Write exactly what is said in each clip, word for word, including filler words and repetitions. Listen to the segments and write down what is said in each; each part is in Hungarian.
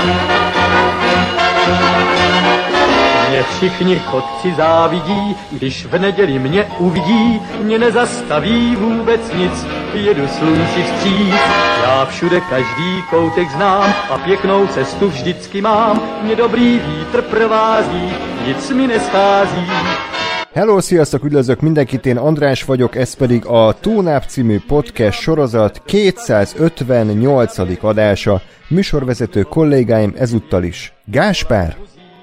Mě všichni chodci závidí, když v neděli mě uvidí, mě nezastaví vůbec nic, jedu slunci vstříc. Já všude každý koutek znám a pěknou cestu vždycky mám, mě dobrý vítr provází, nic mi neschází. Hello, sziasztok, üdvözlök mindenkit, én András vagyok, ez pedig a Tónáp című podcast sorozat kétszázötvennyolcadik adása. Műsorvezető kollégáim ezúttal is Gáspár,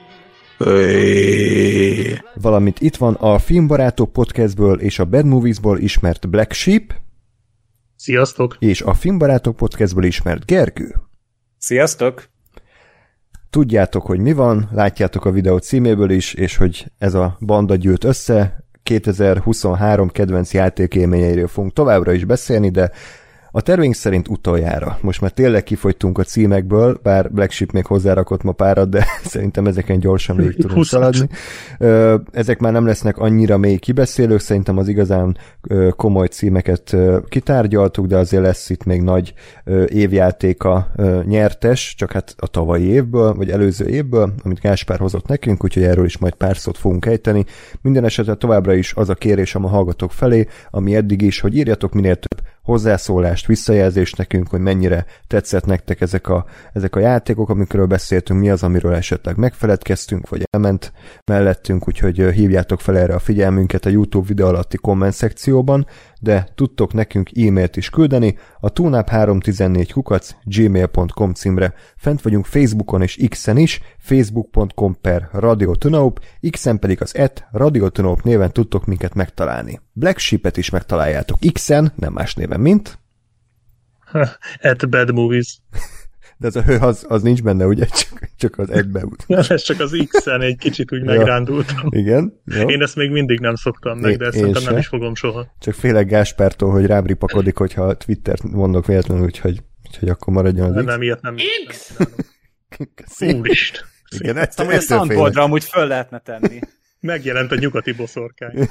valamint itt van a Filmbarátok podcastből és a Bad Moviesból ismert Black Sheep. Sziasztok! És a Filmbarátok podcastből ismert Gergő. Sziasztok! Tudjátok, hogy mi van, látjátok a videó címéből is, és hogy ez a banda gyűlt össze. kétezer-huszonhárom kedvenc játékélményeiről fogunk továbbra is beszélni, de a tervénk szerint utoljára. Most már tényleg kifogytunk a címekből, bár Black Sheep még hozzárakott ma párat, de szerintem ezeken gyorsan még tudunk szaladni. Ezek már nem lesznek annyira mély kibeszélők, szerintem az igazán komoly címeket kitárgyaltuk, de azért lesz itt még nagy évjátéka nyertes, csak hát a tavalyi évből, vagy előző évből, amit Gáspár hozott nekünk, úgyhogy erről is majd pár szót fogunk ejteni. Minden esetre továbbra is az a kérésem a hallgatók felé, ami eddig is, hogy írjatok minél több hozzászólást, visszajelzést nekünk, hogy mennyire tetszett nektek ezek a, ezek a játékok, amikről beszéltünk, mi az, amiről esetleg megfeledkeztünk, vagy elment mellettünk, úgyhogy hívjátok fel erre a figyelmünket a YouTube videó alatti komment szekcióban, de tudtok nekünk e-mailt is küldeni, a tónáp háromszáztizennégy kukac gmail pont com címre. Fent vagyunk Facebookon és X-en is, facebook pont com per radiotonaup, X-en pedig az et radiotonaup néven tudtok minket megtalálni. Black Sheep-et is megtaláljátok X-en, nem más néven, mint? At Bad Movies. De ez a hő, az, az nincs benne, ugye? Csak, csak az egybe út. Nem, ez csak az X-en egy kicsit úgy megrándultam. Igen. Jó. Én ezt még mindig nem szoktam meg, de ezt szerintem nem is fogom soha. Csak félek Gáspártól, hogy rám ripakodik, hogyha Twittert mondok véletlenül, úgyhogy, úgyhogy akkor maradjon az nem, X. Nem, ilyet nem. X! Úristen. Igen, ezt amúgy a soundboardra amúgy föl lehetne tenni. Megjelent a nyugati boszorkány.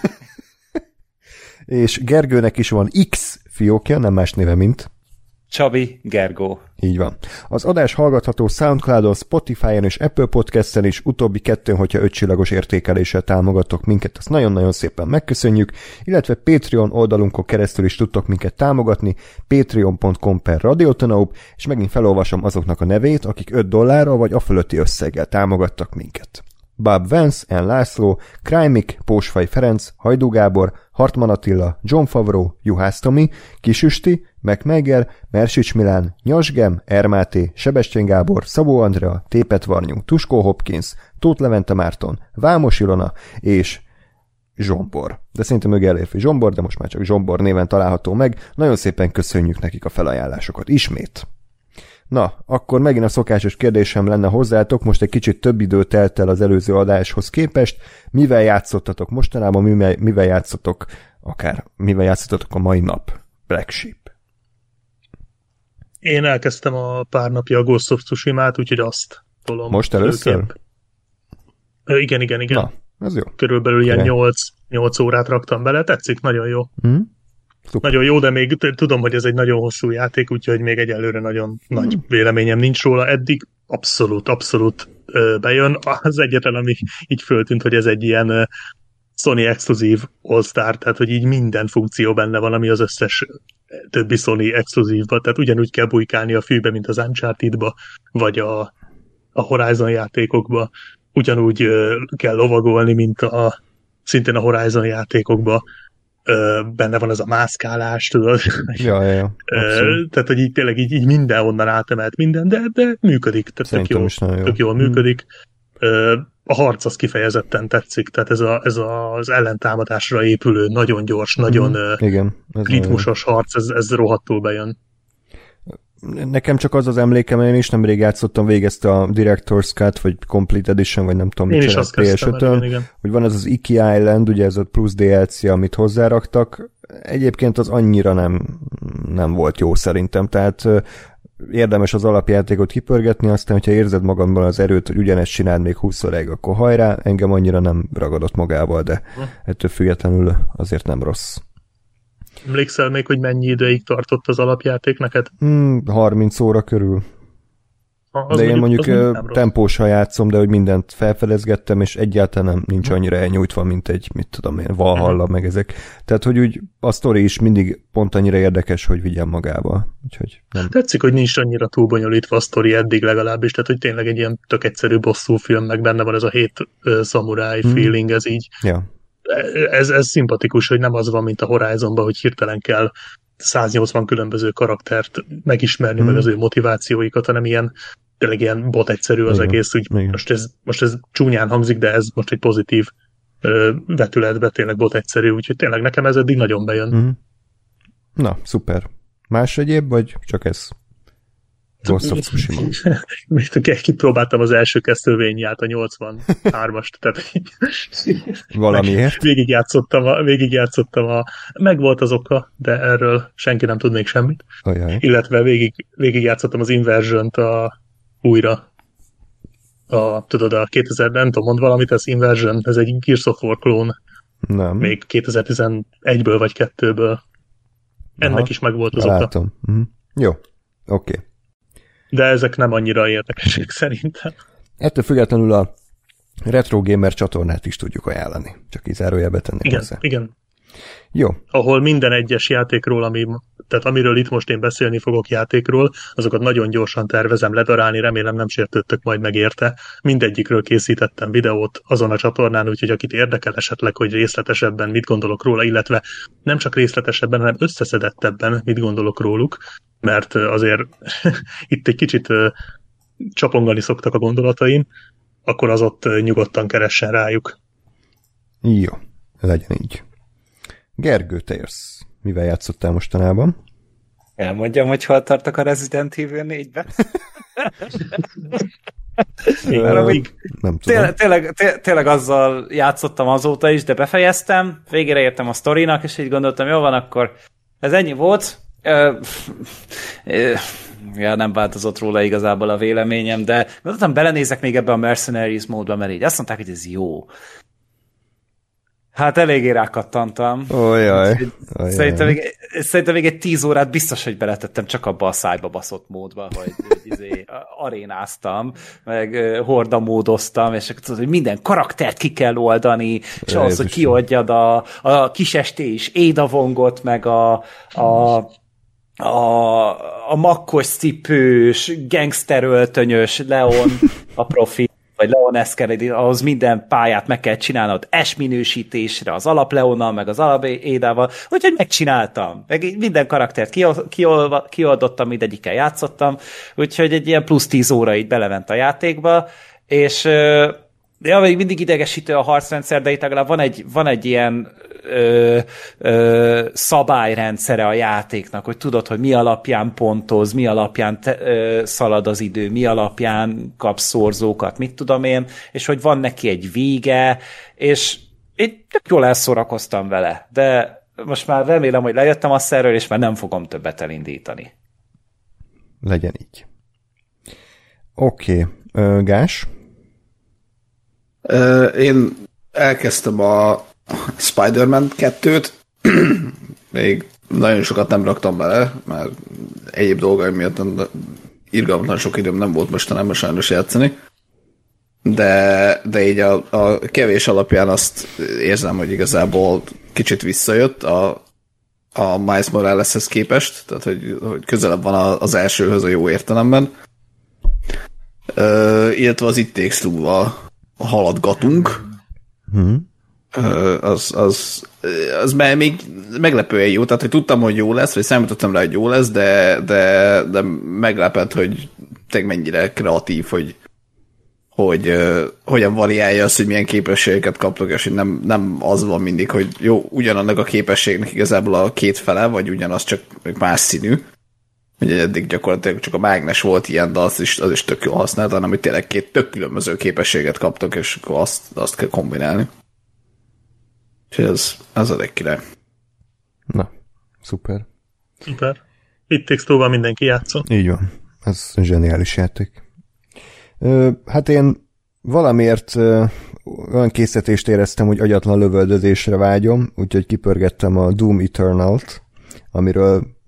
És Gergőnek is van X fiókja, nem más néve, mint Csabi Gergó. Így van. Az adás hallgatható SoundCloudon, Spotify-on és Apple Podcast-en is, utóbbi kettőn, hogyha ötcsillagos értékeléssel támogatok minket, azt nagyon-nagyon szépen megköszönjük, illetve Patreon oldalunkon keresztül is tudtok minket támogatni, patreon pont com per radiotonaup, és megint felolvasom azoknak a nevét, akik öt dollárral vagy afölötti összeggel támogattak minket. Bob Vance, N. László, Krajmik, Pósfaj Ferenc, Hajdú Gábor, Hartman Attila, John Favreau, Juhász Tomi, Kisüsti, MacMeger, Mersics Milán, Nyasgem, Ermáté, Sebestyén Gábor, Szabó Andrea, Tépet Varnyunk, Tuskó Hopkins, Tóth Levente Márton, Vámos Ilona és Zsombor. De szerintem mögé elérfi Zsombor, de most már csak Zsombor néven található meg. Nagyon szépen köszönjük nekik a felajánlásokat ismét. Na, akkor megint a szokásos kérdésem lenne hozzátok, most egy kicsit több idő telt el az előző adáshoz képest. Mivel játszottatok mostanában, mivel, mivel játszottatok, akár mivel játszottatok a mai nap? Black Sheep. Én elkezdtem a pár napja a Ghost of Tsushima-t, úgyhogy azt tolom. Most először? Előképp. Igen, igen, igen. Na, ez jó. Körülbelül ilyen nyolc órát raktam bele, tetszik, nagyon jó. Mm. Nagyon jó, de még tudom, hogy ez egy nagyon hosszú játék, úgyhogy még egyelőre nagyon mm. nagy véleményem nincs róla. Eddig abszolút, abszolút ö, bejön. Az egyetlen, ami így föltűnt, hogy ez egy ilyen ö, Sony exkluzív All-Star, tehát hogy így minden funkció benne van, ami az összes többi Sony exkluzívba, tehát ugyanúgy kell bujkálni a fűbe, mint az Uncharted-ba, vagy a, a Horizon játékokba, ugyanúgy ö, kell lovagolni, mint a szintén a Horizon játékokba. Ö, benne van ez a mászkálás, tudod? Ja, ja, ja. Ö, tehát, hogy így tényleg így, így mindenhonnan átemelt minden, de, de működik, tehát tök, jó, jó. tök jól működik. Ö, a harc az kifejezetten tetszik, tehát ez, a, ez a, az ellentámadásra épülő, nagyon gyors, mm. nagyon Igen, ritmusos harc, ez, ez rohadtul bejön. Nekem csak az az emlékem, én is nemrég játszottam, végezte a Director's Cut, vagy Complete Edition, vagy nem tudom, mit csinált pé es ötön, hogy van ez az Iki Island, ugye ez a plusz dé el cé, amit hozzáraktak. Egyébként az annyira nem, nem volt jó szerintem, tehát érdemes az alapjátékot kipörgetni, aztán, hogyha érzed magadban az erőt, hogy ugyanezt csináld még húszszor, akkor hajrá, engem annyira nem ragadott magával, de ettől függetlenül azért nem rossz. Emlékszel még, hogy mennyi ideig tartott az alapjáték neked? Hmm, harminc óra körül. Az de én mondjuk, mondjuk tempósan játszom, de hogy mindent felfedezgettem, és egyáltalán nem, nincs annyira elnyújtva, mint egy, mit tudom én, Valhalla, meg ezek. Tehát, hogy úgy a sztori is mindig pont annyira érdekes, hogy vigyen magával. Úgyhogy nem. Tetszik, hogy nincs annyira túl bonyolítva a sztori eddig legalábbis, tehát hogy tényleg egy ilyen tök egyszerű bosszúfilm, meg benne van ez a hét uh, szamuráj hmm. feeling, ez így. Ja. Ez, ez szimpatikus, hogy nem az van, mint a Horizonban, hogy hirtelen kell száznyolcvan különböző karaktert megismerni, hmm. meg az ő motivációikat, hanem ilyen tényleg ilyen bot egyszerű az igen, egész, úgy most ez, most ez csúnyán hangzik, de ez most egy pozitív ö, vetületbe tényleg bot egyszerű, úgyhogy tényleg nekem ez eddig nagyon bejön. Hmm. Na, szuper. Más egyéb, vagy csak ez? Ghost of Tsushima. Kipróbáltam az első Castlevania-t, a nyolcvanhármast, tehát valamiért. Végigjátszottam a, végigjátszottam a... Megvolt az oka, de erről senki nem tud még semmit. Ajaj. Illetve végig, végigjátszottam az Inversion-t a, újra. A, tudod, a kétezer, nem tudom, mond valamit, ez Inversion, ez egy Gears of War klón. Nem. Még kétezer-tizenegyből vagy kettőből. Ennek aha, is megvolt az látom. oka. Uh-huh. Jó, oké. Okay. De ezek nem annyira érdekesek szerintem. Ettől függetlenül a Retro Gamer csatornát is tudjuk ajánlani. Csak így zárójelbe tenni igen, hozzá. Igen, jó. Ahol minden egyes játékról, ami, tehát amiről itt most én beszélni fogok játékról, azokat nagyon gyorsan tervezem ledarálni, remélem nem sértődtök majd meg érte. Mindegyikről készítettem videót azon a csatornán, úgyhogy akit érdekel esetleg, hogy részletesebben mit gondolok róla, illetve nem csak részletesebben, hanem összeszedettebben mit gondolok róluk, mert azért itt egy kicsit csapongani szoktak a gondolataim, akkor az ott nyugodtan keressen rájuk. Jó, legyen így. Gergő, te jössz. Mivel játszottál mostanában? Elmondjam, hogy hol tartok a Resident Evil négyben. Ö, még nem tudom. Tényleg, tényleg, tényleg azzal játszottam azóta is, de befejeztem, végére értem a sztorinak, és így gondoltam, jó van, akkor ez ennyi volt. Ö, ö, ja, nem változott róla igazából a véleményem, de gondoltam, belenézek még ebbe a Mercenaries módba, mert így azt mondták, hogy ez jó. Hát eléggé rákattantam. Ojjaj. Szerintem még, szerintem még egy tíz órát biztos, hogy beletettem csak abba a szájba baszott módba, hogy, hogy izé, arénáztam, meg hordamódoztam, és tudod, hogy minden karaktert ki kell oldani, és ahhoz, hogy kioldjad a, a kisestés édavongot, meg a, a a, a makkos cipős, gangsteröltönyös Leon a profi, vagy Leon S. Kennedy, ahhoz minden pályát meg kell csinálnod S minősítésre, az alap Leonnal, meg az alap Édával, úgyhogy megcsináltam. Meg minden karaktert kioldottam, mindegyikkel játszottam, úgyhogy egy ilyen plusz tíz óra így belement a játékba, és ja, még mindig idegesítő a harcrendszer, de itt legalább van egy, van egy ilyen ö, ö, szabályrendszere a játéknak, hogy tudod, hogy mi alapján pontoz, mi alapján te, ö, szalad az idő, mi alapján kapsz szorzókat, mit tudom én, és hogy van neki egy vége, és én tök jól elszórakoztam vele, de most már remélem, hogy lejöttem a szerről, és már nem fogom többet elindítani. Legyen így. Oké. Okay. Gás? Uh, én elkezdtem a Spider-Man kettőt, még nagyon sokat nem raktam bele, mert egyéb dolgaim miatt irgalmatlan sok időm nem volt mostanában sajnos játszani, de, de így a, a kevés alapján azt érzem, hogy igazából kicsit visszajött a, a Miles Moraleshez képest, tehát hogy, hogy közelebb van az elsőhöz a jó értelemben, uh, illetve az It Takes Two-val haladgatunk, hmm. az, az, az még meglepően jó, tehát hogy tudtam, hogy jó lesz, vagy számítottam rá, hogy jó lesz, de, de, de meglepett, hogy tényleg mennyire kreatív, hogy, hogy uh, hogyan variálja azt, hogy milyen képességeket kaptok, és hogy nem, nem az van mindig, hogy jó, ugyanannak a képességnek igazából a két fele, vagy ugyanaz, csak más színű. Ugye eddig gyakorlatilag csak a mágnes volt ilyen, de az is, az is tök jól használt, hanem hogy tényleg két tök különböző képességet kaptok, és akkor azt, azt kell kombinálni. És ez, ez a király. Na, szuper. Szuper. It Takes Two-val mindenki játszol. Így van. Ez zseniális játék. Ö, hát én valamiért ö, olyan készítést éreztem, hogy agyatlan lövöldözésre vágyom, úgyhogy kipörgettem a Doom Eternalt, amiről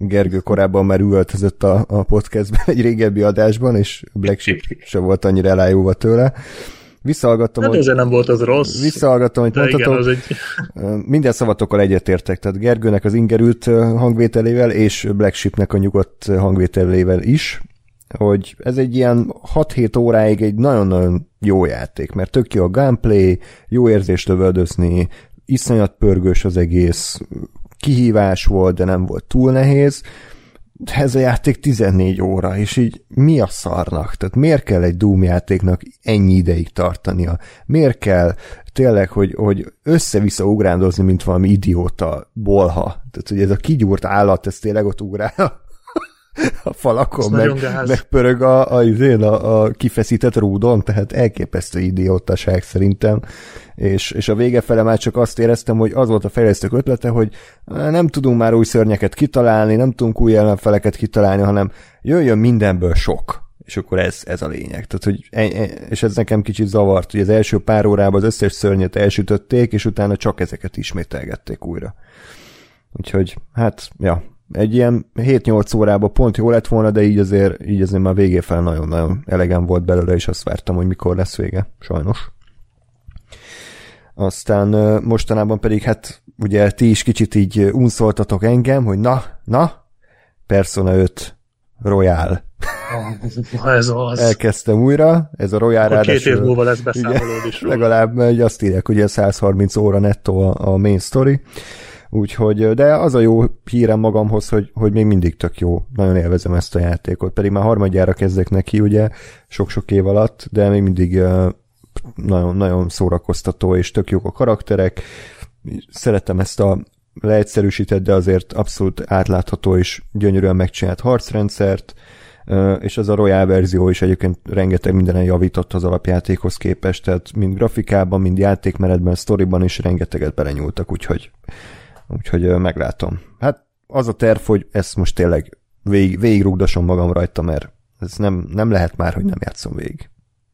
Gergő korábban már üvöltözött a, a podcastben egy régebbi adásban, és Black Sheep se volt annyira elájúva tőle. Visszahallgattam, hát hogy... ezért nem volt az rossz. Visszahallgattam, hogy mondhatom, igen, egy... minden szavatokkal egyetértek, tehát Gergőnek az ingerült hangvételével, és Black Sheepnek a nyugodt hangvételével is, hogy ez egy ilyen hat-hét óráig egy nagyon-nagyon jó játék, mert tök jó a gameplay, jó érzés lövöldözni, iszonyat pörgős az egész, kihívás volt, de nem volt túl nehéz. Ez a játék tizennégy óra, és így mi a szarnak? Tehát miért kell egy Doom játéknak ennyi ideig tartania? Miért kell tényleg, hogy, hogy össze-vissza ugrándozni, mint valami idióta bolha? Tehát, hogy ez a kigyúrt állat, ez tényleg ott ugrál a falakon, meg, meg pörög a, a, a, a kifeszített rúdon, tehát elképesztő idiótaság szerintem, és, és a vége fele már csak azt éreztem, hogy az volt a fejlesztők ötlete, hogy nem tudunk már új szörnyeket kitalálni, nem tudunk új ellenfeleket kitalálni, hanem jöjjön mindenből sok, és akkor ez, ez a lényeg. Tehát, hogy, és ez nekem kicsit zavart, hogy az első pár órában az összes szörnyet elsütötték, és utána csak ezeket ismételgették újra. Úgyhogy, hát, ja, egy ilyen hét-nyolc órában pont jó lett volna, de így azért, így azért már végé fel nagyon-nagyon elegem volt belőle, és azt vártam, hogy mikor lesz vége, sajnos. Aztán mostanában pedig, hát ugye ti is kicsit így unszoltatok engem, hogy na, na, Persona öt Royal. Ah, ez az. Elkezdtem újra, ez a Royal ráadásul. Két év múlva lesz beszámolód is róla. Legalább azt írják, hogy száz harminc óra nettó a, a main story. Úgyhogy, de az a jó hírem magamhoz, hogy, hogy még mindig tök jó. Nagyon élvezem ezt a játékot. Pedig már harmadjára kezdek neki, ugye, sok-sok év alatt, de még mindig uh, nagyon, nagyon szórakoztató, és tök jók a karakterek. Szeretem ezt a leegyszerűsített, de azért abszolút átlátható és gyönyörűen megcsinált harcrendszert, uh, és az a Royal verzió is egyébként rengeteg mindenen javított az alapjátékhoz képest, tehát mind grafikában, mind játékmenetben, sztoriban is rengeteget belenyúltak, úgyhogy Úgyhogy meglátom. Hát az a terv, hogy ezt most tényleg végig, végigrugdasom magam rajta, mert ez nem, nem lehet már, hogy nem játszom végig.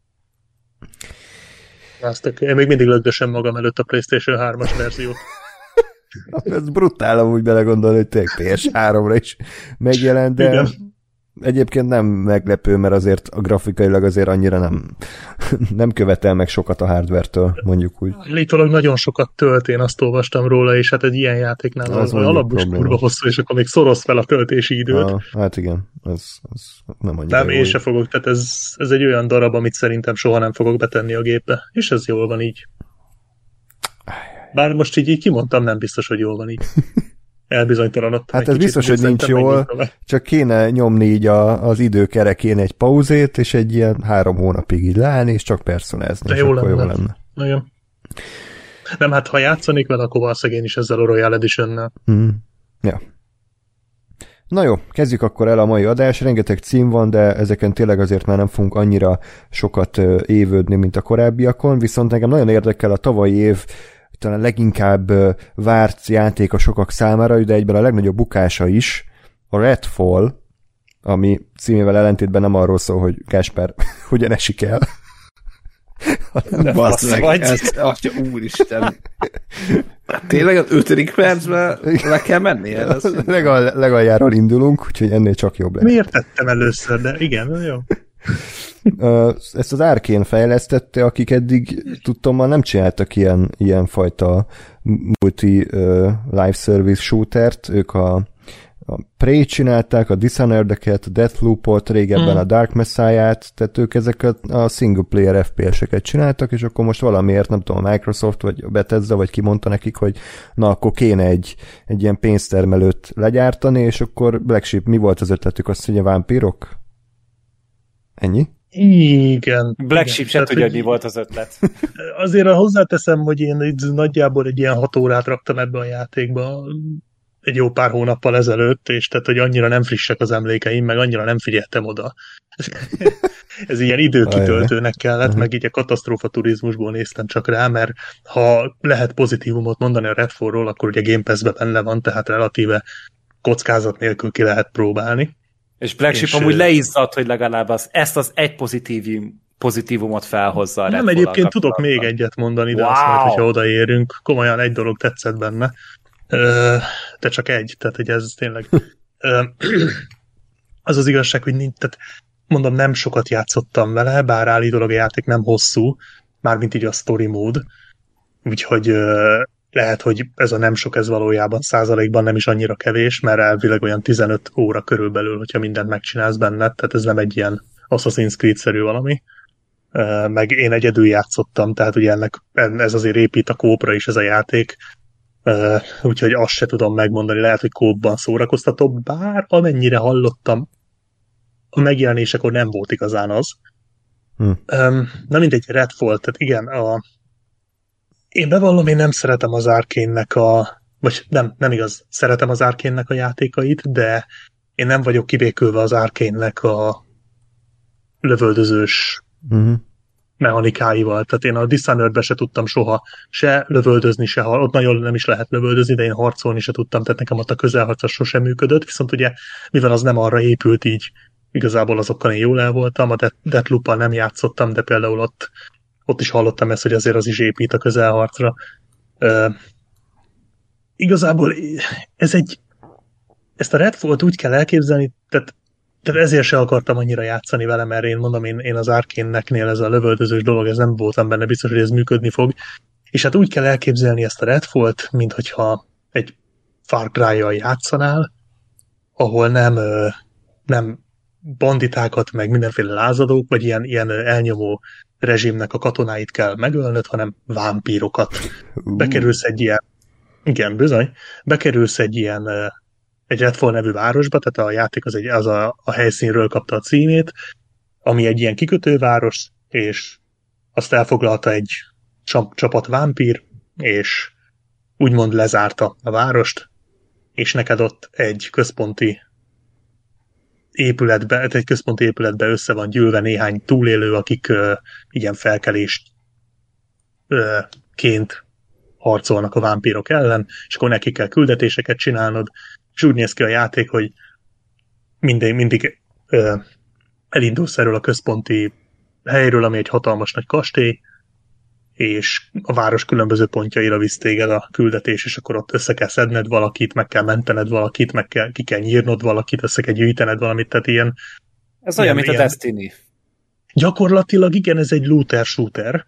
Aztán, én még mindig lögdösem magam előtt a PlayStation hármas verziót. Ez brutál amúgy belegondolni, hogy tényleg pé es háromra is megjelent, de igen. Egyébként nem meglepő, mert azért a grafikailag azért annyira nem, nem követel meg sokat a hardware-től, mondjuk úgy. Állítólag nagyon sokat tölt, én azt olvastam róla, és hát egy ilyen játéknál az, az alapos kurva hosszú, és akkor még szoroz fel a töltési időt. Ah, hát igen, ez, ez nem annyira nem, én se fogok, tehát ez, ez egy olyan darab, amit szerintem soha nem fogok betenni a gépbe, és ez jól van így. Bár most így, így kimondtam, nem biztos, hogy jól van így. Elbizonytalanodtam. Hát ez biztos, hogy nincs jól, csak kéne nyomni így a, az időkerekén egy pauzét, és egy ilyen három hónapig így leállni, és csak personázni, és jó akkor lenne. jó lenne. Igen. Nem, hát ha játszanék vele, akkor valószínűleg én is ezzel a Royal Edition-nel. Mm. Ja. Na jó, kezdjük akkor el a mai adás. Rengeteg cím van, de ezeken tényleg azért már nem fogunk annyira sokat évődni, mint a korábbiakon, viszont engem nagyon érdekel a tavalyi év talán leginkább várt játék a sokak számára, de egyben a legnagyobb bukása is, a Redfall, ami címével ellentétben nem arról szól, hogy Gáspár hogyan esik el. Basz meg, ez, atya úristen. Tényleg az ötödik percben le kell menni el? Legal, legaljáról indulunk, úgyhogy ennél csak jobb lesz. Miért tettem először, de igen, jó. Ezt az Arkane fejlesztette, akik eddig tudtommal nem csináltak ilyen, ilyen fajta multi uh, live service shootert, ők a, a Prey csinálták, a Dishonored-eket, a Deathloop-ot, régebben mm. a Dark Messiah-t, tehát ők ezeket a single player ef pé es-eket csináltak, és akkor most valamiért, nem tudom, a Microsoft, vagy a Bethesda, vagy ki mondta nekik, hogy na, akkor kéne egy, egy ilyen pénztermelőt legyártani, és akkor Black Sheep, mi volt az ötletük? Azt mondja, vámpírok? Ennyi? Igen. Black Sheep sem tudja, hogy mi volt az ötlet. Azért hozzáteszem, hogy én így nagyjából egy ilyen hat órát raktam ebbe a játékba egy jó pár hónappal ezelőtt, és tehát, hogy annyira nem frissek az emlékeim, meg annyira nem figyeltem oda. Ez ilyen időkitöltőnek kellett, meg így a katasztrófa turizmusból néztem csak rá, mert ha lehet pozitívumot mondani a Redfallról, akkor ugye Game Pass-ben benne van, tehát relatíve kockázat nélkül ki lehet próbálni. És Black Sheep amúgy leizzadt, hogy legalább az, ezt az egy pozitívum, pozitívumot felhozza a Nem, egyébként tudok még egyet mondani, de wow. Azt majd, hogyha odaérünk, komolyan egy dolog tetszett benne. De csak egy, tehát hogy ez tényleg Az az igazság, hogy nincs, tehát mondom, nem sokat játszottam vele, bár állítólag a játék nem hosszú, mármint így a story mód, úgyhogy lehet, hogy ez a nem sok, ez valójában százalékban nem is annyira kevés, mert elvileg olyan tizenöt óra körülbelül, hogyha mindent megcsinálsz benne, tehát ez nem egy ilyen Assassin's Creed-szerű valami. Meg én egyedül játszottam, tehát ugye ennek, ez azért épít a kópra is ez a játék, úgyhogy azt se tudom megmondani, lehet, hogy kópban szórakoztatóbb, bár amennyire hallottam, a megjelenésekor nem volt igazán az. Hm. Na mindegy, Redfall, tehát igen, a... én bevallom, én nem szeretem az Arkane-nek a... vagy nem, nem igaz, szeretem az Arkane-nek a játékait, de én nem vagyok kibékülve az Arkane-nek a lövöldözős uh-huh. mechanikáival. Tehát én a Dishonored-be se tudtam soha se lövöldözni, se har- ott nagyon nem is lehet lövöldözni, de én harcolni se tudtam, tehát nekem ott a közelharcos sosem működött, viszont ugye, mivel az nem arra épült, így igazából azokkal én jól el voltam, a Deathloop-al nem játszottam, de például ott, ott is hallottam ezt, hogy azért az is épít a közelharcra. Uh, igazából ez egy ezt a Redfall-t úgy kell elképzelni, tehát Tehát ezért se akartam annyira játszani vele, mert én mondom, én, én az Arkane-neknél ez a lövöldözős dolog, ez nem voltam benne biztos, hogy ez működni fog. És hát úgy kell elképzelni ezt a Redfall-t, mint hogyha egy Far Cry-jal játszanál, ahol nem, nem banditákat, meg mindenféle lázadók, vagy ilyen, ilyen elnyomó rezsimnek a katonáit kell megölnöd, hanem vámpírokat. Bekerülsz egy ilyen, igen, bizony, bekerülsz egy ilyen egy Redfall nevű városba, tehát a játék az, egy, az a, a helyszínről kapta a címét, ami egy ilyen kikötőváros, és azt elfoglalta egy csapat vámpír, és úgymond lezárta a várost, és neked ott egy központi épületbe, egy központi épületbe össze van gyűlve néhány túlélő, akik uh, ilyen felkelést uh, ként harcolnak a vámpírok ellen, és akkor neki kell küldetéseket csinálnod, és úgy néz ki a játék, hogy mindig, mindig ö, elindulsz erről a központi helyről, ami egy hatalmas nagy kastély, és a város különböző pontjaira visz téged a küldetés, és akkor ott össze kell szedned valakit, meg kell mentened valakit, meg kell, ki kell nyírnod valakit, össze kell gyűjtened valamit, tehát ilyen... Ez ilyen, olyan, mint ilyen, a Destiny. Gyakorlatilag igen, ez egy looter-shooter,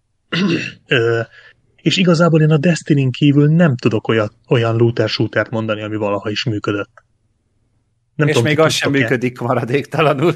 ö, és igazából én a Destiny-n kívül nem tudok olyan, olyan looter-shootert mondani, ami valaha is működött. Nem és tudom, még az sem működik maradéktalanul.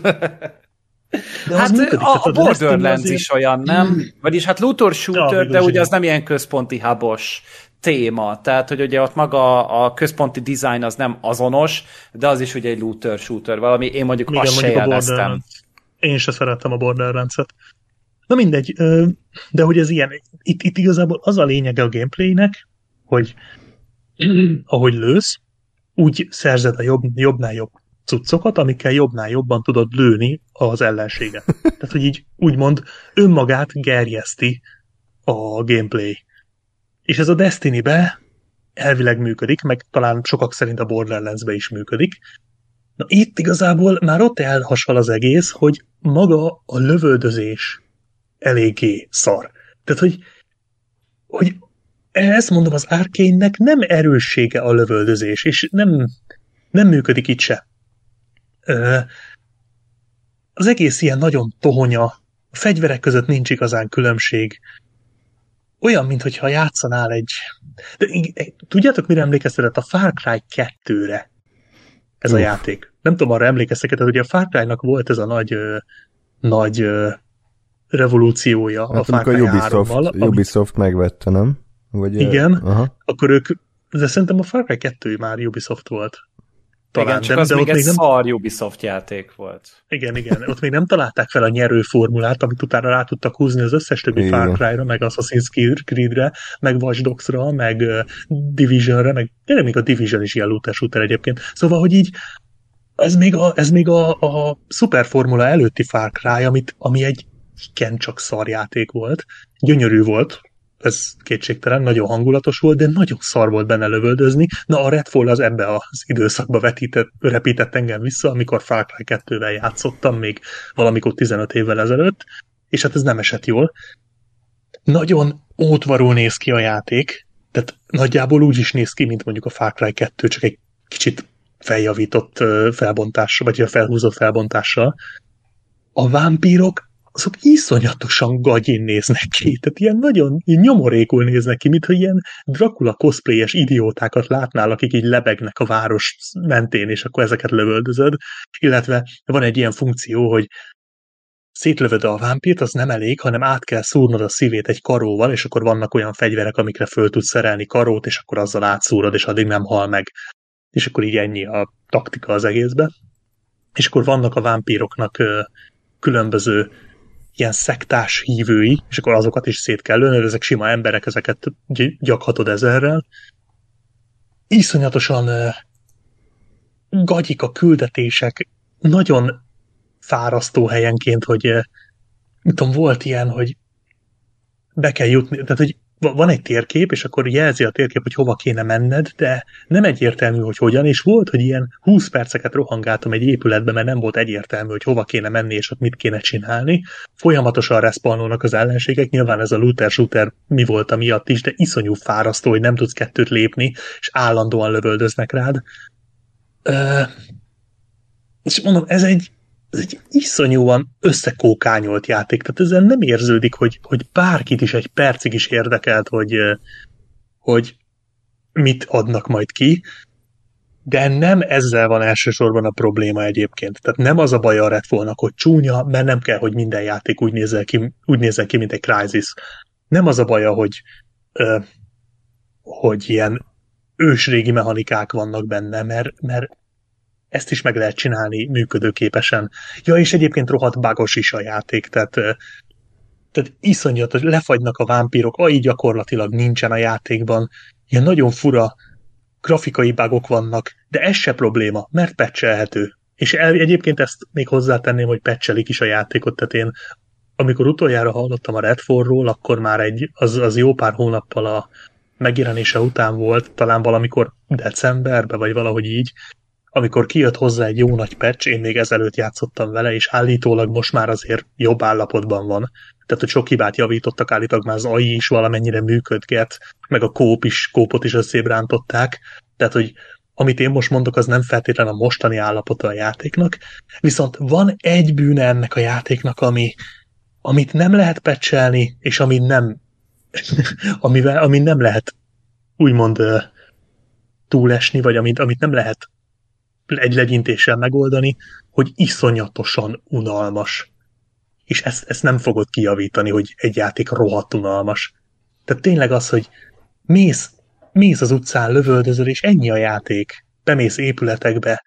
De hát működik, a, a Borderlands azért... is olyan, nem? Vagyis hát looter-shooter, ja, de ugye az nem ilyen központi hubos téma. Tehát, hogy ugye ott maga a központi design az nem azonos, de az is ugye egy looter-shooter valami. Én mondjuk igen, azt se jeleztem. Én se szerettem a Borderlands-et. Na mindegy, de hogy ez ilyen, itt, itt igazából az a lényege a gameplaynek, hogy ahogy lősz, úgy szerzed a jobb, jobbnál jobb cuccokat, amikkel jobbnál jobban tudod lőni az ellenséget. Tehát, hogy így úgymond önmagát gerjeszti a gameplay. És ez a Destiny-be elvileg működik, meg talán sokak szerint a Borderlands-be is működik. Na itt igazából már ott elhasal az egész, hogy maga a lövöldözés eléggé szar. Tehát, hogy, hogy ezt mondom, az Arkane-nek nem erőssége a lövöldözés, és nem, nem működik itt se. Az egész ilyen nagyon tohonya, a fegyverek között nincs igazán különbség. Olyan, mintha játszanál egy... De, tudjátok, mire emlékeztetett? A Far Cry kettőre ez Uf. a játék. Nem tudom, arra emlékeztek, tehát ugye a Far Cry-nak volt ez a nagy, ö, nagy ö, revolúciója hát, a Far Cry hárommal. Ubisoft, Ubisoft megvette, nem? Vagy, igen, aha. Akkor ők, de szerintem a Far Cry kettő már Ubisoft volt. Talán, igen, csak de, az de még egy nem... szar Ubisoft játék volt. Igen, igen, ott még nem találták fel a nyerő formulát, amit utána rá tudtak húzni az összes többi igen. Far Cry-ra, meg Assassin's Creed-re, meg Watch Dogs-ra, meg uh, Division-re, meg tényleg még a Division is ilyen looter shooter egyébként. Szóval, hogy így ez még a, ez még a, a Super Formula előtti Far Cry, amit, ami egy igen csak szar játék volt. Gyönyörű volt, ez kétségtelen, nagyon hangulatos volt, de nagyon szar volt benne lövöldözni. Na a Redfall az ebbe az időszakba vetített, repített engem vissza, amikor Far Cry kettővel játszottam, még valamikor tizenöt évvel ezelőtt, és hát ez nem esett jól. Nagyon ótvarul néz ki a játék, tehát nagyjából úgy is néz ki, mint mondjuk a Far Cry kettő, csak egy kicsit feljavított felbontással, vagy a felhúzott felbontással. A vámpírok azok iszonyatosan gagyin néznek ki, tehát ilyen nagyon ilyen nyomorékul néznek ki, mintha ilyen Dracula cosplayes idiótákat látnál, akik így lebegnek a város mentén, és akkor ezeket lövöldözöd, illetve van egy ilyen funkció, hogy szétlövöd a vámpírt, az nem elég, hanem át kell szúrnod a szívét egy karóval, és akkor vannak olyan fegyverek, amikre föl tudsz szerelni karót, és akkor azzal átszúrod, és addig nem hal meg. És akkor így ennyi a taktika az egészbe. És akkor vannak a vámpíroknak ö, különböző ilyen szektás hívői, és akkor azokat is szét kell lőnöd, ezek sima emberek, ezeket gyakhatod ezerrel. Iszonyatosan ö, gagyik a küldetések, nagyon fárasztó helyenként, hogy ö, tudom, volt ilyen, hogy be kell jutni, tehát hogy van egy térkép, és akkor jelzi a térkép, hogy hova kéne menned, de nem egyértelmű, hogy hogyan, és volt, hogy ilyen húsz perceket rohangáltam egy épületbe, mert nem volt egyértelmű, hogy hova kéne menni, és ott mit kéne csinálni. Folyamatosan respawnolonak az ellenségek, nyilván ez a looter-shooter mi volt miatt is, de iszonyú fárasztó, hogy nem tudsz kettőt lépni, és állandóan lövöldöznek rád. Ö... És mondom, ez egy ez egy iszonyúan összekókányolt játék, tehát ezzel nem érződik, hogy, hogy bárkit is egy percig is érdekelt, hogy, hogy mit adnak majd ki, de nem ezzel van elsősorban a probléma egyébként. Tehát nem az a baj a Redfallnak, hogy csúnya, mert nem kell, hogy minden játék úgy nézzen ki, úgy nézzen ki, mint egy Crysis. Nem az a baja, hogy, hogy ilyen ősrégi mechanikák vannak benne, mert, mert ezt is meg lehet csinálni működőképesen. Ja, és egyébként rohadt bugos is a játék, tehát, tehát iszonyatos, lefagynak a vámpírok, á i gyakorlatilag nincsen a játékban, ilyen nagyon fura grafikai bugok vannak, de ez se probléma, mert patchelhető. És el, egyébként ezt még hozzátenném, hogy patchelik is a játékot, tehát én amikor utoljára hallottam a Redfallról, akkor már egy, az, az jó pár hónappal a megjelenése után volt, talán valamikor decemberben, vagy valahogy így, amikor kijött hozzá egy jó nagy patch, én még ezelőtt játszottam vele, és állítólag most már azért jobb állapotban van. Tehát, hogy sok hibát javítottak, állítólag már az á i is valamennyire működget, meg a kóp is, kópot is összébb rántották. Tehát, hogy amit én most mondok, az nem feltétlen a mostani állapota a játéknak, viszont van egy bűne ennek a játéknak, ami, amit nem lehet patchelni, és amit nem, amivel, amit nem lehet úgymond uh, túlesni, vagy amit, amit nem lehet egy legyintéssel megoldani, hogy iszonyatosan unalmas. És ezt, ezt nem fogod kijavítani, hogy egy játék rohadt unalmas. Tehát tényleg az, hogy mész, mész az utcán, lövöldözöl, és ennyi a játék. Bemész épületekbe,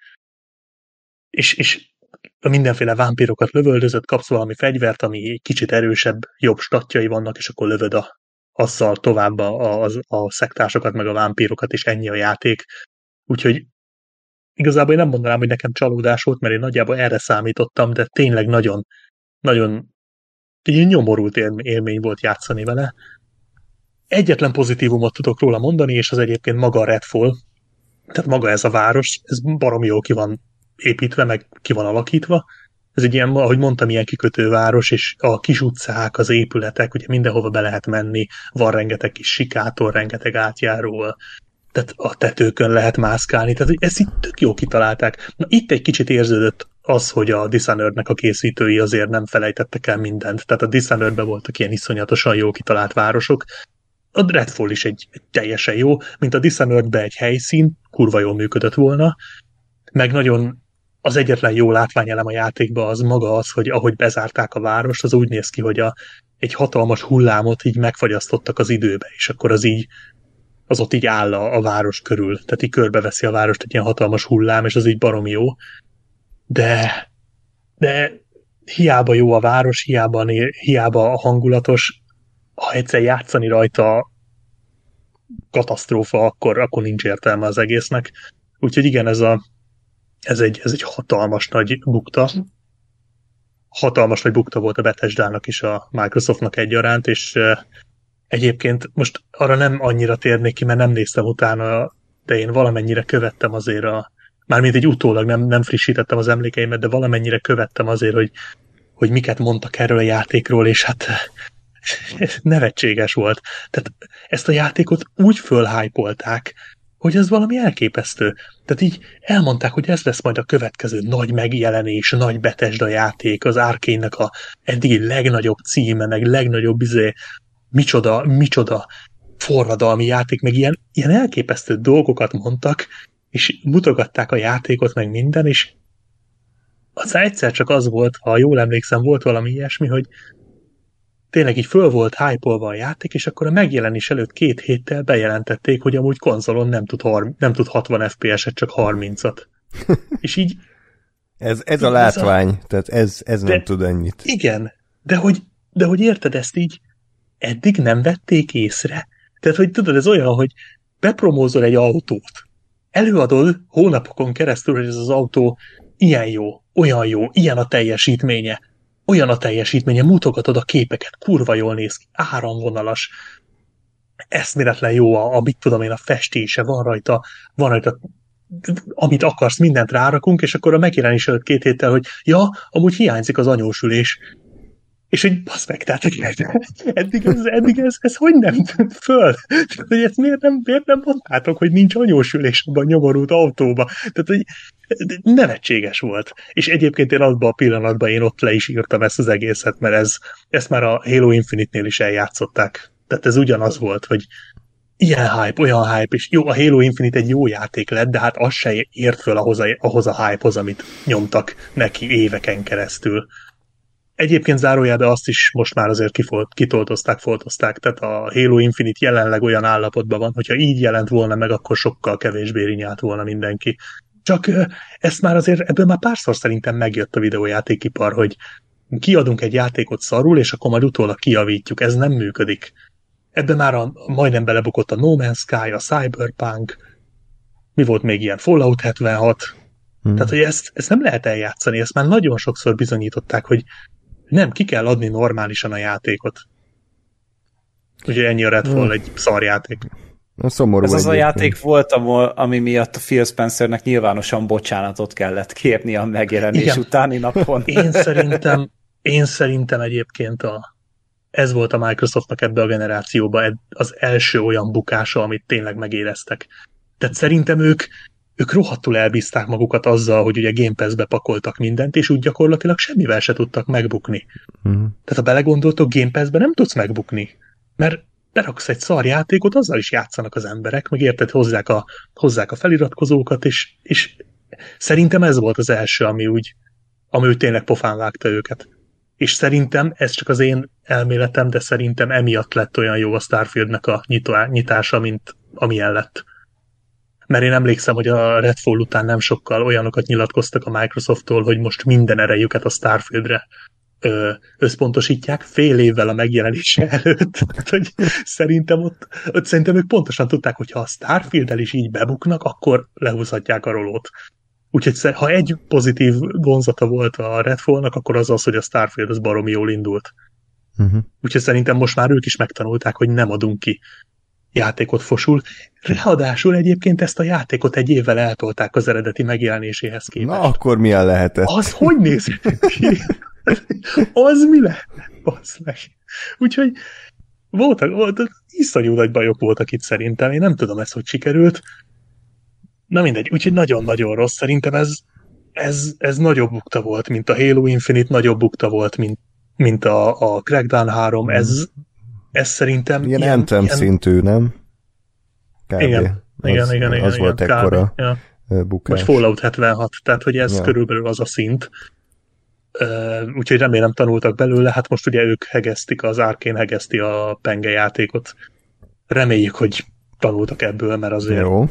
és, és a mindenféle vámpírokat lövöldözöd, kapsz valami fegyvert, ami kicsit erősebb, jobb statjai vannak, és akkor lövöd a, azzal tovább a, a, a szektásokat, meg a vámpírokat, és ennyi a játék. Úgyhogy igazából én nem mondanám, hogy nekem csalódás volt, mert én nagyjából erre számítottam, de tényleg nagyon, nagyon egy nyomorult élmény volt játszani vele. Egyetlen pozitívumot tudok róla mondani, és az egyébként maga a Redfall. Tehát maga ez a város, ez baromi jól ki van építve, meg ki van alakítva. Ez egy ilyen, ahogy mondtam, ilyen kikötőváros, és a kis utcák, az épületek, ugye mindenhova be lehet menni, van rengeteg kis sikátor, rengeteg átjáró, tehát a tetőkön lehet mászkálni, tehát ezt itt tök jó kitalálták. Na itt egy kicsit érződött az, hogy a Dishonored-nek a készítői azért nem felejtettek el mindent. Tehát a Dishonored-ben voltak ilyen iszonyatosan jó kitalált városok. A Redfall is egy, egy teljesen jó, mint a Dishonored-ben egy helyszín, kurva jól működött volna, meg nagyon az egyetlen jó látványelem a játékban az maga az, hogy ahogy bezárták a várost, az úgy néz ki, hogy a, egy hatalmas hullámot így megfagyasztottak az időbe, és akkor az így az ott így áll a, a város körül, tehát így körbeveszi a várost egy ilyen hatalmas hullám, és az így baromi jó. De, de hiába jó a város, hiába, hiába hangulatos, ha egyszer játszani rajta katasztrófa, akkor, akkor nincs értelme az egésznek. Úgyhogy igen, ez, a, ez, egy, ez egy hatalmas nagy bukta. Hatalmas nagy bukta volt a Bethesdának is, a Microsoftnak egyaránt, és egyébként most arra nem annyira térnék ki, mert nem néztem utána, de én valamennyire követtem azért a... Mármint egy utólag nem, nem frissítettem az emlékeimet, de valamennyire követtem azért, hogy, hogy miket mondtak erről a játékról, és hát nevetséges volt. Tehát ezt a játékot úgy fölhájpolták, hogy ez valami elképesztő. Tehát így elmondták, hogy ez lesz majd a következő nagy megjelenés, nagy Bethesda játék, az Arkane-nek a eddigi legnagyobb címe, meg legnagyobb izé, micsoda, micsoda forradalmi játék, meg ilyen, ilyen elképesztő dolgokat mondtak, és mutogatták a játékot, meg minden, és aztán egyszer csak az volt, ha jól emlékszem, volt valami ilyesmi, hogy tényleg így föl volt hype-olva a játék, és akkor a megjelenés előtt két héttel bejelentették, hogy amúgy konzolon nem tud, harm- nem tud hatvan ef pé es-et, csak harmincat. És így... Ez, ez a látvány, ez a... tehát ez, ez de, nem tud ennyit. Igen, de hogy, de hogy érted ezt így, eddig nem vették észre. Tehát, hogy tudod, ez olyan, hogy bepromózol egy autót, előadod hónapokon keresztül, hogy ez az autó ilyen jó, olyan jó, ilyen a teljesítménye, olyan a teljesítménye, mutogatod a képeket, kurva jól néz ki, áramvonalas, eszméletlen jó a, a mit tudom én, a festése, van rajta, van rajta, amit akarsz, mindent rárakunk, és akkor a megjelenés előtt két héttel, hogy ja, amúgy hiányzik az anyósülés. És hogy basz meg, tehát eddig, ez, eddig ez, ez hogy nem tűnt föl? Hogy ezt miért nem, miért nem mondtátok, hogy nincs anyósülés abban a nyomorult autóban? Tehát, hogy nevetséges volt. És egyébként én abban a pillanatban én ott le is írtam ezt az egészet, mert ez, ezt már a Halo Infinite-nél is eljátszották. Tehát ez ugyanaz volt, hogy ilyen hype, olyan hype, és jó, a Halo Infinite egy jó játék lett, de hát az se ért föl ahhoz a, ahhoz a hype-hoz, amit nyomtak neki éveken keresztül. Egyébként zárójelben azt is most már azért kifolt, kitoltozták, foltozták, tehát a Halo Infinite jelenleg olyan állapotban van, hogyha így jelent volna meg, akkor sokkal kevésbé rinyált volna mindenki. Csak ezt már azért, ebből már párszor szerintem megjött a videójátékipar, hogy kiadunk egy játékot szarul, és akkor majd utólag kijavítjuk, ez nem működik. Ebben már a, majdnem belebukott a No Man's Sky, a Cyberpunk, mi volt még ilyen, Fallout hetvenhat, hmm. Tehát, hogy ezt, ezt nem lehet eljátszani, ezt már nagyon sokszor bizonyították, hogy nem, ki kell adni normálisan a játékot. Ugye ennyi a Redfall hmm. egy szarjáték. Szomorú ez az egyébként. A játék volt, ami miatt a Phil Spencernek nyilvánosan bocsánatot kellett kérni a megjelenés igen. utáni napon. Én szerintem, én szerintem egyébként a, ez volt a Microsoftnak ebbe a generációba az első olyan bukása, amit tényleg megéreztek. Tehát szerintem ők ők rohadtul elbízták magukat azzal, hogy ugye Game Pass-be pakoltak mindent, és úgy gyakorlatilag semmivel se tudtak megbukni. Mm. Tehát ha belegondoltok, Game Pass-be nem tudsz megbukni, mert beraksz egy szar játékot, azzal is játszanak az emberek, meg érted, hozzák a, hozzák a feliratkozókat, és, és szerintem ez volt az első, ami úgy, ami úgy tényleg pofán vágta őket. És szerintem, ez csak az én elméletem, de szerintem emiatt lett olyan jó a Starfieldnek a nyitása, mint amilyen lett. Mert én emlékszem, hogy a Redfall után nem sokkal olyanokat nyilatkoztak a Microsofttól, hogy most minden erejüket a Starfieldre ö, összpontosítják, fél évvel a megjelenése előtt. Hogy szerintem ott, ott szerintem ők pontosan tudták, hogy ha a Starfield-el is így bebuknak, akkor lehúzhatják a rolót. Úgyhogy ha egy pozitív vonzata volt a Redfallnak, akkor az az, hogy a Starfield az baromi jól indult. Uh-huh. Úgyhogy szerintem most már ők is megtanulták, hogy nem adunk ki játékot fosul. Ráadásul egyébként ezt a játékot egy évvel eltolták az eredeti megjelenéséhez képest. Na, akkor milyen lehetett? Az hogy néz ki? Az mi lehet? Az meg. Úgyhogy voltak, voltak, iszonyú nagy bajok voltak itt szerintem. Én nem tudom ezt, hogy sikerült. Na mindegy, úgyhogy nagyon-nagyon rossz. Szerintem ez, ez, ez nagyobb bukta volt, mint a Halo Infinite, nagyobb bukta volt, mint, mint a, a Crackdown három. Ez Ez szerintem... Ilyen, ilyen Anthem ilyen... szintű, nem? Kb. Igen, az, igen, igen. Az igen, volt igen, ekkora ja. bukás. Vagy Fallout hetvenhat, tehát hogy ez ja. körülbelül az a szint. Uh, úgyhogy remélem tanultak belőle, hát most ugye ők hegesztik, az Arkane hegeszti a penge játékot. Reméljük, hogy tanultak ebből, mert azért... Jó.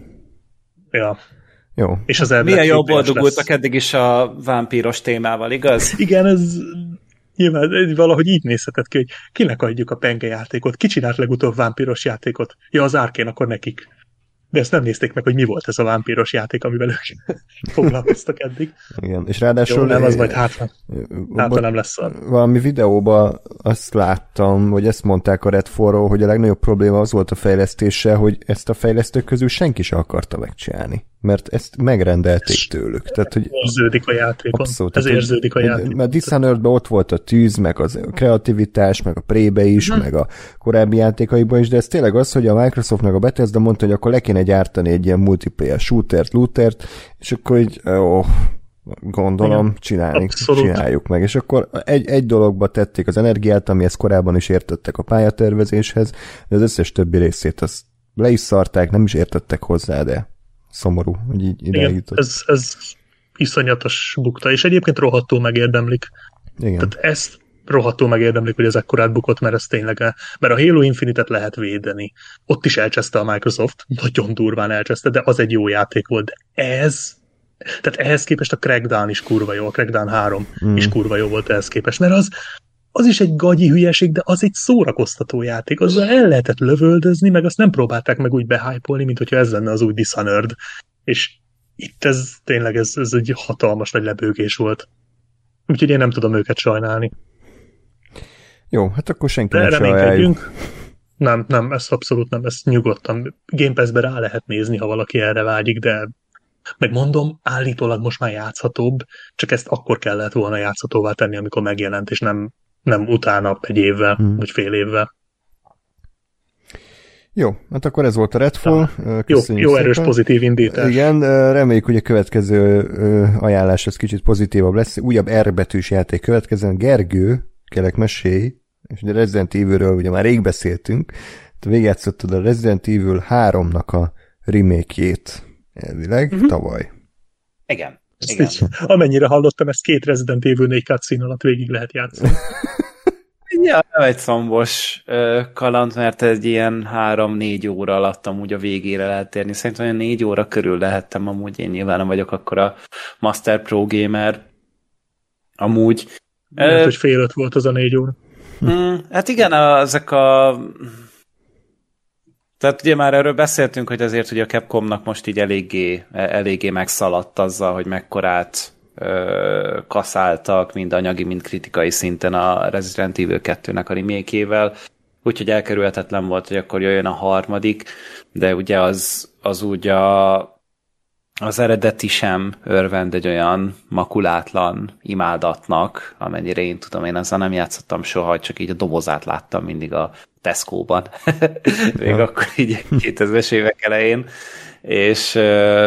Ja. Jó. És az milyen jól boldogultak eddig is a vámpíros témával, igaz? Igen, ez... Nyilván valahogy így nézhetett ki, hogy kinek adjuk a penge játékot. Ki csinált legutóbb vámpíros játékot? Ja, az Arkane, akkor nekik. De ezt nem nézték meg, hogy mi volt ez a vámpíros játék, amivel ők foglalkoztak eddig. Igen, és ráadásul... Jó, nem, az majd hátra. Hátra nem lesz szar. Valami videóban azt láttam, vagy ezt mondták a Redfallról, hogy a legnagyobb probléma az volt a fejlesztéssel, hogy ezt a fejlesztők közül senki sem akarta megcsinálni. mert ezt megrendelték tőlük. Tehát, hogy érződik a játékon. Abszolút. Ez Tehát, érződik a játékon. Mert Dishonoredben ott volt a tűz, meg a kreativitás, meg a Prey-be is, hmm. meg a korábbi játékaiban is, de ez tényleg az, hogy a Microsoftnak a Bethesda mondta, hogy akkor le kéne gyártani egy ilyen multiplayer shootert, lootert, és akkor így, ó, gondolom, csinálni, csináljuk meg. És akkor egy, egy dologba tették az energiát, amihez korábban is értettek a pályatervezéshez, de az összes többi részét azt le is szarták, nem is értettek hozzá, de szomorú, hogy így ide jutott. Ez, ez iszonyatos bukta, és egyébként rohadtul megérdemlik. Igen. Tehát ezt rohadtul megérdemlik, hogy ez ekkorát bukott, mert ez tényleg, mert a Halo Infinite-et lehet védeni. Ott is elcseszte a Microsoft, nagyon durván elcseszte, de az egy jó játék volt. De ez, tehát ehhez képest a Crackdown is kurva jó, a Crackdown három mm. is kurva jó volt ehhez képest, mert az az is egy gagyi hülyeség, de az egy szórakoztató játék. Azzal el lehetett lövöldözni, meg azt nem próbálták meg úgy behypolni, mint hogyha ez lenne az új Dishonored. És itt ez tényleg ez, ez egy hatalmas nagy lebőgés volt. Úgyhogy én nem tudom őket sajnálni. Jó, hát akkor senki de nem sajnáljuk. Nem, nem, ez abszolút nem, ezt nyugodtan. Game Pass-be rá lehet nézni, ha valaki erre vágyik, de meg mondom, állítólag most már játszhatóbb, csak ezt akkor kellett volna játszhatóvá tenni, amikor megjelent, és nem nem utána egy évvel, hmm. vagy fél évvel. Jó, hát akkor ez volt a Redfall. Jó, jó erős pozitív indítás. Igen, reméljük, hogy a következő ajánlás ez kicsit pozitívabb lesz. Újabb R betűs játék következően. Gergő, kérlek mesélj, és a Resident Evilről ugye már rég beszéltünk, te végigjátszottad a Resident Evil háromnak a remake-jét elvileg uh-huh. tavaly. Igen. Igen. Így, amennyire hallottam, ezt két Resident Evil négy cutscene alatt végig lehet játszani. Ja, nem egy szombos uh, kaland, mert egy ilyen három-négy óra alatt amúgy a végére lehet térni. Szerintem olyan négy óra körül lehettem amúgy, én nyilván nem vagyok akkor a Master Pro Gamer. Amúgy. Mert, uh, hogy fél öt volt az a négy óra. Mm, hát igen, a, ezek a... Tehát ugye már erről beszéltünk, hogy azért ugye a Capcomnak most így eléggé, eléggé megszaladt azzal, hogy mekkorát ö, kaszáltak, mind anyagi, mind kritikai szinten a Resident Evil kettőnek a remake-ével, úgyhogy elkerülhetetlen volt, hogy akkor jöjjön a harmadik, de ugye az, az úgy a, az eredeti sem örvend egy olyan makulátlan imádatnak, amennyire én tudom, én azzal nem játszottam soha, csak így a dobozát láttam mindig a Tesco-ban. Még ja. akkor így kétezres évek elején. És,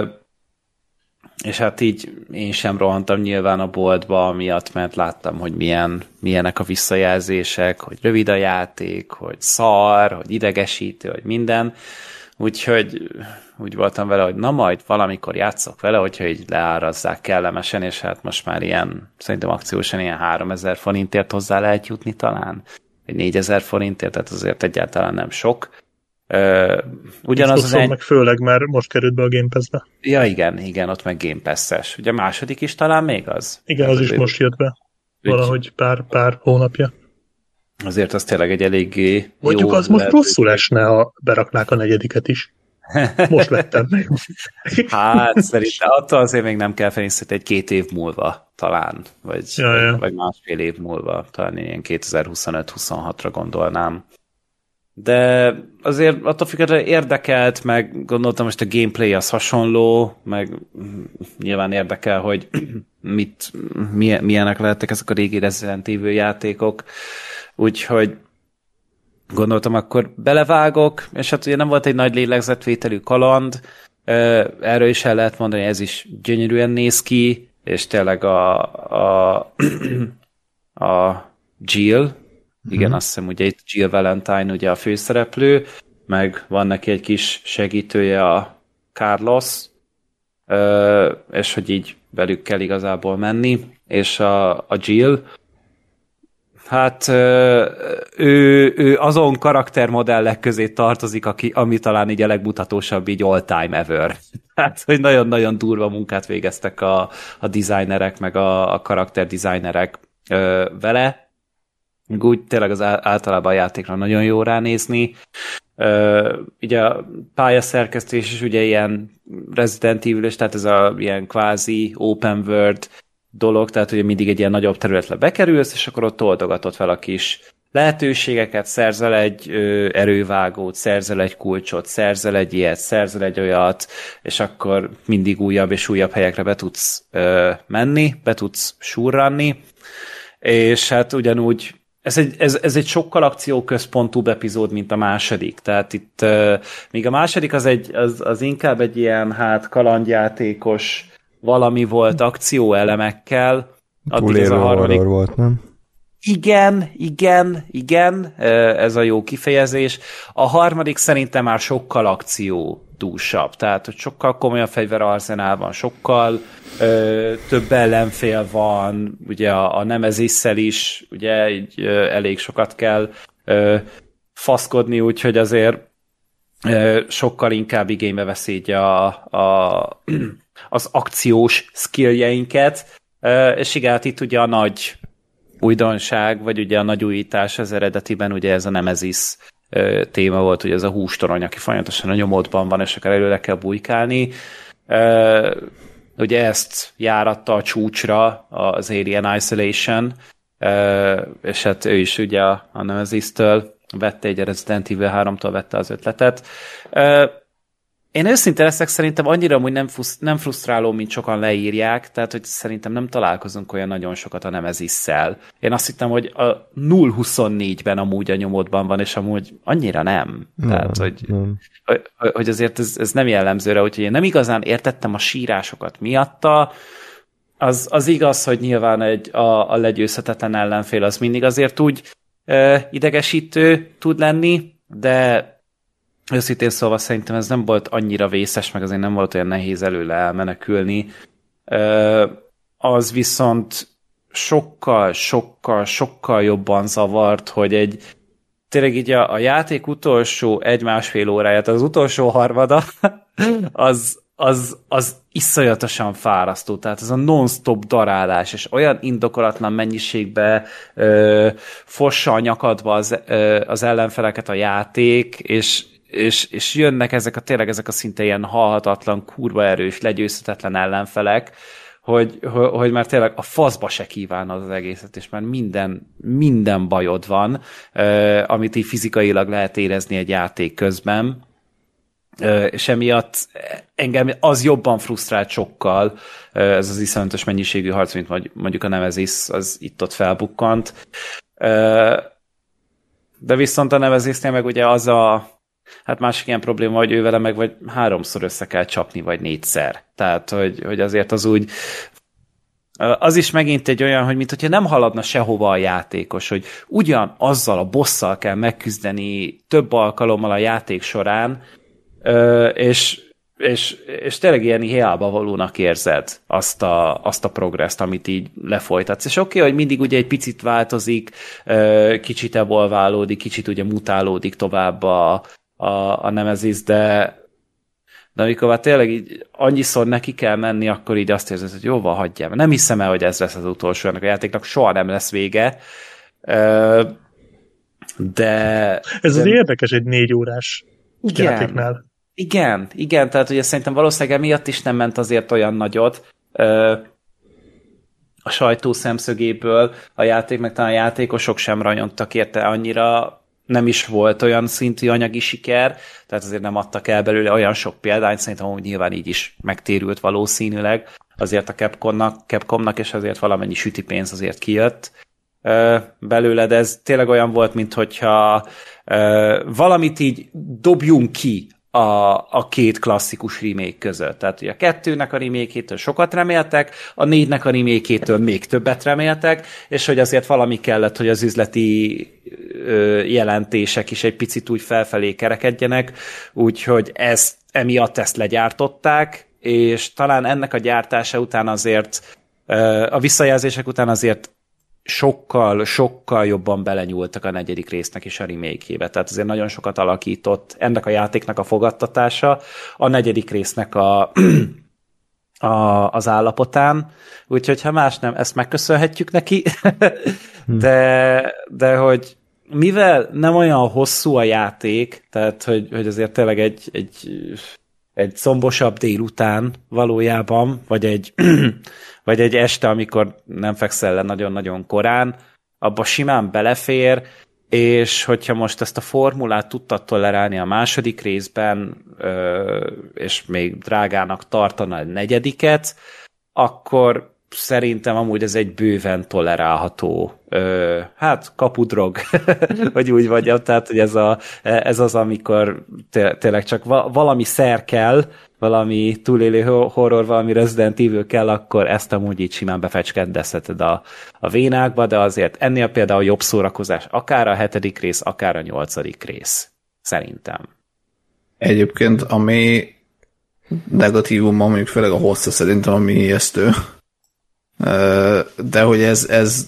és hát így én sem rohantam nyilván a boltba, miatt, mert láttam, hogy milyen, milyenek a visszajelzések, hogy rövid a játék, hogy szar, hogy idegesítő, hogy minden. Úgyhogy úgy voltam vele, hogy na majd valamikor játszok vele, hogyha így leárazzák kellemesen, és hát most már ilyen, szerintem akciósan ilyen háromezer forintért hozzá lehet jutni talán. négyezer forintért, tehát azért egyáltalán nem sok. Uh, ugyanaz az egy... meg főleg, mert most került be a Game Pass-be. Ja, igen, igen, ott meg Game Pass-es. Ugye a második is talán még az? Igen, az, az is most jött be. Valahogy pár, pár hónapja. Azért az tényleg egy eléggé mondjuk az most rosszul esne, ha beraknák a negyediket is. Most lettem meg. Hát szerintem attól azért még nem kell feliszteni, egy két év múlva talán, vagy, ja, ja. vagy másfél év múlva, talán ilyen kétezer-huszonöt-huszonhatra gondolnám. De azért attól függetlenül érdekelt, meg gondoltam, most a gameplay az hasonló, meg nyilván érdekel, hogy mit, milyenek lehettek ezek a régi Resident Evil játékok. Úgyhogy gondoltam, akkor belevágok, és hát ugye nem volt egy nagy lélegzetvételű kaland, erről is el lehet mondani, ez is gyönyörűen néz ki, és tényleg a a, a Jill, mm-hmm. igen, azt hiszem, ugye itt Jill Valentine ugye a főszereplő, meg van neki egy kis segítője, a Carlos, és hogy így velük kell igazából menni, és a, a Jill, hát ő, ő azon karaktermodellek közé tartozik, aki, ami talán így a legmutatósabb így all time ever. Hát, hogy nagyon-nagyon durva munkát végeztek a, a designerek, meg a, a karakterdesignerek ö, vele. Úgy tényleg az általában a játékra nagyon jó ránézni. Ö, ugye a pályaszerkesztés is ugye ilyen Resident Evil-ös, tehát ez a ilyen kvázi open world dolog, tehát ugye mindig egy ilyen nagyobb területre bekerülsz, és akkor ott oldogatod fel a kis lehetőségeket, szerzel egy ö, erővágót, szerzel egy kulcsot, szerzel egy ilyet, szerzel egy olyat, és akkor mindig újabb és újabb helyekre be tudsz ö, menni, be tudsz surranni, és hát ugyanúgy ez egy, ez, ez egy sokkal akcióközpontúbb epizód, mint a második, tehát itt ö, míg a második az, egy, az, az inkább egy ilyen hát kalandjátékos valami volt akcióelemekkel, addig ez a harmadik volt, nem? Igen, igen, igen, ez a jó kifejezés. A harmadik szerintem már sokkal akciódúsabb, tehát hogy sokkal komolyabb fegyverarzenál van, sokkal ö, több ellenfél van, ugye a, a Nemezisszel is, ugye így ö, elég sokat kell ö, faszkodni, úgyhogy azért ö, sokkal inkább igénybe veszi így a, a, az akciós skilljeinket, ö, és igen, hát itt ugye a nagy újdonság, vagy ugye a nagy újítás az eredetiben, ugye ez a Nemesis ö, téma volt, ugye ez a hústorony, aki folyamatosan a nyomodban van, és akár előre kell bujkálni. Ö, ugye ezt járatta a csúcsra az Alien Isolation, ö, és hát ő is ugye a, a Nemesis-től vette, egy Resident Evil háromtól vette az ötletet. Ö, Én őszinte leszek, szerintem annyira amúgy nem, fusz, nem frusztráló, mint sokan leírják, tehát hogy szerintem nem találkozunk olyan nagyon sokat a Nemezisszel. Én azt hittem, hogy a nulla huszonnégyben amúgy a nyomodban van, és amúgy annyira nem. nem tehát, hogy, nem. hogy, hogy azért ez, ez nem jellemző rá, úgyhogy én nem igazán értettem a sírásokat miatta. Az, az igaz, hogy nyilván egy, a, a legyőzhetetlen ellenfél az mindig azért úgy e, idegesítő tud lenni, de őszintén szóval szerintem ez nem volt annyira vészes, meg azért nem volt olyan nehéz előle elmenekülni. Az viszont sokkal, sokkal, sokkal jobban zavart, hogy egy tényleg így a, a játék utolsó egy-másfél óráját, az utolsó harmada, az, az, az iszonyatosan fárasztó. Tehát ez a non-stop darálás, és olyan indokolatlan mennyiségbe ö, fossa a nyakadba az, ö, az ellenfeleket a játék, és És, és jönnek ezek a tényleg ezek a szinte ilyen halhatatlan, kurva erős, legyőzhetetlen ellenfelek, hogy, hogy már tényleg a faszba se kívánod az egészet, és már minden, minden bajod van, amit így fizikailag lehet érezni egy játék közben, és emiatt engem az jobban frusztrált sokkal, ez az iszonyatos mennyiségű harc, mint mondjuk a Nemesis, az itt-ott felbukkant. De viszont a Nemesisnél meg ugye az a hát másik ilyen probléma, hogy ő vele meg vagy háromszor össze kell csapni, vagy négyszer. Tehát, hogy, hogy azért az úgy az is megint egy olyan, hogy mint hogyha nem haladna sehova a játékos, hogy ugyan azzal a bosszal kell megküzdeni több alkalommal a játék során, és, és, és tényleg ilyen hiába valónak érzed azt a, azt a progresszt, amit így lefolytatsz. És oké, okay, hogy mindig ugye egy picit változik, kicsit evolválódik, kicsit ugye mutálódik tovább a a, a Nemesis, de, de amikor már tényleg így annyiszor neki kell menni, akkor így azt érzed, hogy jóval hagyjam. Nem hiszem el, hogy ez lesz az utolsó, ennek a játéknak soha nem lesz vége. De... Ez de, az érdekes egy négy órás igen, játéknál. Igen, igen, tehát ugye szerintem valószínűleg emiatt is nem ment azért olyan nagyot a sajtó szemszögéből a játék, meg talán a játékosok sem rajongtak érte annyira, nem is volt olyan szintű anyagi siker, tehát azért nem adtak el belőle olyan sok példányt, szerintem hogy nyilván így is megtérült valószínűleg azért a Capcomnak, Capcomnak és azért valamennyi sütipénz azért kijött belőle, de ez tényleg olyan volt, mint hogyha valamit így dobjunk ki a, a két klasszikus remake között. Tehát ugye a kettőnek a remake-től sokat reméltek, a négynek a remake-től még többet reméltek, és hogy azért valami kellett, hogy az üzleti ö, jelentések is egy picit úgy felfelé kerekedjenek, úgyhogy ezt, emiatt ezt legyártották, és talán ennek a gyártása után azért, ö, a visszajelzések után azért sokkal, sokkal jobban belenyúltak a negyedik résznek is a remake-jébe. Tehát azért nagyon sokat alakított ennek a játéknak a fogadtatása, a negyedik résznek a, a, az állapotán. Úgyhogy ha más nem, ezt megköszönhetjük neki. de, de hogy mivel nem olyan hosszú a játék, tehát hogy, hogy azért tényleg egy, egy, egy szombosabb délután valójában, vagy egy vagy egy este, amikor nem fekszel le nagyon-nagyon korán, abba simán belefér, és hogyha most ezt a formulát tudtad tolerálni a második részben, és még drágának tartana a negyediket, akkor szerintem amúgy ez egy bőven tolerálható, hát kapudrog, vagy úgy vagyok, tehát hogy ez, a, ez az, amikor tényleg csak valami szer kell, valami túlélő horror, valami Resident Evil kell, akkor ezt amúgy így simán befecskendezheted a, a vénákba, de azért ennél például jobb szórakozás, akár a hetedik rész, akár a nyolcadik rész. Szerintem. Egyébként, ami negatívum, mondjuk főleg a hossza szerintem, ami ijesztő. De hogy ez, ez,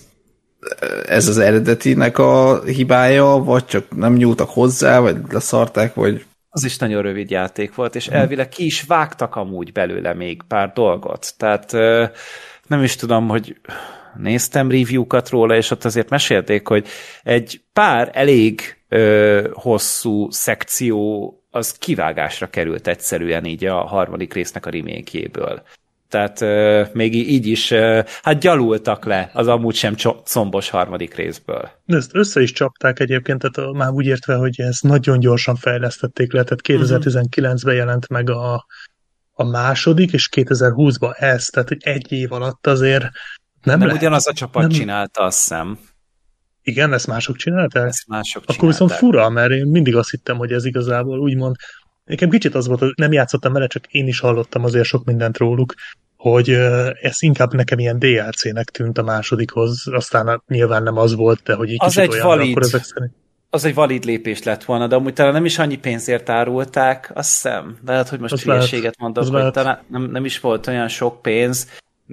ez az eredetinek a hibája, vagy csak nem nyúltak hozzá, vagy leszarták, vagy... Az is nagyon rövid játék volt, és elvileg ki is vágtak amúgy belőle még pár dolgot. Tehát nem is tudom, hogy néztem review-kat róla, és ott azért mesélték, hogy egy pár elég ö, hosszú szekció az kivágásra került egyszerűen így a harmadik résznek a remake-jéből. Tehát euh, még így is, euh, hát gyalultak le az amúgy sem combos harmadik részből. De ezt össze is csapták egyébként, tehát már úgy értve, hogy ezt nagyon gyorsan fejlesztették le, tehát kétezer-tizenkilencben jelent meg a, a második, és kétezer-húszban ez, tehát egy év alatt azért nem, nem lehet. Ugyanaz a csapat nem... csinálta, azt hiszem. Igen, ezt mások csinálták? Ezt mások Akkor csinálták. viszont fura, mert én mindig azt hittem, hogy ez igazából úgymond, nekem kicsit az volt, hogy nem játszottam vele, csak én is hallottam azért sok mindent róluk, hogy ez inkább nekem ilyen dé el cé-nek tűnt a másodikhoz, aztán nyilván nem az volt, de hogy így az kicsit egy olyan, valid, akkor ezek szerint... Az egy valid lépés lett volna, de amúgy talán nem is annyi pénzért árulták, azt hiszem. Lehet, hogy most hülyeséget mondok, hogy lehet. Talán nem, nem is volt olyan sok pénz,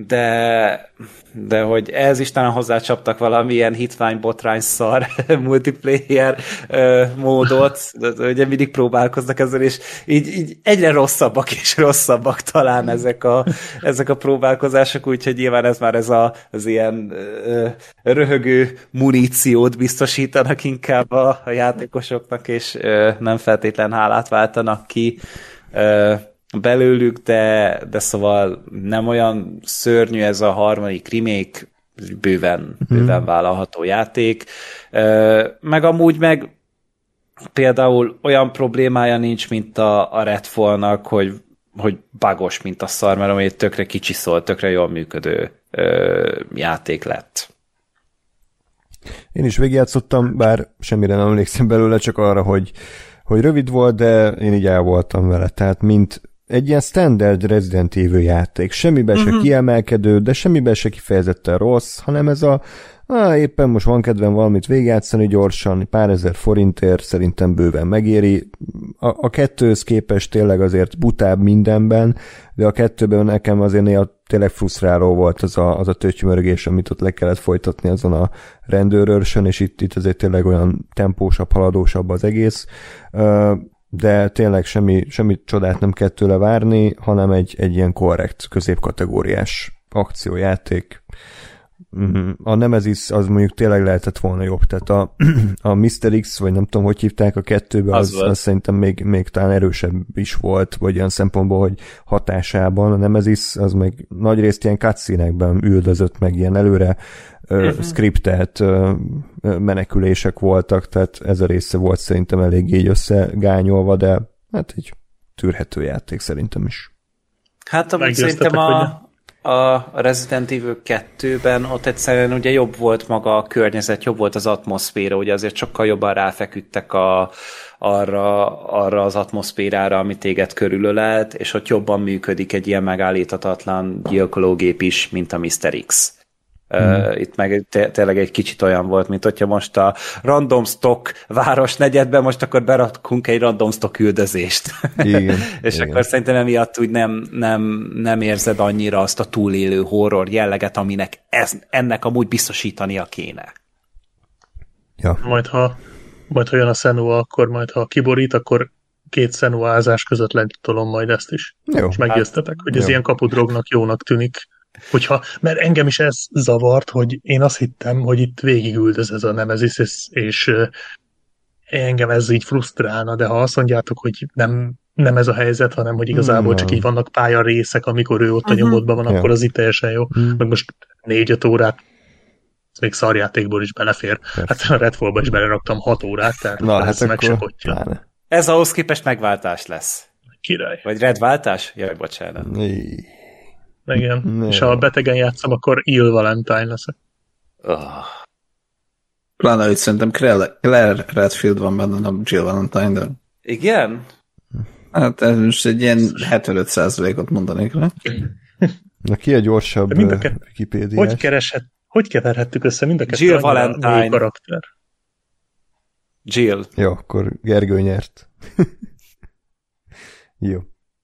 de, de hogy ez is talán hozzácsaptak valamilyen hitvány-botrány szar multiplayer uh, módot, de ugye mindig próbálkoznak ezzel, és így, így egyre rosszabbak és rosszabbak talán ezek a, ezek a próbálkozások, úgyhogy nyilván ez már ez a, az ilyen uh, röhögő muníciót biztosítanak inkább a, a játékosoknak, és uh, nem feltétlen hálát váltanak ki uh, belőlük, de, de szóval nem olyan szörnyű ez a harmadik remake, bőven, bőven vállalható játék. Meg amúgy meg például olyan problémája nincs, mint a, a Redfall-nak, hogy, hogy bugos, mint a szar, mert amúgy tökre kicsiszol, tökre jól működő ö, játék lett. Én is végigjátszottam, bár semmire nem emlékszem belőle, csak arra, hogy, hogy rövid volt, de én így el voltam vele. Tehát mint egy ilyen standard Resident Evil játék. Semmiben uh-huh. se kiemelkedő, de semmiben se kifejezetten rossz, hanem ez a á, éppen most van kedvem valamit végigjátszani gyorsan, pár ezer forintért szerintem bőven megéri. A, a kettőhöz képest tényleg azért butább mindenben, de a kettőben nekem azért néha tényleg frusztráló volt az a, az a tötymörgés, amit ott le kellett folytatni azon a rendőrőrsön, és itt, itt azért tényleg olyan tempósabb, haladósabb az egész. Uh, de tényleg semmi, semmi csodát nem kell tőle várni, hanem egy, egy ilyen korrekt, középkategóriás akciójáték. A Nemesis az mondjuk tényleg lehetett volna jobb, tehát a, a miszter X, vagy nem tudom, hogy hívták a kettőbe, az, az, az szerintem még, még talán erősebb is volt, vagy olyan szempontból, hogy hatásában. A Nemesis az meg nagyrészt ilyen cutscene-ekben üldözött, meg ilyen előre uh-huh. skriptelt menekülések voltak, tehát ez a része volt szerintem eléggé így összegányolva, de hát egy tűrhető játék szerintem is. Hát amúgy szerintem a, a Resident Evil kettőben ott egyszerűen ugye jobb volt maga a környezet, jobb volt az atmoszféra, ugye azért sokkal jobban ráfeküdtek a, arra, arra az atmoszférára, ami téged körülölelt, és ott jobban működik egy ilyen megállíthatatlan gyilkológép is, mint a miszter X. Uh, itt meg te- tényleg egy kicsit olyan volt, mint hogyha most a random stock városnegyedben most akkor berakunk egy random stock üldözést. Igen, és igen. akkor szerintem emiatt úgy nem, nem, nem érzed annyira azt a túlélő horror jelleget, aminek ez, ennek amúgy biztosítania kéne. Ja. Majd ha, majd ha jön a Senua, akkor majd ha kiborít, akkor két Senuázás között letolom majd ezt is. Jó. És meggyőztetek, hogy ez Jó. ilyen kapudrognak jónak tűnik. Hogyha, mert engem is ez zavart, hogy én azt hittem, hogy itt végigüldöz ez a Nemesis, és, és engem ez így frusztrálna, de ha azt mondjátok, hogy nem, nem ez a helyzet, hanem hogy igazából csak így vannak pályarészek, amikor ő ott a nyomodban van, Ja. akkor az itt teljesen jó. Mm. Meg most négy-öt órát még szarjátékból is belefér. Persze. Hát a Redfallba is beleraktam hat órát, tehát na, hát meg se kotja. Ez ahhoz képest megváltás lesz. Király. Vagy redváltás? Jaj, bocsánat. Né. Igen. Né. És ha betegen játszom, akkor Ill Valentine leszek. Oh. Pláne, hogy szerintem Claire Redfield van benne, nem Jill Valentine, de... Igen? Hát ez most egy ilyen hetvenöt százalékot mondanék le. Na ki a gyorsabb Wikipédiás? Hogy kereshet, hogy keverhettük össze mind a kettő Jill Valentine karakter? Jill. Jó, akkor Gergő nyert. Jó.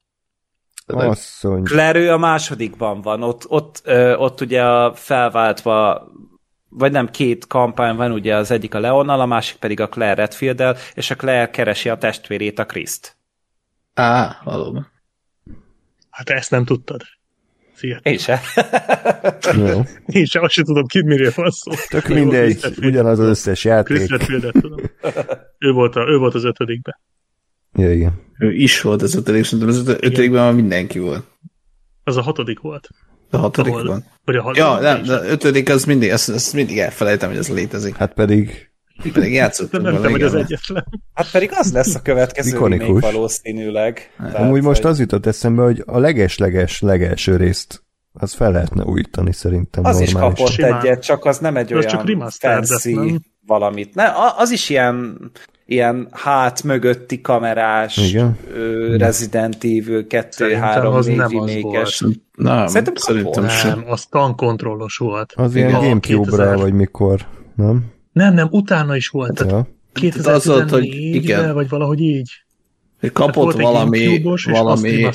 Asszony. Claire a másodikban van, ott, ott, ö, ott ugye a felváltva, vagy nem, két kampány van, ugye az egyik a Leonnal, a másik pedig a Claire Redfield-del, és a Claire keresi a testvérét, a Kriszt. Á, valóban. Hát ezt nem tudtad. Szia. Én se. Jó. Én se, azt sem tudom ki, miről van szó. Tök mindegy, ugyanaz az összes játék. Chris Redfieldet tudom. ő, volt a, ő volt az ötödikben. Ja, igen. Ő is volt az ötödik, szerintem az ötödikben már mindenki volt. Az a hatodik volt. A hatodikban? Ahol, vagy a hatodik ja, nem, de ötödik az mindig, ezt, ezt mindig elfelejtem, hogy ez létezik. Hát pedig... Pedig játszottunk. Nem tudom, hogy az egyetlen. Hát pedig az lesz a következő remake valószínűleg. Amúgy most az jutott eszembe, hogy a leges-leges legelső részt az fel lehetne újítani szerintem. Az normális. is kapott Simán. egyet, csak az nem egy Az olyan fancy valamit. Ne, az is ilyen, ilyen hát mögötti kamerás ö, Resident Evil kettő három négy remake-es. Nem, szerintem, szerintem sem. Nem, az tankontrollos volt. Az ilyen Gamecube-ra, vagy mikor, nem? Nem, nem, utána is volt. Hát, ja. kétezer-tizennégyben, vagy valahogy így. Kapott valami... valami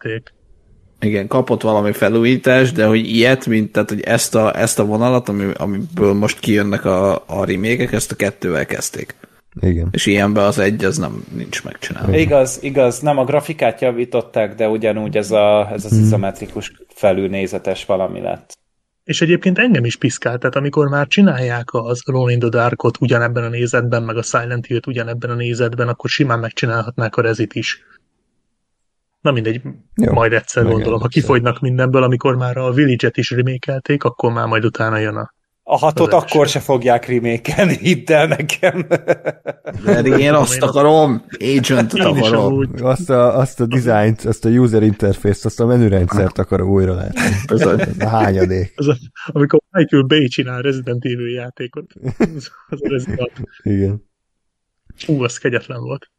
igen, kapott valami felújítás, de hogy ilyet, mint tehát, hogy ezt a, ezt a vonalat, ami, amiből most kijönnek a, a remake-ek, ezt a kettővel kezdték. Igen. És ilyenben az egy, az nem nincs megcsinálva. Igaz, igaz, nem a grafikát javították, de ugyanúgy ez, a, ez az hmm. izometrikus felülnézetes valami lett. És egyébként engem is piszkált, tehát amikor már csinálják az Alone in the Darkot ugyanebben a nézetben, meg a Silent Hill-t ugyanebben a nézetben, akkor simán megcsinálhatnák a Rezit is. Na mindegy, jó, majd egyszer gondolom. Ha kifogynak mindenből, amikor már a Village-et is remékelték, akkor már majd utána jön a... A hatot akkor se fogják remékelni, hidd el nekem. De én azt akarom, Agent-et akarom. Azt a, azt a dizájnt, azt a user interface-t, azt a menürendszert akarom újra látni. Ez a, ez a hányadék. Az a, amikor Michael Bay csinál Resident Evil játékot. Az, az a Resident. Igen. Ú, az kegyetlen volt.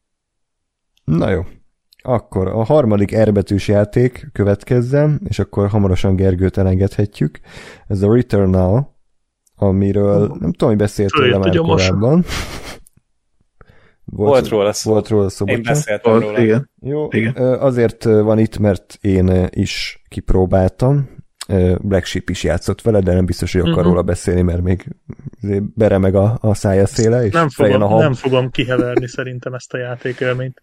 Na jó. Akkor a harmadik R betűs játék következzen, és akkor hamarosan Gergőt elengedhetjük. Ez a Returnal, amiről nem tudom, hogy beszéltél már korábban. Volt, volt róla szó. Volt róla szó. Én beszéltem volt, róla. Igen. Jó, igen. Azért van itt, mert én is kipróbáltam. Black Sheep is játszott vele, de nem biztos, hogy akar uh-huh. róla beszélni, mert még beremeg a, a szája széle. És nem, fogom, a nem fogom kiheverni szerintem ezt a játékélményt.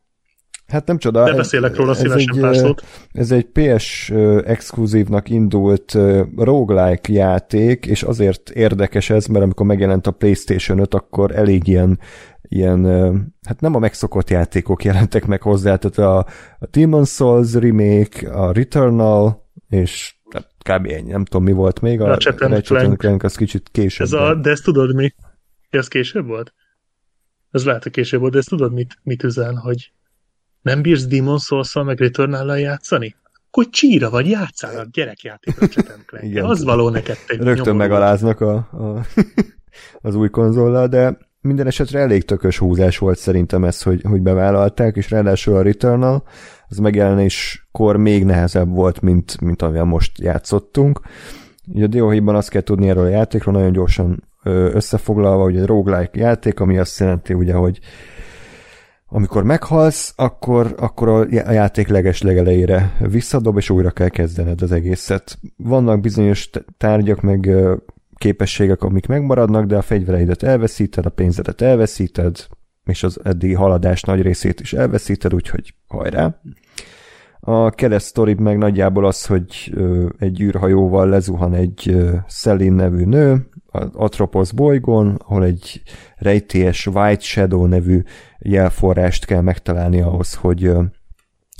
Hát nem csoda. De beszélek róla szívesen egy, pár szót. Ez egy pé es exkluzívnak indult roguelike játék, és azért érdekes ez, mert amikor megjelent a PlayStation öt, akkor elég ilyen, ilyen hát nem a megszokott játékok jelentek meg hozzá, tehát a, a Demon's Souls remake, a Returnal, és kb. Ennyi, nem tudom mi volt még, a Ratchet and Clank, Clank az kicsit később. Ez a, de ezt tudod mi? Ez később volt? Ez lehet, hogy később volt, de ezt tudod mit, mit üzen, hogy nem bírsz Demon's Souls-szal meg Returnal-lal játszani? Akkor csíra vagy, játszál a gyerekjáték Ratchet and Clank. Az való neked. Rögtön nyomorult. Megaláznak a, a, az új konzollal, de minden esetre elég tökös húzás volt szerintem ez, hogy, hogy bevállalták, és ráadásul a Returnal az megjelenéskor még nehezebb volt, mint, mint amivel most játszottunk. Ugye a dióhéjban azt kell tudni erről a játékról, nagyon gyorsan összefoglalva, hogy egy roguelike játék, ami azt jelenti, ugye, hogy amikor meghalsz, akkor, akkor a játék leges legelejére visszadob, és újra kell kezdened az egészet. Vannak bizonyos tárgyak, meg képességek, amik megmaradnak, de a fegyvereidet elveszíted, a pénzedet elveszíted, és az eddigi haladás nagy részét is elveszíted, úgyhogy hajrá. A kereszt sztori meg nagyjából az, hogy egy űrhajóval lezuhan egy Celine nevű nő, az Atropos bolygón, ahol egy rejtélyes White Shadow nevű jelforrást kell megtalálni ahhoz, hogy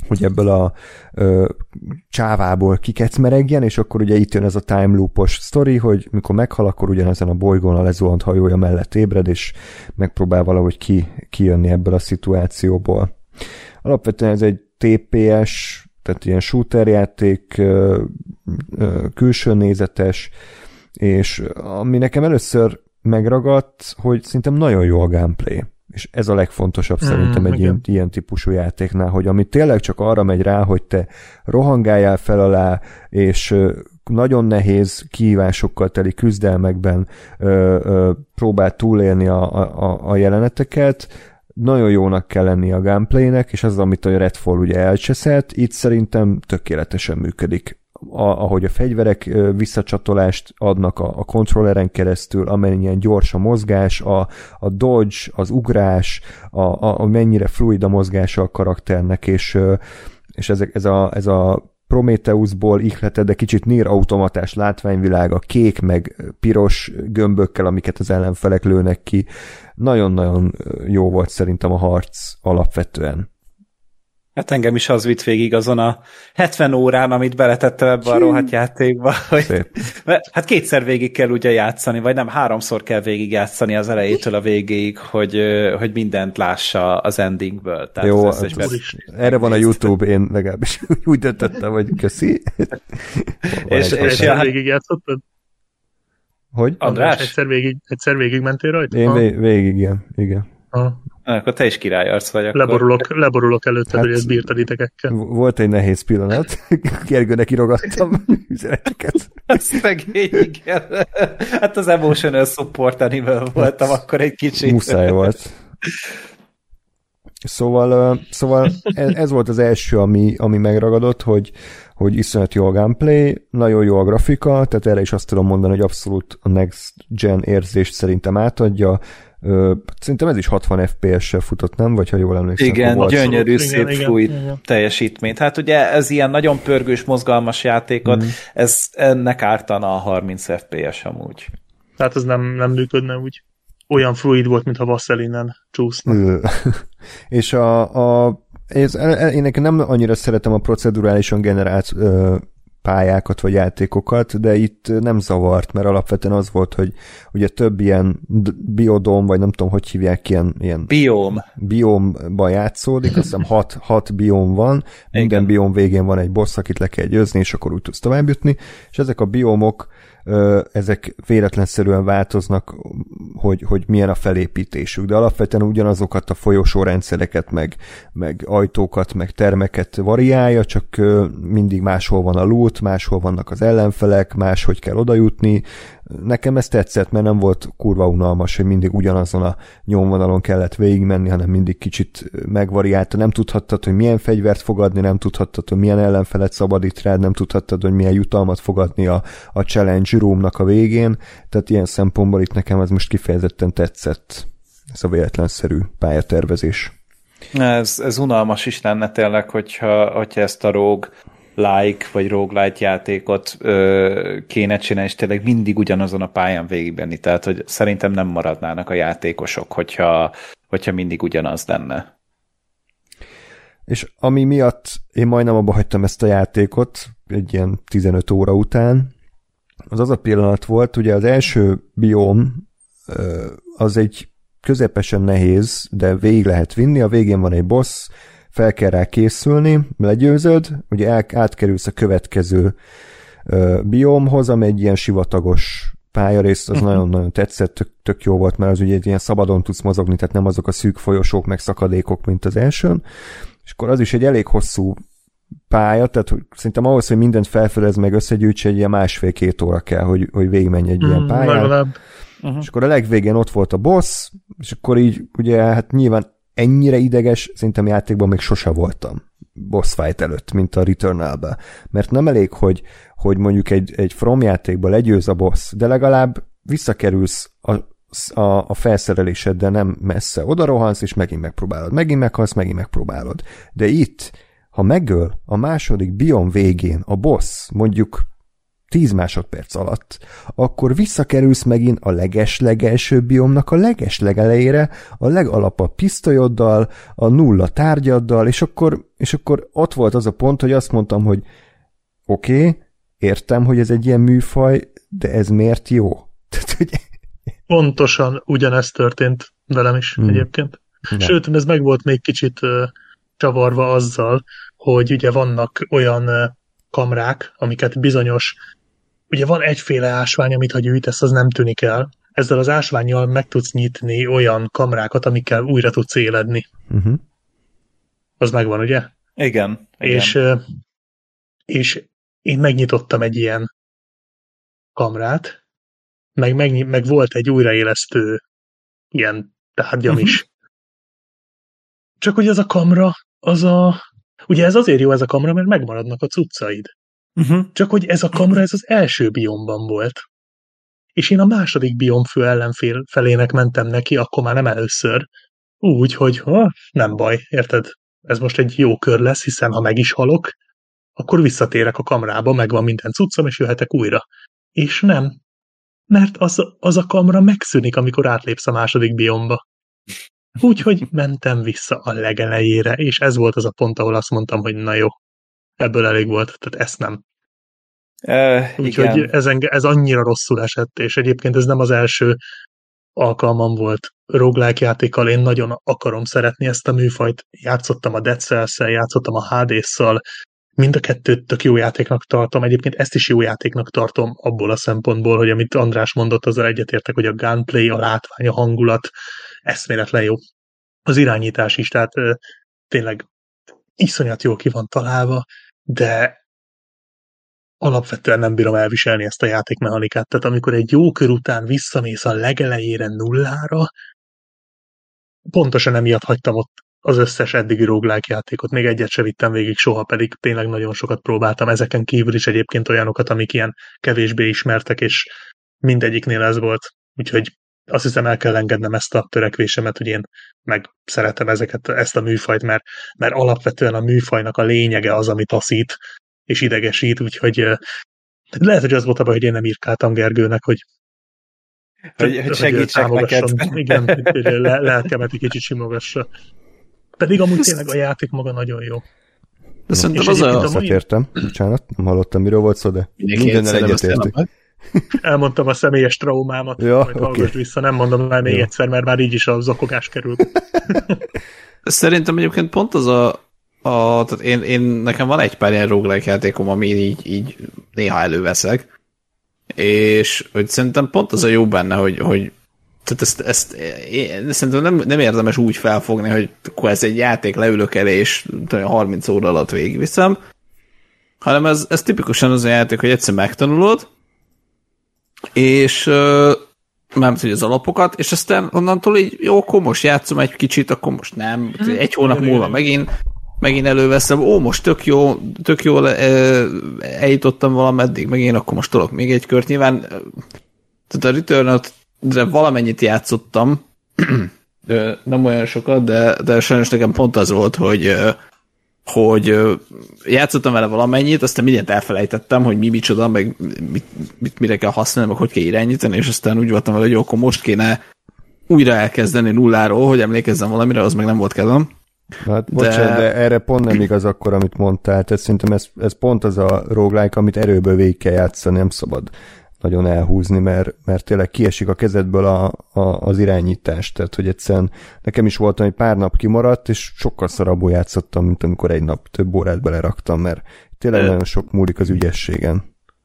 hogy ebből a ö, csávából kikecmeregjen, és akkor ugye itt jön ez a time loopos sztori, hogy mikor meghal, akkor ugyanezen a bolygón a lezuhant hajója mellett ébred, és megpróbál valahogy ki, kijönni ebből a szituációból. Alapvetően ez egy té pé es, tehát ilyen shooter játék, ö, ö, külső nézetes, és ami nekem először megragadt, hogy szerintem nagyon jó a gameplay. És ez a legfontosabb mm, szerintem egy ilyen, ilyen típusú játéknál, hogy ami tényleg csak arra megy rá, hogy te rohangáljál fel alá, és nagyon nehéz kihívásokkal teli küzdelmekben ö, ö, próbál túlélni a, a, a jeleneteket, nagyon jónak kell lenni a gameplaynek, és az, amit a Redfall ugye elcseszelt, itt szerintem tökéletesen működik. A, ahogy a fegyverek visszacsatolást adnak a, a kontrolleren keresztül, amennyien gyors a mozgás, a, a dodge, az ugrás, a, a, a mennyire fluid a mozgása a karakternek, és, és ezek, ez a, ez a Prometheusból ihleted, de kicsit Nier automatás látványvilág, a kék meg piros gömbökkel, amiket az ellenfelek lőnek ki. Nagyon-nagyon jó volt szerintem a harc alapvetően. Hát engem is az vitt végig azon a hetven órán, amit beletettem ebbe a rohadt játékba. Hogy, hát kétszer végig kell ugye játszani, vagy nem, háromszor kell végig játszani az elejétől a végéig, hogy, hogy mindent lássa az endingből. Tehát jó, az az, erre van a YouTube, én legalábbis úgy döntöttem, hogy köszi. és és, és ja, végig játszottad? Hogy? András? Egyszer végig, egyszer végig mentél rajta? Én vé- végig, igen. igen. Ha. Akkor te is királyarc vagy. Akkor... Leborulok, leborulok előtted, hát, hogy ezt bírtad itegekkel. Volt egy nehéz pillanat. Gergőnek írogattam üzeneteket. Ez szegény, igen. Hát az emotional support animal voltam akkor egy kicsit. Muszáj volt. Szóval, szóval ez, ez volt az első, ami, ami megragadott, hogy, hogy iszonyat jó a gameplay, nagyon jó a grafika, tehát erre is azt tudom mondani, hogy abszolút a next gen érzést szerintem átadja. Ö, szerintem ez is hatvan ef pé es-sel futott, nem? Vagy ha jól emlékszem. Igen, gyönyörű, szép, fluid teljesítményt. Hát ugye ez ilyen nagyon pörgős, mozgalmas játékot, mm. ez ennek ártana a harminc ef pé es amúgy. Tehát ez nem, nem működne úgy. Olyan fluid volt, mintha Vaselinen csúszna. És a, a ez, én nekem nem annyira szeretem a procedurálisan generált ö, pályákat vagy játékokat, de itt nem zavart, mert alapvetően az volt, hogy ugye több ilyen biodóm, vagy nem tudom, hogy hívják, ilyen, ilyen bióm. biómban játszódik, azt hiszem hat, hat bióm van, minden bióm végén van egy boss, akit le kell győzni, és akkor úgy tudsz tovább jutni, és ezek a biómok ezek véletlenszerűen változnak, hogy, hogy milyen a felépítésük, de alapvetően ugyanazokat a folyosórendszereket, meg, meg ajtókat, meg termeket variálja, csak mindig máshol van a loot, máshol vannak az ellenfelek, máshogy kell odajutni. Nekem ez tetszett, mert nem volt kurva unalmas, hogy mindig ugyanazon a nyomvonalon kellett végigmenni, hanem mindig kicsit megvariálta. Nem tudhattad, hogy milyen fegyvert fogadni, nem tudhattad, hogy milyen ellenfelet szabadít rád, nem tudhattad, hogy milyen jutalmat fogadni a, a challenge roomnak a végén. Tehát ilyen szempontból itt nekem ez most kifejezetten tetszett. Ez a véletlenszerű pályatervezés. Ez, ez unalmas is lenne tényleg, hogyha, hogyha ezt a rogue like vagy roguelite játékot ö, kéne csinálni, és tényleg mindig ugyanazon a pályán végigbenni. Tehát, hogy szerintem nem maradnának a játékosok, hogyha, hogyha mindig ugyanaz lenne. És ami miatt én majdnem abba hagytam ezt a játékot, egy ilyen tizenöt óra után, az az a pillanat volt, ugye az első bióm az egy közepesen nehéz, de végig lehet vinni, a végén van egy boss, fel kell rá készülni, legyőzöd, ugye el, átkerülsz a következő uh, biómhoz, ami egy ilyen sivatagos pályarész, az uh-huh. nagyon-nagyon tetszett, tök, tök jó volt, mert az ugye ilyen szabadon tudsz mozogni, tehát nem azok a szűk folyosók, meg szakadékok, mint az elsőn, és akkor az is egy elég hosszú pálya, tehát hogy szerintem ahhoz, hogy mindent felfedez, meg összegyűjts, egy ilyen másfél-két óra kell, hogy, hogy végigmenj egy mm, ilyen pályán. Uh-huh. És akkor a legvégén ott volt a boss, és akkor így ugye hát nyilván ennyire ideges, szerintem játékban még sose voltam boss fight előtt, mint a Returnal-ben. Mert nem elég, hogy, hogy mondjuk egy, egy From játékban legyőz a boss, de legalább visszakerülsz a, a, a felszereléseddel nem messze, oda rohansz, és megint megpróbálod. Megint meghalsz, megint megpróbálod. De itt, ha megöl a második biom végén a boss, mondjuk tíz másodperc alatt, akkor visszakerülsz megint a leges-legelső biomnak a leges-legelejére, a legalapabb pisztolyoddal, a nulla tárgyaddal, és akkor, és akkor ott volt az a pont, hogy azt mondtam, hogy oké, okay, értem, hogy ez egy ilyen műfaj, de ez miért jó? Tehát, hogy... Pontosan ugyanezt történt velem is hmm. egyébként. De. Sőt, ez meg volt még kicsit uh, csavarva azzal, hogy ugye vannak olyan uh, kamrák, amiket bizonyos, ugye van egyféle ásvány, amit ha gyűjtesz, az nem tűnik el. Ezzel az ásvánnyal meg tudsz nyitni olyan kamrákat, amikkel újra tudsz éledni. Uh-huh. Az megvan, ugye? Igen. És, igen. és én megnyitottam egy ilyen kamrát, meg, meg, meg volt egy újraélesztő ilyen tárgyam uh-huh. is. Csak hogy ez a kamra, az a... Ugye ez azért jó ez a kamra, mert megmaradnak a cuccaid. Uh-huh. Csak hogy ez a kamra, ez az első biomban volt. És én a második biom fő ellenfél felének mentem neki, akkor már nem először. Úgy, hogy ha, nem baj, érted? Ez most egy jó kör lesz, hiszen ha meg is halok, akkor visszatérek a kamrába, megvan minden cuccom, és jöhetek újra. És nem. Mert az, az a kamra megszűnik, amikor átlépsz a második biomba. Úgyhogy mentem vissza a legelejére, és ez volt az a pont, ahol azt mondtam, hogy na jó, ebből elég volt, tehát ezt nem. Uh, Úgyhogy ez, enge, ez annyira rosszul esett, és egyébként ez nem az első alkalmam volt roguelike játékkal, én nagyon akarom szeretni ezt a műfajt, játszottam a Dead Cells-szel, játszottam a Hades-szal, mind a kettőt tök jó játéknak tartom, egyébként ezt is jó játéknak tartom abból a szempontból, hogy amit András mondott, azzal egyetértek, hogy a gunplay, a látvány, a hangulat eszméletlen jó. Az irányítás is, tehát ö, tényleg iszonyat jól ki van találva, de alapvetően nem bírom elviselni ezt a játékmechanikát. Tehát amikor egy jó kör után visszamész a legelejére nullára, pontosan emiatt hagytam ott az összes eddigi roguelike játékot. Még egyet se vittem végig soha, pedig tényleg nagyon sokat próbáltam. Ezeken kívül is egyébként olyanokat, amik ilyen kevésbé ismertek, és mindegyiknél ez volt. Úgyhogy azt hiszem el kell engednem ezt a törekvésemet, hogy én meg szeretem ezeket, ezt a műfajt, mert, mert alapvetően a műfajnak a lényege az, ami taszít és idegesít, úgyhogy lehet, hogy az volt abban, hogy én nem írkáltam Gergőnek, hogy hogy, hogy segítsek neked. Igen, le, lelkemet egy kicsit simogassa. Pedig amúgy tényleg a játék maga nagyon jó. De szerintem az a... Azt értem, bocsánat, nem hallottam, miről volt szó, de mindennel egyetértük. Elmondtam a személyes traumámat, ja, majd okay. Hallgass vissza, nem mondom el még jó. Egyszer, mert már így is a zakogás került. Szerintem egyébként pont az a, a tehát én, én, nekem van egy pár ilyen roguelike játékom, ami így, így néha előveszek, és hogy szerintem pont az a jó benne, hogy, hogy tehát ezt, ezt én szerintem nem, nem érdemes úgy felfogni, hogy akkor ez egy játék, leülök elé, és harminc óra alatt végigviszem, hanem ez, ez tipikusan az a játék, hogy egyszer megtanulod, és nem tudja az alapokat, és aztán onnantól így, jó, akkor most játszom egy kicsit, akkor most nem, egy hónap múlva megint, megint előveszem, ó, most tök jó, tök jól eljutottam valameddig, megint akkor most tolok még egy kört, nyilván tehát a Return-ot de valamennyit játszottam, nem olyan sokat, de, de sajnos nekem pont az volt, hogy hogy játszottam vele valamennyit, aztán mindent elfelejtettem, hogy mi micsoda, meg mit, mit, mire kell használni, meg hogy kell irányítani, és aztán úgy voltam vele, hogy jó, akkor most kéne újra elkezdeni nulláról, hogy emlékezzem valamire, az meg nem volt kedvem. Hát bocsánat, de... de erre pont nem igaz akkor, amit mondtál, tehát szerintem ez, ez pont az a roguelike, amit erőből végig kell játszani, nem szabad nagyon elhúzni, mert, mert tényleg kiesik a kezedből a, a, az irányítás, tehát hogy egyszerűen nekem is volt, hogy pár nap kimaradt, és sokkal szarabbul játszottam, mint amikor egy nap több órát beleraktam, mert tényleg nagyon sok múlik az ügyességen.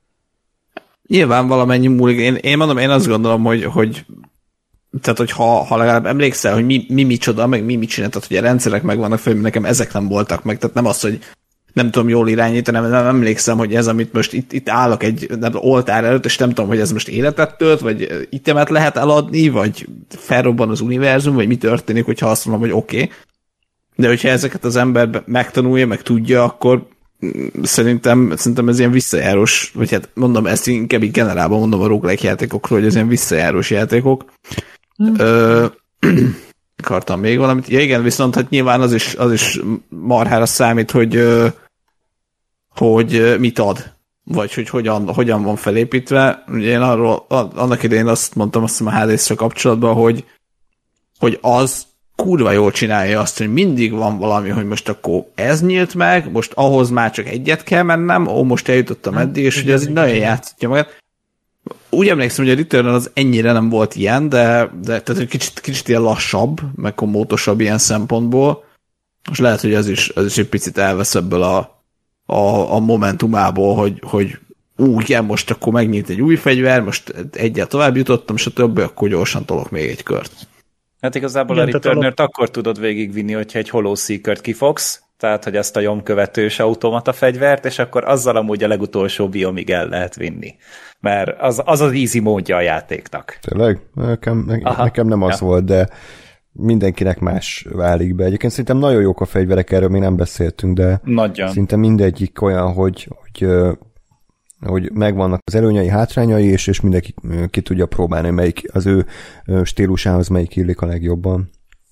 Nyilván valamennyi múlik. Én, én mondom, én azt gondolom, hogy, hogy tehát, hogy ha, ha legalább emlékszel, hogy mi, mi micsoda, meg mi mit csinál, tehát, hogy a rendszerek megvannak fel, nekem ezek nem voltak meg, tehát nem az, hogy nem tudom jól irányítani, nem, nem emlékszem, hogy ez, amit most itt, itt állok egy nem, oltár előtt, és nem tudom, hogy ez most életet tölt, vagy itemet lehet eladni, vagy felrobban az univerzum, vagy mi történik, hogyha azt mondom, hogy oké. Okay. De hogyha ezeket az ember megtanulja, meg tudja, akkor szerintem, szerintem ez ilyen visszajárós, vagy hát mondom, ezt inkább így generálban mondom a roguelike játékokról, hogy ez ilyen visszajárós játékok. Mm. Ö, akartam még valamit. Ja igen, viszont hát nyilván az is, az is marhára számít, hogy hogy mit ad. vagy hogy hogyan, hogyan van felépítve. Ugye én arról, annak idején azt mondtam, azt hiszem a Hades-re kapcsolatban, hogy, hogy az kurva jól csinálja azt, hogy mindig van valami, hogy most akkor ez nyílt meg, most ahhoz már csak egyet kell mennem, ó, most eljutottam eddig, és ugye ez így nagyon játszhatja magát. Úgy emlékszem, hogy a Return az ennyire nem volt ilyen, de, de tehát kicsit, kicsit ilyen lassabb, meg komótosabb ilyen szempontból, és lehet, hogy ez is, ez is egy picit elvesz ebből a, a, a momentumából, hogy, hogy ú, igen, most akkor megnyílt egy új fegyver, most egyet tovább jutottam, és a többi, akkor gyorsan tolok még egy kört. Hát igazából igen, a Returnert alap... akkor tudod végigvinni, hogyha egy Hollow Seekert kifogsz, tehát, hogy ezt a nyomkövetős automata fegyvert, és akkor azzal amúgy a legutolsó biomig el lehet vinni. Mert az az, az easy módja a játéknak. Tényleg? Nekem, ne, nekem nem az ja. volt, de mindenkinek más válik be. Egyébként szerintem nagyon jók a fegyverek, erről még nem beszéltünk, de Nagyon. szinte mindegyik olyan, hogy, hogy, hogy megvannak az előnyei, hátrányai, és, és mindenki ki tudja próbálni, melyik az ő stílusához melyik illik a legjobban.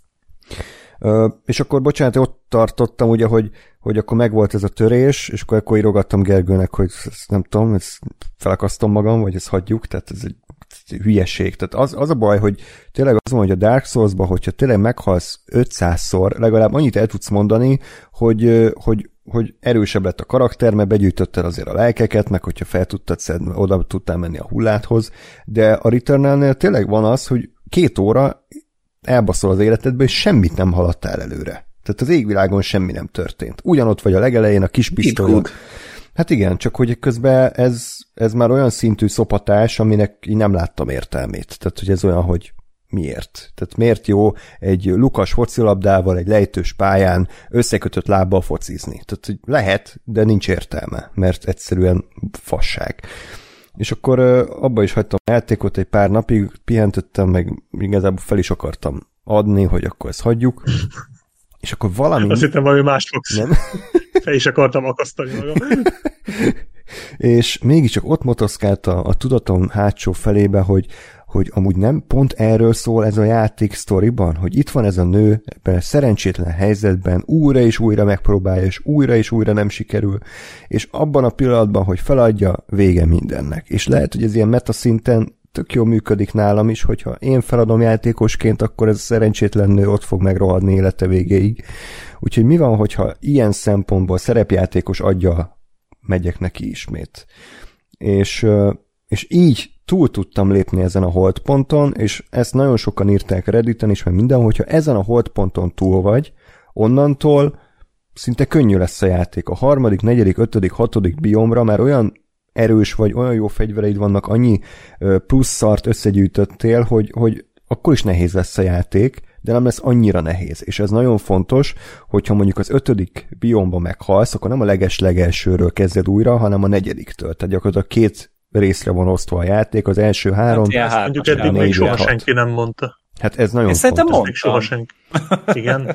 Uh, és akkor, bocsánat, ott tartottam ugye, hogy, hogy akkor megvolt ez a törés, és akkor, akkor írogattam Gergőnek, hogy ezt nem tudom, ezt felakasztom magam, vagy ezt hagyjuk, tehát ez egy, ez egy hülyeség. Tehát az, az a baj, hogy tényleg az van, hogy a Dark Souls-ban, hogyha tényleg meghalsz ötszázszor, legalább annyit el tudsz mondani, hogy, hogy, hogy erősebb lett a karakter, mert begyűjtötted azért a lelkeket, meg hogyha fel tudtad szedni, oda tudtál menni a hulláthoz, de a Returnalnél tényleg van az, hogy két óra elbaszol az életedbe, és semmit nem haladtál előre. Tehát az égvilágon semmi nem történt. Ugyanott vagy a legelején a kis pisztolyod. Hát igen, csak hogy közben ez, ez már olyan szintű szopatás, aminek így nem láttam értelmét. Tehát, hogy ez olyan, hogy miért? Tehát miért jó egy lukas focilabdával, egy lejtős pályán összekötött lábbal focizni? Tehát, hogy lehet, de nincs értelme, mert egyszerűen fasság. És akkor uh, abba is hagytam a játékot, egy pár napig pihentettem, meg igazából fel is akartam adni, hogy akkor ezt hagyjuk. És akkor valami... Azt hittem, valami más fogsz. Nem? Fel is akartam akasztani magam. És mégiscsak ott motoszkált a, a tudatom hátsó felébe, hogy, hogy amúgy nem pont erről szól ez a játék sztoriban, hogy itt van ez a nő ebben a szerencsétlen helyzetben, újra és újra megpróbálja, és újra és újra nem sikerül, és abban a pillanatban, hogy feladja, vége mindennek. És lehet, hogy ez ilyen metaszinten tök jól működik nálam is, hogyha én feladom játékosként, akkor ez a szerencsétlen nő ott fog megrohadni élete végéig. Úgyhogy mi van, hogyha ilyen szempontból szerepjátékos adja, megyek neki ismét. És, és így túl tudtam lépni ezen a holdponton, és ezt nagyon sokan írták Redditen is, meg minden, hogyha ezen a holdponton túl vagy, onnantól szinte könnyű lesz a játék. A harmadik, negyedik, ötödik, hatodik biomra már olyan erős vagy, olyan jó fegyvereid vannak, annyi plusz szart összegyűjtöttél, hogy, hogy akkor is nehéz lesz a játék, de nem lesz annyira nehéz. És ez nagyon fontos, hogyha mondjuk az ötödik biomba meghalsz, akkor nem a leges-legelsőről kezded újra, hanem a negyediktől. Tehát gyakorlatilag két részre van osztva a játék, az első három. Hát, hát, mondjuk eddig még soha senki nem mondta. Hát ez nagyon Én fontos. Szerintem mondtam. Soha senki. Igen?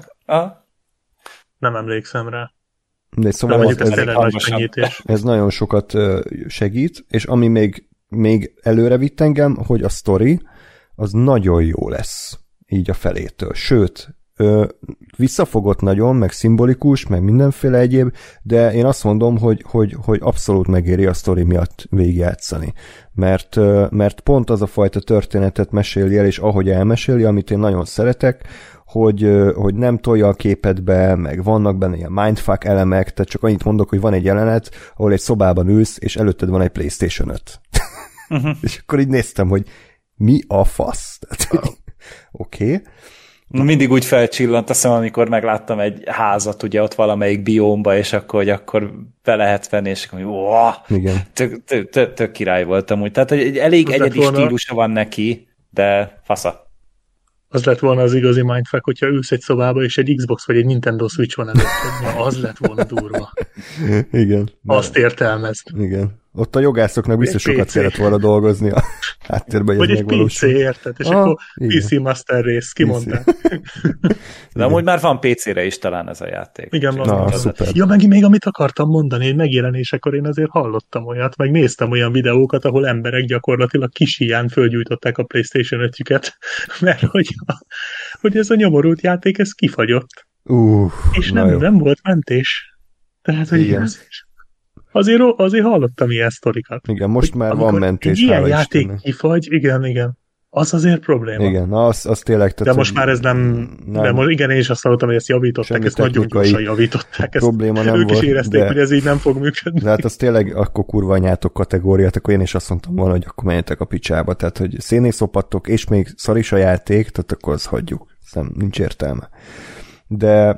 Nem emlékszem rá. De szóval ez, ez, ez, ez nagyon sokat segít, és ami még, még előre vitt engem, hogy a sztori az nagyon jó lesz így a felétől. Sőt, ö, visszafogott nagyon, meg szimbolikus, meg mindenféle egyéb, de én azt mondom, hogy, hogy, hogy abszolút megéri a sztori miatt végigjátszani. Mert, ö, mert pont az a fajta történetet meséli el, és ahogy elmeséli, amit én nagyon szeretek, hogy, hogy nem tolja a képedbe, meg vannak benne ilyen mindfuck elemek, tehát csak annyit mondok, hogy van egy jelenet, ahol egy szobában ülsz, és előtted van egy PlayStation öt. Uh-huh. És akkor így néztem, hogy mi a fasz? Oké. Okay. Mindig úgy felcsillant, azt hiszem, amikor megláttam egy házat, ugye ott valamelyik biómba, és akkor, hogy akkor be lehet venni, és akkor, wow, igen. Tök, tök, tök, tök király voltam úgy. Tehát egy elég az egyedi stílusa van neki, de fasza. Az lett volna az igazi mindfuck, hogyha ülsz egy szobába, és egy Xbox vagy egy Nintendo Switch van előtt. Az lett volna durva. Igen. Azt értelmez. Igen. Ott a jogászoknak biztos sokat kellett volna dolgozni a háttérben, hogy vagy ez egy pé cé, érted? És ah, akkor igen. pé cé Master Race, kimondták. De amúgy már van pé cére is talán ez a játék. Igen, van. Na, szuper. Ja, meg még amit akartam mondani, hogy megjelenésekor én azért hallottam olyat, meg néztem olyan videókat, ahol emberek gyakorlatilag kis híján fölgyújtották a PlayStation ötjüket, mert hogy, a, hogy ez a nyomorult játék, ez kifagyott. Uh, és nem, nem volt mentés. Tehát, hogy igen. az is. azért, azért hallottam ilyen sztorikat. Igen, most már van mentés. Ilyen játék Istennek. Kifagy, igen, igen. Az azért probléma. Igen, az, az tényleg... Tehát, de most már ez nem... nem de most igen, én is azt hallottam, hogy ezt javították, ezt nagyon gyorsan javították. Ezt probléma nem ők volt, is érezték, de, hogy ez így nem fog működni. De hát az tényleg akkor kurva anyátok kategóriát, akkor én is azt mondtam volna, hogy akkor menjetek a picsába. Tehát, hogy szénészopattok, és még szar is a játék, tehát akkor azt hagyjuk. Nem, nincs értelme. De...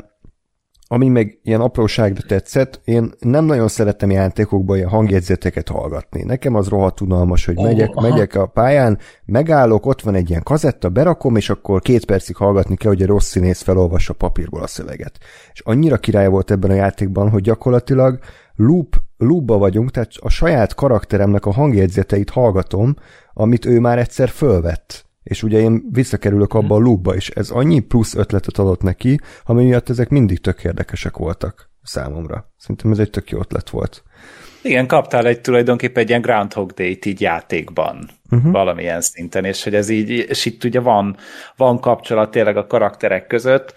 ami meg ilyen apróságra tetszett, én nem nagyon szerettem játékokban ilyen hangjegyzeteket hallgatni. Nekem az rohadt unalmas, hogy oh, megyek, megyek a pályán, megállok, ott van egy ilyen kazetta, berakom, és akkor két percig hallgatni kell, hogy a rossz színész felolvassa papírból a szöveget. És annyira király volt ebben a játékban, hogy gyakorlatilag loop, loopba vagyunk, tehát a saját karakteremnek a hangjegyzeteit hallgatom, amit ő már egyszer fölvett. És ugye én visszakerülök abba a loopba, és ez annyi plusz ötletet adott neki, ami miatt ezek mindig tök érdekesek voltak számomra. Szerintem ez egy tök jó ötlet volt. Igen, kaptál egy tulajdonképpen egy ilyen Groundhog Day-t így játékban, uh-huh. valamilyen szinten, és hogy ez így, és itt ugye van, van kapcsolat tényleg a karakterek között.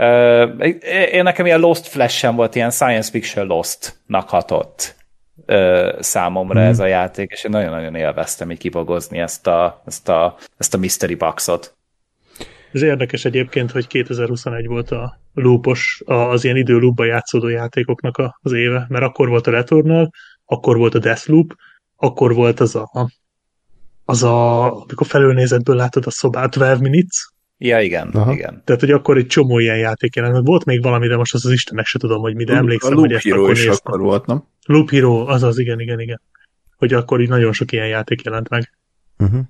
Uh, én nekem ilyen Lost Flash-en volt, ilyen science fiction Lost-nak hatott uh, számomra uh-huh. ez a játék, és én nagyon-nagyon élveztem így kibogozni ezt a, ezt a, ezt a mystery boxot. Ez érdekes egyébként, hogy kétezer-huszonegy volt a loopos, az ilyen idő loopba játszódó játékoknak az éve, mert akkor volt a Returnal, akkor volt a Deathloop, akkor volt az a, az a amikor felülnézetből látod a szobát, tizenkettő minutes. Ja, igen, Aha. igen. Tehát, hogy akkor egy csomó ilyen játék jelent. Volt még valami, de most az az Istennek se tudom, hogy mi, de emlékszem, a hogy ezt Hero akkor is néztem. akkor volt, nem? Loop Hero, azaz, igen, igen, igen. Hogy akkor így nagyon sok ilyen játék jelent meg. Uh-huh.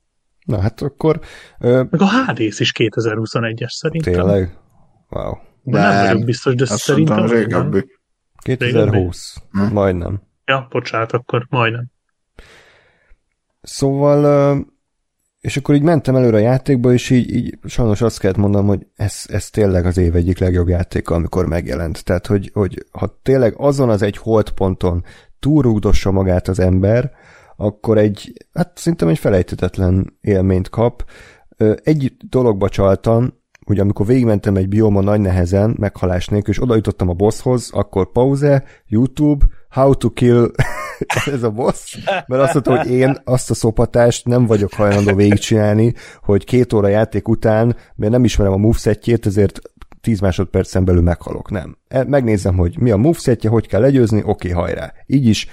Na hát akkor... Ö... Meg a Hades is kétezer-huszonegyes szerintem. Tényleg? Wow. De nem vagyok biztos, de szerintem régebbi. kétezer-húsz. Hm. Majdnem. Ja, bocsánat, akkor majdnem. Szóval... És akkor így mentem előre a játékba, és így, így sajnos azt kellett mondanom, hogy ez, ez tényleg az év egyik legjobb játéka, amikor megjelent. Tehát, hogy, hogy ha tényleg azon az egy holdponton túlrugdossa magát az ember, akkor egy, hát szerintem egy felejthetetlen élményt kap. Egy dologba csaltam, hogy amikor végigmentem egy biomon nagy nehezen, meghalás nélkül, és oda jutottam a bosshoz, akkor pauze, YouTube, how to kill ez a boss, mert azt mondtam, hogy én azt a szopatást nem vagyok hajlandó végigcsinálni, hogy két óra játék után, mert nem ismerem a movesetjét, ezért tíz másodpercen belül meghalok, nem. Megnézem, hogy mi a movesetje, hogy kell legyőzni, oké, hajrá. Így is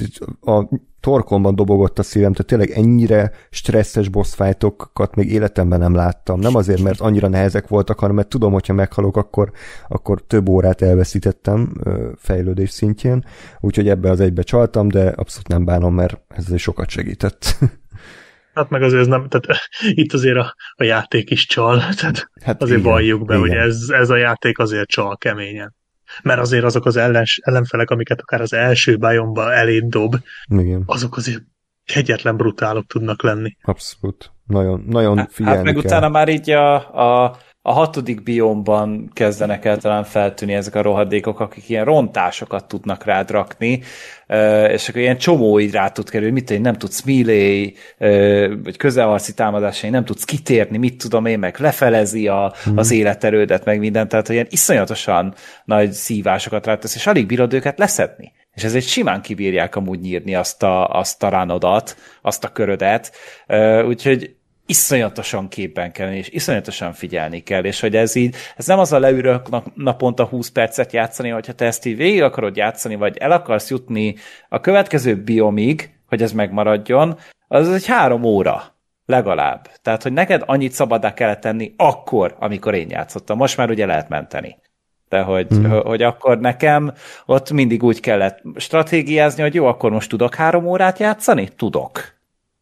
a torkomban dobogott a szívem, tehát tényleg ennyire stresszes boss fightokat még életemben nem láttam. Nem azért, mert annyira nehezek voltak, hanem mert tudom, hogyha meghalok, akkor, akkor több órát elveszítettem fejlődés szintjén, úgyhogy ebbe az egybe csaltam, de abszolút nem bánom, mert ez sokat segített. Hát meg azért ez nem, tehát itt azért a, a játék is csal, tehát hát azért igen, valljuk be, igen. hogy ez, ez a játék azért csal keményen. Mert azért azok az ellens, ellenfelek, amiket akár az első bajomba eléd dob, igen. azok azért kegyetlen brutálok tudnak lenni. Abszolút. Nagyon, nagyon figyelni Hát meg kell. utána már így a, a, a hatodik biomban kezdenek el talán feltűnni ezek a rohadékok, akik ilyen rontásokat tudnak rád rakni, és akkor ilyen csomó így rá tud kerülni, mit tudom, nem tudsz melee, vagy közelharci támadásai, nem tudsz kitérni, mit tudom én, meg lefelezi a, hmm. az életerődet, meg mindent, tehát ilyen iszonyatosan nagy szívásokat rátesz, és alig bírod őket leszedni. És ezért simán kibírják amúgy nyírni azt a, azt a ránodat, azt a körödet, úgyhogy iszonyatosan képben kell, és iszonyatosan figyelni kell, és hogy ez így, ez nem az a leülök naponta húsz percet játszani, hogyha te ezt így végig akarod játszani, vagy el akarsz jutni a következő biomig, hogy ez megmaradjon, az egy három óra legalább. Tehát, hogy neked annyit szabaddá kellett tenni akkor, amikor én játszottam. Most már ugye lehet menteni. De hogy, hmm. hogy akkor nekem ott mindig úgy kellett stratégiázni, hogy jó, akkor most tudok három órát játszani? Tudok.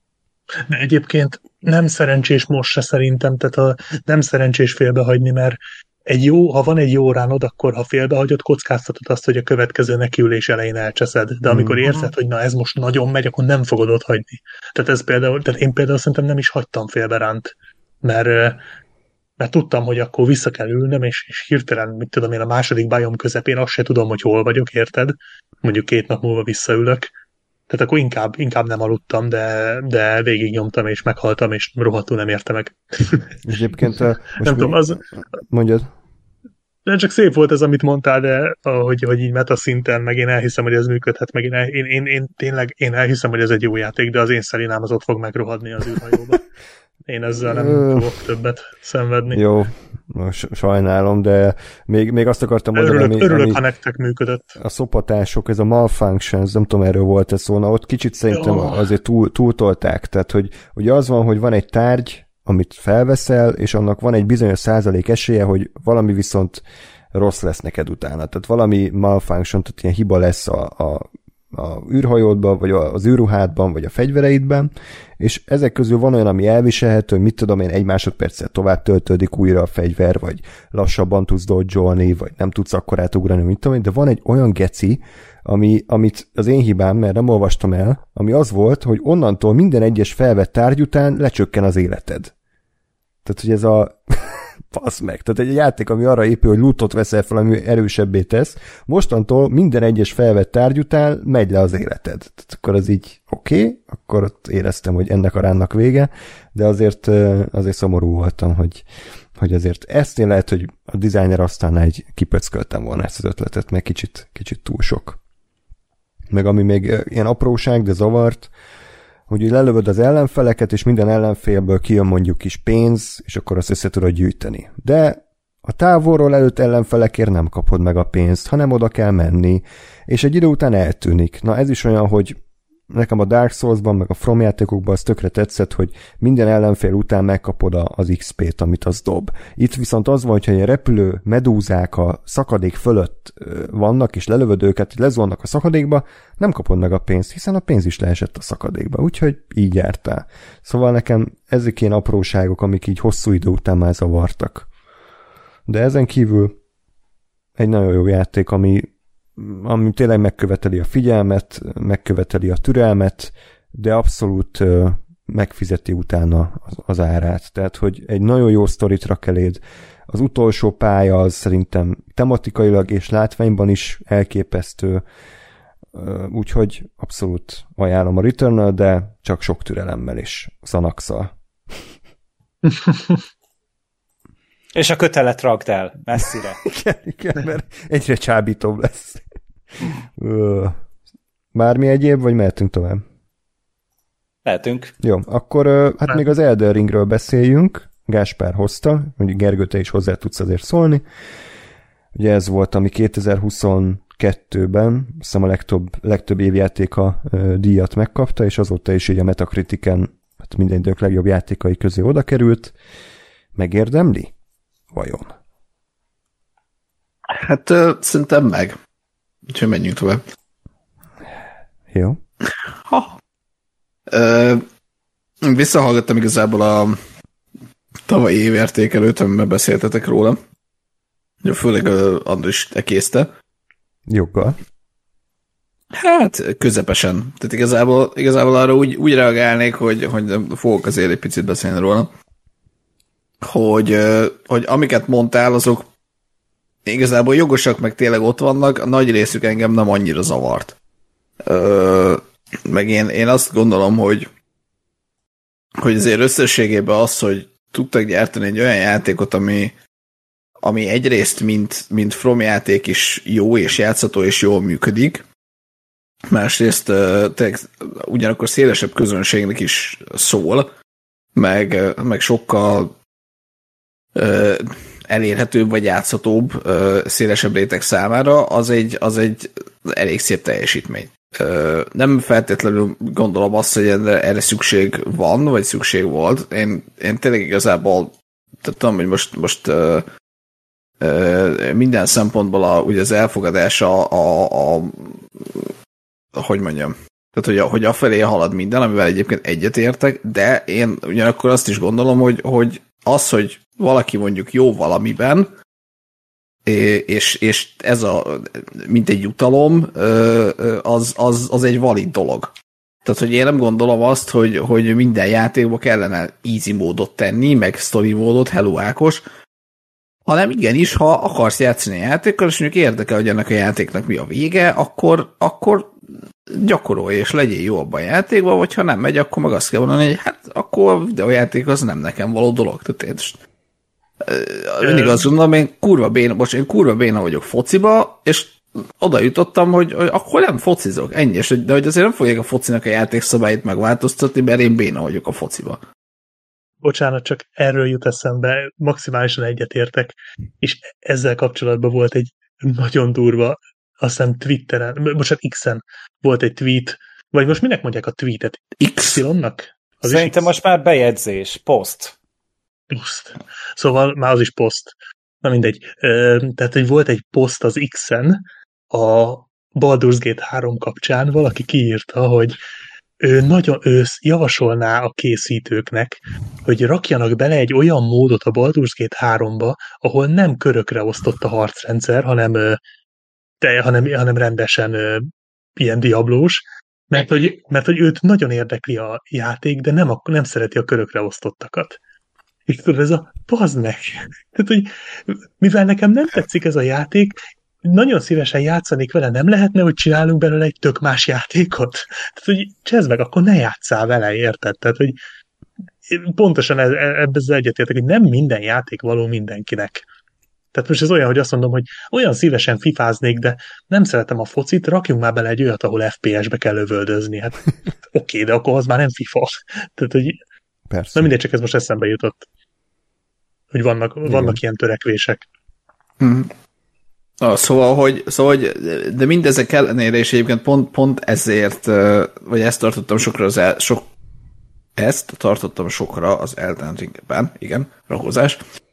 De egyébként nem szerencsés most se szerintem, tehát a, nem szerencsés félbehagyni, mert egy jó, ha van egy jó ránod, akkor ha félbehagyod, kockáztatod azt, hogy a következő nekiülés elején elcseszed. De amikor mm. érzed, hogy na ez most nagyon megy, akkor nem fogod ott hagyni. Tehát ez például, tehát én például szerintem nem is hagytam félbe ránt, mert, mert tudtam, hogy akkor vissza kell ülnöm, és, és hirtelen, mit tudom én, a második bajom közepén azt se tudom, hogy hol vagyok, érted? Mondjuk két nap múlva visszaülök. Tehát akkor inkább, inkább nem aludtam, de, de végignyomtam, és meghaltam, és rohadtul nem érte meg. Egyébként most nem tudom, az... Mondjad. De csak szép volt ez, amit mondtál, de hogy, hogy így meta szinten, meg én elhiszem, hogy ez működhet, meg én, el, én, én, én tényleg én elhiszem, hogy ez egy jó játék, de az én Szelinám az ott fog megrohadni az űrhajóba. Én ezzel nem fogok többet szenvedni. Jó, sajnálom, de még, még azt akartam mondani, örülök, ami, örülök ami ha nektek működött. A szopatások, ez a malfunctions, nem tudom, erről volt-e szó, na ott kicsit szerintem oh. azért túl, túltolták, tehát hogy ugye az van, hogy van egy tárgy, amit felveszel, és annak van egy bizonyos százalék esélye, hogy valami viszont rossz lesz neked utána. Tehát valami malfunction, tehát ilyen hiba lesz a, a, a űrhajódban, vagy az űrruhádban, vagy a fegyvereidben, és ezek közül van olyan, ami elviselhető, hogy mit tudom én, egy másodperccel tovább töltődik újra a fegyver, vagy lassabban tudsz dodge-olni, vagy nem tudsz akkorát ugrani, mit tudom én, de van egy olyan geci, ami, amit az én hibám, mert nem olvastam el, ami az volt, hogy onnantól minden egyes felvett tárgy után lecsökken az életed. Tehát, hogy ez a... Fasz meg. Tehát egy játék, ami arra épül, hogy lootot veszel fel, ami erősebbé tesz, mostantól minden egyes felvett tárgy után megy le az életed. Tehát akkor az így oké, okay, akkor ott éreztem, hogy ennek a ránnak vége, de azért, azért szomorú voltam, hogy, hogy azért ezt én lehet, hogy a designer aztán egy kipöcköltem volna ezt az ötletet, meg kicsit, kicsit túl sok. Meg ami még ilyen apróság, de zavart, hogy lelövöd az ellenfeleket, és minden ellenfélből kijön mondjuk kis pénz, és akkor azt össze tudod gyűjteni. De a távolról előtt ellenfelekért nem kapod meg a pénzt, hanem oda kell menni, és egy idő után eltűnik. Na ez is olyan, hogy nekem a Dark Souls-ban, meg a From játékokban az tökre tetszett, hogy minden ellenfél után megkapod az iksz pét, amit az dob. Itt viszont az van, hogyha egy repülő medúzák a szakadék fölött vannak, és lelövöd őket, lezolnak a szakadékba, nem kapod meg a pénzt, hiszen a pénz is leesett a szakadékba, úgyhogy így jártál. Szóval nekem ezek ilyen apróságok, amik így hosszú idő után már zavartak. De ezen kívül egy nagyon jó játék, ami ami tényleg megköveteli a figyelmet, megköveteli a türelmet, de abszolút uh, megfizeti utána az, az árát. Tehát, hogy egy nagyon jó sztorit rak eléd. Az utolsó pálya az szerintem tematikailag és látványban is elképesztő, uh, úgyhogy abszolút ajánlom a Returnal, de csak sok türelemmel és Xanax-szal. És a kötelet rakd el, messzire. igen, igen, mert egyre csábítóbb lesz. Bármi egyéb, vagy mehetünk tovább? Mehetünk. Jó, akkor hát Nem. még az Elden Ringről beszéljünk. Gáspár hozta, hogy Gergő, te is hozzá tudsz azért szólni. Ugye ez volt, ami kétezer-huszonkettőben azt hiszem a legtöbb, legtöbb évjátéka díjat megkapta, és azóta is így a Metacritiken hát minden idők legjobb játékai közé oda került. Megérdemli? Vajon? Hát uh, szerintem meg. Úgyhogy menjünk tovább. Jó. Ha. Uh, visszahallgattam igazából a tavalyi évértékelőt, amiben beszéltetek róla. Főleg uh, Andris ekészte. Joggal. Hát közepesen. Tehát igazából, igazából arra úgy, úgy reagálnék, hogy, hogy fogok azért egy picit beszélni róla. Hogy, hogy amiket mondtál, azok igazából jogosak, meg tényleg ott vannak, a nagy részük engem nem annyira zavart. Ö, meg én, én azt gondolom, hogy hogy azért összességében az, hogy tudtak gyártani egy olyan játékot, ami, ami egyrészt mint, mint From játék is jó és játszható és jól működik, másrészt tényleg ugyanakkor szélesebb közönségnek is szól, meg, meg sokkal ö, elérhetőbb vagy játszhatóbb ö, szélesebb réteg számára, az egy, az egy elég szép teljesítmény. Ö, nem feltétlenül gondolom azt, hogy erre, erre szükség van, vagy szükség volt. Én, én tényleg igazából tudom, hogy most, most ö, ö, minden szempontból a, ugye az elfogadása a, a, a hogy mondjam, tehát, hogy, a, hogy afelé halad minden, amivel egyébként egyetértek, de én ugyanakkor azt is gondolom, hogy, hogy az, hogy valaki mondjuk jó valamiben, és, és ez a, mint egy jutalom, az, az, az egy valid dolog. Tehát, hogy én nem gondolom azt, hogy, hogy minden játékba kellene easy módot tenni, meg story módot, hello Ákos, hanem igenis, ha akarsz játszani a játékkal, és mondjuk érdekel, hogy ennek a játéknak mi a vége, akkor, akkor gyakorolj, és legyél jó abban a játékban, vagy ha nem megy, akkor meg azt kell mondani, hogy hát akkor a videójáték az nem nekem való dolog. Tehát mindig azt gondolom, én kurva béna, most én kurva béna vagyok fociba, és oda jutottam, hogy, hogy akkor nem focizok, ennyi, és, de hogy azért nem fogják a focinak a játékszabályt megváltoztatni, mert én béna vagyok a fociba. Bocsánat, csak erről jut eszembe, maximálisan egyetértek, és ezzel kapcsolatban volt egy nagyon durva, azt hiszem Twitteren, bocsánat, X-en volt egy tweet, vagy most minek mondják a tweetet? Y-nak? Az Szerintem most már bejegyzés, poszt. Poszt. Szóval már az is poszt. Na mindegy. Tehát, hogy volt egy poszt az X-en a Baldur's Gate három kapcsán, valaki kiírta, hogy ő nagyon ő javasolná a készítőknek, hogy rakjanak bele egy olyan módot a Baldur's Gate háromba, ahol nem körökre osztott a harcrendszer, hanem, de, hanem, hanem rendesen ilyen diablós, mert hogy, mert hogy őt nagyon érdekli a játék, de nem, a, nem szereti a körökre osztottakat. És tudod, ez a bazd meg. Tehát, hogy mivel nekem nem tetszik ez a játék, nagyon szívesen játszanék vele, nem lehetne, hogy csinálunk belőle egy tök más játékot? Tehát, hogy csezd meg, akkor ne játsszál vele, érted? Tehát, hogy pontosan ebben az egyetértek, hogy nem minden játék való mindenkinek. Tehát most ez olyan, hogy azt mondom, hogy olyan szívesen fifáznék, de nem szeretem a focit, rakjunk már bele egy olyat, ahol ef pé es-be kell lövöldözni. Hát oké, okay, de akkor az már nem FIFA. Tehát, hogy persze. Na mindegy, csak ez most eszembe jutott. Hogy vannak, vannak ilyen törekvések. Mm. Ah, szóval, hogy, szóval, hogy, de mindezek ellenére, és egyébként pont, pont ezért, vagy ezt tartottam sokra az el, sok, ezt tartottam sokra az Elden Ringben, igen, rakozás,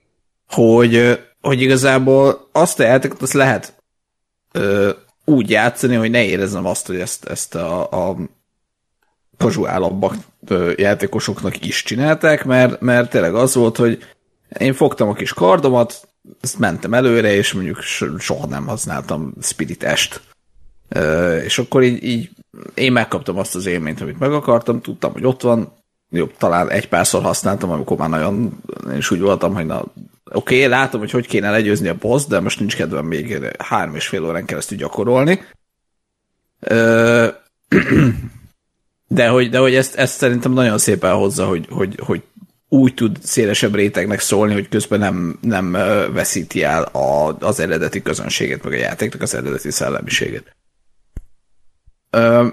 hogy, hogy igazából azt a játékot, azt lehet ö, úgy játszani, hogy ne érezzem azt, hogy ezt, ezt a, a casuálabbak játékosoknak is csinálták, mert, mert tényleg az volt, hogy én fogtam a kis kardomat, ezt mentem előre, és mondjuk soha nem használtam Spirit-est. És akkor így, így én megkaptam azt az élményt, amit meg akartam, tudtam, hogy ott van, jobb, talán egy párszor használtam, amikor már nagyon, én is úgy voltam, hogy na, oké, okay, látom, hogy hogy kéne legyőzni a boss, de most nincs kedvem még három és fél órán keresztül gyakorolni. De hogy, de hogy ezt, ezt szerintem nagyon szépen hozza, hogy, hogy, hogy úgy tud szélesebb rétegnek szólni, hogy közben nem, nem veszíti el a, az eredeti közönséget, meg a játéknak az eredeti szellemiséget. Ö,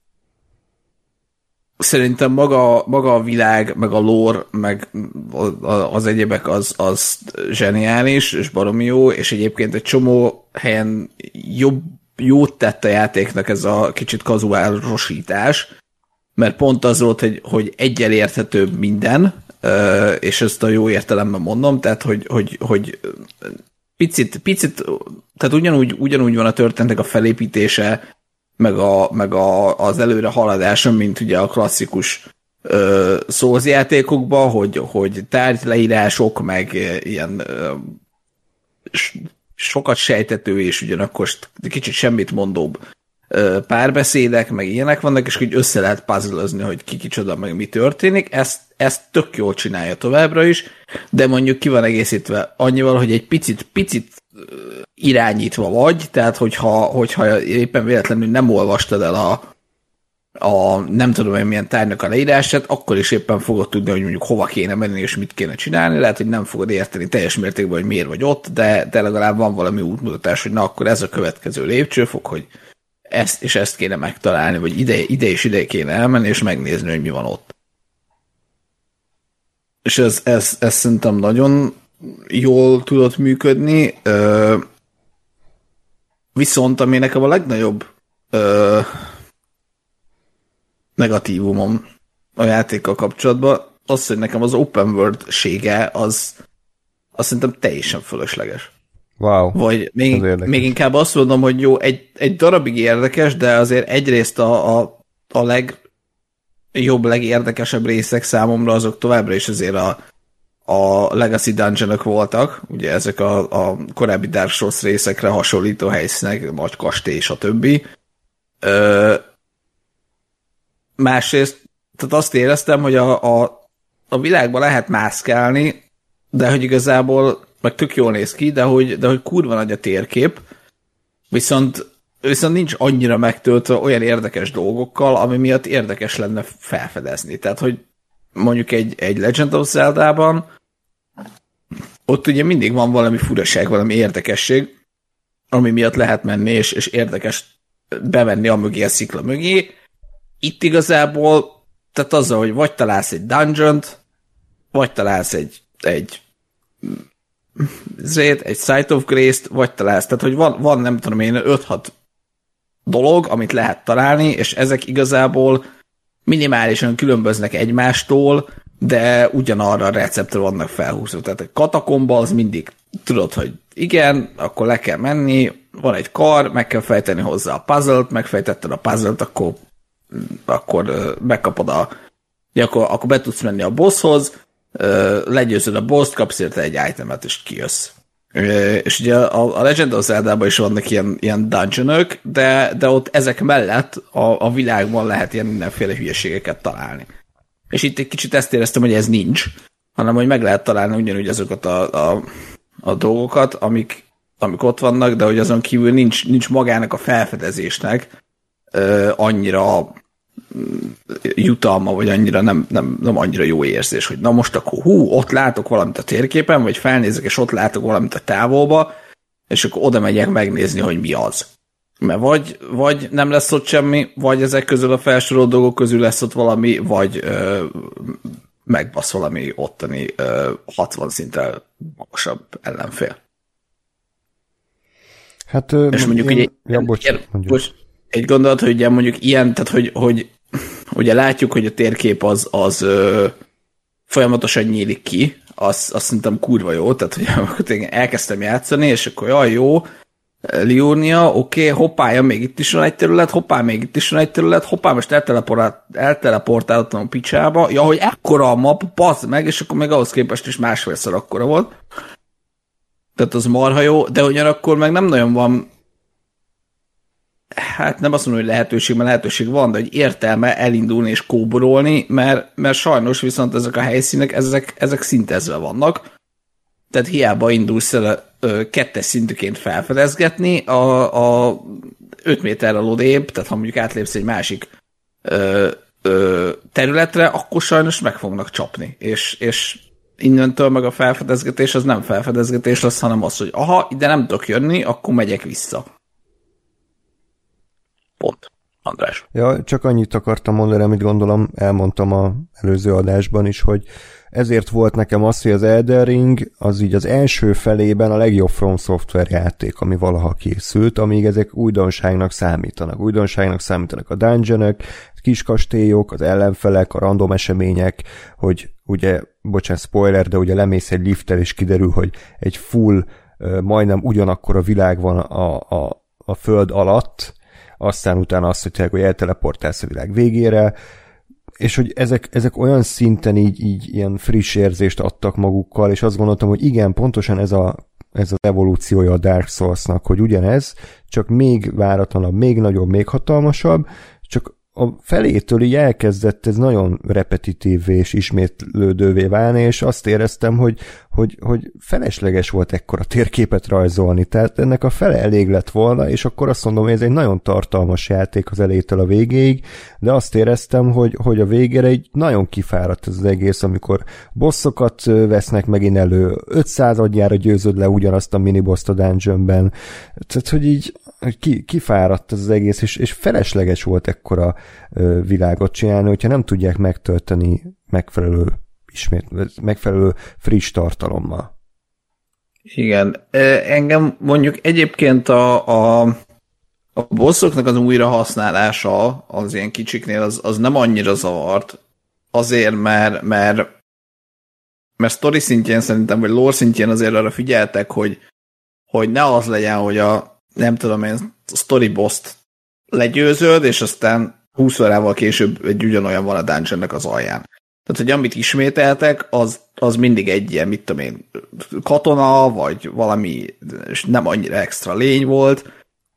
szerintem maga, maga a világ, meg a lore, meg az egyébek az, az zseniális, és baromi jó, és egyébként egy csomó helyen jobb, jót tett a játéknak ez a kicsit kazuálosítás, mert pont az volt, hogy, hogy egyel érthetőbb minden, és ezt a jó értelemben mondom, tehát, hogy, hogy, hogy picit, picit, tehát ugyanúgy, ugyanúgy van a történetnek a felépítése, meg, a, meg a, az előre haladása, mint ugye a klasszikus uh, Souls játékokban, hogy, hogy tárgyleírások, meg ilyen uh, sokat sejtető, és ugyanakkor kicsit semmit mondóbb uh, párbeszédek, meg ilyenek vannak, és hogy össze lehet puzzle-özni, hogy ki kicsoda, meg mi történik. Ezt, ezt tök jól csinálja továbbra is, de mondjuk ki van egészítve annyival, hogy egy picit, picit irányítva vagy, tehát hogyha, hogyha éppen véletlenül nem olvastad el a, a nem tudom én milyen tárgynak a leírását, akkor is éppen fogod tudni, hogy mondjuk hova kéne menni, és mit kéne csinálni. Lehet, hogy nem fogod érteni teljes mértékben, hogy miért vagy ott, de, de legalább van valami útmutatás, hogy na, akkor ez a következő lépcsőfok, hogy ezt és ezt kéne megtalálni, vagy ide, ide és ide kéne elmenni, és megnézni, hogy mi van ott. És ez, ez, ez szerintem nagyon jól tudott működni, ö, viszont ami nekem a legnagyobb ö, negatívumom a játékkal kapcsolatban, az, hogy nekem az open world-sége az, az szerintem teljesen fölösleges. Wow. Vagy még, még inkább azt mondom, hogy jó, egy, egy darabig érdekes, de azért egyrészt a, a, a legjobb, legérdekesebb részek számomra azok továbbra is azért a a Legacy Dungeonok voltak, ugye ezek a, a korábbi Dark Souls részekre hasonlító helyszínek, nagy kastély, stb. Ö, másrészt, tehát azt éreztem, hogy a, a, a világban lehet mászkálni, de hogy igazából, meg tök jól néz ki, de hogy, de hogy kurva nagy a térkép, viszont, viszont nincs annyira megtöltve olyan érdekes dolgokkal, ami miatt érdekes lenne felfedezni. Tehát, hogy mondjuk egy, egy Legend of Zelda-ban ott ugye mindig van valami furaság, valami érdekesség, ami miatt lehet menni, és, és érdekes bevenni a mögé, a szikla mögé. Itt igazából, tehát azzal, hogy vagy találsz egy dungeont, vagy találsz egy egy egy Site of Grace-t, vagy találsz, tehát hogy van, van nem tudom én öt-hat dolog, amit lehet találni, és ezek igazából minimálisan különböznek egymástól, de ugyanarra a receptre vannak felhúzva. Tehát egy katakomba az mindig tudod, hogy igen, akkor le kell menni, van egy kar, meg kell fejteni hozzá a puzzle-t, megfejtetted a puzzle-t, akkor, akkor megkapod a akkor, akkor be tudsz menni a bosshoz, legyőzöd a boss-t, kapsz érte egy itemet, és kijössz. És ugye a, a Legend of Zelda-ban is vannak ilyen, ilyen dungeonök, de, de ott ezek mellett a, a világban lehet ilyen mindenféle hülyeségeket találni. És itt egy kicsit ezt éreztem, hogy ez nincs, hanem hogy meg lehet találni ugyanúgy azokat a, a, a dolgokat, amik, amik ott vannak, de hogy azon kívül nincs, nincs magának a felfedezésnek ö, annyira jutalma, vagy annyira nem, nem, nem annyira jó érzés, hogy na most akkor hú, ott látok valamit a térképen, vagy felnézek, és ott látok valamit a távolba, és akkor oda megyek megnézni, hogy mi az. Mert vagy, vagy nem lesz ott semmi, vagy ezek közül a felsorolt dolgok közül lesz ott valami, vagy ö, megbasz valami ottani ö, hatvan szinten magasabb ellenfél. Hát, és mondjuk én... ugye, ja, bocs, ilyen, bocs, egy gondolat, hogy ugye mondjuk ilyen, tehát hogy, hogy ugye látjuk, hogy a térkép az, az ö, folyamatosan nyílik ki, az, azt szerintem kurva jó, tehát hogy elkezdtem játszani, és akkor jaj, jó, Liurnia, oké, okay, hoppája, még itt is van egy terület, hoppá, még itt is van egy terület, hoppá, most elteleportáltam a picsába, ja, hogy ekkora a map, bazd meg, és akkor még ahhoz képest is másfélszer akkora volt. Tehát az marha jó, de ugyanakkor meg nem nagyon van, hát nem azt mondom, hogy lehetőség, mert lehetőség van, de hogy értelme elindulni és kóborolni, mert, mert sajnos viszont ezek a helyszínek, ezek, ezek szintezve vannak. Tehát hiába indulsz el ö, kettes szintűként felfedezgetni, a, a öt méterrel odébb, tehát ha mondjuk átlépsz egy másik ö, ö, területre, akkor sajnos meg fognak csapni. És, és innentől meg a felfedezgetés az nem felfedezgetés lesz, hanem az, hogy aha, ide nem tudok jönni, akkor megyek vissza. Pont. András. Ja, csak annyit akartam mondani, amit gondolom, elmondtam az előző adásban is, hogy ezért volt nekem az, hogy az Elden Ring az így az első felében a legjobb From Software játék, ami valaha készült, amíg ezek újdonságnak számítanak. Újdonságnak számítanak a dungeonok, kis kastélyok, az ellenfelek, a random események, hogy ugye, bocsánat, spoiler, de ugye lemész egy lifttel, és kiderül, hogy egy full, majdnem ugyanakkor a világ van a, a, a föld alatt, aztán utána azt, hogy tényleg, hogy elteleportálsz a világ végére, és hogy ezek, ezek olyan szinten így, így ilyen friss érzést adtak magukkal, és azt gondoltam, hogy igen, pontosan ez, a, ez az evolúciója a Dark Souls-nak, hogy ugyanez, csak még váratlanabb, még nagyobb, még hatalmasabb, csak a felétől így elkezdett ez nagyon repetitív és ismétlődővé válni, és azt éreztem, hogy, hogy, hogy felesleges volt ekkora térképet rajzolni, tehát ennek a fele elég lett volna, és akkor azt mondom, hogy ez egy nagyon tartalmas játék az elejétől a végéig, de azt éreztem, hogy, hogy a végére egy nagyon kifáradt ez az egész, amikor bosszokat vesznek megint elő, ötszázadjára győzöd le ugyanazt a minibosst a dungeonben, tehát hogy így ki, kifáradt ez az egész, és, és felesleges volt ekkora ö, világot csinálni, hogyha nem tudják megtölteni megfelelő ismét, megfelelő friss tartalommal. Igen. Engem mondjuk egyébként a, a, a bosszoknak az újrahasználása az ilyen kicsiknél az, az nem annyira zavart, azért, mert, mert, mert sztori szintjén szerintem, vagy lore szintjén azért arra figyeltek, hogy, hogy ne az legyen, hogy a nem tudom én, a story boss-t legyőzöd, és aztán húsz órával később egy ugyanolyan van a dungeonnek az alján. Tehát, hogy amit ismételtek, az, az mindig egy ilyen, mit tudom én, katona, vagy valami nem annyira extra lény volt,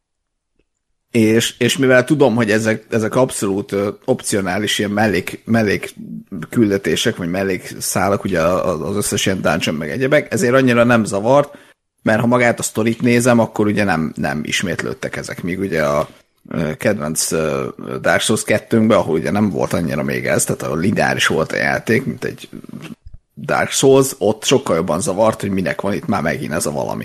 és, és mivel tudom, hogy ezek, ezek abszolút opcionális ilyen mellék, mellék küldetések, vagy mellék szálak, ugye az összes ilyen dungeon meg egyebek, ezért annyira nem zavart, mert ha magát a sztorit nézem, akkor ugye nem, nem ismétlődtek ezek, míg ugye a kedvenc Dark Souls kettőnkben, ahol ugye nem volt annyira még ez, tehát a lineáris volt a játék, mint egy Dark Souls, ott sokkal jobban zavart, hogy minek van itt már megint ez a valami.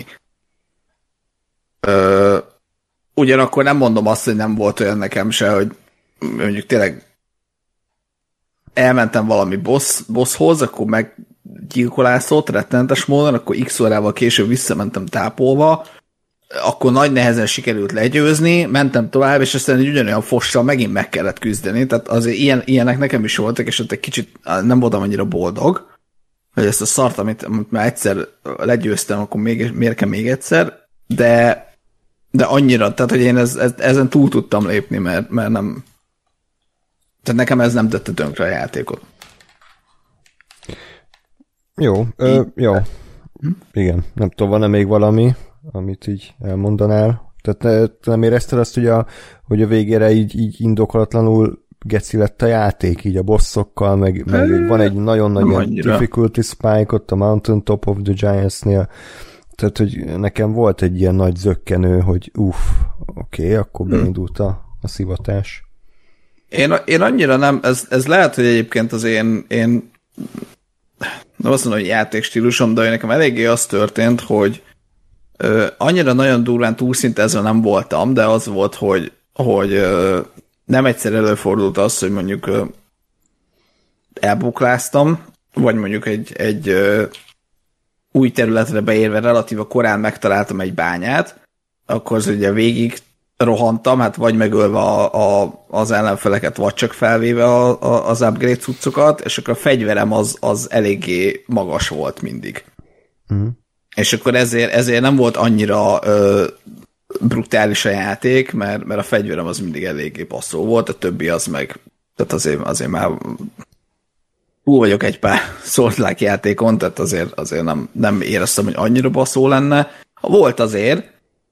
Ö, ugyanakkor nem mondom azt, hogy nem volt olyan nekem se, hogy mondjuk tényleg elmentem valami boss, bosshoz, akkor meggyilkolászott rettenetes módon, akkor x órával később visszamentem tápolva, akkor nagy nehezen sikerült legyőzni, mentem tovább, és aztán egy ugyanolyan fossal megint meg kellett küzdeni, tehát azért ilyen, ilyenek nekem is voltak, és ott egy kicsit nem voltam annyira boldog, hogy ezt a szart, amit, amit már egyszer legyőztem, akkor még, miért kell még egyszer, de, de annyira, tehát hogy én ez, ez, ezen túl tudtam lépni, mert, mert nem, tehát nekem ez nem tette tönkre a játékot. Jó, ö, jó. Igen, nem tudom, van-e még valami, amit így elmondanál? Tehát te nem érezted azt, hogy a, hogy a végére így, így indokolatlanul geci lett a játék, így a bosszokkal, meg, meg van egy nagyon nagy difficulty spike ott a Mountain Top of the Giants-nél, tehát hogy nekem volt egy ilyen nagy zökkenő, hogy uff, oké, okay, akkor beindult a, a szivatás. Én, én annyira nem, ez, ez lehet, hogy egyébként az én, én nem azt mondom, hogy játékstílusom, de nekem eléggé az történt, hogy ö, annyira nagyon durván túlszintezve nem voltam, de az volt, hogy, hogy ö, nem egyszer előfordult az, hogy mondjuk ö, elbukláztam, vagy mondjuk egy, egy ö, új területre beérve relatíva korán megtaláltam egy bányát, akkor az ugye végig rohantam, hát vagy megölve a, a, az ellenfeleket, vagy csak felvéve a, a, az upgrade cuccokat, és akkor a fegyverem az, az eléggé magas volt mindig. Mm. És akkor ezért, ezért nem volt annyira ö, brutális a játék, mert, mert a fegyverem az mindig eléggé passzó volt, a többi az meg, tehát azért, azért már túl vagyok egy pár Souls-like játékon, tehát azért, azért nem, nem éreztem, hogy annyira passzó lenne. Volt azért,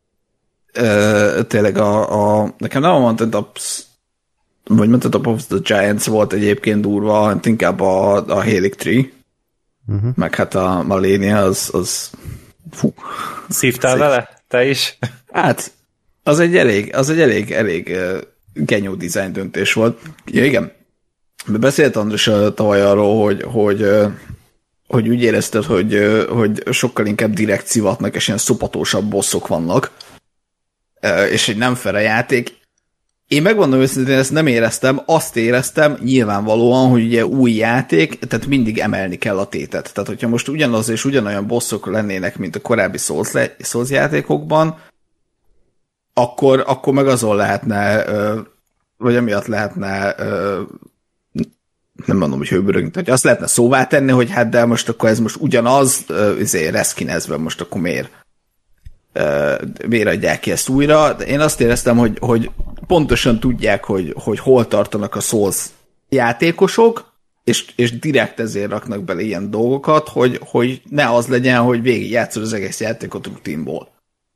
Ö, tényleg a, a nekem nem a Mountain Tops vagy Mountain Top of the Giants volt egyébként durva, inkább a, a Helix Tree, uh-huh. meg hát a Malenia az, az fú. Szívtál vele? Te is? Hát, az egy elég, az egy elég, elég uh, genyó design döntés volt. Ja, igen. Beszélt András tavaly arról, hogy, hogy, uh, hogy úgy érezted, hogy, uh, hogy sokkal inkább direkt szivatnak, és ilyen szopatósabb bosszok vannak, és egy nem fair a játék. Én megmondom őszintén, ezt nem éreztem, azt éreztem nyilvánvalóan, hogy ugye új játék, tehát mindig emelni kell a tétet. Tehát, hogyha most ugyanaz és ugyanolyan bosszok lennének, mint a korábbi Souls, le- Souls játékokban, akkor, akkor meg azon lehetne, vagy emiatt lehetne, nem mondom, hogy hőbörögni, hogy azt lehetne szóvá tenni, hogy hát de most akkor ez most ugyanaz, ezért reszkinezve most akkor miért? miért adják ki ezt újra. De én azt éreztem, hogy, hogy pontosan tudják, hogy, hogy hol tartanak a Souls játékosok, és, és direkt ezért raknak bele ilyen dolgokat, hogy, hogy ne az legyen, hogy végig játszol az egész játékot rutinból.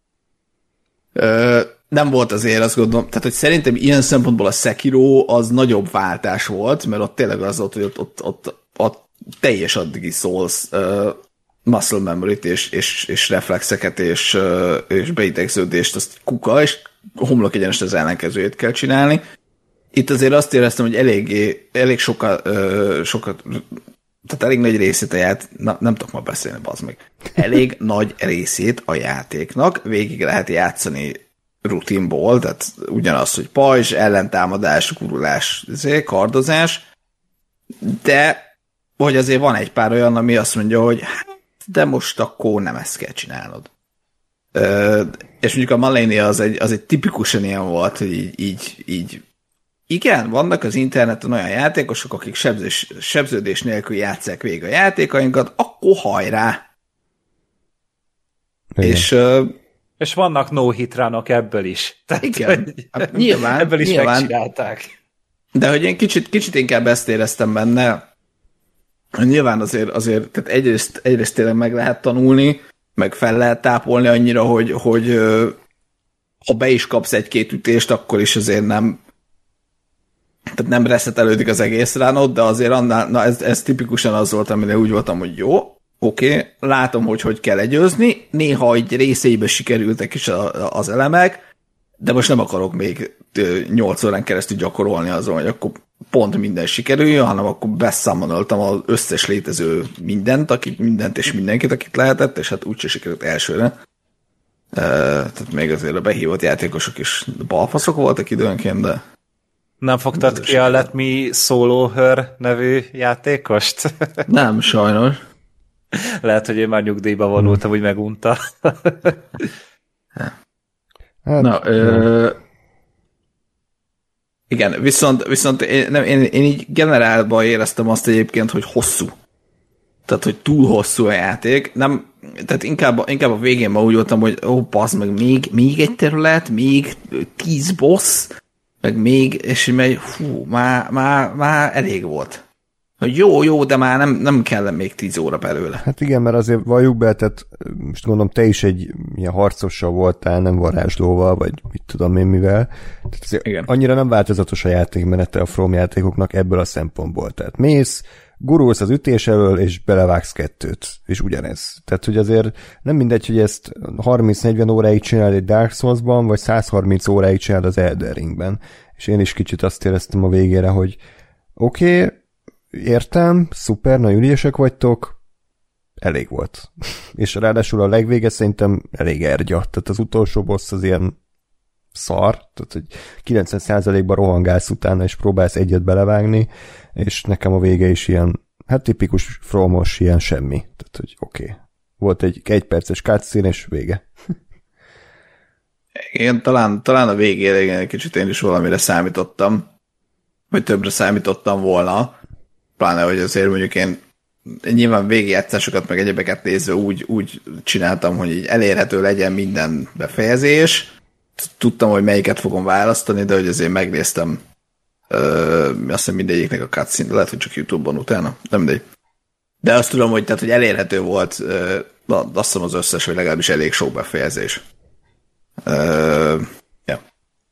Ö, nem volt azért, azt gondolom, tehát hogy szerintem ilyen szempontból a Sekiro az nagyobb váltás volt, mert ott tényleg az volt, hogy ott, ott, ott, ott teljes addigi Souls ö, muscle memory-t és, és, és reflexeket és, és beidegződést, azt kuka, és homlok egyenest az ellenkezőjét kell csinálni. Itt azért azt éreztem, hogy eléggé, elég sokat, sokat, tehát elég nagy részét a játék, na, nem tudok ma beszélni, bazd meg. Elég nagy részét a játéknak végig lehet játszani rutinból, tehát ugyanaz, hogy pajzs, ellentámadás, gurulás, kardozás, de hogy azért van egy pár olyan, ami azt mondja, hogy de most akkor nem ezt kell csinálnod. Ö, és mondjuk a Malenia az egy, az egy tipikusan ilyen volt, hogy így, így, így igen, vannak az interneten olyan játékosok, akik sebzés, sebződés nélkül játsszák végig a játékainkat, akkor hajrá! És, ö, és vannak no-hit runok ebből is. Tehát, igen, hát nyilván, ebből is nyilván, megcsinálták. De hogy én kicsit, kicsit inkább ezt éreztem benne, nyilván azért, azért tehát egyrészt, egyrészt tényleg meg lehet tanulni, meg fel lehet tápolni annyira, hogy, hogy ha be is kapsz egy-két ütést, akkor is azért nem tehát nem reszetelődik az egész ránod, de azért annál, na ez, ez tipikusan az volt, amire úgy voltam, hogy jó, oké, okay, látom, hogy hogy kell legyőzni, néha egy részeibe sikerültek is a, az elemek, de most nem akarok még nyolc órán keresztül gyakorolni azon, hogy akkor pont minden sikerüljön, hanem akkor beszámoltam az összes létező mindent, akit, mindent és mindenkit, akit lehetett, és hát úgyse sikerült elsőre. Uh, tehát még azért a behívott játékosok is balfaszok voltak időnként, de nem fogtad ki a Let Me Solo Her nevű játékost? Nem, sajnos. Lehet, hogy én már nyugdíjba vonultam, hogy megunta. Hát, Na, ö, igen, viszont, viszont én, nem, én, én így generálban éreztem azt egyébként, hogy hosszú. Tehát, hogy túl hosszú a játék. Nem, tehát inkább, inkább a végén ma úgy voltam, hogy ó, bazd meg, még, még egy terület, még tíz boss, meg még, és így megy, hú, már, már, már elég volt. Hogy jó, jó, de már nem, nem kell még tíz óra belőle. Hát igen, mert azért valljuk be, tehát most gondolom, te is egy ilyen harcossal voltál, nem varázslóval, vagy mit tudom én mivel. Tehát azért igen. Annyira nem változatos a játékmenete a From játékoknak ebből a szempontból. Tehát mész, gurulsz az ütés elől, és belevágsz kettőt, és ugyanez. Tehát, hogy azért nem mindegy, hogy ezt harminc-negyven óráig csinál egy Dark Souls-ban, vagy száz harminc óráig csinál az Elden Ringben. És én is kicsit azt éreztem a végére, hogy oké, okay, értem, szuper, nagyon ügyesek vagytok, elég volt. És ráadásul a legvége szerintem elég ergya. Tehát az utolsó boss az ilyen szar, tehát hogy kilencven százalékban rohangálsz utána, és próbálsz egyet belevágni, és nekem a vége is ilyen, hát tipikus Fromos, ilyen semmi. Tehát, hogy oké. Okay. Volt egy egyperces cutscene, és vége. Igen, talán, talán a végére igen, egy kicsit én is valamire számítottam, vagy többre számítottam volna, pláne, hogy azért mondjuk én nyilván végigjátszásokat, meg egyebeket nézve úgy, úgy csináltam, hogy így elérhető legyen minden befejezés. Tudtam, hogy melyiket fogom választani, de hogy azért megnéztem ö, azt hiszem mindegyiknek a cutscene, lehet, hogy csak YouTube-on utána, nem mindegy. De azt tudom, hogy, tehát, hogy elérhető volt, ö, azt hiszem az összes, vagy legalábbis elég sok befejezés. Ö, ja.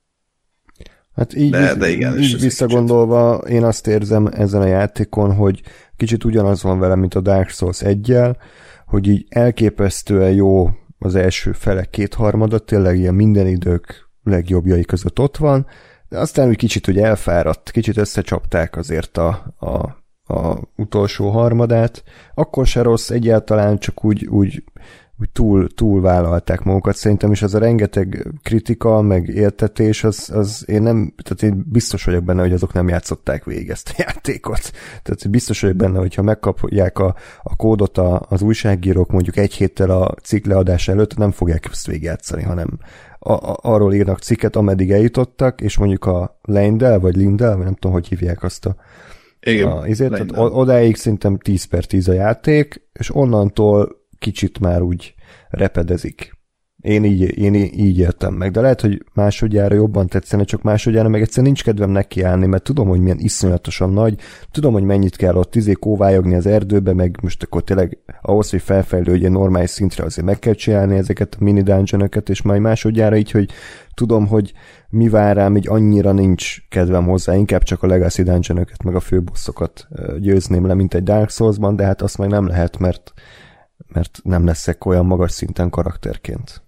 Hát így, de, de igen, így visszagondolva én azt érzem ezen a játékon, hogy kicsit ugyanaz van vele, mint a Dark Souls egyel, hogy így elképesztően jó az első fele kétharmada, tényleg ilyen minden idők legjobbjai között ott van, de aztán úgy kicsit úgy elfáradt, kicsit összecsapták azért a, a, a utolsó harmadát, akkor se rossz, egyáltalán csak úgy, úgy úgy túl, túl vállalták magukat. Szerintem is az a rengeteg kritika, meg éltetés, az, az én nem, tehát én biztos vagyok benne, hogy azok nem játszották végig ezt a játékot. Tehát biztos vagyok benne, hogyha megkapják a, a kódot a, az újságírók mondjuk egy héttel a cikk leadása előtt, nem fogják ezt végigjátszani, hanem a, a, arról írnak cikket, ameddig eljutottak, és mondjuk a Lindell, vagy Lindell, vagy nem tudom, hogy hívják azt a igen, a, izért, tehát odáig szerintem tíz per tíz a játék, és onnantól kicsit már úgy repedezik. Én így, én így éltem meg, de lehet, hogy másodjára jobban tetszene, csak másodjára meg egyszerűen nincs kedvem nekiállni, mert tudom, hogy milyen iszonyatosan nagy, tudom, hogy mennyit kell ott izé kóvályogni az erdőbe, meg most akkor tényleg ahhoz, hogy felfejlődjön normális szintre, azért meg kell csinálni ezeket a mini dungeonokat, és majd másodjára így, hogy tudom, hogy mi vár rám, így annyira nincs kedvem hozzá, inkább csak a Legacy dungeonokat, meg a főbossokat győzném le, mint egy Dark Souls-ban, de hát azt meg nem lehet, mert mert nem leszek olyan magas szinten karakterként.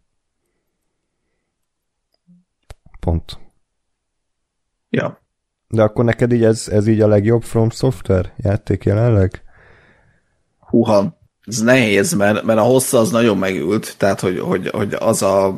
Pont. Ja. De akkor neked így ez, ez így a legjobb From Software játék jelenleg? Húha, ez nehéz, mert, mert a hossza az nagyon megült, tehát hogy, hogy, hogy az a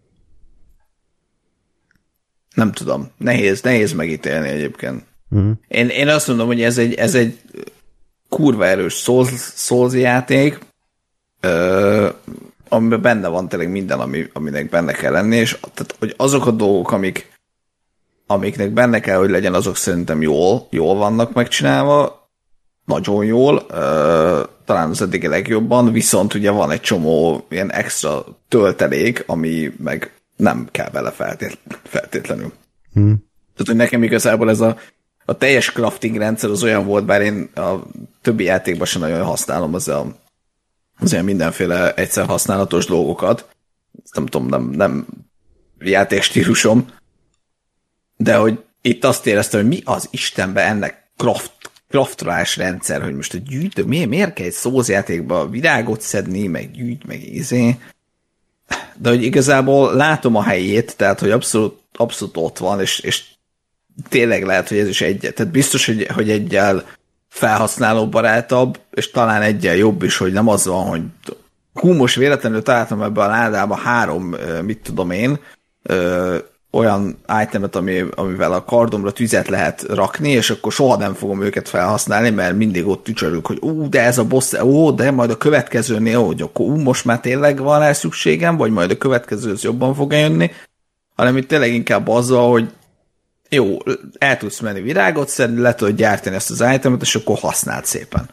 nem tudom, nehéz, nehéz megítélni egyébként. Uh-huh. Én, én azt mondom, hogy ez egy, ez egy kurva erős Souls, Souls játék, Ö, amiben benne van tényleg minden, ami, aminek benne kell lenni, és tehát, hogy azok a dolgok, amik, amiknek benne kell, hogy legyen, azok szerintem jól, jól vannak megcsinálva, nagyon jól, ö, talán az eddig a legjobban, viszont ugye van egy csomó ilyen extra töltelék, ami meg nem kell bele feltét, feltétlenül. Hmm. Tehát, hogy nekem igazából ez a, a teljes crafting rendszer az olyan volt, bár én a többi játékban sem nagyon használom az a az ilyen mindenféle egyszer használatos dolgokat. Nem tudom, nem, nem játékstílusom. De hogy itt azt éreztem, hogy mi az Istenben ennek craft, craftolás rendszer, hogy most a gyűjtő, miért, miért kell egy szózjátékba virágot szedni, meg gyűjt, meg izé. De hogy igazából látom a helyét, tehát hogy abszolút, abszolút ott van, és, és tényleg lehet, hogy ez is egy, tehát biztos, hogy, hogy egyel felhasználó barátabb, és talán egyel jobb is, hogy nem az van, hogy hú, most véletlenül találtam ebbe a ládába három, mit tudom én, ö, olyan itemet, ami, amivel a kardomra tüzet lehet rakni, és akkor soha nem fogom őket felhasználni, mert mindig ott tücsörünk, hogy ú, de ez a boss, ó, de majd a következőnél, hogy akkor ú, most már tényleg van rá szükségem, vagy majd a következőhöz jobban fog jönni, hanem itt tényleg inkább azzal, hogy jó, el tudsz menni virágot szedni, le tudod gyártani ezt az itemet, és akkor használd szépen.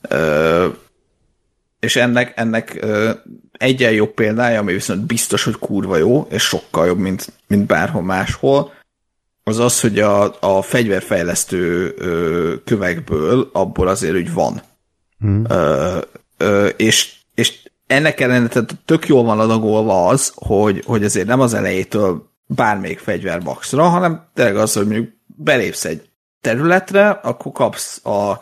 Ö, és ennek, ennek ö, egyen jobb példája, ami viszont biztos, hogy kurva jó, és sokkal jobb, mint, mint bárhol máshol, az az, hogy a, a fegyverfejlesztő ö, kövekből abból azért úgy van. Hmm. Ö, ö, és, és ennek ellenére tehát tök jól van adagolva az, hogy, hogy azért nem az elejétől bármelyik fegyver maxra, hanem tényleg az, hogy mondjuk belépsz egy területre, akkor kapsz a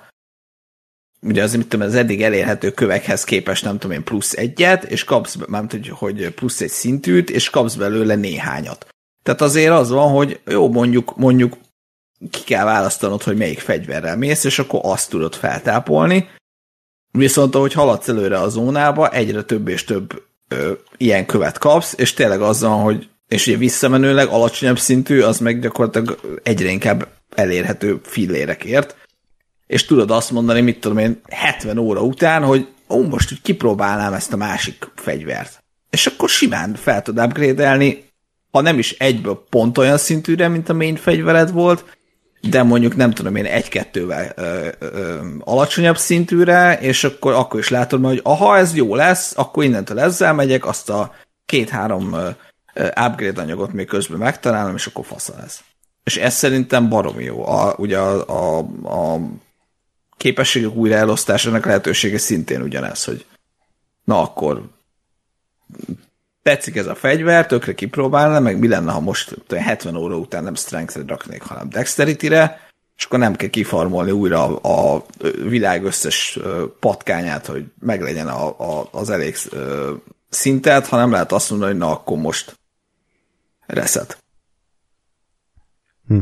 ugye az, mit tudom, az eddig elérhető kövekhez képest nem tudom én plusz egyet, és kapsz, nem tudom, hogy plusz egy szintűt, és kapsz belőle néhányat. Tehát azért az van, hogy jó, mondjuk, mondjuk ki kell választanod, hogy melyik fegyverrel mész, és akkor azt tudod feltápolni, viszont ahogy haladsz előre a zónába, egyre több és több ö, ilyen követ kapsz, és tényleg az van, hogy és ugye visszamenőleg alacsonyabb szintű, az meg gyakorlatilag egyre inkább elérhető fillérekért, és tudod azt mondani, mit tudom én, hetven óra után, hogy ó, most úgy kipróbálnám ezt a másik fegyvert. És akkor simán fel tud upgrade-elni, ha nem is egyből pont olyan szintűre, mint a main fegyvered volt, de mondjuk nem tudom én egy-kettővel ö, ö, alacsonyabb szintűre, és akkor, akkor is látod majd, hogy aha, ez jó lesz, akkor innentől ezzel megyek, azt a két-három ö, upgrade anyagot még közben megtalálom, és akkor fasza lesz. És ez szerintem baromi jó. A, ugye a, a, a képességek újraelosztásának lehetősége szintén ugyanez, hogy na akkor tetszik ez a fegyver, tökre kipróbálna, meg mi lenne, ha most hetven óra után nem strength-re raknék, hanem dexterity-re, és akkor nem kell kifarmolni újra a, a világ összes patkányát, hogy meglegyen a, a, az elég szintet, hanem lehet azt mondani, hogy na akkor most reset. Hm.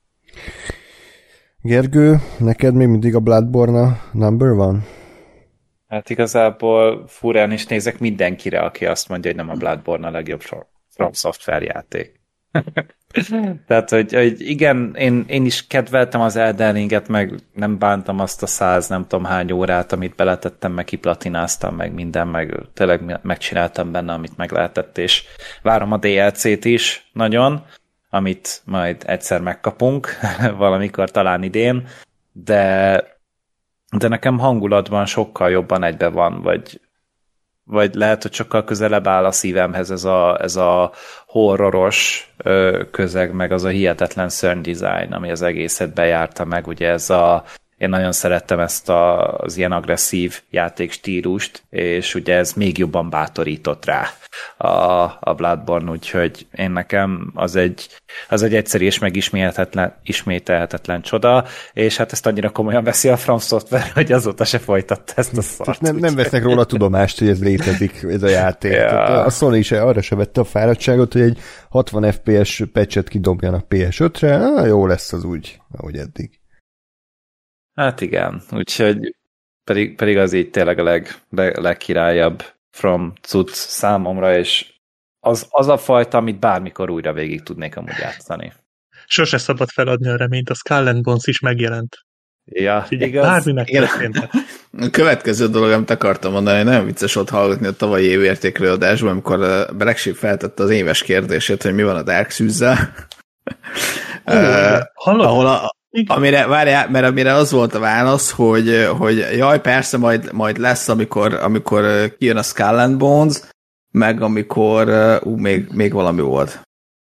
Gergő, neked még mindig a Bloodborne number van? Hát igazából furán is nézek mindenkire, aki azt mondja, hogy nem a Bloodborne a legjobb From Software játék. Tehát, hogy, hogy igen, én, én is kedveltem az Elden Ringet, meg nem bántam azt a száz nem tudom hány órát, amit beletettem, meg kiplatináztam, meg minden, meg tényleg megcsináltam benne, amit meg lehetett, és várom a dé el cét is nagyon, amit majd egyszer megkapunk, valamikor talán idén, de, de nekem hangulatban sokkal jobban egybe van, vagy, vagy lehet, hogy sokkal közelebb áll a szívemhez ez a, ez a horroros ö, közeg, meg az a hihetetlen szörnydesign, ami az egészet bejárta meg, ugye ez a én nagyon szerettem ezt a, az ilyen agresszív játékstílust, és ugye ez még jobban bátorított rá a, a Bloodborne, úgyhogy én nekem az egy, az egy egyszerű és megismételhetetlen ismételhetetlen csoda, és hát ezt annyira komolyan veszi a From Software, hogy azóta se folytatta ezt a szart. Nem, nem vesznek róla tudomást, hogy ez létezik, ez a játék. Ja. A Sony is arra se vette a fáradtságot, hogy egy hatvan ef pé es patchet kidobjanak pé es ötre, ah, jó lesz az úgy, ahogy eddig. Hát igen, úgyhogy pedig, pedig az így tényleg a leg, leg, legkirályabb From cucc számomra, és az, az a fajta, amit bármikor újra végig tudnék amúgy játszani. Sose szabad feladni a reményt, a Skull and Bones is megjelent. Ja, Ugye, igaz. Bármi megtörtént. A következő dolog, amit akartam mondani, hogy nagyon vicces ott hallgatni a tavalyi évértékelő adásban, amikor Black feltette az éves kérdését, hogy mi van a Dark Souls-zel. uh, ahol a Amire, várjál, mert amire az volt a válasz, hogy, hogy jaj, persze, majd, majd lesz, amikor, amikor kijön a Skull and Bones, meg amikor, ú, még, még valami volt.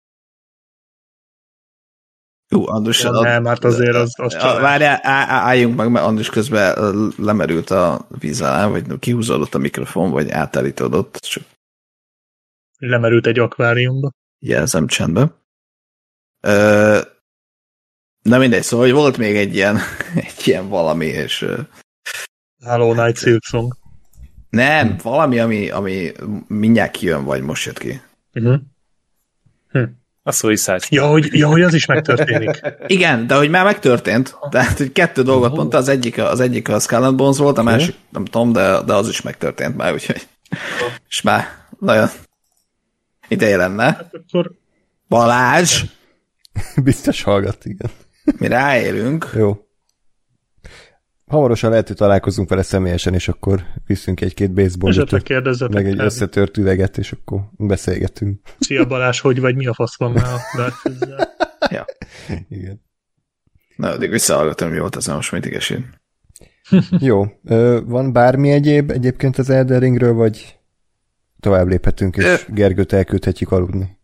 Ú, Andrus... Ja, nem, hát azért az, az csalás. Várjál, álljunk meg, mert Andrus közben lemerült a víz alá, vagy kihúzódott a mikrofon, vagy átállítódott. Csak... Lemerült egy akváriumba. Jelzem csendben. Ö, Na mindegy, szóval hogy volt még egy ilyen, egy ilyen valami, és... Hollow Knight Silk Song. Nem, hm. valami, ami, ami mindjárt kijön, vagy most jött ki. Uh-huh. Hm. A Suicide Squad. Ja, hogy, ja, hogy az is megtörténik. Igen, de hogy már megtörtént. Tehát, hogy kettő dolgot mondta, az egyik, az egyik a Skull and Bones volt, a másik nem tudom, de, de az is megtörtént már, úgyhogy. És már nagyon ideje lenne. Hát akkor... Balázs! Biztos hallgat, igen. Mi ráérünk. Jó. Hamarosan lehet, hogy találkozunk vele személyesen, és akkor viszünk egy-két baseball meg egy összetört üveget, és akkor beszélgetünk. Szia Balázs, hogy vagy, mi a fasz van már a Dark Ja. Igen. Na, addig visszahallgatom, mi volt az a most mindig esély. Jó. Van bármi egyéb egyébként az Elden Ringről, vagy tovább léphetünk, és Ö... Gergőt elküldhetjük aludni?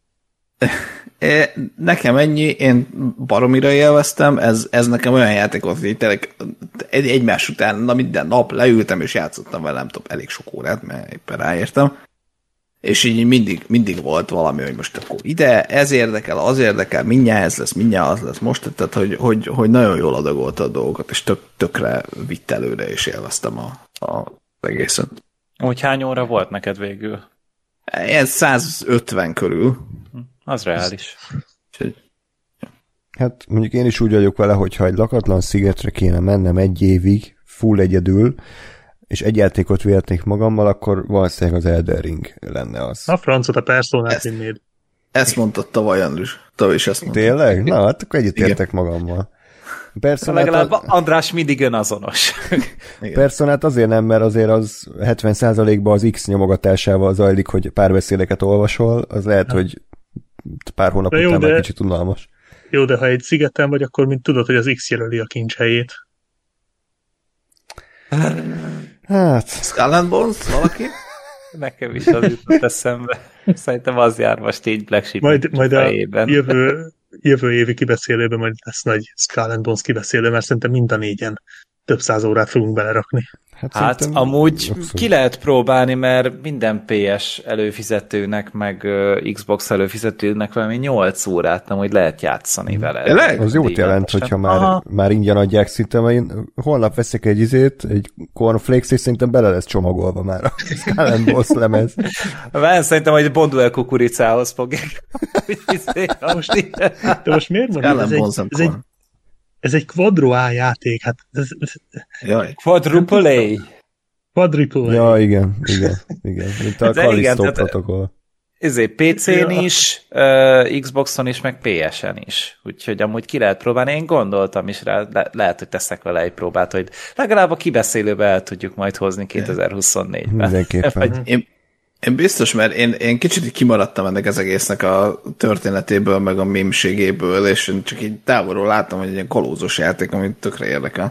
Nekem ennyi, én baromira élveztem, ez, ez nekem olyan játék volt, hogy tényleg egy, egymás után na minden nap leültem és játszottam vele, nem tudom, elég sok órát, mert éppen ráértem, és így mindig, mindig volt valami, hogy most akkor ide, ez érdekel, az érdekel, mindjárt ez lesz, mindjárt az lesz most, tehát hogy, hogy, hogy nagyon jól adagolta a dolgokat, és tök, tökre vitt előre, és élveztem a, a egészen. Úgy hány óra volt neked végül? Ilyen száz ötven körül. Az reális. Hát mondjuk én is úgy vagyok vele, hogy ha egy lakatlan szigetre kéne mennem egy évig, full egyedül, és egy játékot vihetnék magammal, akkor valószínűleg az Elden Ring lenne az. A francot, a Personát vinnéd. Ezt mondtad tavaly, Andrus. Tavaly is ezt mondtad. Tényleg? Na, hát akkor egyetértek magammal. Personát legalább a... András mindig önazonos. Personát azért nem, mert azért az hetven százalékban az X nyomogatásával zajlik, hogy párbeszédeket olvasol, az lehet, ja. hogy pár hónap jó, után de... már kicsit unalmas. Jó, de ha egy szigeten vagy, akkor mint tudod, hogy az X jelöli a kincs helyét. Hát... Skull and Bones, valaki? Nekem is az jutott eszembe. Szerintem az jár most így Black Sheep majd, majd a jövő, jövő évi kibeszélőben majd lesz nagy Skull and Bones kibeszélő, mert szerintem mind a négyen több száz órát fogunk belerakni. Hát, hát amúgy abszolút. Ki lehet próbálni, mert minden pé es előfizetőnek, meg uh, Xbox előfizetőnek valami nyolc órát nem, hogy lehet játszani mm. vele. Ele? Az jót jelent, hogyha már, már ingyen adják szinte, mert én holnap veszek egy izét, egy cornflakes, és szerintem bele lesz csomagolva már a Skull and Bones lemez. Már szerintem, hogy Bonduel kukoricához fogják. most de most miért mondod, ez egy, ez egy Ez egy Quadro A játék, hát ez, ez... Jaj. Quadruple A. Quadruple A. Ja, igen, igen, igen. Mint a Callisto protokoll. Ezért pé cén ja. is, uh, Xboxon is, meg pé esen is. Úgyhogy amúgy ki lehet próbálni. Én gondoltam is rá, le- lehet, hogy teszek vele egy próbát, hogy legalább a kibeszélőbe el tudjuk majd hozni kétezer-huszonnégyben. Mindenképpen. Vagy... Én, én biztos, mert én, én kicsit kimaradtam ennek az egésznek a történetéből, meg a mémségéből, és én csak így távolról láttam, hogy egy ilyen kalózos játék, amit tökre érdekel.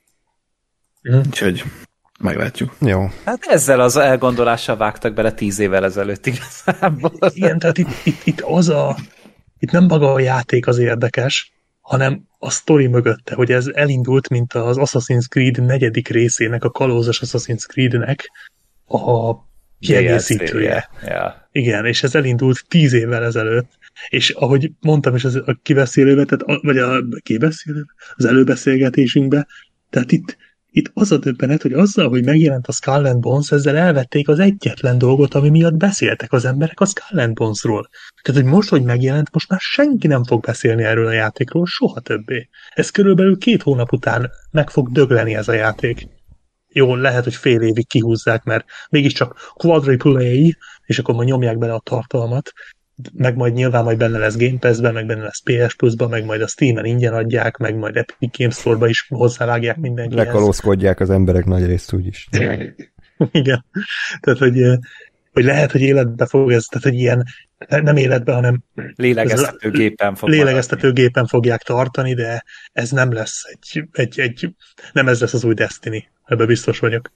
Mm. Úgyhogy meglátjuk. Jó. Hát ezzel az elgondolással vágtak bele tíz évvel ezelőtt igazából. Igen, tehát itt, itt, itt az a... Itt nem maga a játék az érdekes, hanem a sztori mögötte, hogy ez elindult, mint az Assassin's Creed negyedik részének, a kalózos Assassin's Creednek a kiegészítője. Yeah. Igen, és ez elindult tíz évvel ezelőtt, és ahogy mondtam is az, a kibeszélőben, tehát a, vagy a kibeszélőben, az előbeszélgetésünkben, tehát itt, itt az a döbbenet, hogy azzal, hogy megjelent a Skull and Bones, ezzel elvették az egyetlen dolgot, ami miatt beszéltek az emberek a Skull and Bonesról. Tehát, hogy most, hogy megjelent, most már senki nem fog beszélni erről a játékról, soha többé. Ez körülbelül két hónap után meg fog dögleni ez a játék. Jó, lehet, hogy fél évig kihúzzák, mert mégiscsak Quadruple A, és akkor majd nyomják bele a tartalmat, meg majd nyilván majd benne lesz Game Pass-ben, meg benne lesz pé es Plus-ban, meg majd a Steam-en ingyen adják, meg majd Epic Games Store-ba is hozzávágják mindenkihez. Lekalózkodják az emberek nagy részt úgyis. Igen. Tehát, hogy, hogy lehet, hogy életbe fog ez, tehát, hogy ilyen, nem életbe, hanem lélegeztetőgépen fog lélegeztetőgépen fogják tartani, de ez nem lesz egy, egy, egy nem ez lesz az új Destiny. Ebben biztos vagyok.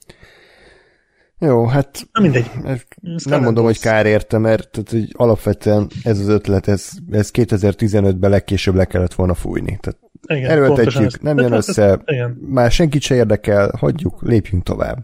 Jó, hát na mindegy. Nem mondom, hogy kár érte, mert tehát, hogy alapvetően ez az ötlet, ez, ez kétezer-tizenötben legkésőbb le kellett volna fújni. Tehát igen, erőltetjük, nem jön össze, igen. Már senkit se érdekel, hagyjuk, lépjünk tovább.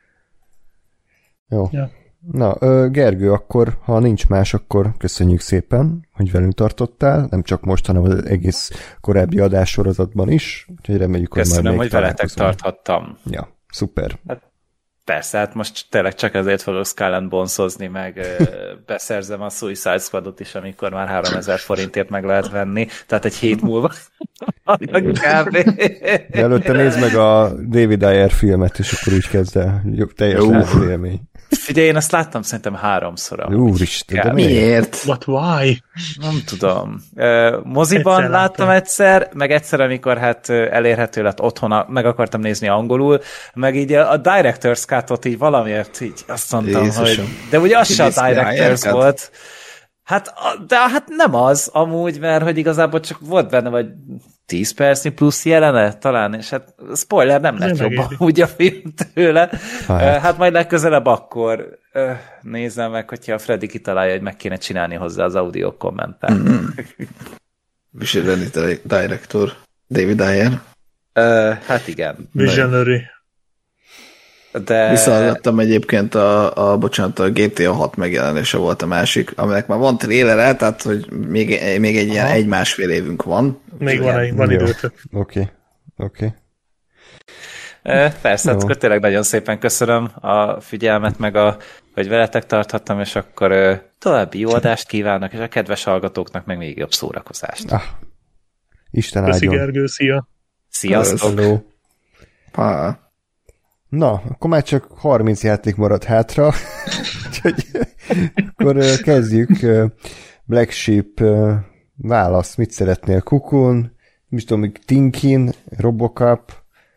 Jó. Ja. Na, Gergő, akkor ha nincs más, akkor köszönjük szépen, hogy velünk tartottál, nem csak most, hanem az egész korábbi adássorozatban is, úgyhogy reméljük, hogy köszönöm, majd hogy veletek tarthattam. Ja, szuper. Hát, Persze, hát most tényleg csak ezért fogok Skull and Bones-ozni, meg beszerzem a Suicide Squadot is, amikor már háromezer forintért meg lehet venni, tehát egy hét múlva kb. Előtte nézd meg a David Ayer filmet, és akkor úgy kezd el. Jobb, teljesen élmény. Figyelj, én azt láttam szerintem háromszor. Úristen, de miért? What, why? Nem tudom. Moziban Egyszer láttam egyszer, meg egyszer, amikor hát elérhető lett otthon, meg akartam nézni angolul, meg így a, a Director's Cut-ot így valamiért így azt mondtam, Jézusom. hogy... De ugye az se a Director's Cut? volt. Hát, de hát nem az amúgy, mert hogy igazából csak volt benne vagy tíz percnyi plusz jelenet talán, és hát spoiler nem lett jobb úgy a film tőle. Hát. hát majd legközelebb akkor nézem meg, hogyha a Freddy kitalálja, hogy meg kéne csinálni hozzá az audio kommentát. Mm-hmm. Visionary Director David Ayer. Uh, hát igen. Visionary. De... Visszahallgattam egyébként a, a, bocsánat, a gé té á hat megjelenése volt a másik, aminek már van trélere, tehát hogy még, még egy ilyen egy-másfél évünk van. Még van, egy, van időtök. Oké, oké. Persze, hát akkor tényleg nagyon szépen köszönöm a figyelmet, meg a, hogy veletek tarthattam, és akkor további jó adást kívánok, és a kedves hallgatóknak meg még jobb szórakozást. Ah, Isten áldjon. Köszi Gergő, szia! Sziasztok! Hello. Pá. Na, akkor már csak harminc játék maradt hátra, úgyhogy akkor kezdjük. Black Sheep válasz, mit szeretnél? Cocoon, mi tudom, Tinkin, Robocop,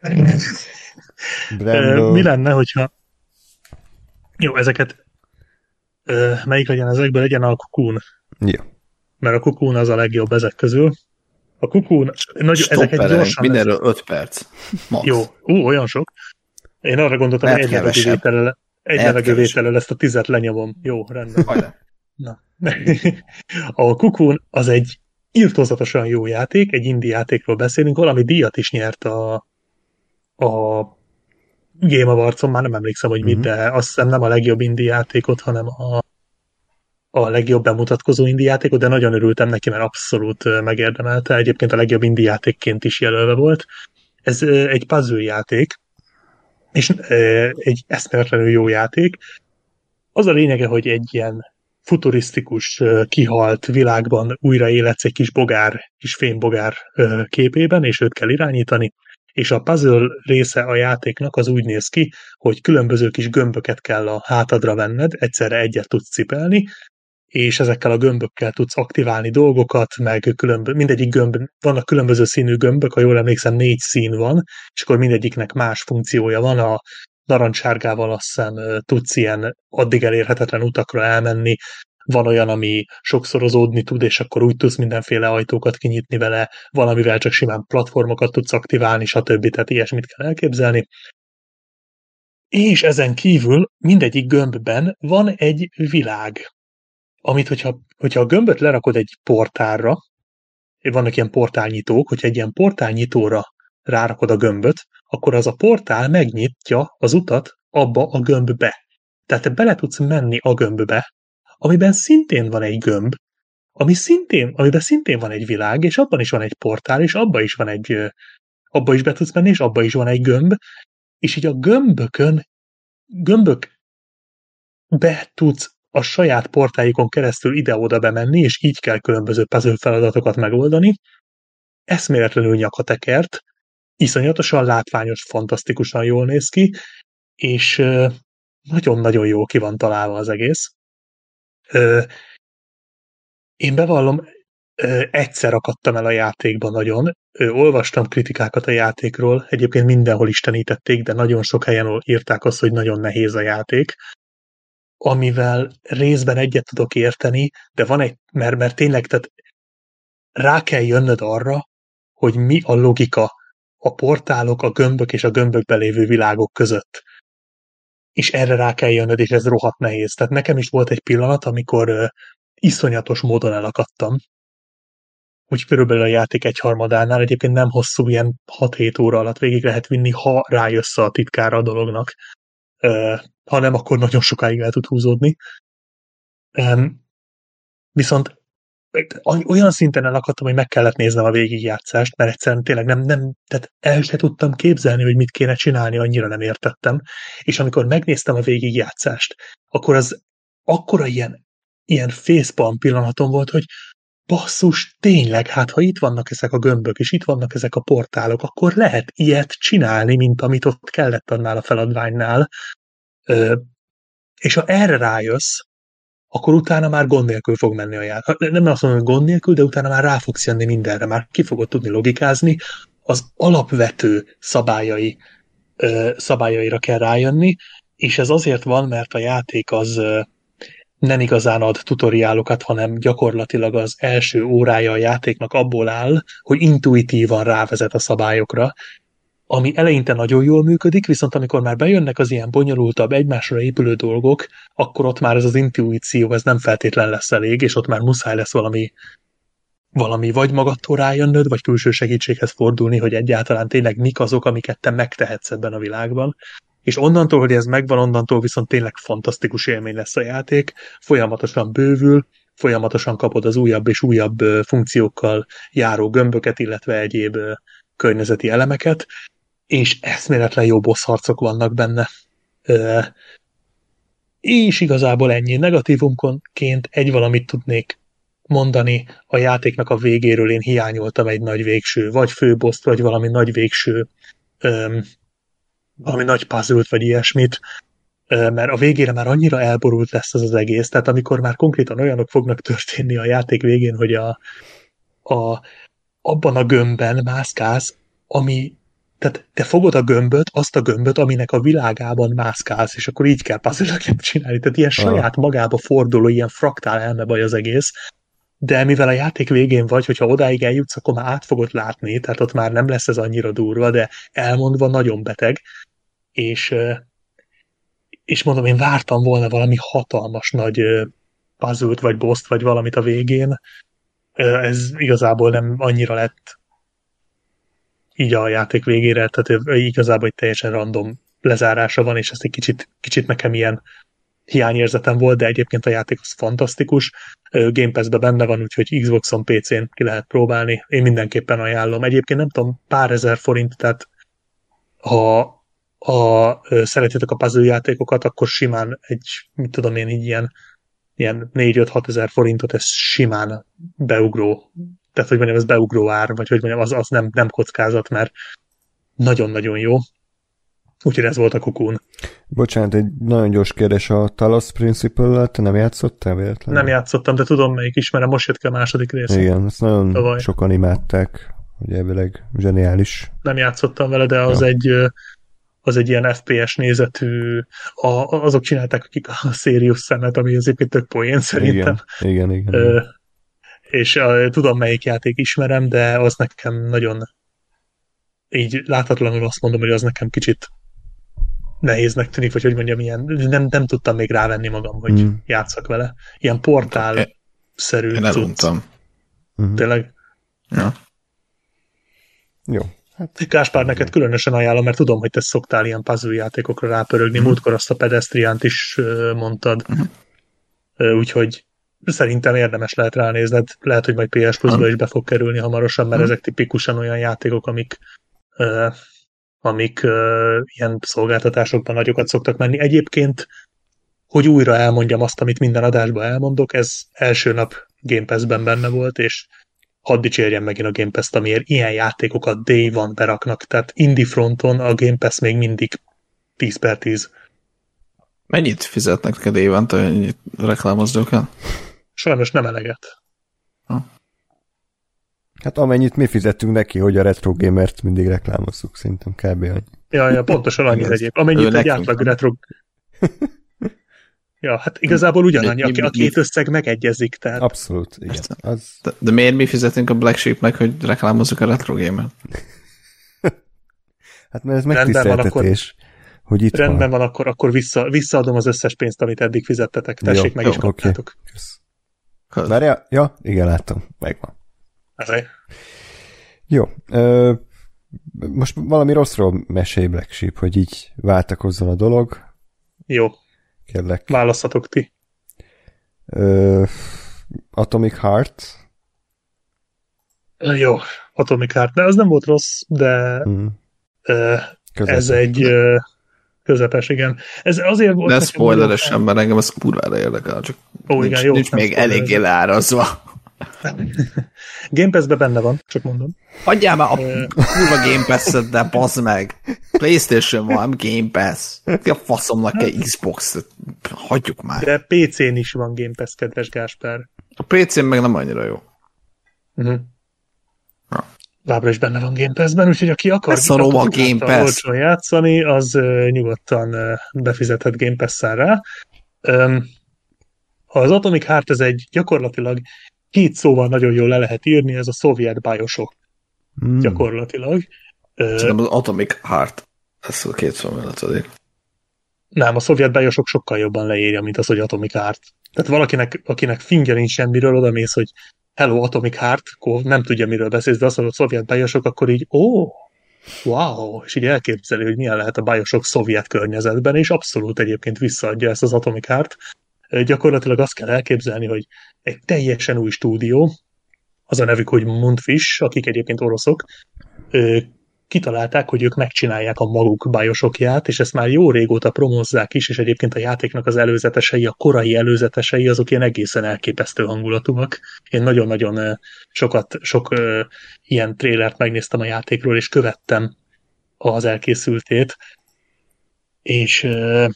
Brando. Mi lenne, hogyha jó, ezeket melyik legyen ezekből, legyen a Cocoon. Jó. Mert a Cocoon az a legjobb ezek közül. A Cocoon, nagy, ezek egy gyorsan... Mindenről öt perc. Max. Jó, ú, olyan sok. Én arra gondoltam, hogy egy levegővétellel, egy levegővétellel ezt a tizet lenyomom. Jó, rendben. Na. A Cocoon az egy irtózatosan jó játék, egy indie játékról beszélünk, valami díjat is nyert a, a Game Awards-on, már nem emlékszem, hogy mit, de azt hiszem nem a legjobb indie játékot, hanem a, a legjobb bemutatkozó indie játékot, de nagyon örültem neki, mert abszolút megérdemelte. Egyébként a legjobb indie játékként is jelölve volt. Ez egy puzzle játék, és egy eszméletlenül jó játék. Az a lényege, hogy egy ilyen futurisztikus, kihalt világban újra életsz egy kis bogár, kis fémbogár képében, és őt kell irányítani, és a puzzle része a játéknak az úgy néz ki, hogy különböző kis gömböket kell a hátadra venned, egyszerre egyet tudsz cipelni, és ezekkel a gömbökkel tudsz aktiválni dolgokat, meg különböző, mindegyik gömb, vannak különböző színű gömbök, ha jól emlékszem, négy szín van, és akkor mindegyiknek más funkciója van, a narancssárgával azt hiszem tudsz ilyen addig elérhetetlen utakra elmenni, van olyan, ami sokszorozódni tud, és akkor úgy tudsz mindenféle ajtókat kinyitni vele, valamivel csak simán platformokat tudsz aktiválni, stb. Tehát ilyesmit kell elképzelni. És ezen kívül mindegyik gömbben van egy világ, amit, hogyha, hogyha a gömböt lerakod egy portálra, vannak ilyen portálnyitók, hogyha egy ilyen portálnyitóra rárakod a gömböt, akkor az a portál megnyitja az utat abba a gömbbe. Tehát te bele tudsz menni a gömbbe, amiben szintén van egy gömb, ami szintén, amiben szintén van egy világ, és abban is van egy portál, és abban is van egy, abba is be tudsz menni, és abban is van egy gömb, és így a gömbökön, gömbök be tudsz a saját portáikon keresztül ide-oda bemenni, és így kell különböző puzzle feladatokat megoldani. Eszméletlenül nyakatekert, iszonyatosan látványos, fantasztikusan jól néz ki, és nagyon-nagyon jól ki van találva az egész. Én bevallom, egyszer akadtam el a játékban nagyon. Olvastam kritikákat a játékról, egyébként mindenhol istenítették, de nagyon sok helyen írták azt, hogy nagyon nehéz a játék, amivel részben egyet tudok érteni, de van egy, mert, mert tényleg, tehát rá kell jönnöd arra, hogy mi a logika a portálok, a gömbök és a gömbökben lévő világok között. És erre rá kell jönnöd, és ez rohadt nehéz. Tehát nekem is volt egy pillanat, amikor uh, iszonyatos módon elakadtam. Úgy körülbelül a játék egyharmadánál, egyébként nem hosszú, ilyen hat-hét óra alatt végig lehet vinni, ha rájössz a titkára a dolognak. Uh, ha nem, akkor nagyon sokáig el tud húzódni. Um, viszont olyan szinten elakadtam, hogy meg kellett néznem a végigjátszást, mert egyszerűen tényleg nem, nem, tehát el se tudtam képzelni, hogy mit kéne csinálni, annyira nem értettem. És amikor megnéztem a végigjátszást, akkor az akkora ilyen, ilyen facepalm pillanatom volt, hogy basszus, tényleg, hát ha itt vannak ezek a gömbök, és itt vannak ezek a portálok, akkor lehet ilyet csinálni, mint amit ott kellett annál a feladványnál. Ö, és ha erre rájössz, akkor utána már gond nélkül fog menni a játék. Nem azt mondom, hogy gond nélkül, de utána már rá fogsz jönni mindenre, már ki fogod tudni logikázni, az alapvető szabályai, ö, szabályaira kell rájönni, és ez azért van, mert a játék az ö, nem igazán ad tutoriálokat, hanem gyakorlatilag az első órája a játéknak abból áll, hogy intuitívan rávezet a szabályokra, ami eleinte nagyon jól működik, viszont amikor már bejönnek az ilyen bonyolultabb, egymásra épülő dolgok, akkor ott már ez az intuíció, ez nem feltétlen lesz elég, és ott már muszáj lesz valami, valami vagy magadtól rájönnöd, vagy külső segítséghez fordulni, hogy egyáltalán tényleg mik azok, amiket te megtehetsz ebben a világban. És onnantól, hogy ez megvan, onnantól viszont tényleg fantasztikus élmény lesz a játék, folyamatosan bővül, folyamatosan kapod az újabb és újabb funkciókkal járó gömböket, illetve egyéb környezeti elemeket, és eszméletlen jó boss harcok vannak benne. És igazából ennyi. Negatívumként egy valamit tudnék mondani, a játéknak a végéről én hiányoltam egy nagy végső, vagy főboszt, vagy valami nagy végső, valami nagy puzzle-t, vagy ilyesmit, mert a végére már annyira elborult lesz ez az egész, tehát amikor már konkrétan olyanok fognak történni a játék végén, hogy a, a, abban a gömbben mászkálsz, ami, tehát te fogod a gömböt, azt a gömböt, aminek a világában mászkálsz, és akkor így kell puzzle-öket csinálni, tehát ilyen saját magába forduló, ilyen fraktál elmebaj az egész, de mivel a játék végén vagy, hogyha odáig eljutsz, akkor már át fogod látni, tehát ott már nem lesz ez annyira durva, de elmondva nagyon beteg, és, és mondom, én vártam volna valami hatalmas nagy puzzle-t, vagy boss-t, vagy valamit a végén, ez igazából nem annyira lett így a játék végére, tehát igazából egy teljesen random lezárása van, és ezt egy kicsit, kicsit nekem ilyen hiányérzetem volt, de egyébként a játék az fantasztikus. Game Pass-ben benne van, úgyhogy Xboxon, pé cén ki lehet próbálni. Én mindenképpen ajánlom. Egyébként nem tudom, pár ezer forint, tehát ha, ha szeretitek a puzzle játékokat, akkor simán egy, mit tudom én, így ilyen, ilyen négy-öt-hat ezer forintot, ez simán beugró, tehát hogy mondjam, ez beugró ár, vagy hogy mondjam, az, az nem, nem kockázat, mert nagyon-nagyon jó. Úgyhogy ez volt a Cocoon. Bocsánat, egy nagyon gyors kérdés, a Talos Principle-lel te nem játszottál véletlenül? Nem játszottam, de tudom melyik ismerem, most jött ki a második rész. Igen, ezt nagyon Tavaly. Sokan imádták, hogy elvileg zseniális. Nem játszottam vele, de az, ja. egy, az egy ilyen ef pé es nézetű, a, azok csinálták, akik a Serious Sam-et, ami az egy tök poén szerintem. Igen, igen, igen. Ö, igen. És a, tudom melyik játék ismerem, de az nekem nagyon így láthatatlanul azt mondom, hogy az nekem kicsit nehéznek tűnik, vagy hogy mondjam, ilyen, nem, nem tudtam még rávenni magam, hogy mm. játszak vele. Ilyen portál-szerű Én eluntam. Tényleg? Ja. Jó. Hát, Gáspár, neked különösen ajánlom, mert tudom, hogy te szoktál ilyen puzzle játékokra rápörögni. Mm. Múltkor azt a pedestriánt is uh, mondtad. Mm. Uh, úgyhogy szerintem érdemes lehet ránézned. Lehet, hogy majd pé es Plus-ba mm. is be fog kerülni hamarosan, mert mm. ezek tipikusan olyan játékok, amik uh, amik uh, ilyen szolgáltatásokban nagyokat szoktak menni. Egyébként, hogy újra elmondjam azt, amit minden adásban elmondok, ez első nap Game Pass-ben benne volt, és hadd dicsérjem megint a Game Pass-t, amiért ilyen játékokat day one beraknak, tehát indie fronton a Game Pass még mindig tíz per tíz. Mennyit fizetnek neked évente, hogy ennyit reklámozdok el? Sajnos nem eleget. Ha. Hát amennyit mi fizettünk neki, hogy a Retro Gamert mindig reklámozzuk, szerintem kb. Annyi. Ja, ja, pontosan annyi egyéb. Amennyit egy átlag retro... Ja, hát igazából ugyanannyi, mi, mi, a két összeg megegyezik, tehát... Abszolút, igen. Az... De, de miért mi fizetünk a Black Sheepnek, hogy reklámozzuk a Retro Gamert? Hát mert ez megtiszteltetés, hogy itt rendben van. van, akkor, akkor vissza, visszaadom az összes pénzt, amit eddig fizettetek. Tessék, jó, meg jó, is kaptátok. Okay. Várjál, ja, igen, láttam, megvan. Ezért. Jó. Ö, most valami rosszról mesélj, Black Sheep, hogy így váltakozzon a dolog. Jó. Kérlek. Választhatok ti. Ö, Atomic Heart Jó, Atomic Heart. De az nem volt rossz, de mm. uh, ez egy uh, közepes, igen. Ez azért volt... De spoileresen, mert engem ez kurvára érdekel, csak Ó, nincs, igen, jó, nincs még eléggé leárazva. Game Pass-ben benne van, csak mondom. Hagyjál már a kurva Game Pass-et, de bazd meg. PlayStation van, Game Pass. A faszomnak kell Xbox-t. Hagyjuk már. De pé cén is van Game Pass, kedves Gáspár. A pé cén meg nem annyira jó. Uh-huh. Lábra is benne van Game Pass-ben, úgyhogy aki akar szarom a Game Pass. játszani, az uh, nyugodtan uh, befizethet Game Pass-en rá. Um, az Atomic Heart ez egy gyakorlatilag két szóval nagyon jól le lehet írni, ez a szovjet BioShock. Mm. Gyakorlatilag. Szerintem az Atomic Heart. Ez a két szó mellett azért. Nem, a szovjet BioShock sokkal jobban leírja, mint az, hogy Atomic Heart. Tehát valakinek, akinek fingja nincs semmiről, odamész, hogy hello, Atomic Heart, akkor nem tudja, miről beszélsz, de azt mondod, szovjet BioShock, akkor így, ó, oh, wow, és így elképzeli, hogy milyen lehet a BioShock szovjet környezetben, és abszolút egyébként visszaadja ezt az Atomic Heart. Gyakorlatilag azt kell elképzelni, hogy egy teljesen új stúdió, az a nevük, hogy Moonfish, akik egyébként oroszok, kitalálták, hogy ők megcsinálják a maguk BioShockját, és ezt már jó régóta promózzák is, és egyébként a játéknak az előzetesei, a korai előzetesei, azok ilyen egészen elképesztő hangulatúak. Én nagyon-nagyon sokat, sok ilyen trélert megnéztem a játékról, és követtem az elkészültét, és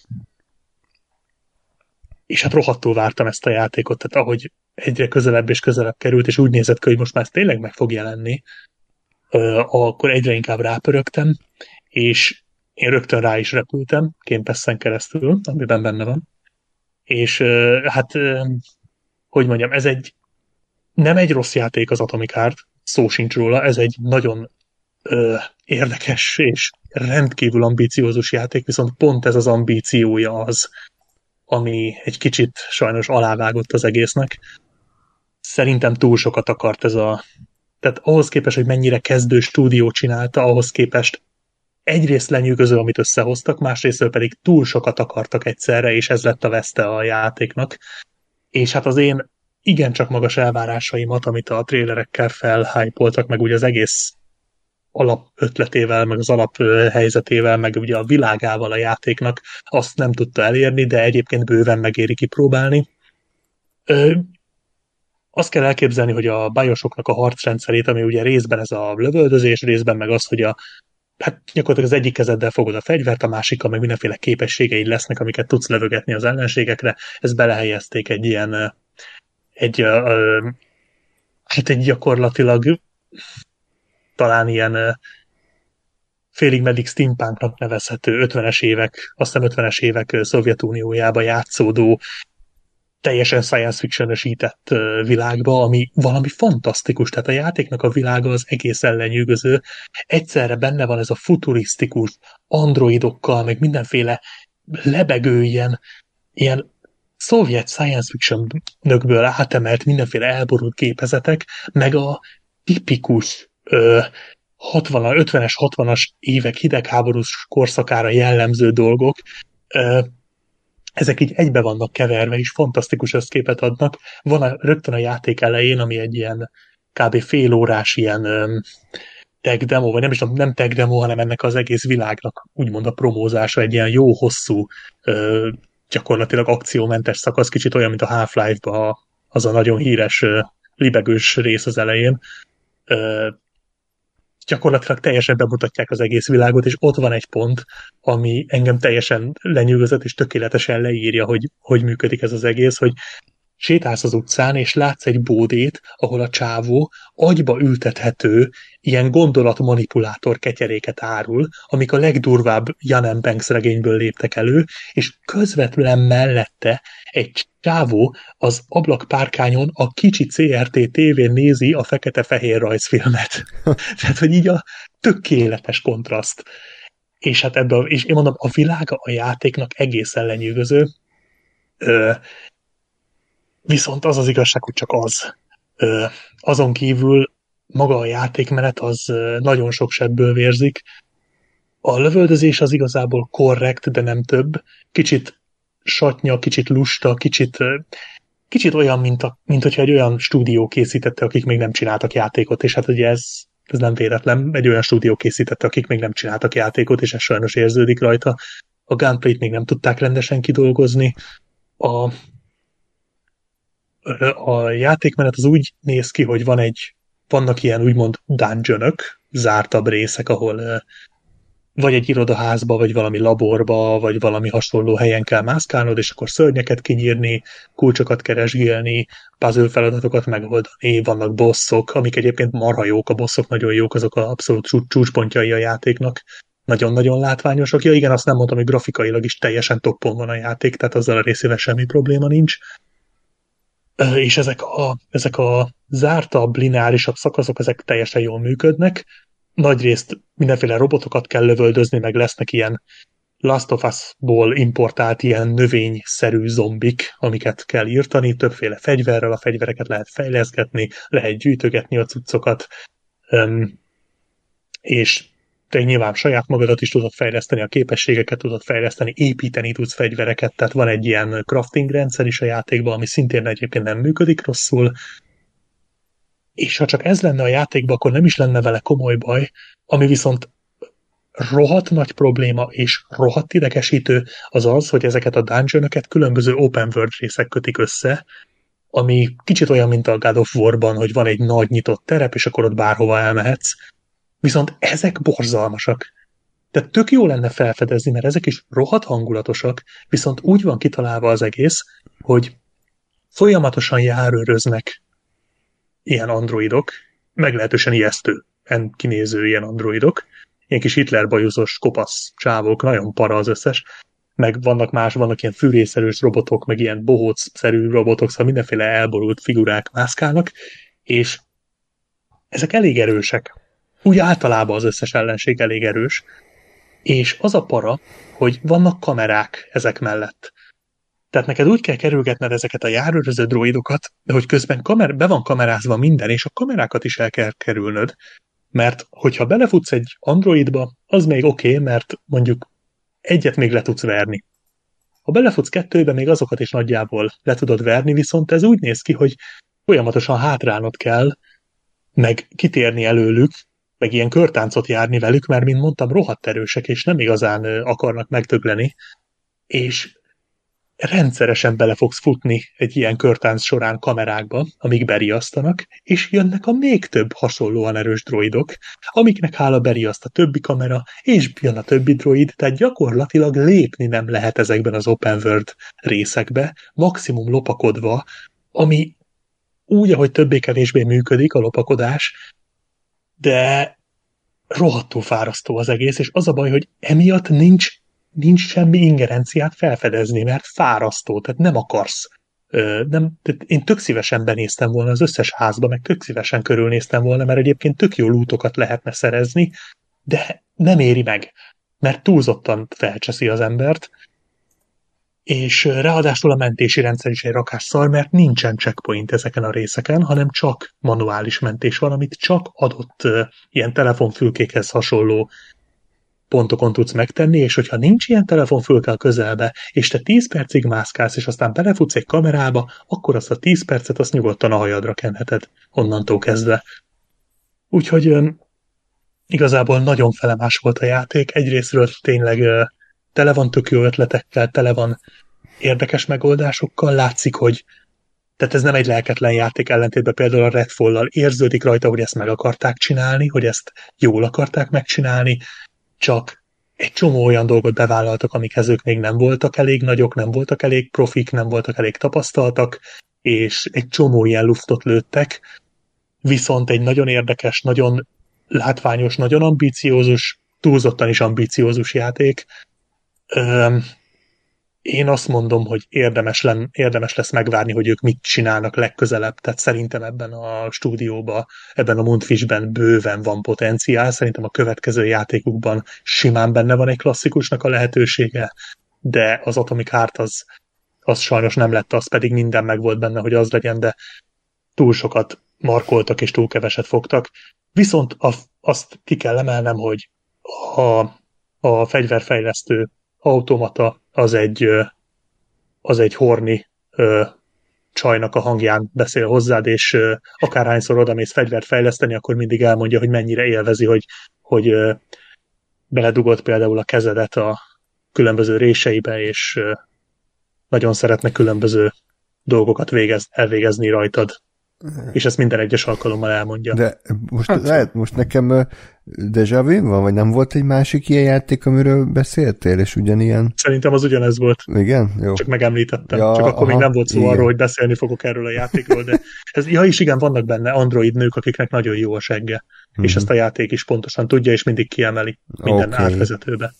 és hát rohadtul vártam ezt a játékot, tehát ahogy egyre közelebb és közelebb került, és úgy nézett ki, hogy most már ez tényleg meg fog jelenni, akkor egyre inkább rápörögtem, és én rögtön rá is repültem, Game Pass-en keresztül, amiben benne van. És hát, hogy mondjam, ez egy nem egy rossz játék az Atomic Heart, szó sincs róla, ez egy nagyon ö, érdekes és rendkívül ambíciózus játék, viszont pont ez az ambíciója az, ami egy kicsit sajnos alávágott az egésznek. Szerintem túl sokat akart ez a... Tehát ahhoz képest, hogy mennyire kezdő stúdió csinálta, ahhoz képest egyrészt lenyűgöző, amit összehoztak, másrészt pedig túl sokat akartak egyszerre, és ez lett a veszte a játéknak. És hát az én igencsak magas elvárásaimat, amit a trélerekkel felhypoltak, meg ugye az egész alap ötletével, meg az alap helyzetével, meg ugye a világával a játéknak, azt nem tudta elérni, de egyébként bőven megéri kipróbálni. Ö, azt kell elképzelni, hogy a BioShocknak a harcrendszerét, ami ugye részben ez a lövöldözés, részben meg az, hogy a hát gyakorlatilag az egyik kezeddel fogod a fegyvert, a másikkal meg mindenféle képességeid lesznek, amiket tudsz lövögetni az ellenségekre, ezt belehelyezték egy ilyen egy, ö, hát egy gyakorlatilag talán ilyen félig meddig steampunknak nevezhető ötvenes évek, azt hiszem ötvenes évek Szovjetuniójába játszódó, teljesen science fiction-ösített világba, ami valami fantasztikus, tehát a játéknak a világa az egész ellenyűgöző. Egyszerre benne van ez a futurisztikus androidokkal, meg mindenféle lebegő ilyen, ilyen szovjet science fiction-nökből átemelt mindenféle elborult gépezetek, meg a tipikus hatvanas, ötvenes, hatvanas évek hidegháborús korszakára jellemző dolgok, ezek így egybe vannak keverve, és fantasztikus összképet adnak. Van a, rögtön a játék elején, ami egy ilyen kb. Fél órás ilyen tech demo, vagy nem is nem tech demo, hanem ennek az egész világnak úgymond a promózása, egy ilyen jó hosszú, gyakorlatilag akciómentes szakasz, kicsit olyan, mint a Half-Life-ban az a nagyon híres libegős rész az elején. Gyakorlatilag teljesen bemutatják az egész világot, és ott van egy pont, ami engem teljesen lenyűgözött, és tökéletesen leírja, hogy hogy működik ez az egész, hogy sétálsz az utcán, és látsz egy bódét, ahol a csávó agyba ültethető ilyen gondolatmanipulátor ketyeréket árul, amik a legdurvább Jan M. Banks regényből léptek elő, és közvetlen mellette egy csávó az ablakpárkányon a kicsi cé er té tévén nézi a fekete-fehér rajzfilmet. Tehát, hogy így a tökéletes kontraszt. És hát ebből, és én mondom, a világa a játéknak egészen lenyűgöző, Ö, viszont az az igazság, hogy csak az. Ö, azon kívül maga a játékmenet az nagyon sok sebből vérzik. A lövöldözés az igazából korrekt, de nem több. Kicsit satnya, kicsit lusta, kicsit kicsit olyan, mint, a, mint hogyha egy olyan stúdió készítette, akik még nem csináltak játékot, és hát ugye ez, ez nem véletlen, egy olyan stúdió készítette, akik még nem csináltak játékot, és ez sajnos érződik rajta. A gameplayt még nem tudták rendesen kidolgozni. A, a játékmenet az úgy néz ki, hogy van egy, vannak ilyen úgymond dungeonök, zártabb részek, ahol vagy egy irodaházba, vagy valami laborba, vagy valami hasonló helyen kell mászkálnod, és akkor szörnyeket kinyírni, kulcsokat keresgélni, puzzle feladatokat megoldani, vannak bosszok, amik egyébként marha jók, a bosszok nagyon jók, azok a abszolút csúcspontjai a játéknak. Nagyon-nagyon látványosak. Ja igen, azt nem mondtam, hogy grafikailag is teljesen toppon van a játék, tehát azzal a részével semmi probléma nincs. És ezek a, ezek a zártabb, lineárisabb szakaszok, ezek teljesen jól működnek. Nagyrészt mindenféle robotokat kell lövöldözni, meg lesznek ilyen Last of Us-ból importált ilyen növényszerű zombik, amiket kell írtani, többféle fegyverrel, a fegyvereket lehet fejleszgetni, lehet gyűjtögetni a cuccokat, um, és te nyilván saját magadat is tudod fejleszteni, a képességeket tudod fejleszteni, építeni tudsz fegyvereket, tehát van egy ilyen crafting rendszer is a játékban, ami szintén egyébként nem működik rosszul, és ha csak ez lenne a játékban, akkor nem is lenne vele komoly baj, ami viszont rohadt nagy probléma és rohadt idegesítő az az, hogy ezeket a dungeonöket különböző open world részek kötik össze, ami kicsit olyan, mint a God of War-ban, hogy van egy nagy nyitott terep, és akkor ott bárhova elmehetsz. Viszont ezek borzalmasak. Tehát tök jó lenne felfedezni, mert ezek is rohadt hangulatosak, viszont úgy van kitalálva az egész, hogy folyamatosan járőröznek ilyen androidok, meglehetősen ijesztő kinéző ilyen androidok, ilyen kis Hitler-bajuzos kopasz csávók, nagyon para az összes, meg vannak más, vannak ilyen fűrészerős robotok, meg ilyen bohóc-szerű robotok, szóval mindenféle elborult figurák mászkálnak, és ezek elég erősek. Úgy általában az összes ellenség elég erős, és az a para, hogy vannak kamerák ezek mellett. Tehát neked úgy kell kerülgetned ezeket a járőröző droidokat, de hogy közben kamer- be van kamerázva minden, és a kamerákat is el kell kerülnöd, mert hogyha belefutsz egy androidba, az még oké, okay, mert mondjuk egyet még le tudsz verni. Ha belefutsz kettőbe, még azokat is nagyjából le tudod verni, viszont ez úgy néz ki, hogy folyamatosan hátrálnod kell, meg kitérni előlük, meg ilyen körtáncot járni velük, mert mint mondtam, rohadt erősek, és nem igazán akarnak megdögleni, és rendszeresen bele fogsz futni egy ilyen körtánc során kamerákba, amik beriasztanak, és jönnek a még több hasonlóan erős droidok, amiknek hála beriaszt a többi kamera, és jön a többi droid, tehát gyakorlatilag lépni nem lehet ezekben az open world részekbe, maximum lopakodva, ami úgy, ahogy többé-kevésbé működik a lopakodás, de rohadtul fárasztó az egész, és az a baj, hogy emiatt nincs nincs semmi ingerenciát felfedezni, mert fárasztó, tehát nem akarsz. Ö, nem, tehát én tök szívesen benéztem volna az összes házba, meg tök szívesen körülnéztem volna, mert egyébként tök jó lútokat lehetne szerezni, de nem éri meg, mert túlzottan felcseszi az embert, és ráadásul a mentési rendszer is egy rakás szar, mert nincsen checkpoint ezeken a részeken, hanem csak manuális mentés van, amit csak adott uh, ilyen telefonfülkékhez hasonló pontokon tudsz megtenni, és hogyha nincs ilyen telefonfülke a közelbe, és te tíz percig mászkálsz, és aztán belefutsz egy kamerába, akkor azt a tíz percet azt nyugodtan a hajadra kenheted onnantól kezdve. Úgyhogy um, igazából nagyon felemás volt a játék. Egyrésztről tényleg uh, tele van tök jó ötletekkel, tele van érdekes megoldásokkal, látszik, hogy tehát ez nem egy lelketlen játék, ellentétben például a Redfall-lal érződik rajta, hogy ezt meg akarták csinálni, hogy ezt jól akarták megcsinálni, csak egy csomó olyan dolgot bevállaltak, amikhez ők még nem voltak elég nagyok, nem voltak elég profik, nem voltak elég tapasztaltak, és egy csomó ilyen luftot lőttek, viszont egy nagyon érdekes, nagyon látványos, nagyon ambiciózus, túlzottan is ambiciózus játék. Üm, én azt mondom, hogy érdemes, len, érdemes lesz megvárni, hogy ők mit csinálnak legközelebb, tehát szerintem ebben a stúdióban, ebben a Moonfishben bőven van potenciál, szerintem a következő játékukban simán benne van egy klasszikusnak a lehetősége, de az Atomic Heart az, az sajnos nem lett, az pedig minden meg volt benne, hogy az legyen, de túl sokat markoltak és túl keveset fogtak. Viszont a, azt ki kell emelnem, hogy a, a fegyverfejlesztő automata az egy, az egy horni csajnak a hangján beszél hozzád, és uh, akárhányszor odamész fegyvert fejleszteni, akkor mindig elmondja, hogy mennyire élvezi, hogy, hogy uh, beledugott például a kezedet a különböző réseibe, és uh, nagyon szeretne különböző dolgokat végez, elvégezni rajtad. És ezt minden egyes alkalommal elmondja. De most, hát, lehet, most nekem déjà vu van, vagy nem volt egy másik ilyen játék, amiről beszéltél, és ugyanilyen? Szerintem az ugyanez volt. Igen? Jó. Csak megemlítettem. Ja, Csak akkor aha, még nem volt szó igen. arról, hogy beszélni fogok erről a játékról, de ez, ja is igen, vannak benne android nők, akiknek nagyon jó a segge. Mm-hmm. És ezt a játék is pontosan tudja, és mindig kiemeli minden okay. átvezetőbe.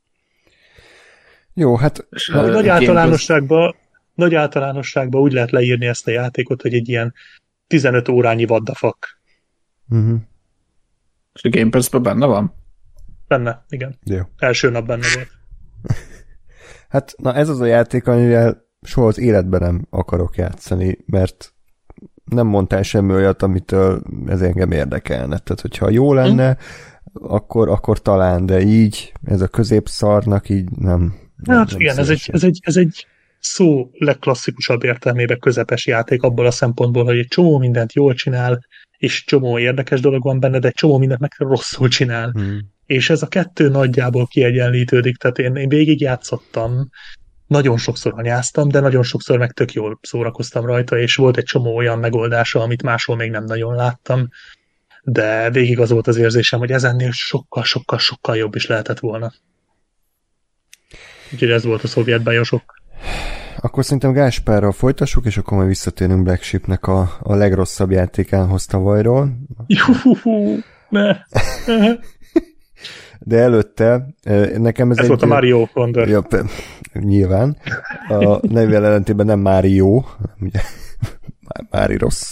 Jó, hát... Na, nagy általánosságban nagy általánosságban úgy lehet leírni ezt a játékot, hogy egy ilyen tizenöt órányi what the fuck. Uh-huh. És a Game Pass-ben benne van? Benne, igen. Jó. Első nap benne volt. Hát, na ez az a játék, amivel soha az életben nem akarok játszani, mert nem mondtál semmi olyat, amitől ez engem érdekelne. Tehát, hogyha jó lenne, hmm. akkor, akkor talán, de így, ez a középszarnak így nem... nem hát nem igen, ez egy, ez, egy, ez egy szó legklasszikusabb értelmében közepes játék abból a szempontból, hogy egy csomó mindent jól csinál, és csomó érdekes dolog van benne, de egy csomó mindent meg rosszul csinál. Hmm. És ez a kettő nagyjából kiegyenlítődik, tehát én, én végig játszottam, nagyon sokszor anyáztam, de nagyon sokszor meg tök jól szórakoztam rajta, és volt egy csomó olyan megoldása, amit máshol még nem nagyon láttam, de végig az volt az érzésem, hogy ezennél sokkal, sokkal, sokkal jobb is lehetett volna. Úgyhogy ez volt a szovjet bajosok. Akkor szerintem Gáspárral folytassuk, és akkor majd visszatérünk Black Sheepnek a, a legrosszabb játékához tavalyról. Juhuhu, ne. De előtte nekem ez, ez egy... volt a Mario Wonder. Ja, nyilván. A nevével ellentétben nem Mario, ugye Mári rossz.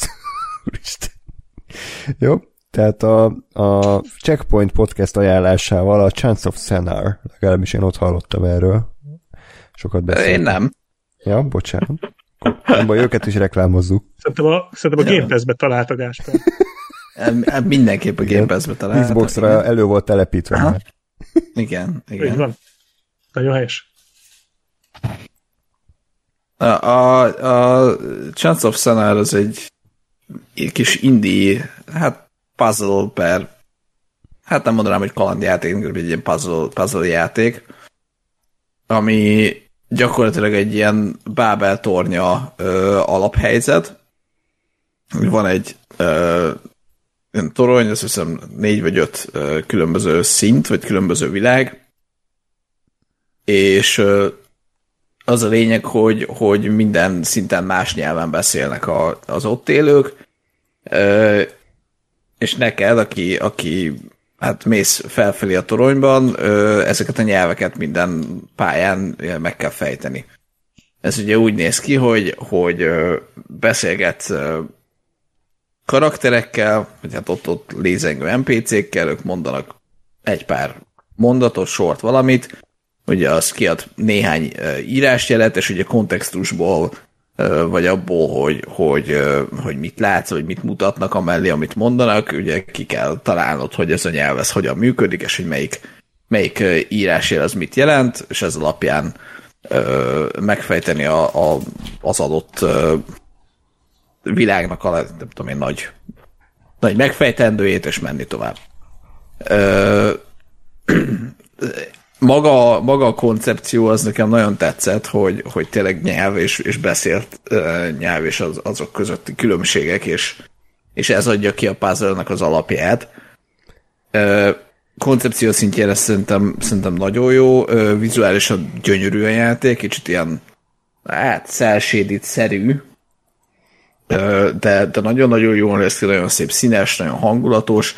Jó, tehát a, a Checkpoint podcast ajánlásával a Chance of Senar, legalábbis én ott hallottam erről. Sokat beszéltem. Én nem. Ja, bocsánat. Nem baj, őket is reklámozzuk. Szerintem a, szerintem a Game Pass-be találta Gáspár. Mindenképp a Game Pass-be találta. Xbox-ra igen. Elő volt telepítve aha. már. Igen, igen. Így van. Nagyon helyes. A, a, a Chance of Senar az egy, egy kis indie, hát puzzle per, hát nem mondanám, hogy kalandjáték, egy ilyen puzzle, puzzle játék, ami gyakorlatilag egy ilyen Bábel tornya ö, alaphelyzet. Van egy ö, torony, azt hiszem négy vagy öt ö, különböző szint, vagy különböző világ, és ö, az a lényeg, hogy, hogy minden szinten más nyelven beszélnek a, az ott élők, ö, és neked, aki, aki hát mész felfelé a toronyban, ö, ezeket a nyelveket minden pályán meg kell fejteni. Ez ugye úgy néz ki, hogy, hogy ö, beszélgetsz ö, karakterekkel, vagy hát ott-ott lézengő en pé cékkel, ők mondanak egy pár mondatot, sort, valamit, ugye az kiad néhány ö, írásjelet, és ugye kontextusból vagy abból, hogy, hogy, hogy mit látsz, vagy mit mutatnak amellé, amit mondanak, ugye ki kell találnod, hogy ez a nyelv ez hogyan működik, és hogy melyik, melyik írásjel az mit jelent, és ez alapján ö, megfejteni a, a, az adott ö, világnak a nem tudom én, nagy, nagy megfejtendőjét, és menni tovább. Ö, Maga, maga a koncepció az nekem nagyon tetszett, hogy, hogy tényleg nyelv és, és beszélt uh, nyelv és az, azok közötti különbségek, és, és ez adja ki a puzzle-nak az alapját. Uh, koncepció szintjén ez szerintem, szerintem nagyon jó, uh, vizuálisan gyönyörű a játék, kicsit ilyen hát cel-shaded-szerű, uh, de, de nagyon-nagyon jól néz ki, nagyon szép színes, nagyon hangulatos.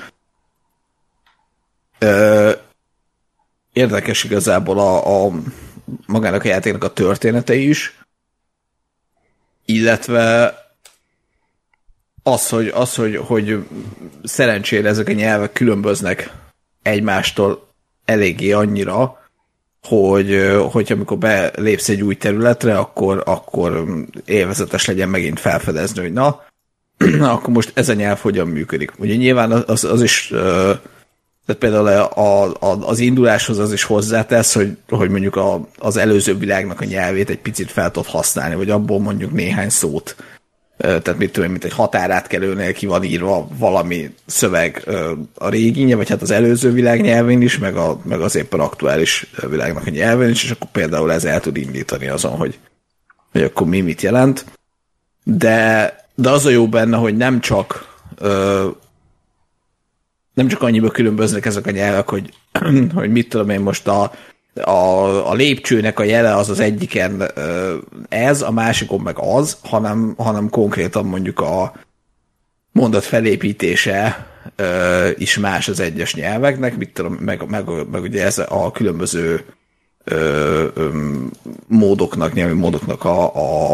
Uh, Érdekes igazából a, a magának a játéknak a története is, illetve az, hogy, az, hogy, hogy szerencsére ezek a nyelvek különböznek egymástól eléggé annyira, hogy, hogy amikor belépsz egy új területre, akkor, akkor élvezetes legyen megint felfedezni, hogy na, akkor most ez a nyelv hogyan működik. Ugye nyilván az, az is Tehát például a, a, az induláshoz az is hozzátesz, hogy, hogy mondjuk a, az előző világnak a nyelvét egy picit fel tud használni, vagy abból mondjuk néhány szót. Tehát mit tudom, mint egy határátkelőnél ki van írva valami szöveg a régi, vagy hát az előző világ nyelvén is, meg, a, meg az éppen aktuális világnak a nyelvén is, és akkor például ez el tud indítani azon, hogy, hogy akkor mi mit jelent. De, de az a jó benne, hogy nem csak nem csak annyiba különböznek ezek a nyelvek, hogy, hogy mit tudom én most a, a, a lépcsőnek a jele az az egyiken ez, a másikon meg az, hanem, hanem konkrétan mondjuk a mondat felépítése is más az egyes nyelveknek, mit tudom, meg, meg, meg ugye ez a különböző ö, ö, módoknak, nyelvi módoknak a, a,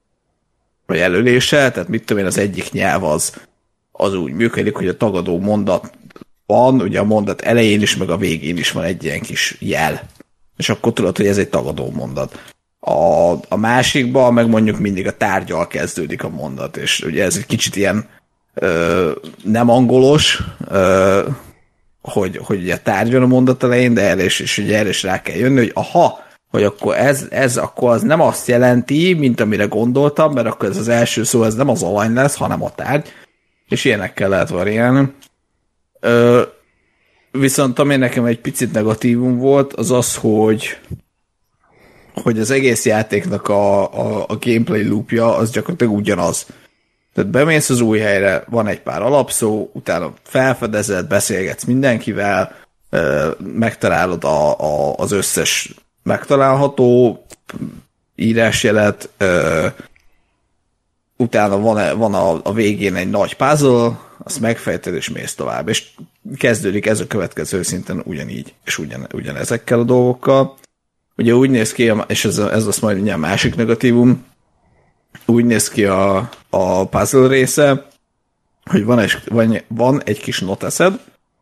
a jelölése, tehát mit tudom én, az egyik nyelv az, az úgy működik, hogy a tagadó mondat van, ugye a mondat elején is, meg a végén is van egy ilyen kis jel. És akkor tudod, hogy ez egy tagadó mondat. A, a másikban meg mondjuk mindig a tárgyal kezdődik a mondat, és ugye ez egy kicsit ilyen ö, nem angolos, ö, hogy, hogy ugye tárgyal a mondat elején, de el is, és ugye el is rá kell jönni, hogy aha, hogy akkor ez, ez akkor az nem azt jelenti, mint amire gondoltam, mert akkor ez az első szó, ez nem az alany lesz, hanem a tárgy, és ilyenekkel lehet variálni. Ö, viszont ami nekem egy picit negatívum volt, az az, hogy hogy az egész játéknak a, a, a gameplay loopja az gyakorlatilag ugyanaz. Tehát bemész az új helyre, van egy pár alapszó, utána felfedezed, beszélgetsz mindenkivel, ö, megtalálod a, a, az összes megtalálható írásjelet, ö, utána van, van a, a végén egy nagy puzzle, azt megfejted és mész tovább, és kezdődik ez a következő szinten ugyanígy, és ugyan, ugyanezekkel a dolgokkal. Ugye úgy néz ki, és ez, ez az majd a másik negatívum, úgy néz ki a, a puzzle része, hogy van egy, van, van egy kis noteszed,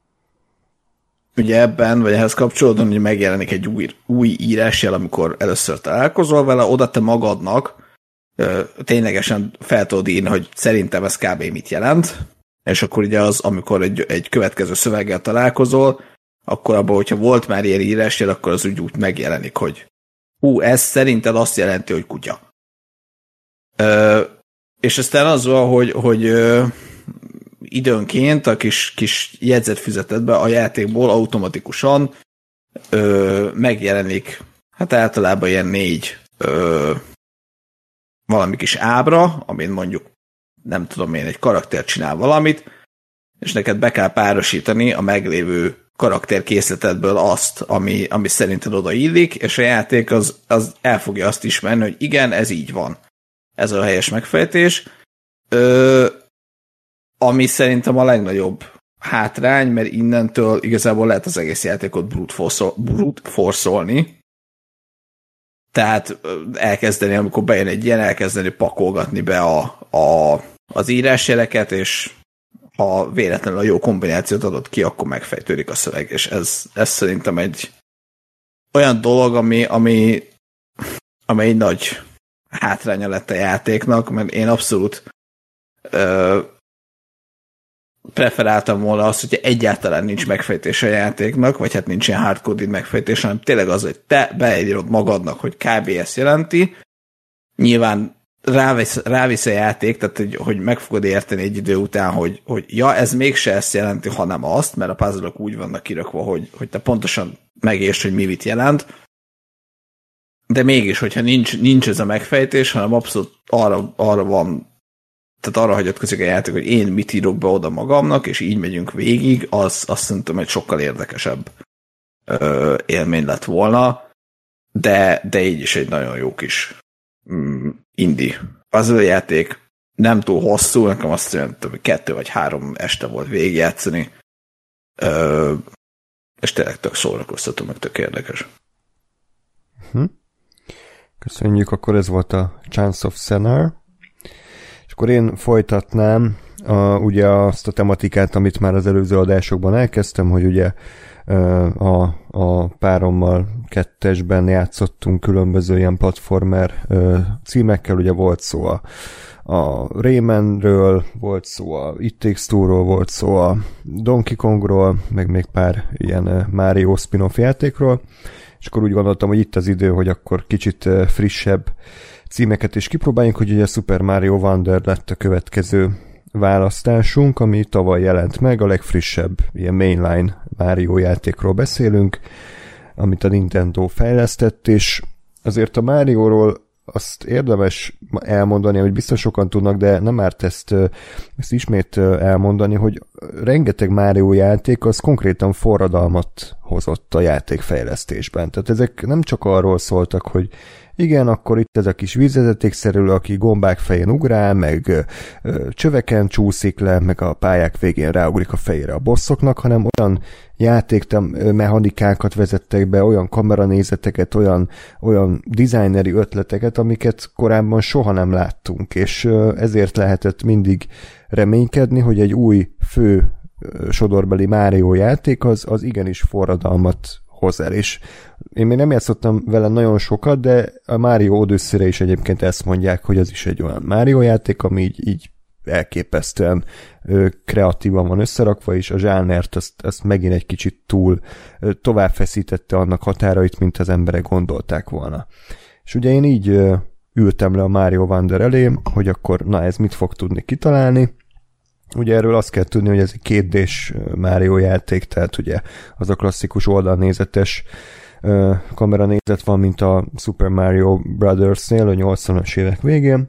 ugye ebben, vagy ehhez kapcsolódóan, hogy megjelenik egy új, új írásjel, amikor először találkozol vele, oda te magadnak ténylegesen fel tudod írni, hogy szerintem ez kb. Mit jelent, és akkor ugye az, amikor egy, egy következő szöveggel találkozol, akkor abban, hogyha volt már ilyen írásjel, akkor az úgy, úgy megjelenik, hogy hú, ez szerinted azt jelenti, hogy kutya. Ö, és aztán az van, hogy, hogy ö, időnként a kis, kis jegyzetfüzetedbe a játékból automatikusan ö, megjelenik, hát általában ilyen négy ö, valami kis ábra, amin mondjuk nem tudom én, egy karakter csinál valamit, és neked be kell párosítani a meglévő karakterkészletedből azt, ami, ami szerinted oda illik, és a játék az, az el fogja azt ismerni, hogy igen, ez így van. Ez a helyes megfejtés. Ö, ami szerintem a legnagyobb hátrány, mert innentől igazából lehet az egész játékot brute force- brute force-olni. Tehát elkezdeni, amikor bejön egy ilyen, elkezdeni pakolgatni be a, a, az írásjeleket, és ha véletlenül a jó kombinációt adott ki, akkor megfejtődik a szöveg, és ez, ez szerintem egy olyan dolog, ami, ami, ami egy nagy hátránya lett a játéknak, mert én abszolút ö, preferáltam volna azt, hogyha egyáltalán nincs megfejtés a játéknak, vagy hát nincs ilyen hardcoded megfejtés, hanem tényleg az, hogy te beírod magadnak, hogy kb. Ezt jelenti, nyilván rávisz, rávisz a játék, tehát hogy, hogy meg fogod érteni egy idő után, hogy, hogy ja, ez mégse ezt jelenti, hanem azt, mert a puzzle-ok úgy vannak kirakva, hogy, hogy te pontosan megértsd, hogy mi mit jelent, de mégis, hogyha nincs, nincs ez a megfejtés, hanem abszolút arra, arra van, tehát arra hagyatkozik a játék, hogy én mit írok be oda magamnak, és így megyünk végig, az azt szerintem egy sokkal érdekesebb ö, élmény lett volna, de, de így is egy nagyon jó kis mm, indie puzzle játék, nem túl hosszú, nekem azt jelenti, hogy kettő vagy három este volt végigjátszani, ö, és tényleg tök szórakoztató, meg tök érdekes. Hm. Köszönjük, akkor ez volt a Chance of Senna. És akkor én folytatnám a, ugye azt a tematikát, amit már az előző adásokban elkezdtem, hogy ugye a, a párommal kettesben játszottunk különböző ilyen platformer címekkel, ugye volt szó a, a Raymanről volt szó, a It Takes Two-ról volt szó, a Donkey Kongról, meg még pár ilyen Mario spin-off játékról, és akkor úgy gondoltam, hogy itt az idő, hogy akkor kicsit frissebb címeket is kipróbáljunk, hogy ugye a Super Mario Wonder lett a következő választásunk, ami tavaly jelent meg, a legfrissebb ilyen mainline Mario játékról beszélünk, amit a Nintendo fejlesztett, és azért a Márióról azt érdemes elmondani, hogy biztos sokan tudnak, de nem árt ezt, ezt ismét elmondani, hogy rengeteg Mario játék az konkrétan forradalmat hozott a játékfejlesztésben. Tehát ezek nem csak arról szóltak, hogy igen, akkor itt ez a kis vízvezetékszerelő, aki gombák fején ugrál, meg ö, csöveken csúszik le, meg a pályák végén ráugrik a fejére a bosszoknak, hanem olyan játékmechanikákat vezettek be, olyan kameranézeteket, olyan, olyan designeri ötleteket, amiket korábban soha nem láttunk, és ö, ezért lehetett mindig reménykedni, hogy egy új fő ö, sodorbeli Mario játék az, az igenis forradalmat hoz el, és én még nem játszottam vele nagyon sokat, de a Mario Odyssey-re is egyébként ezt mondják, hogy az is egy olyan Mario játék, ami így, így elképesztően ö, kreatívan van összerakva, és a zsánert azt, azt megint egy kicsit túl ö, tovább feszítette annak határait, mint az emberek gondolták volna. És ugye én így ö, ültem le a Mario Wonder elé, hogy akkor na ez mit fog tudni kitalálni. Ugye erről azt kell tudni, hogy ez egy kétdés Mario játék, tehát ugye az a klasszikus oldalnézetes uh, kameranézet van, mint a Super Mario Brothers-nél a nyolcvanas évek végén.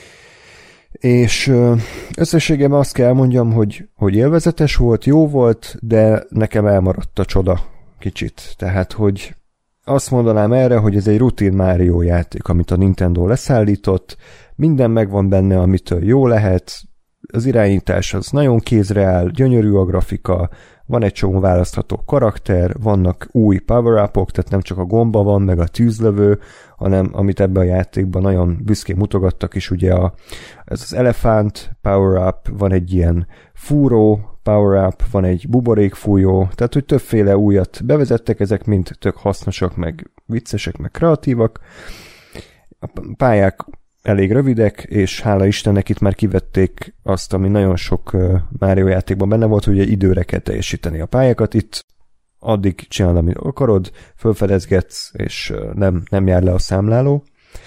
És uh, összességében azt kell mondjam, hogy, hogy élvezetes volt, jó volt, de nekem elmaradt a csoda kicsit. Tehát, hogy azt mondanám erre, hogy ez egy rutin Mario játék, amit a Nintendo leszállított, minden megvan benne, amitől jó lehet, az irányítás az nagyon kézre áll, gyönyörű a grafika, van egy csomó választható karakter, vannak új power-upok, tehát nem csak a gomba van, meg a tűzlövő, hanem amit ebben a játékban nagyon büszkén mutogattak is, ugye a, ez az elefánt power-up, van egy ilyen fúró power-up, van egy buborékfújó, tehát hogy többféle újat bevezettek, ezek mind tök hasznosak, meg viccesek, meg kreatívak. A pályák elég rövidek, és hála Istennek itt már kivették azt, ami nagyon sok Mario játékban benne volt, hogy egy időre kell teljesíteni a pályákat. Itt addig csinálod, amit akarod, fölfedezgetsz, és nem, nem jár le a számláló.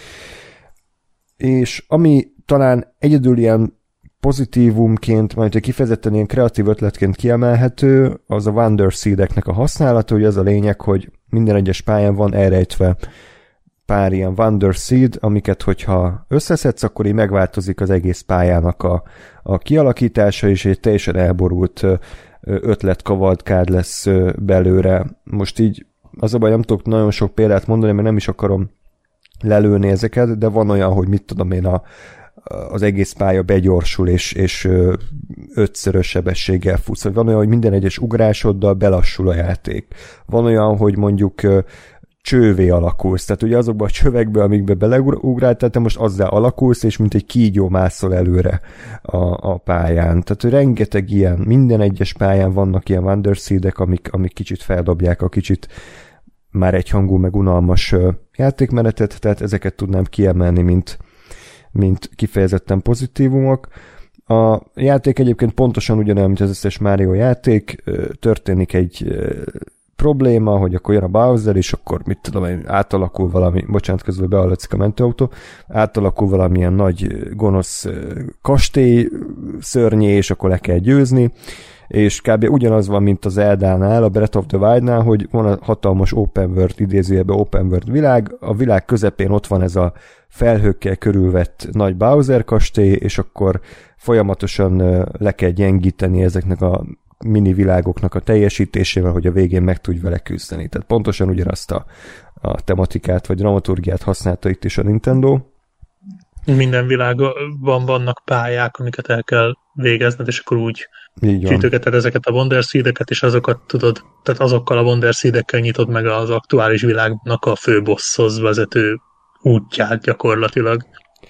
És ami talán egyedül ilyen pozitívumként, majd hogy kifejezetten ilyen kreatív ötletként kiemelhető, az a Wonder Seed-eknek a használata, hogy az a lényeg, hogy minden egyes pályán van elrejtve pár ilyen Wonder Seed, amiket hogyha összeszedsz, akkor így megváltozik az egész pályának a, a kialakítása, és egy teljesen elborult ötletkavalkád lesz belőle. Most így az a baj, nem tudok nagyon sok példát mondani, mert nem is akarom lelőni ezeket, de van olyan, hogy mit tudom én, a, az egész pálya begyorsul, és, és ötszörös sebességgel futsz. Van olyan, hogy minden egyes ugrásoddal belassul a játék. Van olyan, hogy mondjuk csővé alakulsz. Tehát ugye azokban a csövekbe, amikbe beleugráltál, tehát te most azzal alakulsz, és mint egy kígyó mászol előre a, a pályán. Tehát rengeteg ilyen, minden egyes pályán vannak ilyen Wonder Seed-ek, amik, amik kicsit feldobják a kicsit már egyhangú, meg unalmas játékmenetet, tehát ezeket tudnám kiemelni, mint, mint kifejezetten pozitívumok. A játék egyébként pontosan ugyanolyan, mint az összes Mario játék, történik egy probléma, hogy akkor jön a Bowser, és akkor mit tudom én, átalakul valami, bocsánat, közben behallatszik a mentőautó, átalakul valamilyen nagy gonosz kastély szörnyé, és akkor le kell győzni, és kb. Ugyanaz van, mint az Zeldánál, a Breath of the Wild-nál, hogy van a hatalmas open world, idézőjelben open world világ, a világ közepén ott van ez a felhőkkel körülvett nagy Bowser kastély, és akkor folyamatosan le kell gyengíteni ezeknek a mini világoknak a teljesítésével, hogy a végén meg tudj vele küzdeni. Tehát pontosan ugyanazt a, a tematikát vagy dramaturgiát használta itt is a Nintendo. Minden világban vannak pályák, amiket el kell végezned, és akkor úgy gyűjtögeted ezeket a Wonder Seed-eket, és azokat tudod, tehát azokkal a Wonder Seed-ekkel nyitod meg az aktuális világnak a fő bosshoz vezető útját gyakorlatilag.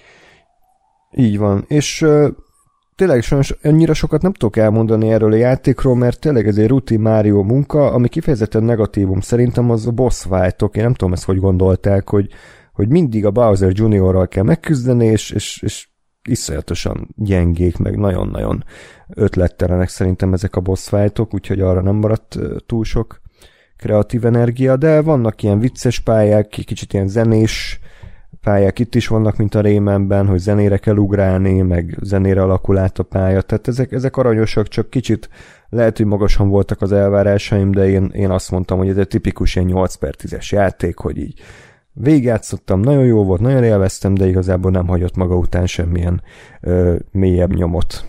Így van, és tényleg sajnos annyira sokat nem tudok elmondani erről a játékról, mert tényleg ez egy rutin Mario munka, ami kifejezetten negatívum szerintem az a boss fight-ok. Én nem tudom ezt, hogy gondolták, hogy, hogy mindig a Bowser juniorral kell megküzdeni, és, és, és iszonyatosan gyengék, meg nagyon-nagyon ötlettelenek szerintem ezek a boss fightok, úgyhogy arra nem maradt túl sok kreatív energia, de vannak ilyen vicces pályák, kicsit ilyen zenés pályák itt is vannak, mint a Raymanben, hogy zenére kell ugrálni, meg zenére alakul át a pálya, tehát ezek, ezek aranyosak, csak kicsit lehet, hogy magasan voltak az elvárásaim, de én, én azt mondtam, hogy ez egy tipikus ilyen nyolc per tízes játék, hogy így végigjátszottam, nagyon jó volt, nagyon élveztem, de igazából nem hagyott maga után semmilyen ö, mélyebb nyomot.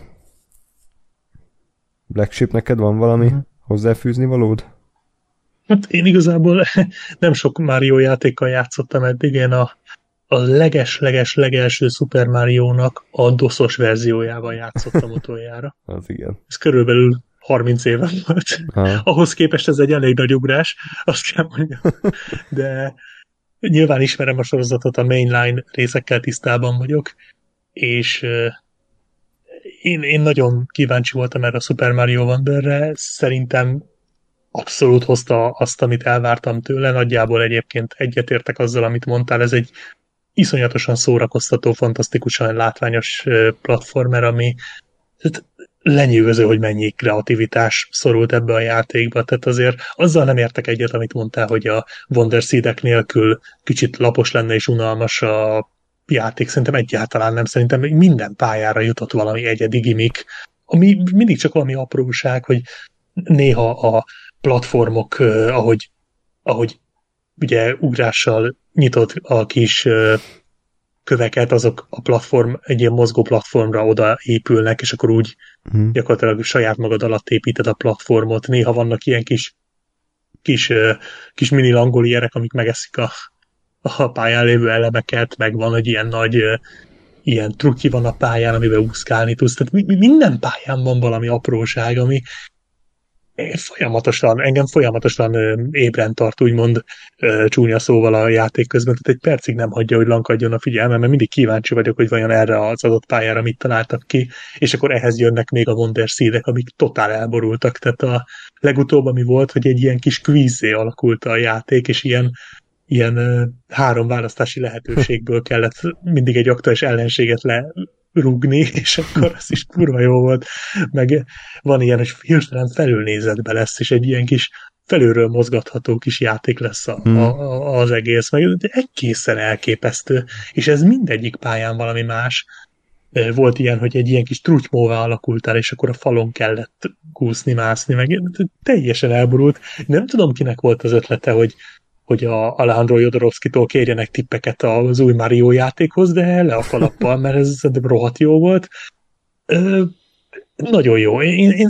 Black Sheep, neked van valami mm. hozzáfűzni valód? Hát én igazából nem sok Mario játékkal játszottam eddig, én a, a leges-leges-legelső Super Mario-nak a doszos verziójával játszottam utoljára. Az igen. Ez körülbelül harminc éve volt. Ha. Ahhoz képest ez egy elég nagy ugrás, azt kell mondjam. De nyilván ismerem a sorozatot, a mainline részekkel tisztában vagyok, és uh, én, én nagyon kíváncsi voltam erre a Super Mario Wonderre, szerintem abszolút hozta azt, amit elvártam tőle, nagyjából egyébként egyetértek azzal, amit mondtál, ez egy iszonyatosan szórakoztató, fantasztikusan látványos platformer, ami lenyűgöző, hogy mennyi kreativitás szorult ebbe a játékba, tehát azért azzal nem értek egyet, amit mondtál, hogy a Wonder Seed-ek nélkül kicsit lapos lenne és unalmas a játék, szerintem egyáltalán nem, szerintem minden pályára jutott valami egyedi gimmick, ami mindig csak valami apróság, hogy néha a platformok, eh, ahogy, ahogy ugye ugrással nyitott a kis eh, köveket, azok a platform, egy ilyen mozgó platformra oda épülnek, és akkor úgy hmm. gyakorlatilag saját magad alatt építed a platformot. Néha vannak ilyen kis kis, eh, kis mini langolierek, amik megeszik a, a pályán lévő elemeket, meg van egy ilyen nagy eh, ilyen trukki van a pályán, amiben úszkálni tudsz. Tehát mi, mi, minden pályán van valami apróság, ami folyamatosan, engem folyamatosan ébren tart, úgymond csúnya szóval a játék közben, tehát egy percig nem hagyja, hogy lankadjon a figyelmem, mert mindig kíváncsi vagyok, hogy vajon erre az adott pályára mit találtak ki, és akkor ehhez jönnek még a Wonder Seed-ek, amik totál elborultak, tehát a legutóbb, ami volt, hogy egy ilyen kis kvízzé alakult a játék, és ilyen ilyen három választási lehetőségből kellett mindig egy aktuális ellenséget lerúgni, és akkor az is kurva jó volt. Meg van ilyen, hogy hirtelen felülnézetbe lesz, és egy ilyen kis felülről mozgatható kis játék lesz a, hmm. a, az egész. Meg egészen elképesztő, és ez mindegyik pályán valami más. Volt ilyen, hogy egy ilyen kis trutymóvá alakultál, és akkor a falon kellett kúszni, mászni, meg teljesen elborult. Nem tudom, kinek volt az ötlete, hogy hogy a Alejandro Jodorowskytól kérjenek tippeket az új Mario játékhoz, de le a kalappal, mert ez szerintem rohadt jó volt. Ö, nagyon jó. Én, én,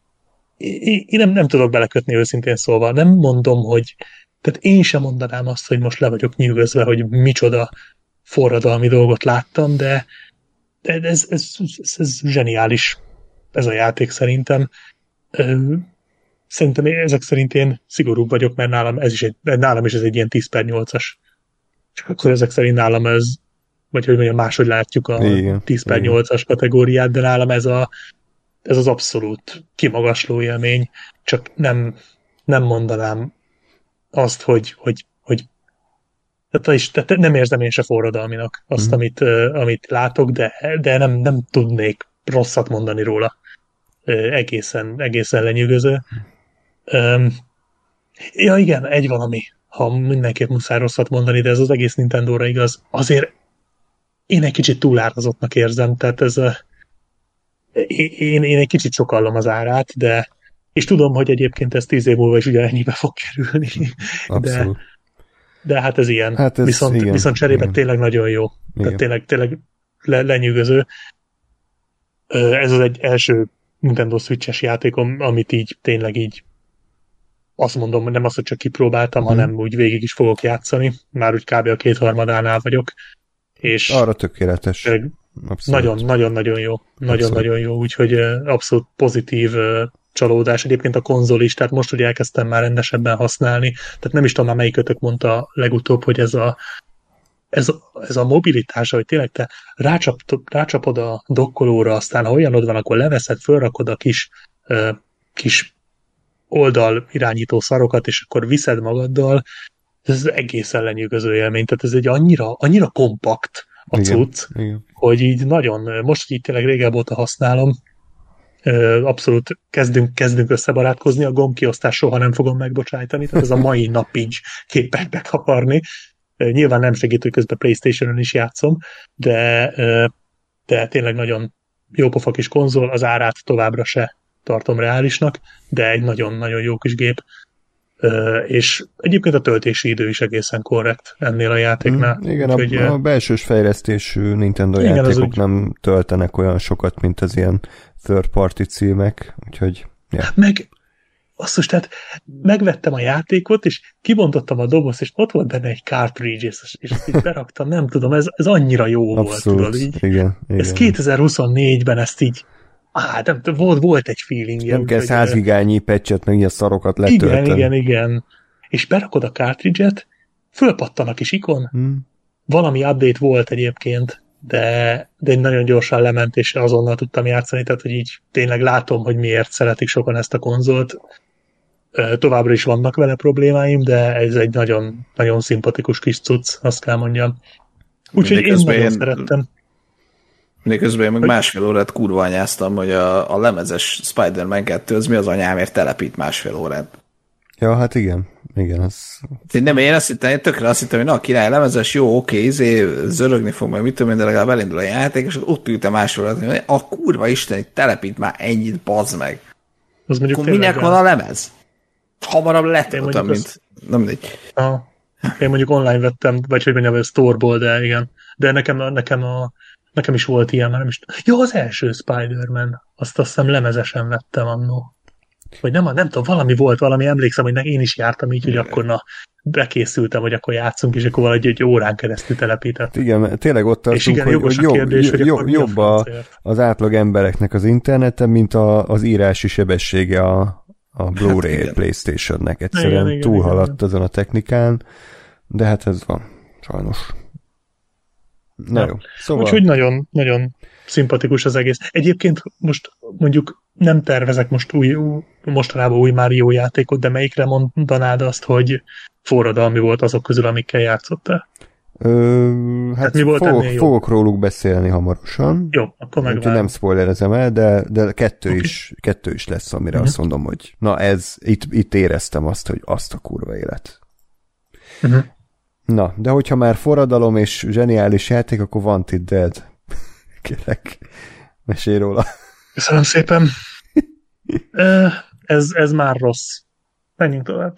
én, én nem, nem tudok belekötni őszintén szólva. Nem mondom, hogy tehát én sem mondanám azt, hogy most le vagyok nyűgözve, hogy micsoda forradalmi dolgot láttam, de, de ez, ez, ez, ez zseniális ez a játék szerintem. Ö, Szerintem ezek szerint én szigorúbb vagyok, mert nálam, ez is egy, nálam is ez egy ilyen tíz per nyolcas. Csak akkor ezek szerint nálam ez, vagy hogy mondjam, máshogy látjuk a igen, tíz per nyolcas kategóriát, de nálam ez, a, ez az abszolút kimagasló élmény. Csak nem, nem mondanám azt, hogy, hogy, hogy tehát, is, tehát nem érzem én se forradalminak azt, mm. amit, amit látok, de, de nem, nem tudnék rosszat mondani róla. Egészen, egészen lenyűgöző. Um, ja igen, egy valami, ha mindenképp muszáj rosszat mondani, de ez az egész Nintendóra igaz. Azért én egy kicsit túlárazottnak érzem, tehát ez a, én, én egy kicsit sokallom az árát, de és tudom, hogy egyébként ez tíz év múlva is ugyanennyibe fog kerülni. De, de hát ez ilyen. Hát ez, viszont, igen, viszont cserébe igen. Tényleg nagyon jó. Igen. Tehát tényleg, tényleg le, lenyűgöző. Ez az egy első Nintendo Switch-es játékom, amit így tényleg így azt mondom, nem azt, hogy csak kipróbáltam, hmm. hanem úgy végig is fogok játszani. Már úgy kb. A kétharmadánál vagyok. És arra tökéletes. Nagyon-nagyon-nagyon jó. Nagyon-nagyon jó, úgyhogy abszolút pozitív csalódás. Egyébként a konzol is, tehát most, hogy elkezdtem már rendesebben használni, tehát nem is tudom már melyikötök mondta legutóbb, hogy ez a Ez, ez a mobilitás, hogy tényleg te rácsap, rácsapod a dokkolóra, aztán ha olyanod van, akkor leveszed, fölrakod a kis, uh, kis oldal irányító szarokat, és akkor viszed magaddal. Ez egészen lenyűgöző élmény. Tehát ez egy annyira, annyira kompakt a cucc, hogy így nagyon, most így tényleg régebb óta használom, abszolút kezdünk, kezdünk összebarátkozni, a gombkiosztás soha nem fogom megbocsájtani, tehát ez a mai napig képek bekaparni. Nyilván nem segít, hogy közben PlayStation-on is játszom, de, de tényleg nagyon jópofa kis konzol, az árát továbbra se tartom reálisnak, de egy nagyon-nagyon jó kis gép. És egyébként a töltési idő is egészen korrekt ennél a játéknál. Mm, igen, Úgyhogy, a, a belsős fejlesztésű Nintendo igen, játékok úgy... nem töltenek olyan sokat, mint az ilyen third party címek, úgyhogy... Ja. Meg azt most, tehát megvettem a játékot, és kibontottam a dobozt, és ott volt benne egy cartridge, és, és így beraktam, nem tudom, ez, ez annyira jó Abszolút, volt, tudod, így. Igen, igen. Ez kétezer-huszonnégyben ezt így Á, nem, volt, volt egy feeling. Nem kell száz gigányi patchet, meg ilyen szarokat letölteni. Igen, igen, igen. És berakod a cartridge-et, fölpattan a kis ikon, hmm. valami update volt egyébként, de, de nagyon gyorsan lement, és azonnal tudtam játszani, tehát hogy így tényleg látom, hogy miért szeretik sokan ezt a konzolt. Továbbra is vannak vele problémáim, de ez egy nagyon, nagyon szimpatikus kis cucc, azt kell mondjam. Úgyhogy én nagyon én... szerettem. Miközben én meg másfél órát kurva anyáztam, hogy a, a lemezes Spider-Man kettő, az mi az anyámért telepít másfél órát. Ja, hát igen. Igen, az... Én nem, én azt hittem, én tökre azt hittem, hogy na, király, lemezes, jó, oké, izé, zörögni fog, meg mit tudom én, de legalább elindul a játék, és ott ültem másfél órát, hogy a kurva isten, hogy telepít már ennyit, bazd meg. Az Akkor minek van a lemez? Hamarabb letöltöm, mint... Az... Nem mindegy. Ah, én mondjuk online vettem, vagy hogy mondjam, ez store-ból, de igen. De nekem, nekem a Nekem is volt ilyen, már nem is... Jó, az első Spider-Man. Azt azt hiszem lemezesen vettem annó. Vagy nem, nem tudom, valami volt, valami emlékszem, hogy én is jártam így, hogy akkor na, bekészültem, hogy akkor játszunk, és akkor valahogy egy órán keresztül telepített. Igen, tényleg ott tartunk, igen, hogy, hogy jobb, kérdés, hogy jobb, jobb a, az átlag embereknek az interneten, mint a, az írási sebessége a, a Blu-ray hát, PlayStation-nek. Egyszerűen igen, túlhaladt igen, azon a technikán, de hát ez van, sajnos. Na ja. Jó. Szóval... Úgyhogy nagyon, nagyon szimpatikus az egész. Egyébként most mondjuk nem tervezek most új, mostanában új Mario játékot, de melyikre mondanád azt, hogy forradalmi volt azok közül, amikkel játszottál? Ö, hát, hát mi volt fogok, fogok róluk beszélni hamarosan. Jó, akkor megvárom. Nem spoilerezem el, de, de kettő, okay. is, kettő is lesz, amire uh-huh. azt mondom, hogy na ez, itt, itt éreztem azt, hogy azt a kurva élet. Uh-huh. Na, de hogyha már forradalom és zseniális játék, akkor Wanted Dead. Kérlek, mesélj róla. Köszönöm szépen. ez, ez már rossz. Menjünk tovább.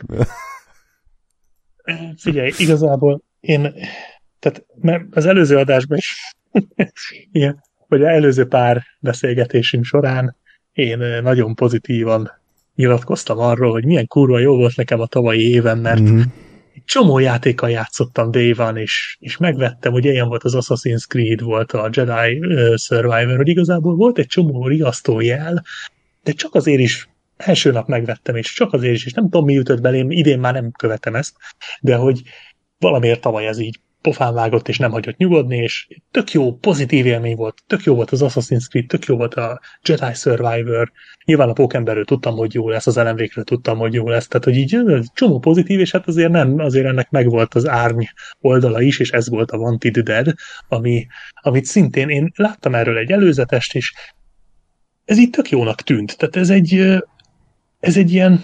Figyelj, igazából én, tehát az előző adásban is, ilyen, vagy az előző pár beszélgetésünk során én nagyon pozitívan nyilatkoztam arról, hogy milyen kurva jó volt nekem a tavalyi éven, mert mm-hmm. egy csomó játékkal játszottam Day One, és, és megvettem, hogy ilyen volt az Assassin's Creed, volt a Jedi uh, Survivor, hogy igazából volt egy csomó riasztó jel, de csak azért is első nap megvettem, és csak azért is, és nem tudom, mi ütött belém, idén már nem követem ezt, de hogy valamiért tavaly ez így pofán vágott, és nem hagyott nyugodni, és tök jó, pozitív élmény volt, tök jó volt az Assassin's Creed, tök jó volt a Jedi Survivor, nyilván a Pókemberről tudtam, hogy jó lesz, az Alan Wake-ről tudtam, hogy jó lesz, tehát hogy így csomó pozitív, és hát azért nem, azért ennek megvolt az árny oldala is, és ez volt a Wanted Dead, ami, amit szintén én láttam erről egy előzetest, és ez így tök jónak tűnt, tehát ez egy ez egy ilyen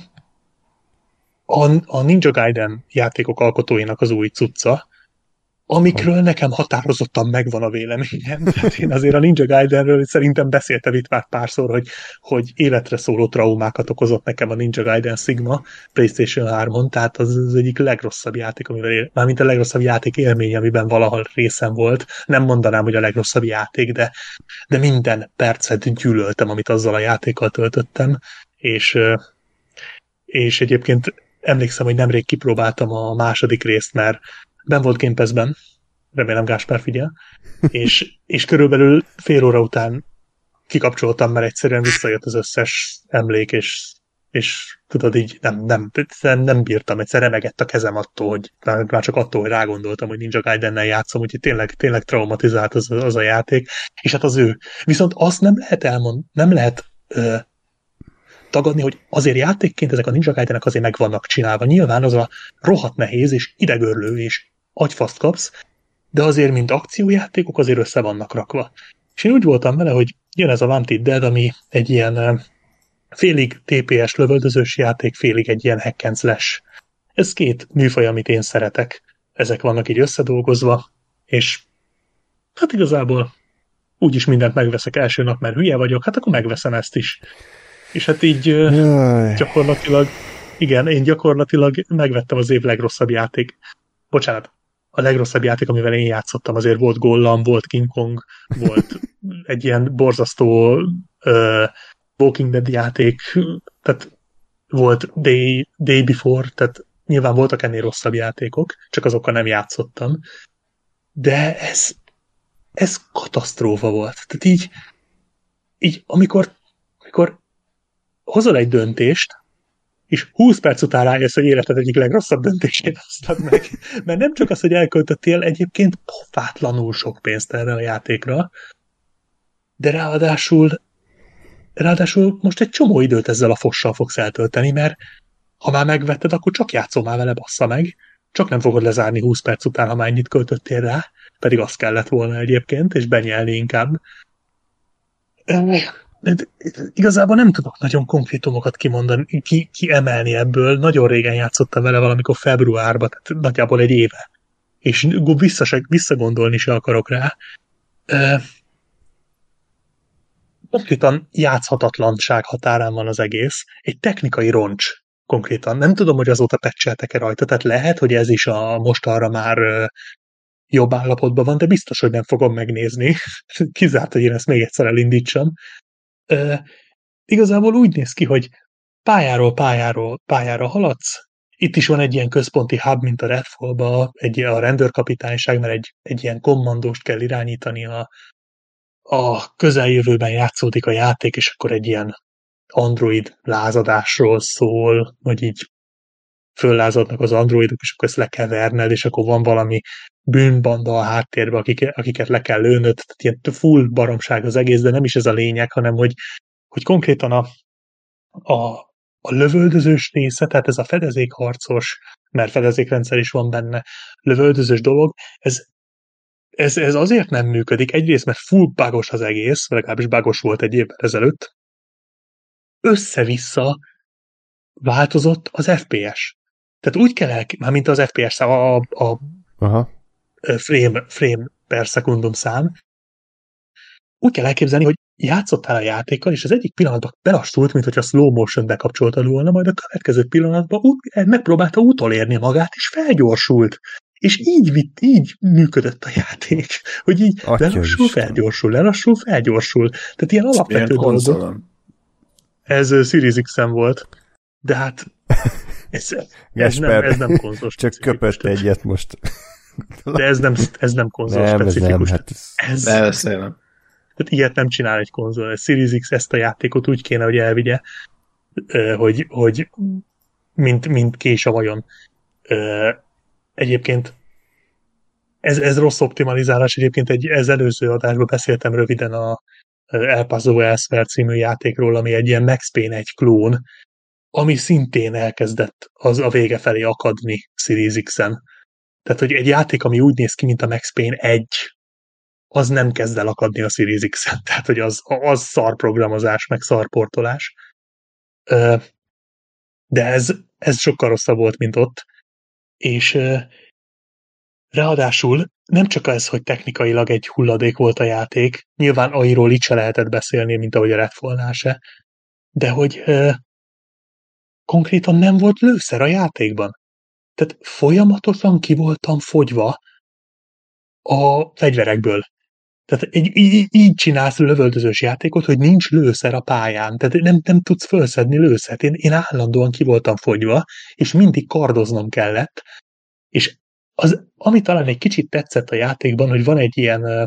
a, a Ninja Gaiden játékok alkotóinak az új cucca, amikről nekem határozottan megvan a véleményem. Tehát én azért a Ninja Gaidenről szerintem beszéltem itt már párszor, hogy, hogy életre szóló traumákat okozott nekem a Ninja Gaiden Sigma PlayStation hármon, tehát az az egyik legrosszabb játék, amivel él, mármint a legrosszabb játék élmény, amiben valahol részem volt. Nem mondanám, hogy a legrosszabb játék, de, de minden percet gyűlöltem, amit azzal a játékkal töltöttem, és, és egyébként emlékszem, hogy nemrég kipróbáltam a második részt, mert ben volt Game Pass-ben, remélem Gáspár figyel, és, és körülbelül fél óra után kikapcsoltam, mert egyszerűen visszajött az összes emlék, és, és tudod így nem, nem, nem bírtam, egyszer remegett a kezem attól, hogy már csak attól, hogy rágondoltam, hogy Ninja Gaidennel játszom, úgyhogy tényleg, tényleg traumatizált az, az a játék, és hát az ő. Viszont azt nem lehet elmondani, nem lehet ö, tagadni, hogy azért játékként ezek a Ninja Gaidenek azért meg vannak csinálva. Nyilván az a rohadt nehéz, és idegörlő, és agyfaszt kapsz, de azért, mint akciójátékok, azért össze vannak rakva. És én úgy voltam vele, hogy jön ez a Wanted Dead, ami egy ilyen félig té pé es lövöldözős játék, félig egy ilyen hack and slash. Ez két műfaj, amit én szeretek. Ezek vannak így összedolgozva, és hát igazából úgyis mindent megveszek első nap, mert hülye vagyok, hát akkor megveszem ezt is. És hát így Jaj. gyakorlatilag, igen, én gyakorlatilag megvettem az év legrosszabb játék. Bocsánat, a legrosszabb játék, amivel én játszottam, azért volt Gollam, volt King Kong, volt egy ilyen borzasztó uh, Walking Dead játék, tehát volt Day, Day Before, tehát nyilván voltak ennél rosszabb játékok, csak azokkal nem játszottam. De ez, ez katasztrófa volt. Tehát így, így amikor, amikor hozol egy döntést, és húsz perc után rájössz, hogy életed egyik legrosszabb döntését hoztad meg. Mert nem csak az, hogy elköltöttél egyébként pofátlanul sok pénzt erre a játékra, de ráadásul ráadásul most egy csomó időt ezzel a fossal fogsz eltölteni, mert ha már megvetted, akkor csak játszol már vele, bassza meg. Csak nem fogod lezárni húsz perc után, ha már ennyit költöttél rá, pedig azt kellett volna egyébként, és benyelni inkább. Igazából nem tudok nagyon konkrétumokat kimondani, ki, kiemelni ebből. Nagyon régen játszottam vele valamikor februárban, tehát nagyjából egy éve. És vissza, visszagondolni se akarok rá. Konkrétan játszhatatlanság határán van az egész. Egy technikai roncs konkrétan. Nem tudom, hogy azóta patcheltek-e rajta, tehát lehet, hogy ez is a mostanra már jobb állapotban van, de biztos, hogy nem fogom megnézni. Kizárt, hogy én ezt még egyszer elindítsam. E, igazából úgy néz ki, hogy pályáról pályáról pályára haladsz. Itt is van egy ilyen központi hub, mint a Redfall-ba, egy a rendőrkapitányság, mert egy, egy ilyen kommandóst kell irányítani, a, a közeljövőben játszódik a játék, és akkor egy ilyen android lázadásról szól, hogy így föllázadnak az androidok, és akkor ezt le kell verned, és akkor van valami bűnbanda a háttérben, akik, akiket le kell lőnöd, tehát ilyen full baromság az egész, de nem is ez a lényeg, hanem hogy, hogy konkrétan a, a, a lövöldözős része, tehát ez a fedezékharcos, mert fedezékrendszer is van benne, lövöldözős dolog, ez, ez, ez azért nem működik, egyrészt, mert full bugos az egész, legalábbis bugos volt egy évvel ezelőtt, össze-vissza változott az ef pé es. Tehát úgy kell el, már mint az ef pé es szám, a, a Aha. Frame, frame per szekundum szám, úgy kell elképzelni, hogy játszottál a játékkal, és az egyik pillanatban belassult, mint hogyha slow motion bekapcsoltad volna, majd a következő pillanatban út, megpróbálta utolérni magát, és felgyorsult. És így, vitt, így működött a játék, hogy így Atya lelassul, Isten. felgyorsul, lelassul, felgyorsul. Tehát ilyen alapvető dolgok. Ez Series X-en volt, de hát ez, ez, nem, ez nem konzol csak köpött egyet most. De ez nem, ez nem konzol nem, specifikus. Ez nem, hát ez... ez nem. Tehát ilyet nem csinál egy konzol. A Series X ezt a játékot úgy kéne, hogy elvigye, hogy, hogy mint, mint kés a vajon. Egyébként ez, ez rossz optimalizálás. Egyébként egy, ez előző adásban beszéltem röviden a El Paso Elsewhere című játékról, ami egy ilyen Max Payne egy klón, ami szintén elkezdett az a vége felé akadni Series X-en. Tehát, hogy egy játék, ami úgy néz ki, mint a Max Payne egy, az nem kezd el akadni a Series X-en. Tehát, hogy az, az szar programozás, meg szar portolás. De ez, ez sokkal rosszabb volt, mint ott. És ráadásul nem csak ez, hogy technikailag egy hulladék volt a játék, nyilván airól itt se lehetett beszélni, mint ahogy a Redfall-nál se, de hogy konkrétan nem volt lőszer a játékban. Tehát folyamatosan ki voltam fogyva a fegyverekből. Tehát egy, így, így csinálsz lövöldözős játékot, hogy nincs lőszer a pályán. Tehát nem, nem tudsz felszedni lőszert. Én, én állandóan ki voltam fogyva, és mindig kardoznom kellett. És az, ami talán egy kicsit tetszett a játékban, hogy van egy ilyen uh,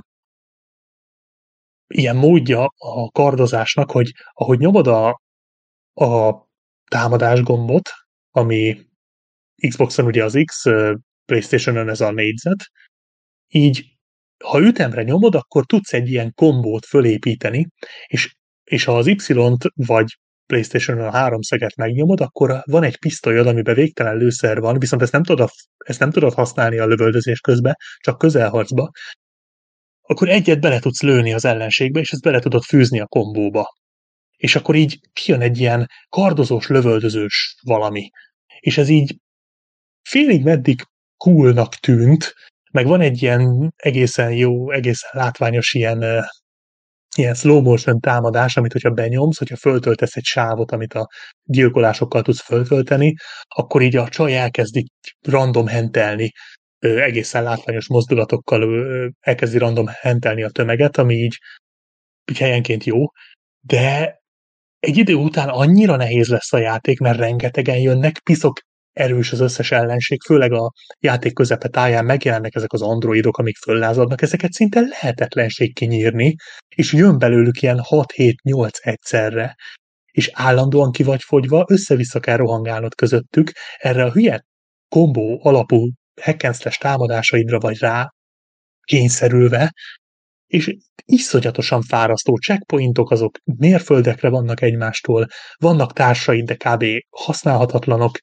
ilyen módja a kardozásnak, hogy ahogy nyomod a, a támadás gombot, ami Xboxon ugye az X, PlayStation-on ez a négyzet, így ha ütemre nyomod, akkor tudsz egy ilyen kombót fölépíteni, és, és ha az Y-t vagy PlayStation-on a háromszeget megnyomod, akkor van egy pisztolyod, amiben végtelen lőszer van, viszont ezt nem tudod, ezt nem tudod használni a lövöldözés közben, csak közelharcba, akkor egyet bele tudsz lőni az ellenségbe, és ezt bele tudod fűzni a kombóba. És akkor így kijön egy ilyen kardozós, lövöldözős valami. És ez így félig meddig coolnak tűnt, meg van egy ilyen egészen jó, egészen látványos ilyen, uh, ilyen slow motion támadás, amit hogyha benyomsz, hogyha föltöltesz egy sávot, amit a gyilkolásokkal tudsz föltölteni, akkor így a csaj elkezd így random hentelni, uh, egészen látványos mozdulatokkal uh, elkezdi random hentelni a tömeget, ami így, így helyenként jó, de egy idő után annyira nehéz lesz a játék, mert rengetegen jönnek, piszok erős az összes ellenség, főleg a játék közepe táján megjelennek ezek az androidok, amik föllázadnak, ezeket szinte lehetetlenség kinyírni, és jön belőlük ilyen hat-hét-nyolc egyszerre, és állandóan ki vagy fogyva, össze-vissza kell rohangálnod közöttük, erre a hülye kombó alapú hack and slash támadásaidra vagy rá kényszerülve, és iszonyatosan fárasztó checkpointok, azok mérföldekre vannak egymástól, vannak társaid, de kb. Használhatatlanok.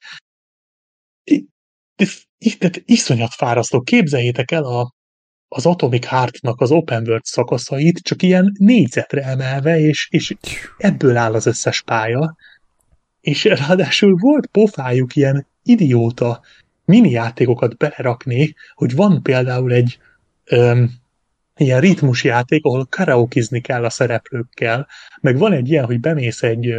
Tehát iszonyat fárasztó. Képzeljétek el a, az Atomic Heart-nak az open world szakaszait, csak ilyen négyzetre emelve, és, és ebből áll az összes pálya. És ráadásul volt pofájuk ilyen idióta mini játékokat belerakni, hogy van például egy öm, ilyen ritmusjáték, ahol karaokizni kell a szereplőkkel, meg van egy ilyen, hogy bemész egy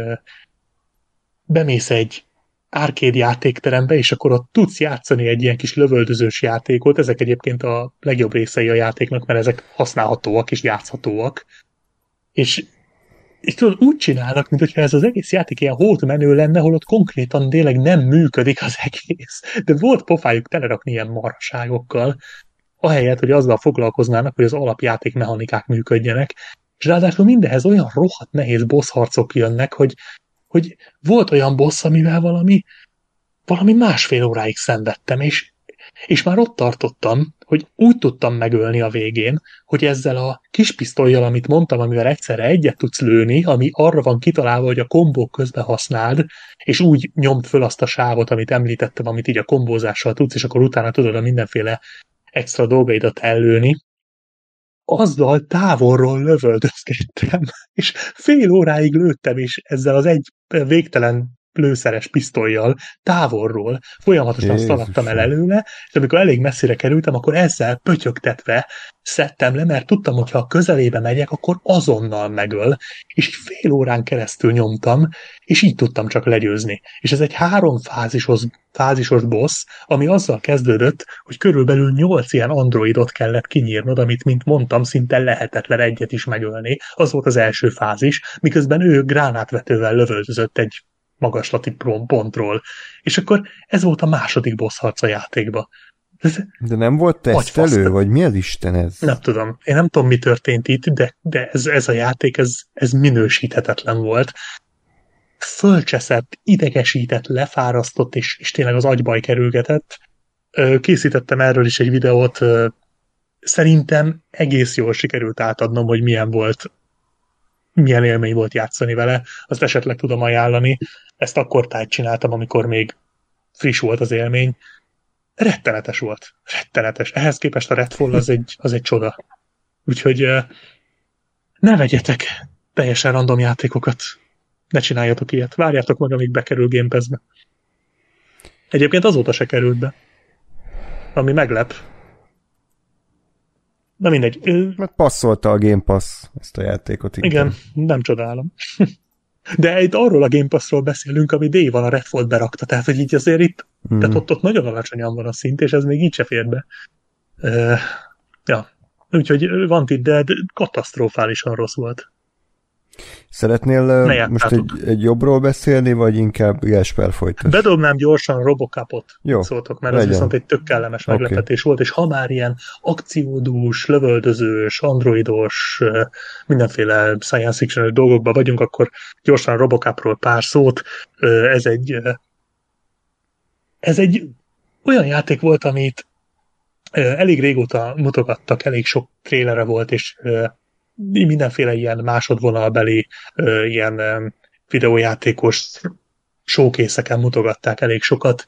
bemész egy arcade játékterembe, és akkor ott tudsz játszani egy ilyen kis lövöldözős játékot, ezek egyébként a legjobb részei a játéknak, mert ezek használhatóak és játszhatóak. És, és tudod, úgy csinálnak, mintha ez az egész játék ilyen hótmenő lenne, holott konkrétan tényleg nem működik az egész. De volt pofájuk telerakni ilyen marhaságokkal, ahelyett, hogy azzal foglalkoznának, hogy az alapjáték mechanikák működjenek, és ráadásul mindenhez olyan rohadt nehéz boss harcok jönnek, hogy, hogy volt olyan boss, amivel valami, valami másfél óráig szenvedtem, és, és már ott tartottam, hogy úgy tudtam megölni a végén, hogy ezzel a kis pisztollyal, amit mondtam, amivel egyszerre egyet tudsz lőni, ami arra van kitalálva, hogy a kombók közben használd, és úgy nyomd föl azt a sávot, amit említettem, amit így a kombózással tudsz, és akkor utána tudod a mindenféle extra dolgaidat ellőni, azzal távolról lövöldözgettem, és fél óráig lőttem is ezzel az egy végtelen lőszeres pisztollyal távolról, folyamatosan szaladtam el előle, és amikor elég messzire kerültem, akkor ezzel pötyögtetve szedtem le, mert tudtam, hogy ha a közelébe megyek, akkor azonnal megöl, és fél órán keresztül nyomtam, és így tudtam csak legyőzni. És ez egy három fázisos, fázisos boss, ami azzal kezdődött, hogy körülbelül nyolc ilyen androidot kellett kinyírnod, amit, mint mondtam, szinte lehetetlen egyet is megölni. Az volt az első fázis, miközben ő gránátvetővel lövöldözött egy magaslati pontról. És akkor ez volt a második boss harc a játékba. Ez de nem volt tesztelő, vagy mi az Isten ez? Nem tudom. Én nem tudom, mi történt itt, de, de ez, ez a játék, ez, ez minősíthetetlen volt. Fölcseszett, idegesített, lefárasztott, és, és tényleg az agybaj kerülgetett. Készítettem erről is egy videót. Szerintem egész jól sikerült átadnom, hogy milyen volt, milyen élmény volt játszani vele. Azt esetleg tudom ajánlani. Ezt akkor tájt csináltam, amikor még friss volt az élmény. Rettenetes volt. Rettenetes. Ehhez képest a Redfall az egy, az egy csoda. Úgyhogy ne vegyetek teljesen random játékokat. Ne csináljatok ilyet. Várjátok meg, amíg bekerül Game Pass-be. Egyébként azóta se került be. Ami meglep. Na mindegy. Mert passzolta a Game Pass ezt a játékot. Inkább. Igen, nem csodálom. De itt arról a Game Pass-ról beszélünk, ami Dave van a Redfall berakta, tehát hogy így azért itt, hmm. tehát ott, ott nagyon alacsonyan van a szint, és ez még így se fér be. Uh, ja, úgyhogy Wanted Dead katasztrofálisan rossz volt. Szeretnél most egy, egy jobbról beszélni, vagy inkább Gáspár folytasd? Bedobnám gyorsan Robocopot, jó, szóltok, mert legyen. Ez viszont egy tök kellemes okay. meglepetés volt, és ha már ilyen akciódús, lövöldözős, androidos, mindenféle science fiction dolgokban vagyunk, akkor gyorsan Robocopról pár szót. Ez egy ez egy olyan játék volt, amit elég régóta mutogattak, elég sok trélere volt, és mindenféle ilyen másodvonalbeli, ilyen videójátékos showkészeken mutogatták elég sokat.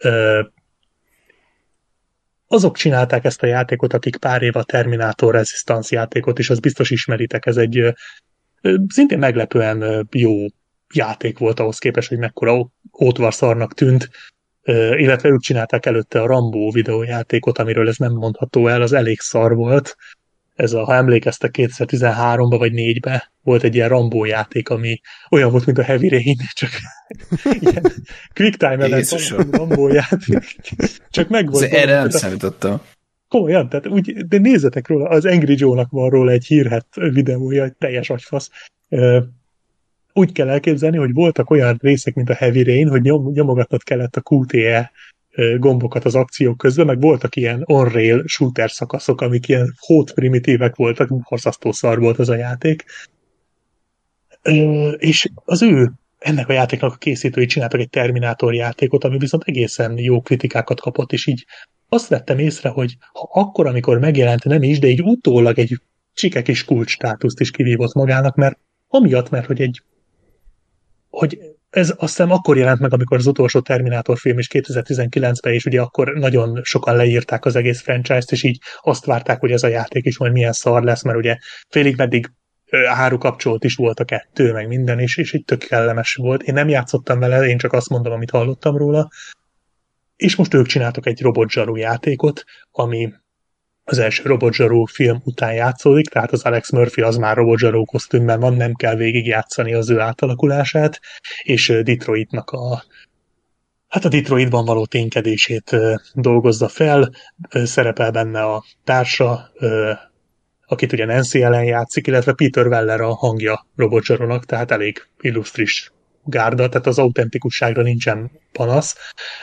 Azok csinálták ezt a játékot, akik pár év a Terminator Resistance játékot, és azt biztos ismeritek, ez egy szintén meglepően jó játék volt ahhoz képest, hogy mekkora ótvarszarnak tűnt, illetve ők csinálták előtte a Rambo videójátékot, amiről ez nem mondható el, az elég szar volt. Ez a, ha emlékeztek, kétezer-tizenháromba vagy négybe volt egy ilyen Rambo játék, ami olyan volt, mint a Heavy Rain, csak ilyen quick time event Rambo játék. Csak megvolt. Erre nem számítottam. Komolyan, tehát úgy, de nézzetek róla, az Angry Joe-nak van róla egy hírhet videója, egy teljes agyfasz. Úgy kell elképzelni, hogy voltak olyan részek, mint a Heavy Rain, hogy nyom, nyomogatnod kellett a Q T E gombokat az akciók közben, meg voltak ilyen on-rail shooter szakaszok, amik ilyen hót primitívek voltak, horzasztó szar volt az a játék. És az ő, ennek a játéknak a készítői csináltak egy Terminátor játékot, ami viszont egészen jó kritikákat kapott, és így azt vettem észre, hogy ha akkor, amikor megjelent, nem is, de így utólag egy csike kis kulcs státuszt is kivívott magának, mert amiatt, mert hogy egy hogy ez azt hiszem akkor jelent meg, amikor az utolsó Terminátor film is kétezer-tizenkilencben, és ugye akkor nagyon sokan leírták az egész franchise-t, és így azt várták, hogy ez a játék is majd milyen szar lesz, mert ugye félig meddig árukapcsolt is volt a kettő, meg minden, és, és így tök kellemes volt. Én nem játszottam vele, én csak azt mondom, amit hallottam róla. És most ők csináltak egy robotzsaru játékot, ami az első robotzsaru film után játszódik, tehát az Alex Murphy az már robotzsaru kosztümben van, nem kell végigjátszani az ő átalakulását, és Detroitnak a hát a Detroitban való ténykedését dolgozza fel, szerepel benne a társa, akit ugye Nancy Allen játszik, illetve Peter Weller a hangja robotzsarunak, tehát elég illusztris gárda, tehát az autentikusságra nincsen panasz.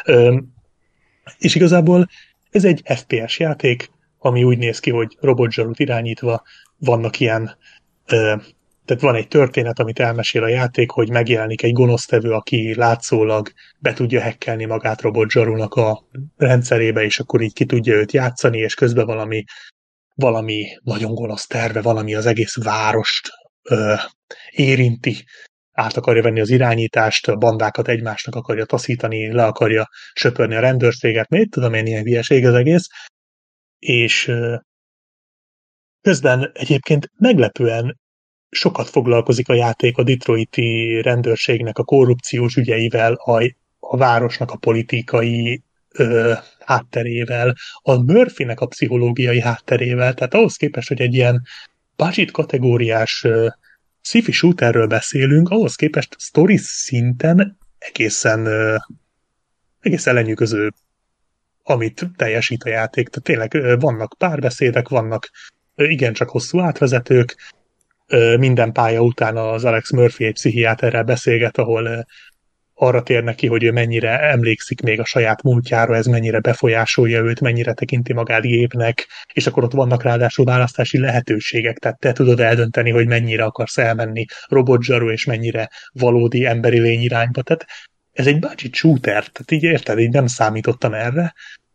És igazából ez egy F P S játék, ami úgy néz ki, hogy robotzsarut irányítva vannak ilyen, tehát van egy történet, amit elmesél a játék, hogy megjelenik egy gonosztevő, aki látszólag be tudja hekkelni magát robotzsarunak a rendszerébe, és akkor így ki tudja őt játszani, és közben valami, valami nagyon gonosz terve, valami az egész várost ö, érinti, át akarja venni az irányítást, a bandákat egymásnak akarja taszítani, le akarja söpörni a rendőrséget, mit tudom én, ilyen hülyeség az egész, és közben egyébként meglepően sokat foglalkozik a játék a detroiti rendőrségnek a korrupciós ügyeivel, a, a városnak a politikai ö, hátterével, a Murphynek a pszichológiai hátterével, tehát ahhoz képest, hogy egy ilyen budget kategóriás ö, sci-fi shooterről beszélünk, ahhoz képest story szinten egészen, ö, egészen lenyűgöző, amit teljesít a játék. Tehát tényleg vannak párbeszédek, vannak igencsak hosszú átvezetők, minden pálya után az Alex Murphy egy pszichiáterrel beszélget, ahol arra tér neki, hogy ő mennyire emlékszik még a saját múltjára, ez mennyire befolyásolja őt, mennyire tekinti magát gépnek, és akkor ott vannak ráadásul választási lehetőségek, tehát te tudod eldönteni, hogy mennyire akarsz elmenni robotzsaru, és mennyire valódi emberi lény irányba. Tehát ez egy budget shooter, tehát így érted, így nem számítottam erre.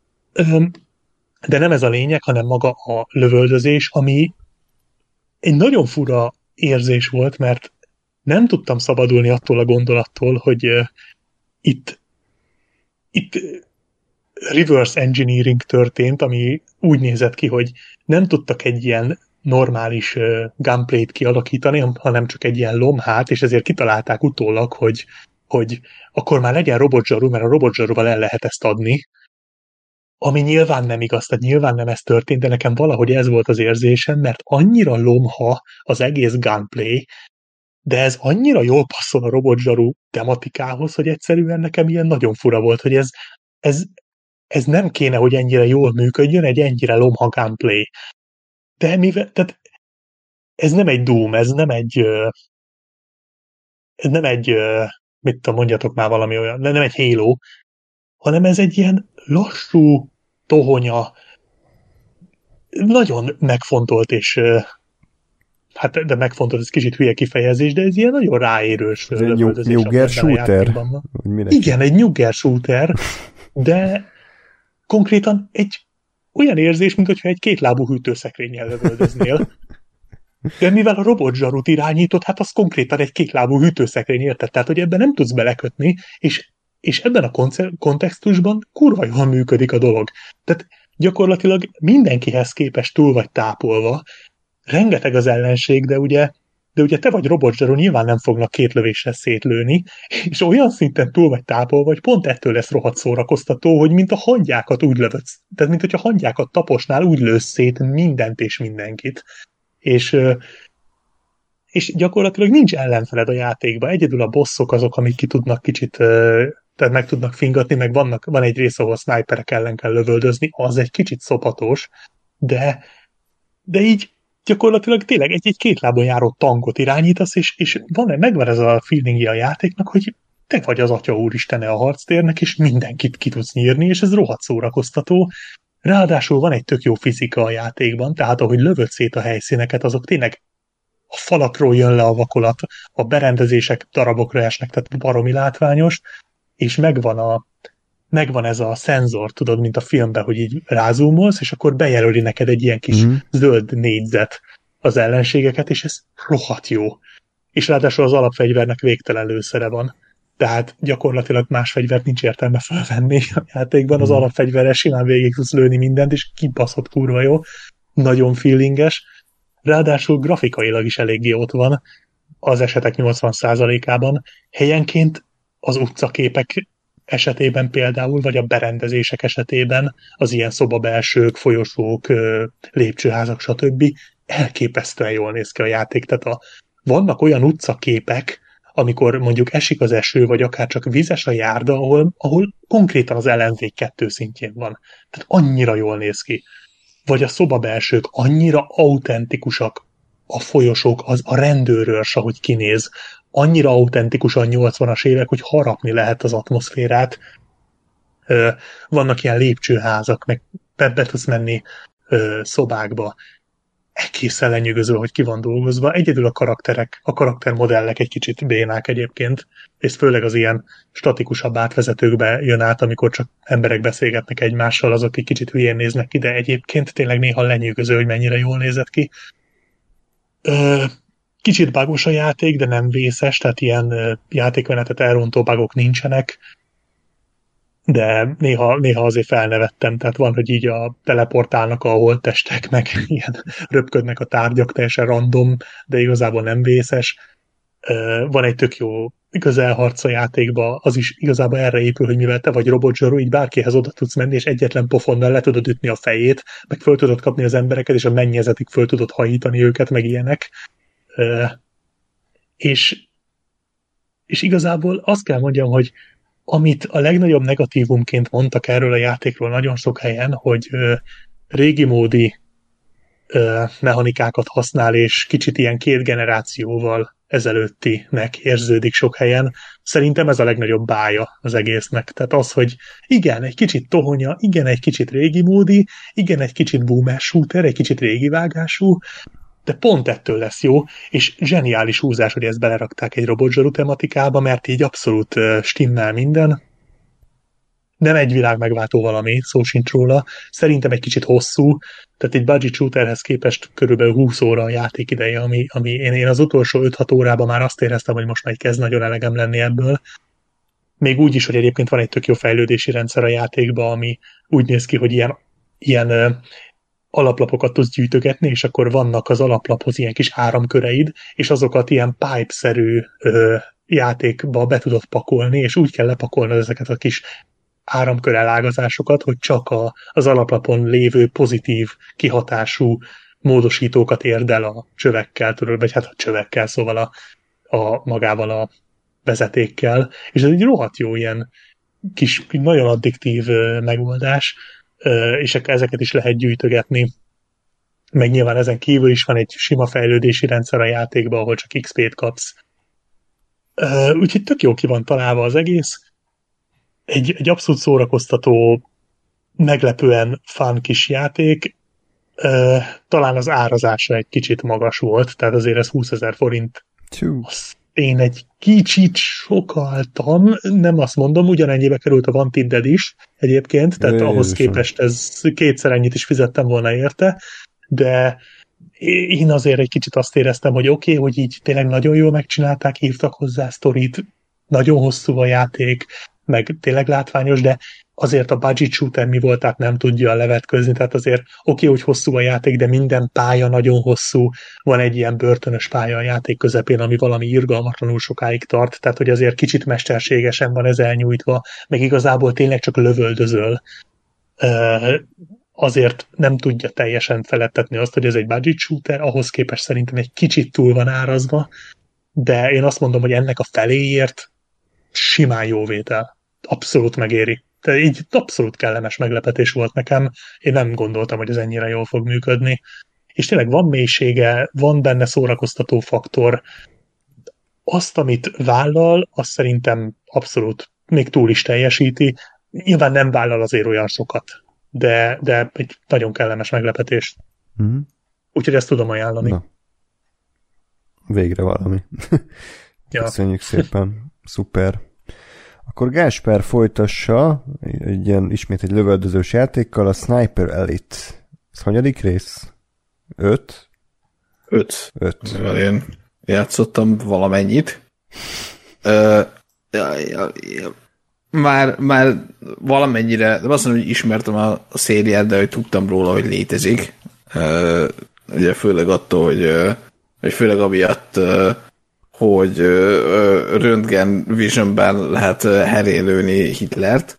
De nem ez a lényeg, hanem maga a lövöldözés, ami egy nagyon fura érzés volt, mert nem tudtam szabadulni attól a gondolattól, hogy uh, itt, itt reverse engineering történt, ami úgy nézett ki, hogy nem tudtak egy ilyen normális uh, gunplay-t kialakítani, hanem csak egy ilyen lomhát, és ezért kitalálták utólag, hogy, hogy akkor már legyen robotzsaru, mert a robotzsaruval el lehet ezt adni, ami nyilván nem igaz, tehát nyilván nem ez történt, de nekem valahogy ez volt az érzésem, mert annyira lomha az egész gunplay, de ez annyira jól passzol a robotzsaru tematikához, hogy egyszerűen nekem ilyen nagyon fura volt, hogy ez, ez, ez nem kéne, hogy ennyire jól működjön, egy ennyire lomha gunplay. De mivel, tehát ez nem egy Doom, ez nem egy ez nem egy, mit tudom, mondjatok már valami olyan, nem egy Halo, hanem ez egy ilyen lassú, tohonya, nagyon megfontolt, és hát de megfontolt, ez kicsit hülye kifejezés, de ez ilyen nagyon ráérős lövöldözés. Nyugger shooter? Igen, egy nyugger shooter, de konkrétan egy olyan érzés, mint hogyha egy kétlábú hűtőszekrényen lövöldöznél. De mivel a robotzsarút irányított, hát az konkrétan egy kétlábú hűtőszekrény, érted? Tehát, hogy ebben nem tudsz belekötni, és, és ebben a konce- kontextusban kurva jól működik a dolog. Tehát gyakorlatilag mindenkihez képest túl vagy tápolva, rengeteg az ellenség, de ugye, de ugye te vagy robotzsaru, nyilván nem fognak két lövéssel szétlőni, és olyan szinten túl vagy tápolva, hogy pont ettől lesz rohadt szórakoztató, hogy mint a hangyákat úgy lövödsz. Tehát, mint hogyha hangyákat taposnál, úgy lősz szét mindent és mindenkit. És, és gyakorlatilag nincs ellenfeled a játékban. Egyedül a bosszok azok, amik ki tudnak kicsit, tehát meg tudnak fingatni, meg vannak, van egy rész, ahol sniperek ellen kell lövöldözni, az egy kicsit szopatós, de, de így gyakorlatilag tényleg egy-egy két lábon járó tankot irányítasz, és, és van, megvan ez a feelingje a játéknak, hogy te vagy az atya úristene a harctérnek, és mindenkit ki tudsz nyírni, és ez rohadt szórakoztató. Ráadásul van egy tök jó fizika a játékban, tehát ahogy lövöd szét a helyszíneket, azok tényleg a falakról jön le a vakolat, a berendezések darabokra esnek, tehát baromi látványos, és megvan, a, megvan ez a szenzor, tudod, mint a filmben, hogy így rázúmolsz, és akkor bejelöli neked egy ilyen kis mm. zöld négyzet az ellenségeket, és ez rohadt jó. És ráadásul az alapfegyvernek végtelen lőszere van. Tehát gyakorlatilag más fegyvert nincs értelme felvenni a játékban, az alapfegyverrel simán végig tudsz lőni mindent, és kibaszott kurva jó, nagyon feelinges, ráadásul grafikailag is eléggé ott van, az esetek nyolcvan százalékában, helyenként az utcaképek esetében például, vagy a berendezések esetében, az ilyen szobabelsők, folyosók, lépcsőházak, stb. Elképesztően jól néz ki a játék, tehát a, vannak olyan utcaképek, amikor mondjuk esik az eső, vagy akár csak vízes a járda, ahol, ahol konkrétan az ellenzék kettő szintjén van. Tehát annyira jól néz ki. Vagy a szobabelsők annyira autentikusak, a folyosók, az a rendőrőrs, ahogy kinéz, annyira autentikusan nyolcvanas évek, hogy harapni lehet az atmoszférát. Vannak ilyen lépcsőházak, meg be, be tudsz menni szobákba. Egészen lenyűgöző, hogy ki van dolgozva. Egyedül a karakterek, a karaktermodellek egy kicsit bénák egyébként, és főleg az ilyen statikusabb átvezetőkbe jön át, amikor csak emberek beszélgetnek egymással, azok egy kicsit hülyén néznek ki, de egyébként tényleg néha lenyűgöző, hogy mennyire jól nézett ki. Ö, kicsit bugos a játék, de nem vészes, tehát ilyen játékmenetet elrontó bugok nincsenek, de néha, néha azért felnevettem, tehát van, hogy így a teleportálnak a holttestek, meg ilyen röpködnek a tárgyak, teljesen random, de igazából nem vészes. Van egy tök jó közelharc a játékban, az is igazából erre épül, hogy mivel te vagy robotzsaru, így bárkihez oda tudsz menni, és egyetlen pofonnal le tudod ütni a fejét, meg föl tudod kapni az embereket, és a mennyezetig föl tudod hajítani őket, meg ilyenek. És, és igazából azt kell mondjam, hogy amit a legnagyobb negatívumként mondtak erről a játékról nagyon sok helyen, hogy ö, régi módi ö, mechanikákat használ, és kicsit ilyen két generációval ezelőttinek érződik sok helyen. Szerintem ez a legnagyobb bája az egésznek. Tehát az, hogy igen, egy kicsit tohonya, igen, egy kicsit régi módi, igen, egy kicsit boomer shooter, egy kicsit régi vágású, de pont ettől lesz jó, és zseniális húzás, hogy ezt belerakták egy robotzsaru tematikába, mert így abszolút stimmel minden. Nem egy világ megváltó valami, szó sincs róla. Szerintem egy kicsit hosszú, tehát egy budget shooterhez képest körülbelül húsz óra a játékideje, ami, ami én, én az utolsó öt-hat órában már azt éreztem, hogy most már kezd nagyon elegem lenni ebből. Még úgy is, hogy egyébként van egy tök jó fejlődési rendszer a játékban, ami úgy néz ki, hogy ilyen, ilyen alaplapokat tudsz gyűjtögetni, és akkor vannak az alaplaphoz ilyen kis áramköreid, és azokat ilyen pipe-szerű ö, játékba be tudod pakolni, és úgy kell lepakolnod ezeket a kis áramkör elágazásokat, hogy csak a, az alaplapon lévő pozitív kihatású módosítókat érd el a csövekkel, tudod, vagy hát a csövekkel, szóval a, a magával a vezetékkel, és ez egy rohadt jó ilyen kis, nagyon addiktív megoldás, és ezeket is lehet gyűjtögetni. Meg nyilván ezen kívül is van egy sima fejlődési rendszer a játékban, ahol csak iksz pét kapsz. Úgyhogy tök jó ki van találva az egész. Egy, egy abszolút szórakoztató, meglepően fun kis játék. Talán az árazása egy kicsit magas volt, tehát azért ez húszezer forint. Azt én egy kicsit sokaltam, nem azt mondom, ugyanennyibe került a Wanted Dead is egyébként, tehát Jézusom. Ahhoz képest ez kétszer ennyit is fizettem volna érte, de, én azért egy kicsit azt éreztem, hogy oké, okay, hogy így tényleg nagyon jól megcsinálták, hívtak hozzá sztorit, nagyon hosszú a játék, meg tényleg látványos, de azért a budget shooter mi volt, tehát nem tudja levetközni, tehát azért oké, okay, hogy hosszú a játék, de minden pálya nagyon hosszú, van egy ilyen börtönös pálya a játék közepén, ami valami irgalmatlanul sokáig tart, tehát hogy azért kicsit mesterségesen van ez elnyújtva, meg igazából tényleg csak lövöldözöl. Azért nem tudja teljesen felettetni azt, hogy ez egy budget shooter, ahhoz képest szerintem egy kicsit túl van árazva, de én azt mondom, hogy ennek a feléért simán jó vétel. Abszolút megéri. Tehát így abszolút kellemes meglepetés volt nekem. Én nem gondoltam, hogy ez ennyire jól fog működni. És tényleg van mélysége, van benne szórakoztató faktor. Azt, amit vállal, azt szerintem abszolút még túl is teljesíti. Nyilván nem vállal azért olyan sokat, de, de egy nagyon kellemes meglepetés. Mm. Úgyhogy ezt tudom ajánlani. Na. Végre valami. Ja. Köszönjük szépen. Szuper. Akkor Gásper folytassa egy ilyen, ismét egy lövöldözős játékkal, a Sniper Elite. Ez hanyadik rész? Öt? Öt. Öt. Én játszottam valamennyit. Ö, ja, ja, ja. Már, már valamennyire, de azt mondom, hogy ismertem a, a szériát, de hogy tudtam róla, hogy létezik. Ö, ugye főleg attól, hogy, hogy főleg amiatt, hogy Röntgen Visionben lehet herélőni Hitlert.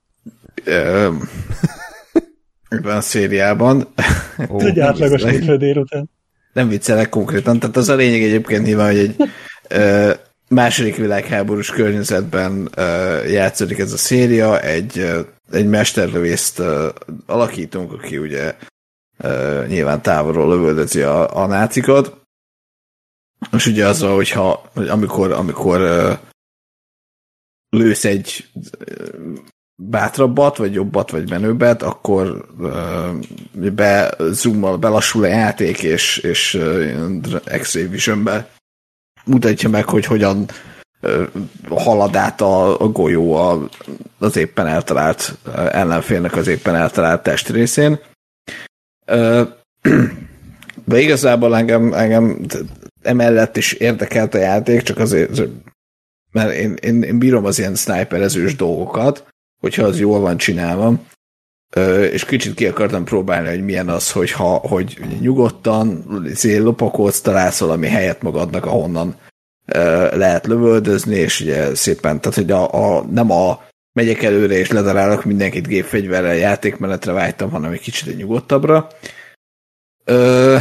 Ebben a szériában. Oh, egy átlagos hétfő délután. Nem viccelek konkrétan, tehát az a lényeg egyébként nyilván, hogy egy ö, második világháborús környezetben ö, játszódik ez a széria, egy, ö, egy mesterlövészt ö, alakítunk, aki ugye ö, nyilván távolról lövöldözi a, a nácikat. És ugye az, hogyha amikor, amikor uh, lősz egy uh, bátrabbat, vagy jobbat, vagy menőbbet, akkor uh, be zoommal belassul a játék, és, és uh, X-ray visionben mutatja meg, hogy hogyan uh, halad át a, a golyó a, az éppen eltalált uh, ellenfélnek az éppen eltalált testrészén. Uh, de igazából engem, engem emellett is érdekelt a játék, csak azért, mert én, én, én bírom az ilyen sniperezős dolgokat, hogyha az jól van csinálva, és kicsit ki akartam próbálni, hogy milyen az, hogyha, hogy nyugodtan lopakolsz, találsz valami helyet magadnak, ahonnan lehet lövöldözni, és ugye szépen, tehát hogy a, a, nem a megyek előre és ledarálok mindenkit gépfegyverrel játékmenetre vágytam, hanem egy kicsit egy nyugodtabbra. Ö,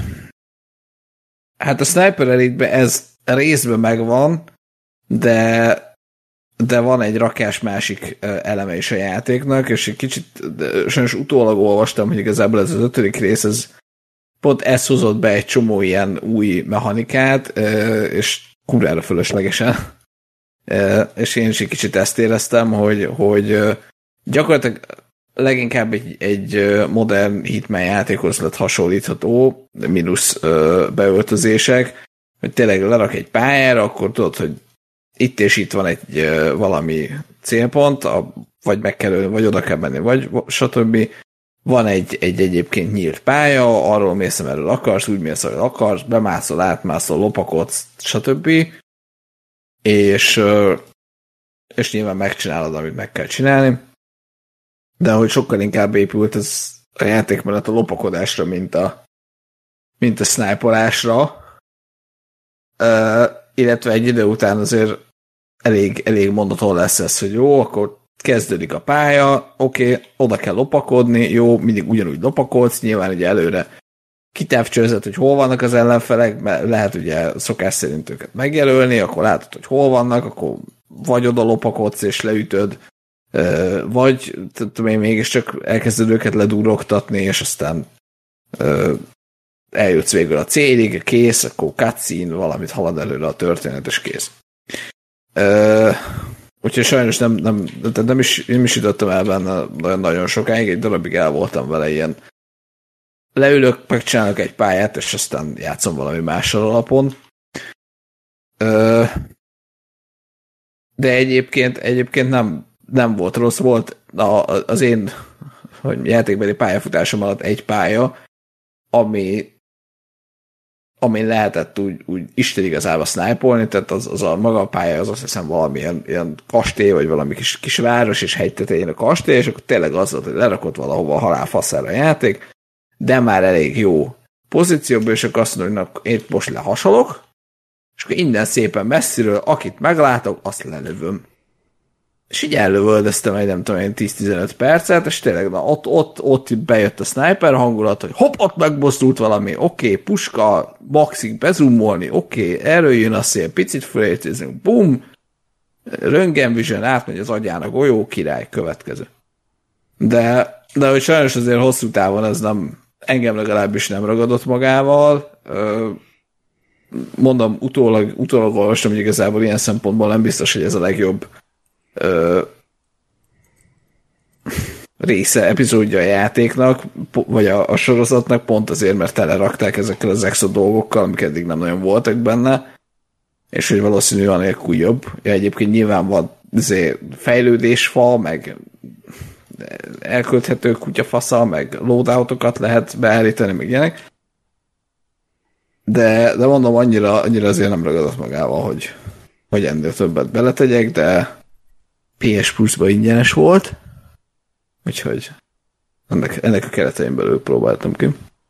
hát a Sniper Elite-ben ez részben megvan, de, de van egy rakás másik eleme is a játéknak, és egy kicsit sajnos utólag olvastam, hogy igazából ez az ötödik rész, ez pont ez hozott be egy csomó ilyen új mechanikát, és kurvára fölöslegesen. És én is egy kicsit ezt éreztem, hogy, hogy gyakorlatilag leginkább egy, egy modern Hitman játékhoz lett hasonlítható, mínusz beöltözések, hogy tényleg lerak egy pályára, akkor tudod, hogy itt és itt van egy valami célpont, vagy meg kell ölni, vagy oda kell menni, vagy stb. Van egy, egy egyébként nyílt pálya, arról mész, erről akarsz, úgy mész, ahol akarsz, bemászol, átmászol, lopakodsz, stb. És, és nyilván megcsinálod, amit meg kell csinálni. De hogy sokkal inkább épült ez a játékmenet a lopakodásra, mint a, mint a sniperásra. Uh, illetve egy idő után azért elég, elég mondaton lesz ez, hogy jó, akkor kezdődik a pálya, oké, okay, oda kell lopakodni, jó, mindig ugyanúgy lopakodsz, nyilván ugye előre kitávcsőzött, hogy hol vannak az ellenfelek, mert lehet ugye szokás szerint őket megjelölni, akkor látod, hogy hol vannak, akkor vagy oda lopakodsz és leütöd, vagy tudom én, mégiscsak elkezded őket ledurogtatni, és aztán eljutsz végül a célig, kész, akkor cutscene, valamit halad előre a történet, és kész. Úgyhogy sajnos nem, nem, nem, is, nem is jutottam el benne nagyon, nagyon sokáig, egy darabig el voltam vele ilyen. Leülök, megcsinálok egy pályát, és aztán játszom valami mással alapon. De egyébként, egyébként nem, nem volt rossz, volt az én hogy játékbeli pályafutásom alatt egy pálya, ami amin lehetett úgy, úgy Isten igazából sniperolni, tehát az, az a maga a pálya, az azt hiszem valamilyen ilyen kastély, vagy valami kis, kis város, és hegytetején a kastély, és akkor tényleg az volt, hogy lerakott valahova a halálfaszára a játék, de már elég jó pozícióban, és akkor azt mondom, hogy én most lehasalok, és akkor innen szépen messziről, akit meglátok, azt lelövöm. És így ellövöldöztem egy nem tudom én tíz-tizenöt percet, és tényleg na, ott, ott, ott bejött a sniper hangulat, hogy hopp, ott megmozdult valami, oké, okay, puska, maxig bezumolni, oké, okay, erről jön a szél, picit fölértézünk, bum, Röntgen Vision átmegy az agyának, olyó király, következő. De, de hogy sajnos azért hosszú távon ez nem, engem legalábbis nem ragadott magával. Mondom, utólag, utólag olvastam, hogy igazából ilyen szempontból nem biztos, hogy ez a legjobb Ö, része, epizódja a játéknak, vagy a, a sorozatnak, pont azért, mert telerakták ezekkel az exo dolgokkal, amik eddig nem nagyon voltak benne, és hogy valószínű anélkül jobb. Ja, egyébként nyilván van fejlődésfa, meg elkölthető kutyafasza, meg loadoutokat lehet beállítani, meg ilyenek. De, de mondom, annyira, annyira azért nem ragadott magával, hogy, hogy ennél többet beletegyek, de pé es Plus-ban ingyenes volt, úgyhogy ennek, ennek a keretein belül próbáltam ki.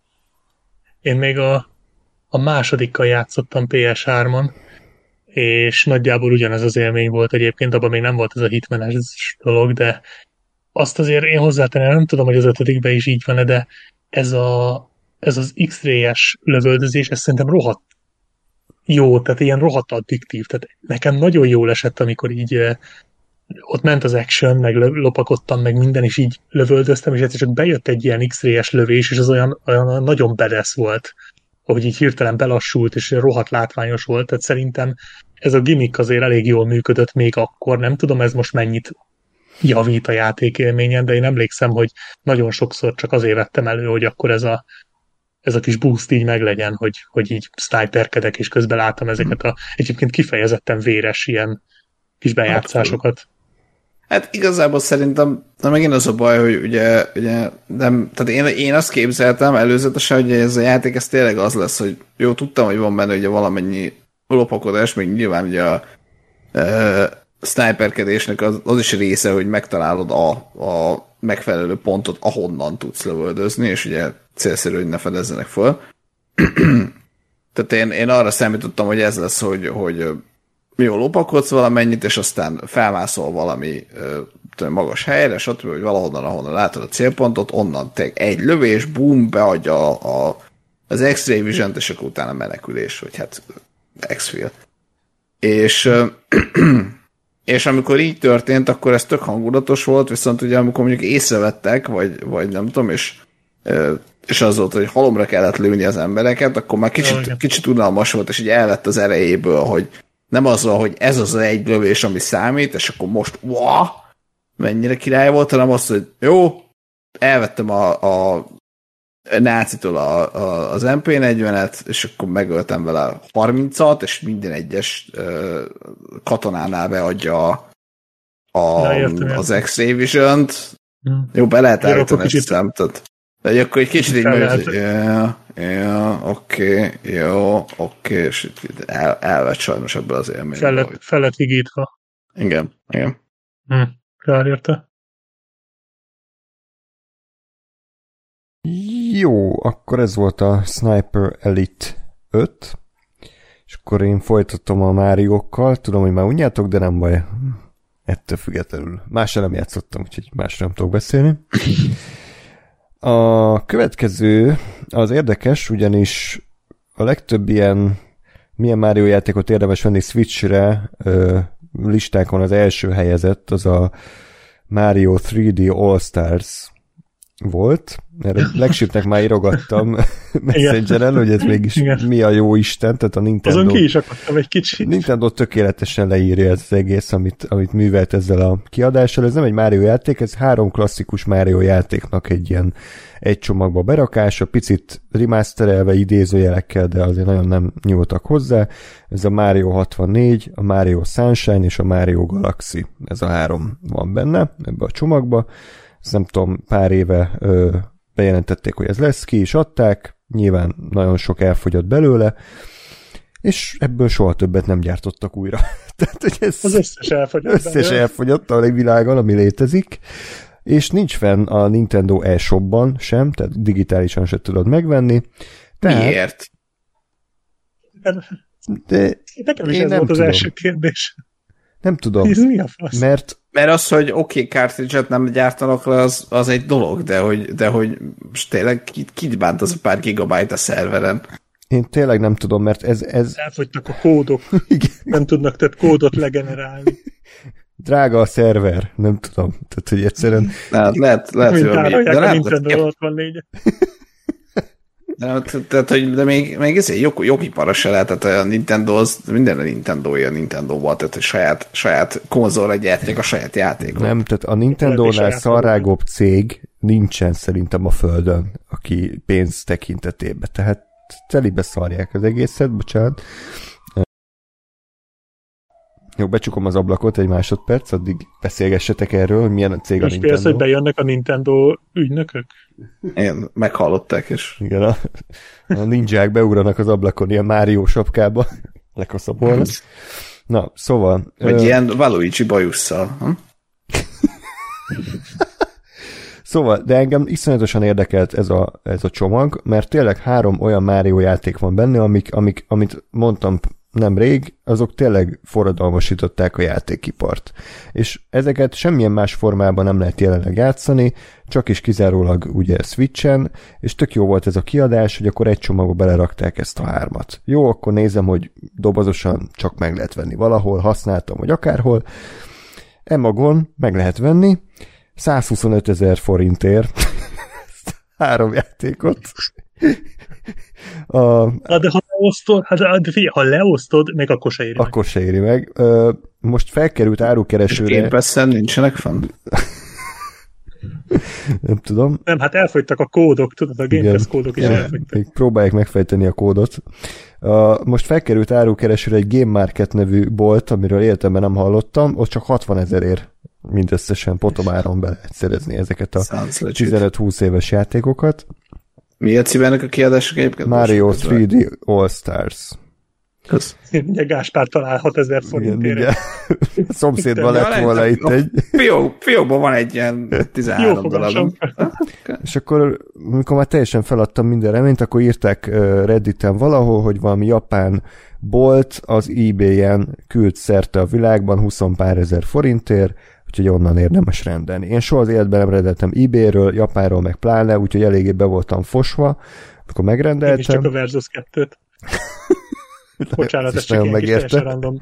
Én még a, a másodikkal játszottam pé es hármon, és nagyjából ugyanez az élmény volt egyébként, abban még nem volt ez a hitmenes dolog, de azt azért én hozzátenem, nem tudom, hogy az ötödikben is így van, de ez, a, ez az X-ray-es lövöldözés, ez szerintem rohadt jó, tehát ilyen rohadt addiktív, tehát nekem nagyon jól esett, amikor így ott ment az action, meg lopakodtam, meg minden, és így lövöldöztem, és egyszer csak bejött egy ilyen X-ray-es lövés, és az olyan, olyan nagyon badass volt, ahogy így hirtelen belassult, és rohadt látványos volt, tehát szerintem ez a gimmick azért elég jól működött még akkor, nem tudom, ez most mennyit javít a játékélményen, de én emlékszem, hogy nagyon sokszor csak azért vettem elő, hogy akkor ez a, ez a kis boost így meglegyen, hogy, hogy így sniperkedek, és közben láttam ezeket a egyébként kifejezetten véres ilyen kis bejátszásokat. Hát igazából szerintem, de megint az a baj, hogy ugye, ugye nem, tehát én, én azt képzeltem előzetesen, hogy ez a játék ez tényleg az lesz, hogy jó, tudtam, hogy van benne ugye valamennyi lopakodás, még nyilván ugye a e, sniperkedésnek az, az is része, hogy megtalálod a, a megfelelő pontot, ahonnan tudsz lövöldözni, és ugye célszerű, hogy ne fedezzenek föl. Tehát én, én arra számítottam, hogy ez lesz, hogy, hogy jó, lopakodsz valamennyit, és aztán felmászol valami ö, magas helyre, stb., hogy valahonnan, ahonnan látod a célpontot, onnan egy lövés, bum, beadja a, a, az X-ray vision-t, és akkor utána menekülés, hogy hát exfil. És, ö, és amikor így történt, akkor ez tök hangulatos volt, viszont ugye amikor mondjuk észrevettek, vagy, vagy nem tudom, és, ö, és az volt, hogy halomra kellett lőni az embereket, akkor már kicsit, kicsit unalmas volt, és így elvett az erejéből, hogy nem azzal, hogy ez az egy lövés, ami számít, és akkor most wow, mennyire király volt, hanem azt, hogy jó, elvettem a, a nácitól a, a, az em pé negyvenet, és akkor megöltem vele harmincat, és minden egyes uh, katonánál beadja a, a, ja, az X-ray vision-t. Hmm. Jó, be lehet állítani ezt a számított. De akkor egy kicsit így mondjuk, hogy ja, ja, oké, okay, jó, oké, okay, és el, elvett sajnos ebből az élményből. Fel lett, fel lett higítva. Igen, igen. Hm, kár érte. Jó, akkor ez volt a Sniper Elite öt, és akkor én folytatom a Máriókkal, tudom, hogy már unjátok, de nem baj. Ettől függetlenül. Másra nem játszottam, úgyhogy másra nem tudok beszélni. A következő az érdekes, ugyanis a legtöbb ilyen milyen Mario játékot érdemes venni Switchre ö, listákon az első helyezett, az a Mario három dé All Stars volt. Erre Legsőbbnek már írogattam Messengeren, hogy ez mégis igen. Mi a jó Isten, tehát a Nintendo... Azon ki is akadtam egy kicsit. Nintendo tökéletesen leírja ez az egész, amit, amit művelt ezzel a kiadással. Ez nem egy Mario játék, ez három klasszikus Mario játéknak egy ilyen egy csomagba berakása, picit remasterelve idézőjelekkel, de azért nagyon nem nyúltak hozzá. Ez a Mario hatvannégy, a Mario Sunshine és a Mario Galaxy. Ez a három van benne ebbe a csomagba. Ezt nem tudom, pár éve ö, bejelentették, hogy ez lesz, ki is adták, nyilván nagyon sok elfogyott belőle, és ebből soha többet nem gyártottak újra. Tehát, hogy ez az összes elfogyott. Összes elfogyott a világon, ami létezik, és nincs fenn a Nintendo eShopban sem, tehát digitálisan se tudod megvenni. Tehát, miért? De nekem is én ez nem volt az tudom. első kérdés. Nem tudom. Ez mi a fasz? Mert Mert az, hogy oké, okay, cartridge-et nem gyártanak le, az, az egy dolog, de hogy, de hogy most tényleg kit, kit bánt az a pár gigabyte a szerveren? én tényleg nem tudom, mert ez... ez Elfogytak a kódok. Nem tudnak több kódot legenerálni. drága a szerver, nem tudom. Tehát, hogy egyszerűen... Hát lehet, lehet, Mint hogy árolják de a nem, Nintendo hatvannégyet. de, tehát, hogy de még, még ezért jog, jogipara se lehet, tehát a Nintendo az, minden a Nintendo-ja Nintendo-val, tehát hogy saját, saját konzolra gyártják a saját játékot. Nem, tehát a Nintendo-nál szarrágóbb cég nincsen szerintem a földön, aki pénz tekintetében. Tehát telibe szarják az egészet, bocsánat. Jó, becsukom az ablakot egy másodperc, addig beszélgessetek erről, hogy milyen a cég a És Nintendo. félsz, hogy bejönnek a Nintendo ügynökök? Én meghallották, és Igen, a, a ninják beugranak az ablakon ilyen Mario sapkába, lekaszabolnak. Na, szóval... vagy ö, ilyen Waluigi bajusszal. Hm? Szóval, de engem iszonyatosan érdekelt ez a, ez a csomag, mert tényleg három olyan Mario játék van benne, amik, amik, amit mondtam nemrég, azok tényleg forradalmasították a játékipart. És ezeket semmilyen más formában nem lehet jelenleg játszani, csak is kizárólag ugye Switchen, és tök jó volt ez a kiadás, hogy akkor egy csomagba belerakták ezt a hármat. Jó, akkor nézem, hogy dobozosan csak meg lehet venni valahol, használtam, vagy akárhol. Emagon meg lehet venni, százhuszonöt ezer forintért három játékot. A, Hát de ha leosztod, hát de figyelj, ha leosztod, még akkor se éri meg. akkor se éri meg. Ö, most felkerült És árukeresőre. Game Pass-en nincsenek fenn? Nem tudom. Nem, hát elfogytak a kódok, tudod, a Game Igen. Pass kódok is Igen. elfogytak. Még próbálják megfejteni a kódot. Uh, most felkerült árukeresőre egy Game Market nevű bolt, amiről életemben nem hallottam, ott csak hatvan ezerért mindösszesen potomáron be lehet szerezni ezeket a Sounds legit. tizenöt-húsz éves játékokat. Mi a címének a kiadások egyébként? Mario Most három dé All Stars. Kösz. Mindjárt Gáspár talál hatezer Igen, forintért. mindjárt. A szomszédban Ja, lett volna itt egy... Fiók, fiókban van egy ilyen Jó tizenhárom fogásom. darab. És akkor, amikor már teljesen feladtam minden reményt, akkor írták uh, Redditen valahol, hogy valami japán bolt az eBay-en küld szerte a világban húsz pár ezer forintért, úgyhogy onnan érdemes rendelni. Én soha az életben nem rendeltem eBay-ről, Japánról meg pláne, úgyhogy eléggé be voltam fosva, akkor Én is megrendeltem. csak a Versus kettőt. Bocsánat, Ezt ez is csak nagyon ilyen kis megérte. teljesen random.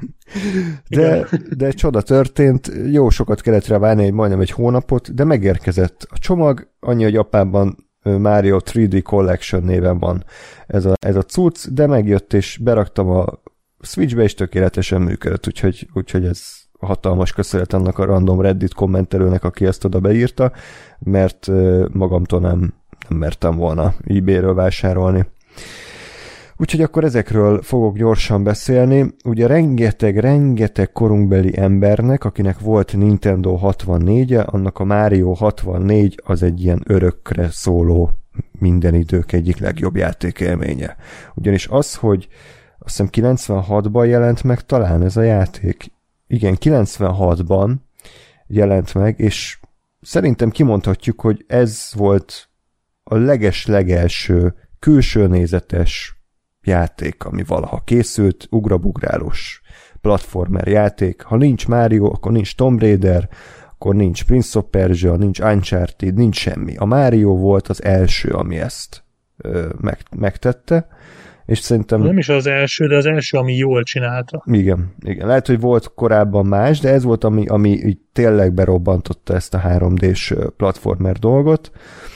De, de csoda történt, jó sokat kellett rá várni, egy majdnem egy hónapot, de megérkezett a csomag, annyi, hogy Japánban Mario három dé Collection néven van ez a, ez a cucc, de megjött és beraktam a Switchbe, és tökéletesen működött, úgyhogy, úgyhogy ez hatalmas köszönet annak a random Reddit kommentelőnek, aki ezt oda beírta, mert magamtól nem, nem mertem volna eBay-ről vásárolni. Úgyhogy akkor ezekről fogok gyorsan beszélni. Ugye rengeteg, rengeteg korunkbeli embernek, akinek volt Nintendo hatvannégye, annak a Mario hatvannégy az egy ilyen örökre szóló minden idők egyik legjobb játékélménye. Ugyanis az, hogy azt hiszem kilencvenhatban jelent meg talán ez a játék. Igen, kilencvenhatban jelent meg, és szerintem kimondhatjuk, hogy ez volt a leges-legelső külső nézetes játék, ami valaha készült, ugrabugrálós platformer játék. Ha nincs Mario, akkor nincs Tomb Raider, akkor nincs Prince of Persia, nincs Uncharted, nincs semmi. A Mario volt az első, ami ezt ö, meg, megtette, és szerintem... Nem is az első, de az első, ami jól csinálta. Igen, igen. Lehet, hogy volt korábban más, de ez volt, ami, ami így tényleg berobbantotta ezt a három dés platformer dolgot,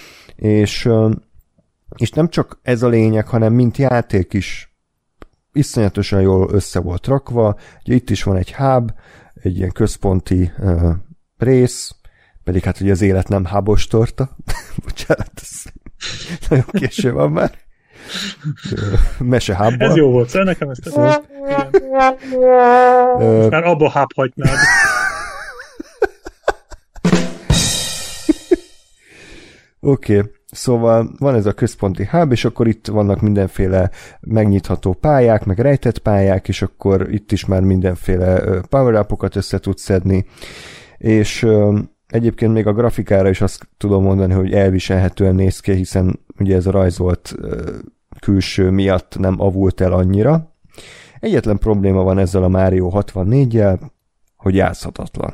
és És nem csak ez a lényeg, hanem mint játék is iszonyatosan jól össze volt rakva. Ugye itt is van egy hub, egy ilyen központi uh, rész, pedig hát ugye az élet nem hubos torta. Bocsánat, ez nagyon késő van már. Mese hubban. Ez jó volt, szóval nekem ezt tetszett. Uh, Már abba hub hagynád. Oké. Okay. Szóval van ez a központi hub, és akkor itt vannak mindenféle megnyitható pályák, meg rejtett pályák, és akkor itt is már mindenféle power-upokat össze tudsz szedni, és egyébként még a grafikára is azt tudom mondani, hogy elviselhetően néz ki, hiszen ugye ez a rajzolt külső miatt nem avult el annyira. Egyetlen probléma van ezzel a Mario hatvannégyel, hogy játszhatatlan.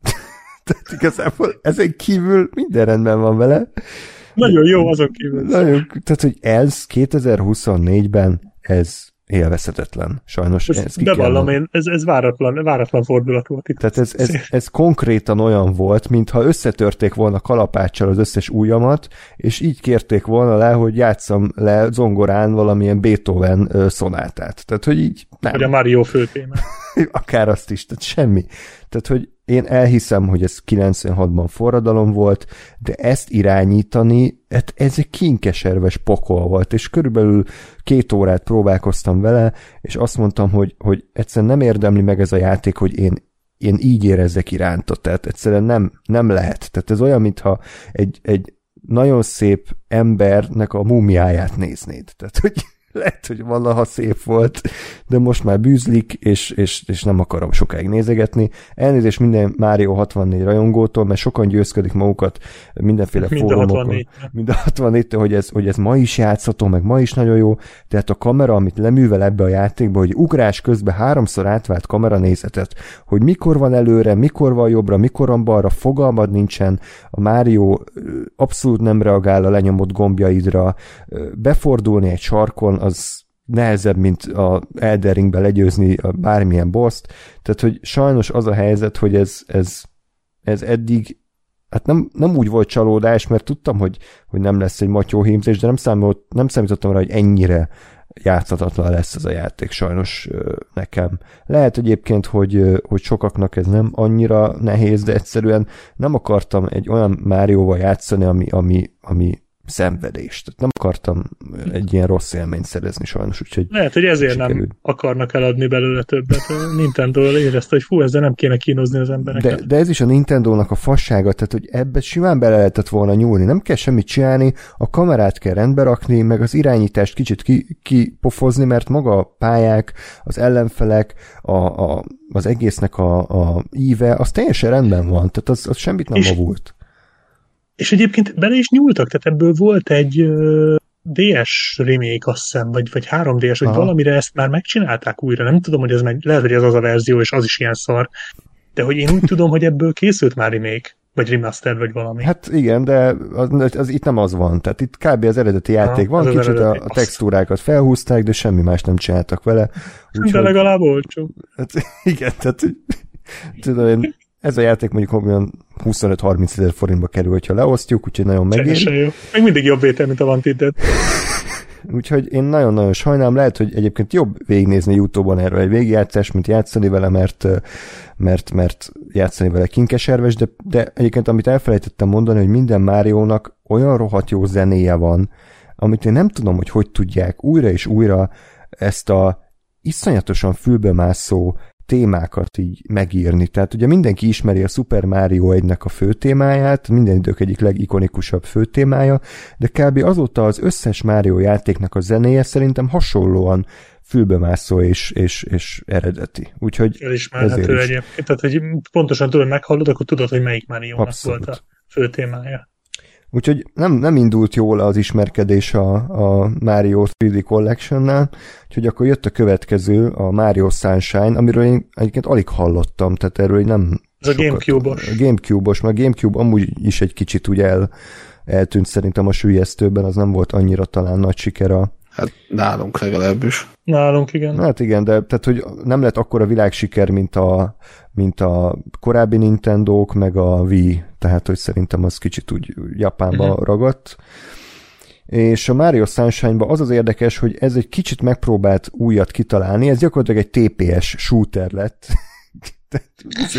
Tehát igazából ezen kívül minden rendben van vele. Nagyon jó azon kívül. Nagyon, tehát, hogy ez kétezer-huszonnégyben ez élvezhetetlen. Sajnos most ez ki bevallom én, ez, ez váratlan, váratlan fordulat volt itt. Tehát ez, ez, ez konkrétan olyan volt, mintha összetörték volna kalapáccsal az összes ujjamat, és így kérték volna le, hogy játsszam le zongorán valamilyen Beethoven uh, szonátát. Tehát, hogy így nem. Vagy a Mario főtémát. Akár azt is, tehát semmi. Tehát, hogy én elhiszem, hogy ez kilencvenhatban forradalom volt, de ezt irányítani, hát ez egy kínkeserves pokol volt, és körülbelül két órát próbálkoztam vele, és azt mondtam, hogy, hogy egyszerűen nem érdemli meg ez a játék, hogy én, én így érezzek iránta, tehát egyszerűen nem, nem lehet. Tehát ez olyan, mintha egy, egy nagyon szép embernek a múmiáját néznéd. Tehát, hogy lehet, hogy valaha szép volt, de most már bűzlik, és, és, és nem akarom sokáig nézegetni. Elnézést minden Mario hatvannégy rajongótól, mert sokan győzködik magukat mindenféle mind fórumokon. Mind a hatvannégytől, hogy ez, hogy ez ma is játszható, meg ma is nagyon jó. Tehát a kamera, amit leművel ebbe a játékba, hogy ugrás közben háromszor átvált kameranézetet, hogy mikor van előre, mikor van jobbra, mikor van balra, fogalmad nincsen, a Mario abszolút nem reagál a lenyomott gombjaidra, befordulni egy sarkon, az nehezebb, mint a Elden Ringbe legyőzni a bármilyen boss-t, tehát, hogy sajnos az a helyzet, hogy ez, ez, ez eddig, hát nem, nem úgy volt csalódás, mert tudtam, hogy, hogy nem lesz egy matyóhímzés, de nem, számolt, nem számítottam rá, hogy ennyire játszhatatlan lesz ez a játék sajnos nekem. Lehet egyébként, hogy, hogy sokaknak ez nem annyira nehéz, de egyszerűen nem akartam egy olyan Márióval játszani, ami, ami, ami szenvedést. Tehát nem akartam egy ilyen rossz élményt szerezni sajnos, úgyhogy lehet, hogy ezért sikerült. Nem akarnak eladni belőle többet. Nintendo érezte, hogy fú, ezzel nem kéne kínozni az embereket. De, de ez is a Nintendónak a fassága, tehát hogy ebbe simán bele lehetett volna nyúlni. Nem kell semmit csinálni, a kamerát kell rendbe rakni, meg az irányítást kicsit ki, kipofozni, mert maga a pályák, az ellenfelek, a, a, az egésznek a, a íve, az teljesen rendben van, tehát az, az semmit nem avult. És egyébként bele is nyúltak, tehát ebből volt egy uh, dé es remake, azt hiszem, vagy, vagy három dé es, hogy valamire ezt már megcsinálták újra. Nem tudom, hogy ez meg, lehet, hogy ez az a verzió, és az is ilyen szar. De hogy én úgy tudom, hogy ebből készült már remake, vagy remaster, vagy valami. Hát igen, de az, az itt nem az van. Tehát itt kb. Az eredeti játék ha, van, kicsit eredeti. A, a textúrákat felhúzták, de semmi más nem csináltak vele. Úgy, de legalább olcsó. Hát, igen, tehát tudom én, ez a játék mondjuk olyan huszonöt-harminc ezer forintba kerül, hogyha leosztjuk, úgyhogy nagyon megéri. Jó. Meg mindig jobb vétel, mint a Wanted. Úgyhogy én nagyon-nagyon sajnálom, lehet, hogy egyébként jobb végignézni YouTube-on erről egy végigjátszást, mint játszani vele, mert, mert, mert játszani vele kinkeserves, de, de egyébként amit elfelejtettem mondani, hogy minden Máriónak olyan rohadt jó zenéje van, amit én nem tudom, hogy hogy tudják újra és újra ezt a iszonyatosan fülbemászó témákat így megírni. Tehát ugye mindenki ismeri a Super Mario egynek a főtémáját, minden idők egyik legikonikusabb főtémája, de kb. Azóta az összes Mario játéknak a zenéje szerintem hasonlóan fülbemászó és, és, és eredeti. Úgyhogy elismerhető egyébként. Tehát, hogy pontosan tudod, meghallod, akkor tudod, hogy melyik Mario-nak volt a főtémája. Úgyhogy nem, nem indult jól az ismerkedés a, a Mario három dé Collection-nál, úgyhogy akkor jött a következő, a Mario Sunshine, amiről én egyébként alig hallottam, tehát erről nem Ez sokat, a Gamecube-os. A Gamecube-os, mert a Gamecube amúgy is egy kicsit ugye el, eltűnt szerintem a süllyesztőben, az nem volt annyira talán nagy siker a... Hát nálunk legalábbis. Nálunk, igen. Hát igen, de tehát, hogy nem lett akkora világsiker, mint a, mint a korábbi Nintendók, meg a Wii, tehát, hogy szerintem az kicsit úgy Japánba uh-huh. ragadt. És a Mario Sunshine-ban az az érdekes, hogy ez egy kicsit megpróbált újat kitalálni, ez gyakorlatilag egy té pé es shooter lett.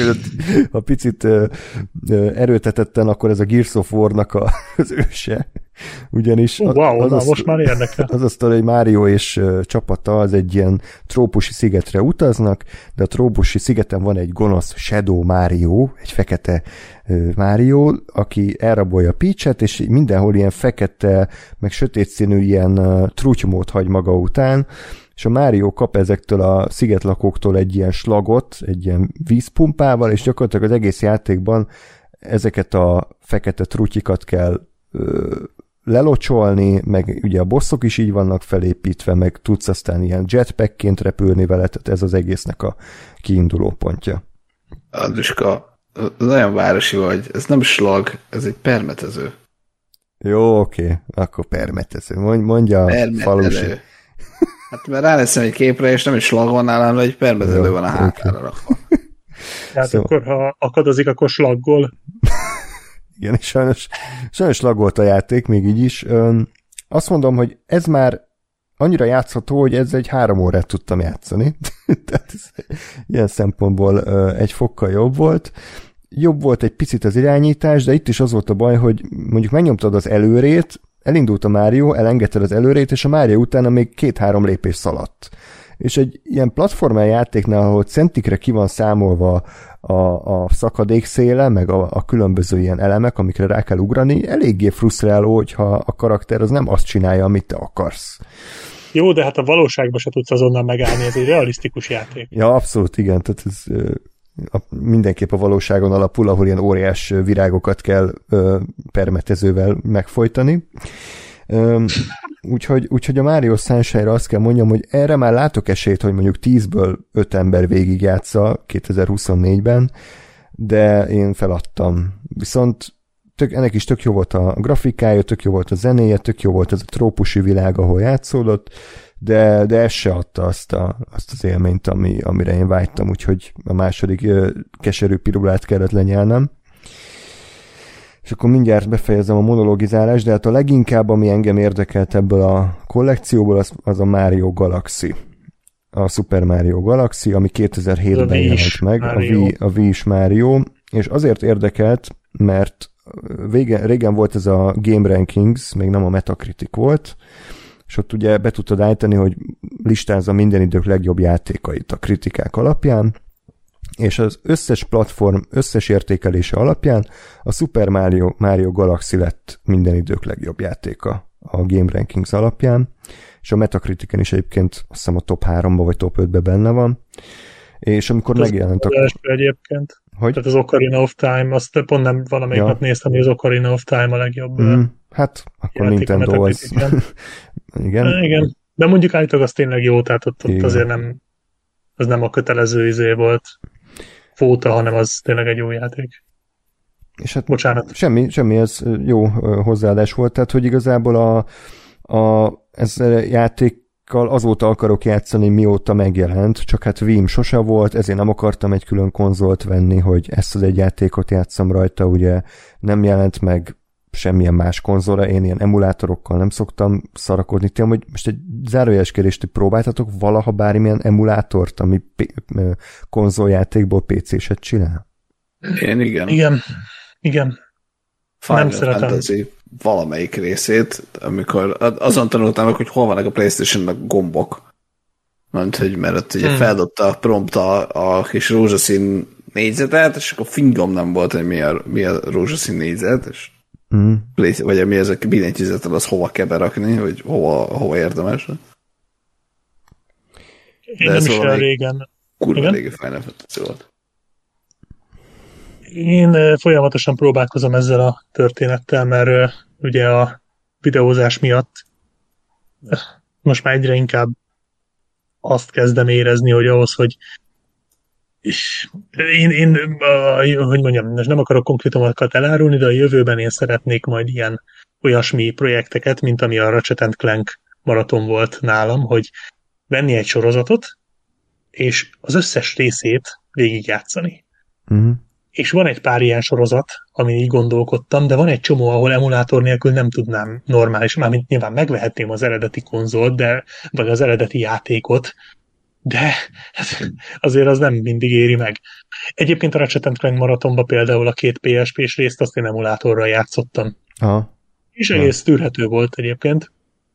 Ha picit ö, ö, erőltetetten, akkor ez a Gears of War-nak a, az őse. Ugyanis uh, wow, az, na, az, most már érdekel. Az a sztori, hogy Mario és uh, csapata az egy ilyen trópusi szigetre utaznak, de a trópusi szigeten van egy gonosz Shadow Mario, egy fekete uh, Mario, aki elrabolja Peach-et, és mindenhol ilyen fekete, meg sötét színű ilyen uh, trutymót hagy maga után, és a Mario kap ezektől a szigetlakóktól egy ilyen slagot, egy ilyen vízpumpával, és gyakorlatilag az egész játékban ezeket a fekete trutyikat kell ö, lelocsolni, meg ugye a bosszok is így vannak felépítve, meg tudsz aztán ilyen jetpackként repülni vele, tehát ez az egésznek a kiinduló pontja. Andruska, nagyon városi vagy, ez nem slag, ez egy permetező. Jó, oké, akkor permetező. Mondja a falusi. Hát mert ráneszem egy képre, és nem egy slag van nálam, de egy permetező van a hátára rakva. Tehát szóval... akkor, ha akadozik, akkor slaggol. Igen, és sajnos, sajnos slaggolt a játék, még így is. Öm, azt mondom, hogy ez már annyira játszható, hogy ez egy három órát tudtam játszani. Tehát ez ilyen szempontból ö, egy fokkal jobb volt. Jobb volt egy picit az irányítás, de itt is az volt a baj, hogy mondjuk megnyomtad az előrét, elindult a Mario, elengedted az előrét, és a Mario utána még két-három lépés szaladt. És egy ilyen platformál játéknál, ahol centikre ki van számolva a, a szakadék széle, meg a, a különböző ilyen elemek, amikre rá kell ugrani, eléggé frusztráló, hogyha a karakter az nem azt csinálja, amit te akarsz. Jó, de hát a valóságban se tudsz azonnal megállni, ez egy realisztikus játék. Ja, abszolút, igen, tehát ez a, mindenképp a valóságon alapul, ahol ilyen óriás virágokat kell ö, permetezővel megfojtani. Ö, úgyhogy, úgyhogy a Mario Sunshine-ra azt kell mondjam, hogy erre már látok esélyt, hogy mondjuk tízből öt ember végigjátsza kétezer-huszonnégyben, de én feladtam. Viszont tök, ennek is tök jó volt a grafikája, tök jó volt a zenéje, tök jó volt ez a trópusi világ, ahol játszódott, de, de ez se adta azt, a, azt az élményt, ami, amire én vágytam, úgyhogy a második ö, keserű pirulát kellett lenyelnem. És akkor mindjárt befejezem a monologizálást, de hát a leginkább, ami engem érdekelt ebből a kollekcióból, az, az a Mario Galaxy. A Super Mario Galaxy, ami kétezer-hétben jelent meg, a Wii, a Wii-s Mario, és azért érdekelt, mert vége, régen volt ez a Game Rankings, még nem a Metacritic volt, és ott ugye be tudtad állítani, hogy listázza minden idők legjobb játékait a kritikák alapján, és az összes platform összes értékelése alapján a Super Mario, Mario Galaxy lett minden idők legjobb játéka a Game Rankings alapján, és a Metacriticen is egyébként azt hiszem a top háromba vagy top ötbe benne van, és amikor az megjelent az akkor... első egyébként. Hogy? Tehát az Ocarina of Time, azt pont nem valamelyik ja. nap néztem, hogy az Ocarina of Time a legjobb. Mm, hát, akkor Nintendo az... Igen. Igen. De mondjuk állítólag az tényleg jó, tehát ott, ott azért nem az nem a kötelező izé volt fóta, hanem az tényleg egy jó játék. És hát bocsánat. Semmi, semmi, ez jó hozzáadás volt, tehát hogy igazából a, a ez a játékkal azóta akarok játszani, mióta megjelent, csak hát Wii-m sose volt, ezért nem akartam egy külön konzolt venni, hogy ezt az egy játékot játszam rajta, ugye nem jelent meg semmilyen más konzolra, én ilyen emulátorokkal nem szoktam szarakodni. Tényleg, hogy most egy zárójeles kérdést, hogy próbáltatok valaha bármilyen emulátort, ami p- konzoljátékból pé cé-set csinál? Én igen. Igen, igen. Final nem szeretem. Fantasy valamelyik részét, amikor azon tanultam meg, hogy hol vannak a PlayStation-nak gombok. Mert hogy mert ugye hmm. feldobta a prompt a, a kis rózsaszín négyzetet, és akkor fingom nem volt, hogy mi a, mi a rózsaszín négyzet, és mm. vagy mi ez a billentyűzetet, az hova kell berakni, vagy hova, hova érdemes. Én nem is olyan régen. Kurva régi Final Fantasy volt. Én folyamatosan próbálkozom ezzel a történettel, mert uh, ugye a videózás miatt uh, most már egyre inkább azt kezdem érezni, hogy ahhoz, hogy és én, én uh, hogy mondjam, nem akarok konkrétumokat elárulni, de a jövőben én szeretnék majd ilyen olyasmi projekteket, mint ami a Ratchet and Clank maraton volt nálam, hogy venni egy sorozatot, és az összes részét végigjátszani. Uh-huh. És van egy pár ilyen sorozat, amin így gondolkodtam, de van egy csomó, ahol emulátor nélkül nem tudnám normális, mármint nyilván megvehetném az eredeti konzolt, de, vagy az eredeti játékot, de azért az nem mindig éri meg. Egyébként a Ratchet and Clank maratonban például a két pé es pés részt azt én emulátorral játszottam. Aha. És egész tűrhető volt egyébként.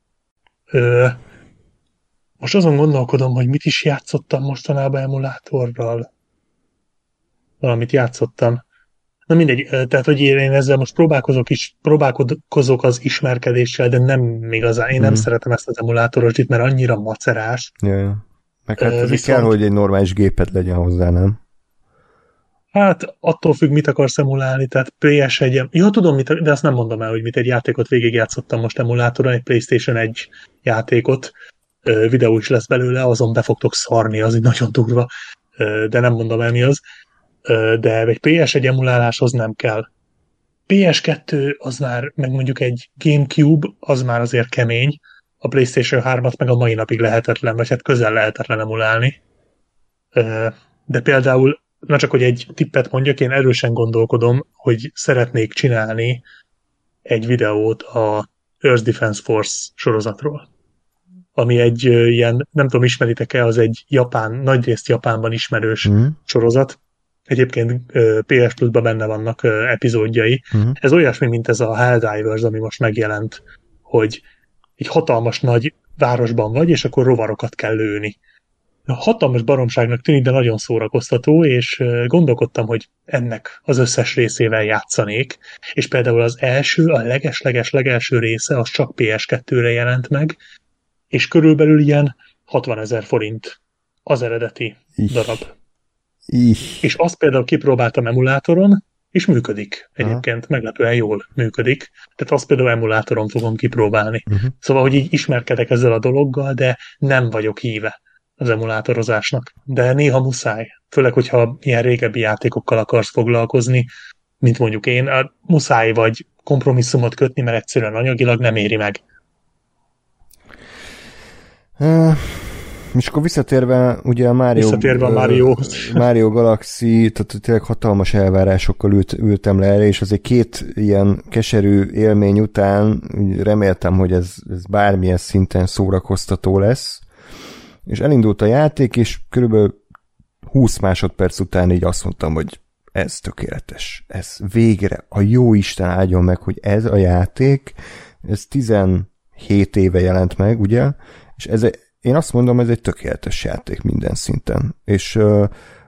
Ö, most azon gondolkodom, hogy mit is játszottam mostanában emulátorral. Valamit játszottam. Na mindegy, tehát hogy én ezzel most próbálkozok is, próbálkozok az ismerkedéssel, de nem igazán, én nem mm. szeretem ezt az emulátoros itt, mert annyira macerás. Ja, ja. Meg hát uh, viszont... kell, hogy egy normális gépet legyen hozzá, nem? Hát attól függ, mit akarsz emulálni, tehát pé es egy, ja tudom, mit, de azt nem mondom el, hogy mit egy játékot végigjátszottam most emulátoron, egy PlayStation egy játékot, videó is lesz belőle, azon be fogtok szarni, az így nagyon durva, de nem mondom el, mi az. De egy pé es egy emuláláshoz nem kell. pé es kettő az már, meg mondjuk egy GameCube, az már azért kemény, a PlayStation hármat meg a mai napig lehetetlen, vagy hát közel lehetetlen emulálni. De például, na csak hogy egy tippet mondjak, én erősen gondolkodom, hogy szeretnék csinálni egy videót a Earth Defense Force sorozatról, ami egy ilyen, nem tudom, ismeritek-e, az egy japán, nagyrészt Japánban ismerős mm. sorozat. Egyébként pé es Plus-ban benne vannak epizódjai. Uh-huh. Ez olyasmi, mint ez a Helldivers, ami most megjelent, hogy egy hatalmas nagy városban vagy, és akkor rovarokat kell lőni. A hatalmas baromságnak tűnik, de nagyon szórakoztató, és gondolkodtam, hogy ennek az összes részével játszanék, és például az első, a leges-leges-legelső része, az csak pé es kettőre jelent meg, és körülbelül ilyen hatvanezer forint az eredeti Ih. darab. Ih. És azt például kipróbáltam emulátoron, és működik egyébként, Aha. meglepően jól működik. Tehát azt például emulátoron fogom kipróbálni. Uh-huh. Szóval, hogy így ismerkedek ezzel a dologgal, de nem vagyok híve az emulátorozásnak. De néha muszáj. Főleg, hogyha ilyen régebbi játékokkal akarsz foglalkozni, mint mondjuk én, muszáj vagy kompromisszumot kötni, mert egyszerűen anyagilag nem éri meg. Uh. És akkor visszatérve, ugye a Mario, visszatérve a Mario. Mario Galaxy, tehát tényleg hatalmas elvárásokkal ült, ültem le erre, és azért két ilyen keserű élmény után reméltem, hogy ez, ez bármilyen szinten szórakoztató lesz. És elindult a játék, és körülbelül húsz másodperc után így azt mondtam, hogy ez tökéletes. Ez végre, a jó Isten áldjon meg, hogy ez a játék, ez tizenhét éve jelent meg, ugye? És ez én azt mondom, ez egy tökéletes játék minden szinten, és uh,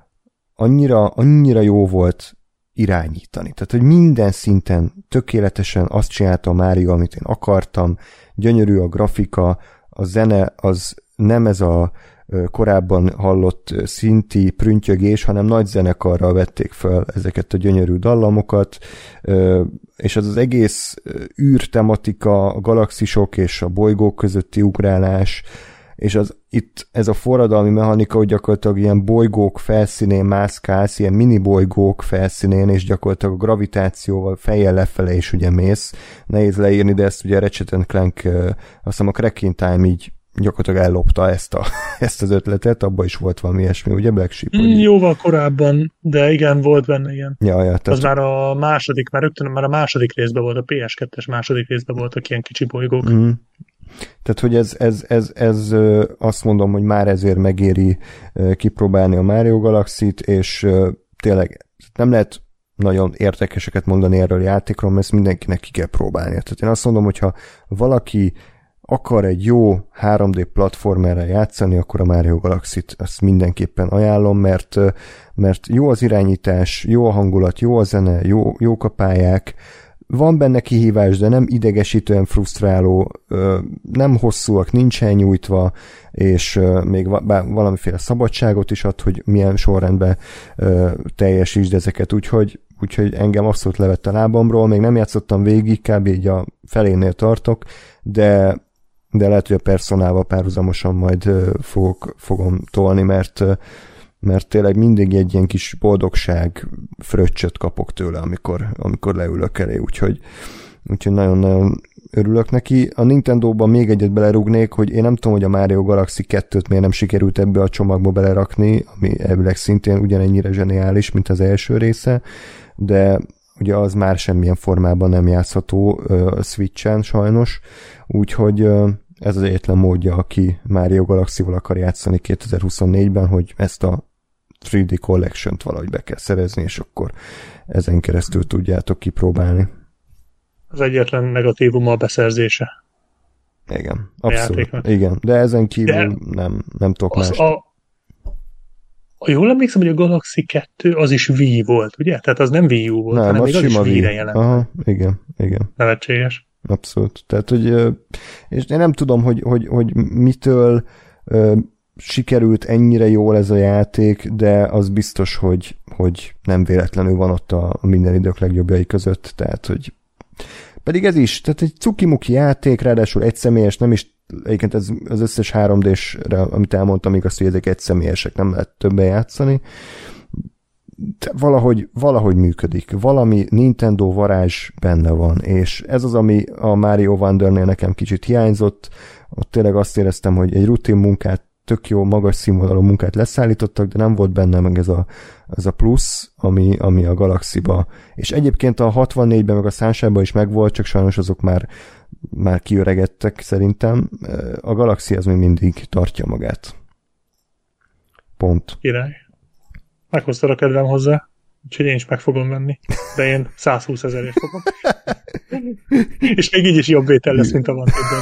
annyira, annyira jó volt irányítani. Tehát, hogy minden szinten tökéletesen azt csinálta a Mario, amit én akartam, gyönyörű a grafika, a zene az nem ez a uh, korábban hallott szinti prüntjögés, hanem nagy zenekarral vették fel ezeket a gyönyörű dallamokat, uh, és az az egész űrtematika, a galaxisok és a bolygók közötti ugrálás, és az, itt ez a forradalmi mechanika, hogy gyakorlatilag ilyen bolygók felszínén mászkálsz, ilyen mini bolygók felszínén, és gyakorlatilag a gravitációval fejjel lefele is ugye mész. Nehéz leírni, de ezt ugye Ratchet and Clank, azt hiszem a Cracking Time így gyakorlatilag ellopta ezt, a, ezt az ötletet, abban is volt valami ilyesmi, ugye Black Sheep? Mm, jóval korábban, de igen, volt benne ilyen. Ja, ja, tehát... Az már a második, már rögtön már a második részben volt, a pé es kettes második részben voltak ilyen kicsi bolygók. Mm. Tehát, hogy ez, ez, ez, ez azt mondom, hogy már ezért megéri kipróbálni a Mario Galaxy-t, és tényleg nem lehet nagyon értékeseket mondani erről a játékról, mert ezt mindenkinek ki kell próbálni. Tehát én azt mondom, hogyha valaki akar egy jó három dé platformerrel játszani, akkor a Mario Galaxy-t azt mindenképpen ajánlom, mert, mert jó az irányítás, jó a hangulat, jó a zene, jó, jók a pályák, van benne kihívás, de nem idegesítően frusztráló, nem hosszúak, nincsen nyújtva, és még valamiféle szabadságot is ad, hogy milyen sorrendben teljesítsd ezeket, úgyhogy, úgyhogy engem abszolút levett a lábamról, még nem játszottam végig, kb. Így a felénél tartok, de, de lehet, hogy a Personával párhuzamosan majd fogok, fogom tolni, mert mert tényleg mindig egy ilyen kis boldogság fröccsöt kapok tőle, amikor, amikor leülök elé, úgyhogy, úgyhogy nagyon-nagyon örülök neki. A Nintendóban még egyet belerúgnék, hogy én nem tudom, hogy a Mario Galaxy kettőt miért nem sikerült ebbe a csomagba belerakni, ami elvileg szintén ugyanennyire zseniális, mint az első része, de ugye az már semmilyen formában nem játszható a Switchen sajnos, úgyhogy ez az egyetlen módja, aki Mario Galaxy-val akar játszani kétezer-huszonnégyben, hogy ezt a három dé Collection-t valahogy be kell szerezni, és akkor ezen keresztül tudjátok kipróbálni. Az egyetlen negatívuma a beszerzése. Igen, abszolút. Igen, de ezen kívül de nem, nem tudok más. A, a jól emlékszem, hogy a Galaxy kettő az is Wii volt, ugye? Tehát az nem Wii U volt, nem, hanem az még az is Wii-re jelent. Aha, igen, igen. Nevetséges. Abszolút. Tehát, hogy és én nem tudom, hogy, hogy, hogy mitől sikerült ennyire jól ez a játék, de az biztos, hogy, hogy nem véletlenül van ott a, a minden idők legjobbjai között, tehát, hogy pedig ez is, tehát egy cukimuki játék, ráadásul egyszemélyes, nem is, egyébként ez az összes három dé-sre, amit elmondtam, igaz, hogy ezek egyszemélyesek, nem lehet többen játszani, de valahogy, valahogy működik, valami Nintendo varázs benne van, és ez az, ami a Mario Wondernél nekem kicsit hiányzott, ott tényleg azt éreztem, hogy egy rutin munkát, tök jó, magas színvonalú munkát leszállítottak, de nem volt benne meg ez a, ez a plusz, ami, ami a Galaxy-ba. És egyébként a hatvannégyben meg a Sunshine-ban is megvolt, csak sajnos azok már, már kiöregedtek szerintem. A Galaxy az még mindig tartja magát. Pont. Király. Meghoztad a kedvem hozzá, úgyhogy én is meg fogom venni, de én százhúsz ezerért fogom. És még így is jobb vétel lesz, mint a van többen.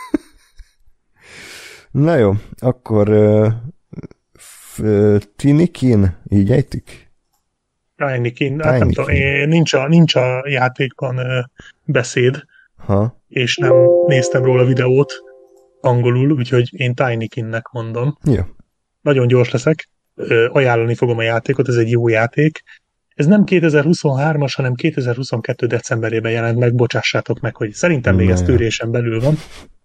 Na jó, akkor uh, uh, Tinikin, így ejtik? Tinikin, hát nem tudom, én, nincs, a, nincs a játékban uh, beszéd, ha. És nem néztem róla videót angolul, úgyhogy én Tinikinnek mondom. Jó. Nagyon gyors leszek, uh, ajánlani fogom a játékot, ez egy jó játék. Ez nem kétezer-huszonhármas, hanem kétezer-huszonkettő decemberében jelent meg, bocsássátok meg, hogy szerintem még ez tűrésen belül van.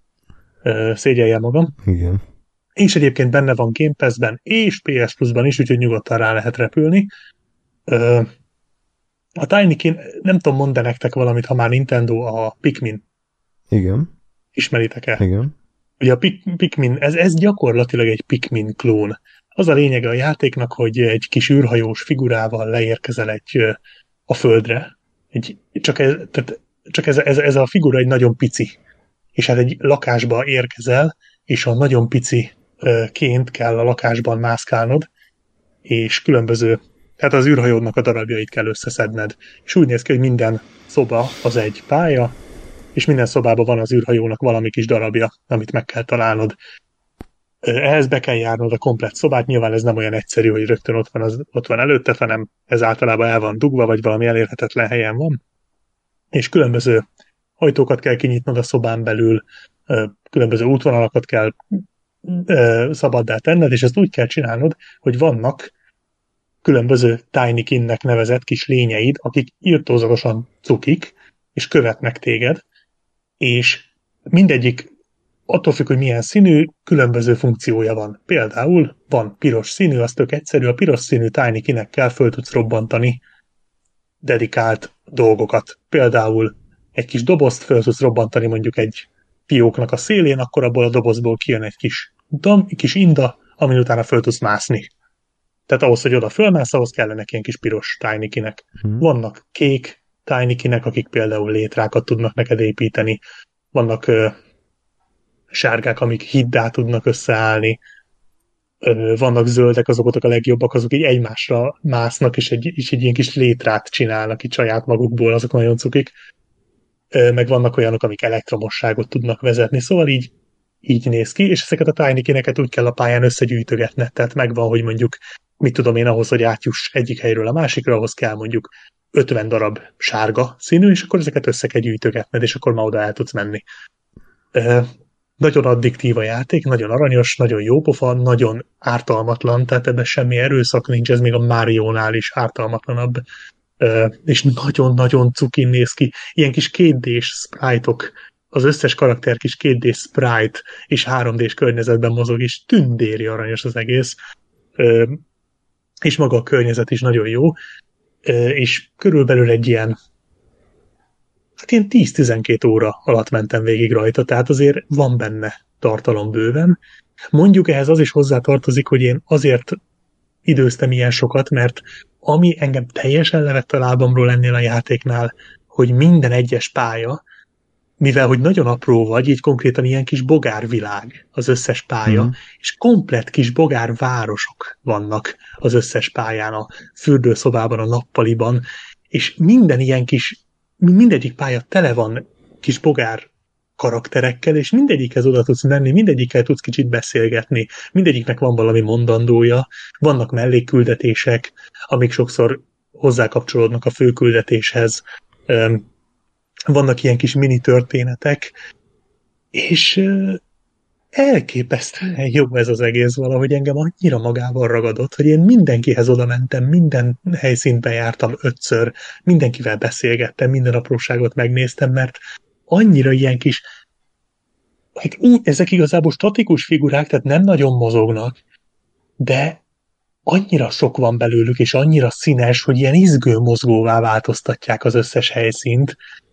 Uh, szégyeljem magam. Igen. És egyébként benne van Game Pass-ben és pé es Plus-ban is, úgyhogy nyugodtan rá lehet repülni. Uh, a Tinykin, nem tudom, mond nektek valamit, ha már Nintendo, a Pikmin. Igen. Ismeritek-e? Igen. Ugye a Pik- Pikmin, ez, ez gyakorlatilag egy Pikmin klón. Az a lényege a játéknak, hogy egy kis űrhajós figurával leérkezel egy, a Földre. Egy, csak ez, tehát, csak ez, ez, ez a figura egy nagyon pici. És hát egy lakásba érkezel, és a nagyon pici ként kell a lakásban mászkálnod, és különböző, tehát az űrhajódnak a darabjait kell összeszedned. És úgy néz ki, hogy minden szoba az egy pálya, és minden szobában van az űrhajónak valami kis darabja, amit meg kell találnod. Ehhez be kell járnod a komplett szobát, nyilván ez nem olyan egyszerű, hogy rögtön ott van, az, ott van előtted, hanem ez általában el van dugva, vagy valami elérhetetlen helyen van. És különböző ajtókat kell kinyitnod a szobán belül, különböző útvonalakat kell szabaddá tenned, és ezt úgy kell csinálnod, hogy vannak különböző Tinykinnek nevezett kis lényeid, akik irtózatosan cukik, és követnek téged, és mindegyik attól függ, hogy milyen színű, különböző funkciója van. Például van piros színű, az tök egyszerű, a piros színű Tinykinekkel föl tudsz robbantani dedikált dolgokat. Például egy kis dobozt föl tudsz robbantani mondjuk egy fióknak a szélén, akkor abból a dobozból kijön egy kis dam, egy kis inda, amin utána föl tudsz mászni. Tehát ahhoz, hogy oda fölmász, ahhoz kellenek ilyen kis piros Tinykinek. Hmm. Vannak kék Tinykinek, akik például létrákat tudnak neked építeni. Vannak ö, sárgák, amik hiddá tudnak összeállni. Ö, vannak zöldek, azok a legjobbak, azok így egymásra másznak, és egy, és egy ilyen kis létrát csinálnak így saját magukból, azok nagyon cukik. Meg vannak olyanok, amik elektromosságot tudnak vezetni, szóval így, így néz ki, és ezeket a Tinykineket úgy kell a pályán összegyűjtögetni, tehát megvan, hogy mondjuk, mit tudom én, ahhoz, hogy átjuss egyik helyről a másikra, ahhoz kell mondjuk ötven darab sárga színű, és akkor ezeket össze kell gyűjtögetned, és akkor már oda el tudsz menni. E, nagyon addiktív a játék, nagyon aranyos, nagyon jópofa, nagyon ártalmatlan, tehát ebben semmi erőszak nincs, ez még a Mario-nál is ártalmatlanabb. Uh, és nagyon-nagyon cukin néz ki. Ilyen kis kétdés sprite-ok, az összes karakter kis kétdés sprite, és háromdés környezetben mozog, és tündéri aranyos az egész. Uh, és maga a környezet is nagyon jó. Uh, és körülbelül egy ilyen hát ilyen tíz-tizenkét óra alatt mentem végig rajta, tehát azért van benne tartalom bőven. Mondjuk ehhez az is hozzátartozik, hogy én azért időztem ilyen sokat, mert ami engem teljesen levett a lábamról ennél a játéknál, hogy minden egyes pálya, mivel hogy nagyon apró vagy, így konkrétan ilyen kis bogárvilág az összes pálya, mm. és komplett kis bogárvárosok vannak az összes pályán, a fürdőszobában, a nappaliban, és minden ilyen kis mindegyik pálya tele van kis bogár karakterekkel, és mindegyikhez oda tudsz menni, mindegyikkel tudsz kicsit beszélgetni, mindegyiknek van valami mondandója, vannak mellékküldetések, amik sokszor hozzákapcsolódnak a főküldetéshez, vannak ilyen kis mini történetek, és elképesztően jó ez az egész valahogy, engem annyira magával ragadott, hogy én mindenkihez oda mentem, minden helyszínt bejártam ötször, mindenkivel beszélgettem, minden apróságot megnéztem, mert annyira ilyen kis, hát úgy, ezek igazából statikus figurák, tehát nem nagyon mozognak, de annyira sok van belőlük, és annyira színes, hogy ilyen izgő mozgóvá változtatják az összes helyszínt.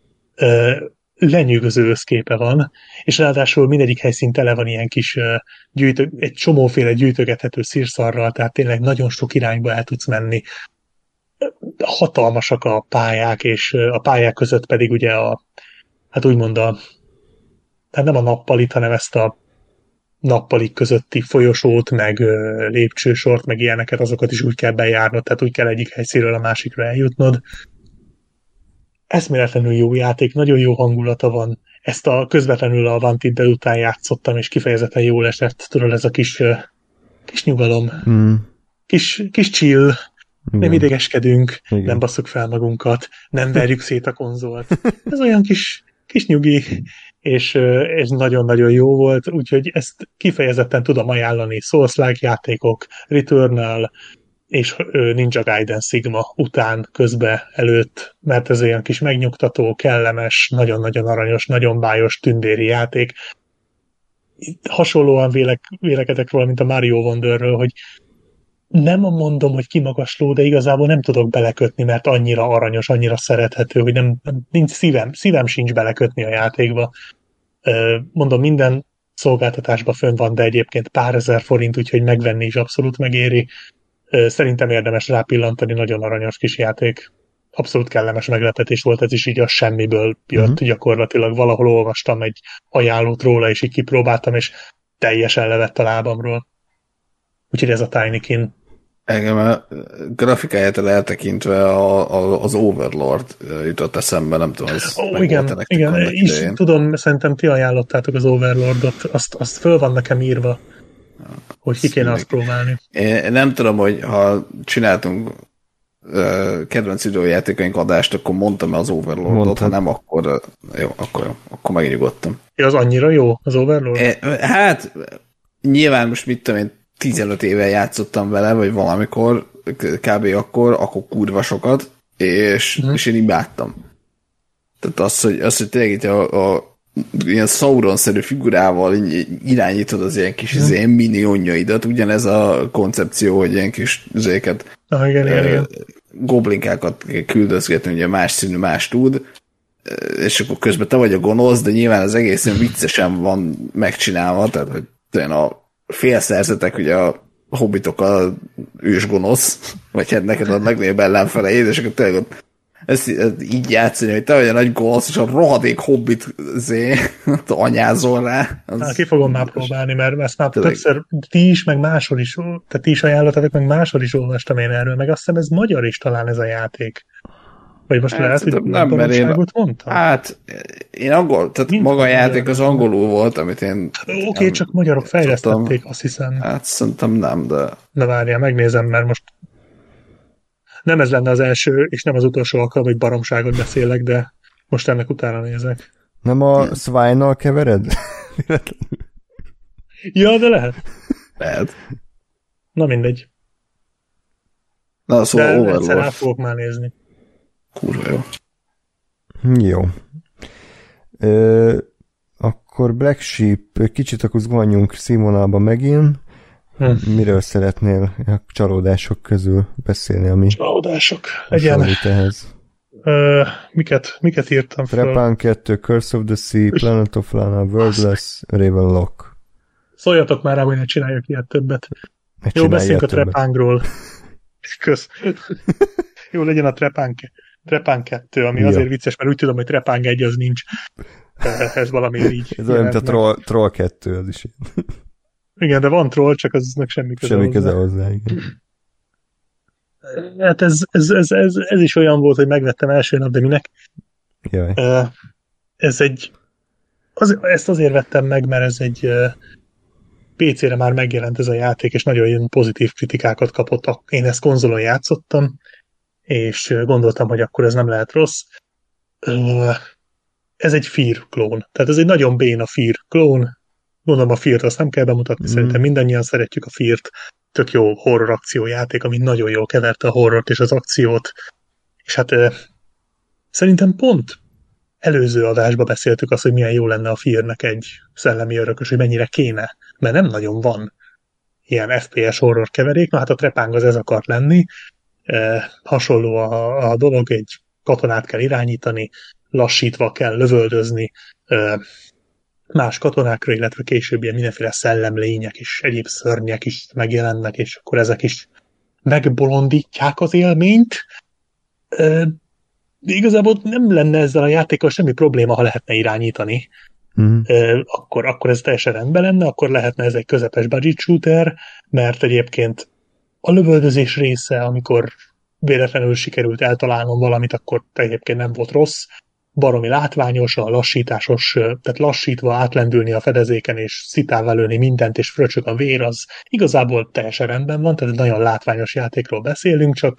Lenyűgöző összképe van, és ráadásul mindegyik helyszín tele van ilyen kis gyűjtő, egy csomóféle gyűjtögethető szírszarral, tehát tényleg nagyon sok irányba el tudsz menni. Hatalmasak a pályák, és a pályák között pedig ugye a, hát úgymond a, tehát nem a nappalit, hanem ezt a nappalik közötti folyosót, meg lépcsősort, meg ilyeneket, azokat is úgy kell bejárnod, tehát úgy kell egyik helyszínről a másikra eljutnod. Eszméletlenül jó játék, nagyon jó hangulata van. Ezt a közvetlenül a Wanted Dead után játszottam, és kifejezetten jól esett, tudod, ez a kis, kis nyugalom, mm. kis, kis chill, igen. Nem idegeskedünk, igen. Nem basszuk fel magunkat, nem verjük szét a konzolt. Ez olyan kis, kis nyugi, és ez nagyon-nagyon jó volt, úgyhogy ezt kifejezetten tudom ajánlani. Souls-like játékok, Returnal, és Ninja Gaiden Sigma után, közbe, előtt, mert ez olyan kis megnyugtató, kellemes, nagyon-nagyon aranyos, nagyon bájos tündéri játék. Hasonlóan vélek, vélekedek róla, mint a Mario Wonderről, hogy nem mondom, hogy kimagasló, de igazából nem tudok belekötni, mert annyira aranyos, annyira szerethető, hogy nem, nincs szívem, szívem sincs belekötni a játékba. Mondom, minden szolgáltatásban fönn van, de egyébként pár ezer forint, úgyhogy megvenni is abszolút megéri. Szerintem érdemes rápillantani, nagyon aranyos kis játék. Abszolút kellemes meglepetés volt, ez is így a semmiből jött, uh-huh. Gyakorlatilag valahol olvastam egy ajánlót róla, és így kipróbáltam, és teljesen levett a lábamról. Úgyhogy ez a Tinykin. Engem a grafikájától eltekintve a, a, az Overlord jutott eszembe, nem tudom, ez oh, igen, igen, is tudom, szerintem ti ajánlottátok az Overlordot, azt, azt föl van nekem írva, hogy ki kéne azt próbálni. Én nem tudom, hogy ha csináltunk uh, kedvenc videójátékaink adást, akkor mondtam az Overlordot, Mondtad. Ha nem, akkor uh, jó, akkor, jó, akkor megnyugodtam. Ja, az annyira jó, az Overlord? E, hát, nyilván most mit tudom én, tizenöt éve játszottam vele, vagy valamikor, kb. akkor, akkor kurva sokat, és, uh-huh. és én imádtam. Tehát az, hogy, az, hogy tényleg itt a, a ilyen Sauron-szerű figurával irányítod az ilyen kis uh-huh. ilyen minionjaidat, ugyanez a koncepció, hogy ilyen kis zéket, ah, igen, igen, igen. goblinkákat küldözgetni, ugye más színű, más tud, és akkor közben te vagy a gonosz, de nyilván az egészen viccesen van megcsinálva, tehát hogy a félszerzetek, ugye a hobbitok a ősgonosz, vagy hát neked a legnagyobb ellenfeleid, és akkor tényleg ott ezt, ezt így játszani, hogy te vagy a nagy gonosz, és a rohadék hobbit zé, anyázol rá. Az... Hát, ki fogom már próbálni, mert ezt már tényleg... többször ti is, meg máshol is, tehát ti is ajánlottatok, meg máshol is olvastam én erről, meg azt hiszem ez magyar is talán ez a játék. Vagy most hát, lehet, hogy nem, mert én, mondtam? Hát, én angol, tehát Mind maga a játék az angolul volt, amit én... Oké, okay, csak magyarok fejlesztették, azt hiszem. Hát szerintem nem, de... Na várjál, megnézem, mert most nem ez lenne az első, és nem az utolsó alkalom, hogy baromságot beszélek, de most ennek utána nézek. Nem a Swine-nal kevered? Ja, de lehet. Lehet. Na mindegy. Na, szóval de Overlord. egyszer át fogok már nézni. Kurva jó. Jó. Ö, akkor Black Sheep, kicsit akkor zuhanjunk színvonalba megint. Hm. Miről szeretnél a csalódások közül beszélni, ami csalódások. Legyen. Ö, miket, miket írtam fel? Trepan kettő, Curse of the Sea, Planet of Lana, Worldless, Ravenlock. Szóljatok már rá, hogy ne csináljak ilyet többet. Ne jó, beszéljünk a Trepangról. Kösz. Jó, legyen a Trepang. Trepang kettő, ami ja. azért vicces, mert úgy tudom, hogy Trepang egy az nincs. Ez valami így. Ez olyan, mint a troll, troll kettő, az is. Igen, de van troll, csak aznak semmi köze semmi hozzá. Semmi köze hozzá, igen. Hát ez, ez, ez, ez, ez is olyan volt, hogy megvettem első nap, de minek? Jaj. Ez egy, az, ezt azért vettem meg, mert ez egy pé cére már megjelent ez a játék, és nagyon ilyen pozitív kritikákat kapott. Én ezt konzolon játszottam, és gondoltam, hogy akkor ez nem lehet rossz. Ez egy Fear klón. Tehát ez egy nagyon béna Fear klón. Gondolom a Fear-t azt nem kell bemutatni, mm. Szerintem mindannyian szeretjük a Fear-t. Tök jó horror akciójáték, ami nagyon jól keverte a horrort és az akciót. És hát szerintem pont előző adásban beszéltük azt, hogy milyen jó lenne a Fear-nek egy szellemi örökös, hogy mennyire kéne. Mert nem nagyon van ilyen ef pé es horror keverék. Na hát a Trepang az ez akart lenni. E, hasonló a, a dolog, egy katonát kell irányítani, lassítva kell lövöldözni e, más katonákra, illetve később ilyen mindenféle szellemlények és egyéb szörnyek is megjelennek, és akkor ezek is megbolondítják az élményt. E, igazából nem lenne ezzel a játékkal semmi probléma, ha lehetne irányítani. Mm. E, akkor, akkor ez teljesen rendben lenne, akkor lehetne ez egy közepes budget shooter, mert egyébként a lövöldözés része, amikor véletlenül sikerült eltalálnom valamit, akkor egyébként nem volt rossz. Baromi látványos, a lassításos, tehát lassítva átlendülni a fedezéken, és szitává lőni mindent, és fröcsög a vér, az igazából teljesen rendben van, tehát nagyon látványos játékról beszélünk, csak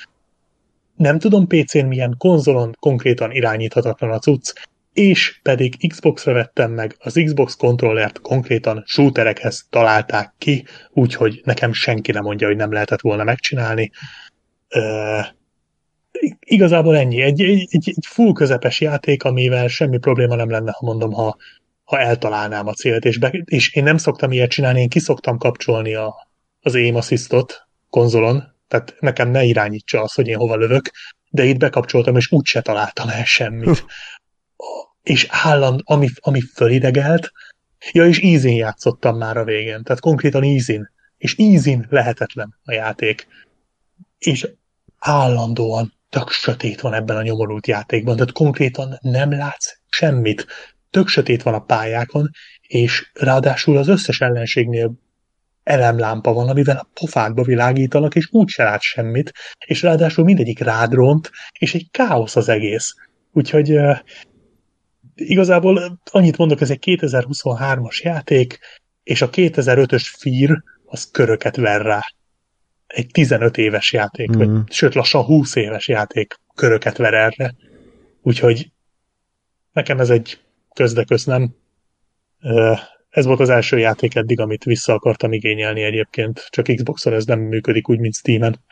nem tudom pé cén milyen, konzolon konkrétan irányíthatatlan a cucc, és pedig Xboxra vettem meg, az Xbox kontrollert konkrétan shooterekhez találták ki, úgyhogy nekem senki nem mondja, hogy nem lehetett volna megcsinálni. Uh, igazából ennyi. Egy, egy, egy full közepes játék, amivel semmi probléma nem lenne, ha mondom, ha, ha eltalálnám a célt. És, be, és én nem szoktam ilyet csinálni, én ki szoktam kapcsolni a, az aim assistot konzolon, tehát nekem ne irányítsa azt, hogy én hova lövök, de itt bekapcsoltam, és úgyse találtam el semmit. És állandó, ami, ami fölidegelt, ja, és easy-n játszottam már a végén, tehát konkrétan easy-n, és easy-n lehetetlen a játék. És állandóan tök sötét van ebben a nyomorult játékban, tehát konkrétan nem látsz semmit. Tök sötét van a pályákon, és ráadásul az összes ellenségnél elemlámpa van, amivel a pofádba világítanak, és úgyse látsz semmit, és ráadásul mindegyik rád ront, és egy káosz az egész. Úgyhogy uh, igazából annyit mondok, ez egy kétezer-huszonhármas játék, és a kétezer-ötös Fear az köröket ver rá. Egy tizenöt éves játék, mm. vagy, sőt lassan húsz éves játék köröket ver erre. Úgyhogy nekem ez egy közdeköz, nem? Ez volt az első játék eddig, amit vissza akartam igényelni egyébként, csak Xboxon ez nem működik úgy, mint Steamen.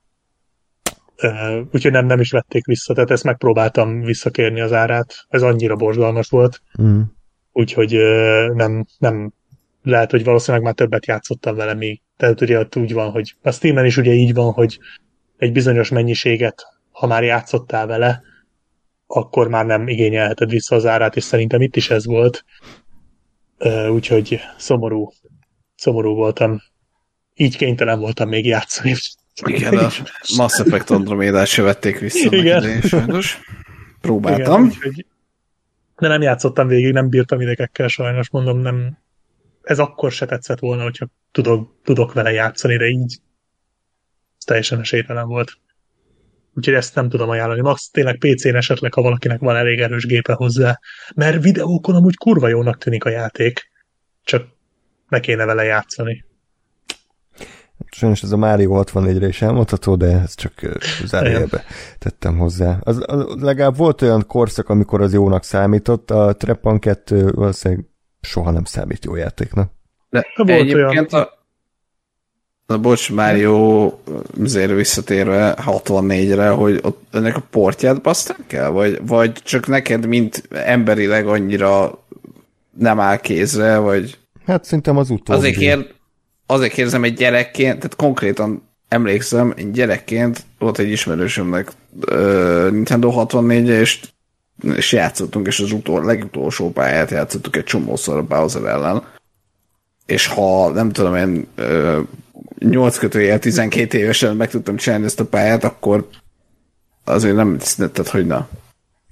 Úgyhogy nem, nem is vették vissza, tehát ezt megpróbáltam visszakérni az árát. Ez annyira borzalmas volt. Mm. Úgyhogy nem, nem lehet, hogy valószínűleg már többet játszottam vele még. Tehát ugye ott úgy van, hogy a Steamen is ugye így van, hogy egy bizonyos mennyiséget, ha már játszottál vele, akkor már nem igényelheted vissza az árát, és szerintem itt is ez volt. Úgyhogy szomorú, szomorú voltam. Így kénytelen voltam még játszani. Igen, a Mass Effect Andromedát se vették vissza. Igen. Sajnos. Próbáltam. Igen, úgyhogy, de nem játszottam végig, nem bírtam idegekkel, sajnos mondom, nem. Ez akkor se tetszett volna, hogyha tudok, tudok vele játszani, de így teljesen esélytelen volt. Úgyhogy ezt nem tudom ajánlani. Max tényleg pé cén esetleg, ha valakinek van elég erős gépe hozzá. Mert videókon amúgy kurva jónak tűnik a játék. Csak ne kéne vele játszani. Sajnos ez a Mario hatvannégyre is elmondható, de ezt csak zárójelbe tettem hozzá. Az, az, legalább volt olyan korszak, amikor az jónak számított, a Trepang kettő valószínűleg soha nem számít jó játéknak. De egyébként a, a bocs, Mario zéro visszatérve hatvannégyre, hogy ott ennek a portját baszták el? Vagy, vagy csak neked, mint emberileg annyira nem áll kézre, vagy... Hát szerintem az utóbbi. Azért, kér, azért kérdezem egy gyerekként, tehát konkrétan emlékszem, egy gyerekként volt egy ismerősömnek uh, Nintendo hatvannégy, és, és játszottunk, és az utol, legutolsó pályát játszottuk egy csomószor a Bowser ellen. És ha nem tudom, én uh, nyolc kötőjel tizenkét évesen meg tudtam csinálni ezt a pályát, akkor azért nem tehát, hogy na.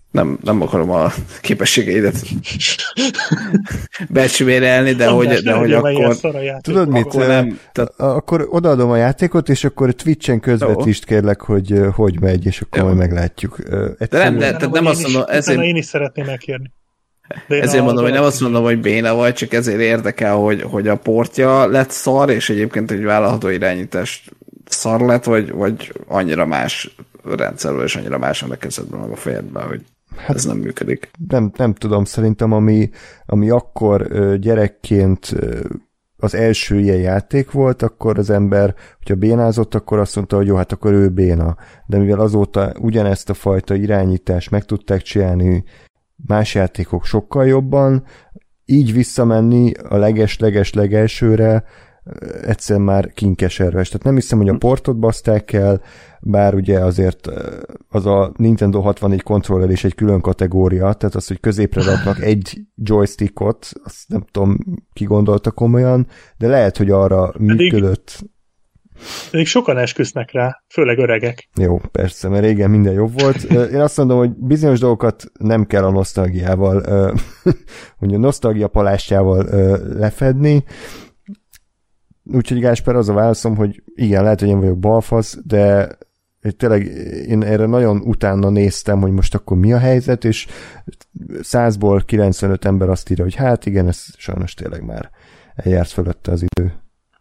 Nem, nem akarom a képességeidet becsvérelni, de hogy, de hogy akkor... Tudod mit? Akkor, nem, tehát... akkor odaadom a játékot, és akkor Twitchen közvetítsd kérlek, hogy hogy megy, és akkor jó. Majd meglátjuk. Egyszerűen... De nem, de, tehát nem azt mondom... Is, ezért... Én is szeretném megkérni. Ezért mondom, hogy nem azt mondom, hogy béna vagy, csak ezért érdekel, hogy, hogy a portja lett szar, és egyébként egy vállalható irányítás szar lett, vagy, vagy annyira más rendszerről, és annyira más emlékezetben meg a fejedben, hogy hát ez nem működik. Nem, nem tudom, szerintem ami, ami akkor gyerekként az első ilyen játék volt, akkor az ember, hogyha bénázott, akkor azt mondta, hogy jó, hát akkor ő béna. De mivel azóta ugyanezt a fajta irányítást meg tudták csinálni más játékok sokkal jobban, így visszamenni a leges-leges-legelsőre egyszer már kinkeserves. Tehát nem hiszem, hogy a portot baszták el, bár ugye azért az a Nintendo hatvannégy controller is egy külön kategória, tehát az, hogy középre raknak egy joystickot, azt nem tudom, ki gondolta komolyan, de lehet, hogy arra működött. Pedig sokan esküsznek rá, főleg öregek. Jó, persze, mert régen minden jobb volt. Én azt mondom, hogy bizonyos dolgokat nem kell a nosztalgiával, hogy a nosztalgia palástjával lefedni. Úgyhogy Gásper, az a válaszom, hogy igen, lehet, hogy én vagyok balfasz, de tényleg én erre nagyon utána néztem, hogy most akkor mi a helyzet, és százból kilencvenöt ember azt írja, hogy hát igen, ez sajnos tényleg már eljárt fölötte az idő.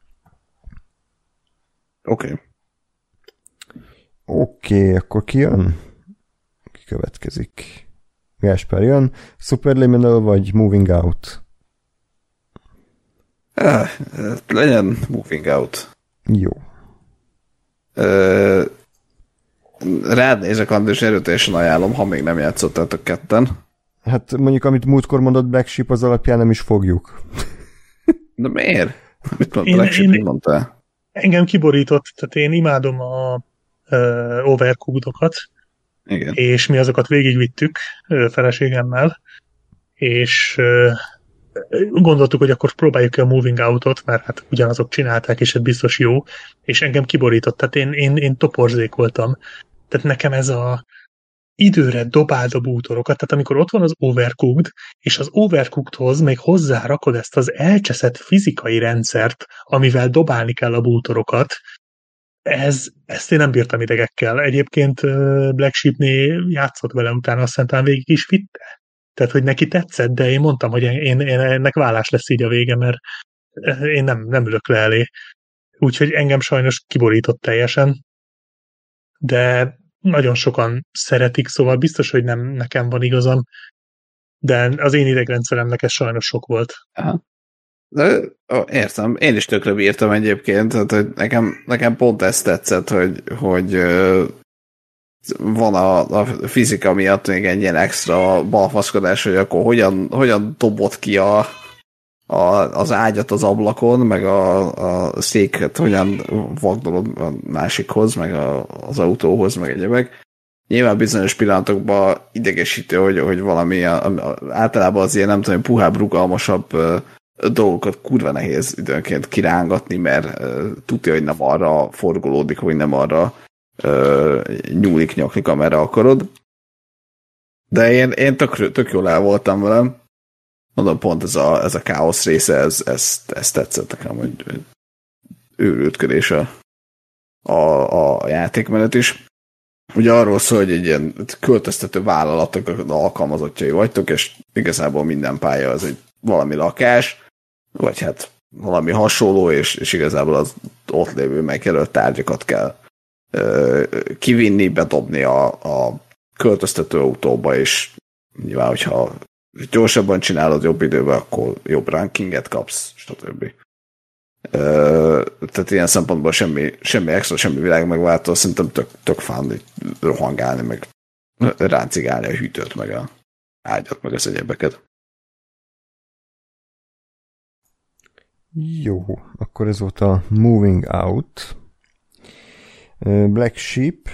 Oké. Okay. Oké, okay, akkor ki jön? Ki következik? Gásper jön. Superliminal vagy Moving Out? Ah, legyen Moving Out. Jó. Uh, rád nézek, András, erőteljesen ajánlom, ha még nem játszottátok ketten. Hát mondjuk, amit múltkor mondott Black Sheep, az alapján nem is fogjuk. De miért? Mit mond, Black Sheep, mit mondtál? Engem kiborított, tehát én imádom a uh, overcookedokat, igen. És mi azokat végigvittük uh, feleségemmel, és uh, gondoltuk, hogy akkor próbáljuk ki a Moving Out-ot, mert hát ugyanazok csinálták, és ez biztos jó, és engem kiborított, tehát én, én, én toporzék voltam. Tehát nekem ez a időre dobáld a bútorokat, tehát amikor ott van az Overcooked, és az Overcookedhoz még hozzárakod ezt az elcseszett fizikai rendszert, amivel dobálni kell a bútorokat, ez, ezt én nem bírtam idegekkel. Egyébként Black Sheepnél játszott velem, utána azt hiszem végig is vitte. Tehát, hogy neki tetszett, de én mondtam, hogy én, én, ennek vállás lesz így a vége, mert én nem, nem ülök le elé. Úgyhogy engem sajnos kiborított teljesen. De nagyon sokan szeretik, szóval biztos, hogy nem nekem van igazam, de az én idegrendszeremnek ez sajnos sok volt. Aha. De, ó, értem, én is tökre bírtam egyébként, tehát, hogy nekem, nekem pont ezt tetszett, hogy, hogy van a, a fizika miatt még egy ilyen extra balfaszkodás, hogy akkor hogyan, hogyan dobott ki a, a, az ágyat az ablakon, meg a, a széket hogyan vagdolod a másikhoz, meg a, az autóhoz, meg egyebek. Nyilván bizonyos pillanatokban idegesítő, hogy, hogy valami a, a, általában az ilyen, nem tudom, puhább, rugalmasabb uh, dolgokat kurva nehéz időnként kirángatni, mert uh, tudja, hogy nem arra forgolódik, hogy nem arra uh, nyúlik, nyaklik, amerre akarod. De én, én tök, tök jól el voltam velem. Mondom, pont ez a, ez a káosz része, ez, ez, ez tetszett nekem, hogy őrültködés a, a, a játékmenet is. Ugye arról szól, hogy egy ilyen költöztető vállalatok alkalmazottjai vagytok, és igazából minden pálya az egy valami lakás, vagy hát valami hasonló, és, és igazából az ott lévő megjelölt tárgyakat kell ö, kivinni, bedobni a, a költöztető autóba, és nyilván, hogyha gyorsabban csinálod jobb időben, akkor jobb rankinget kapsz, stb. Uh, tehát ilyen szempontból semmi, semmi extra, semmi világ megváltó, szerintem tök, tök fán rohangálni, meg ráncigálni a hűtőt, meg a ágyat, meg az egyebeket. Jó, akkor ez volt a Moving Out. Uh, Black Sheep,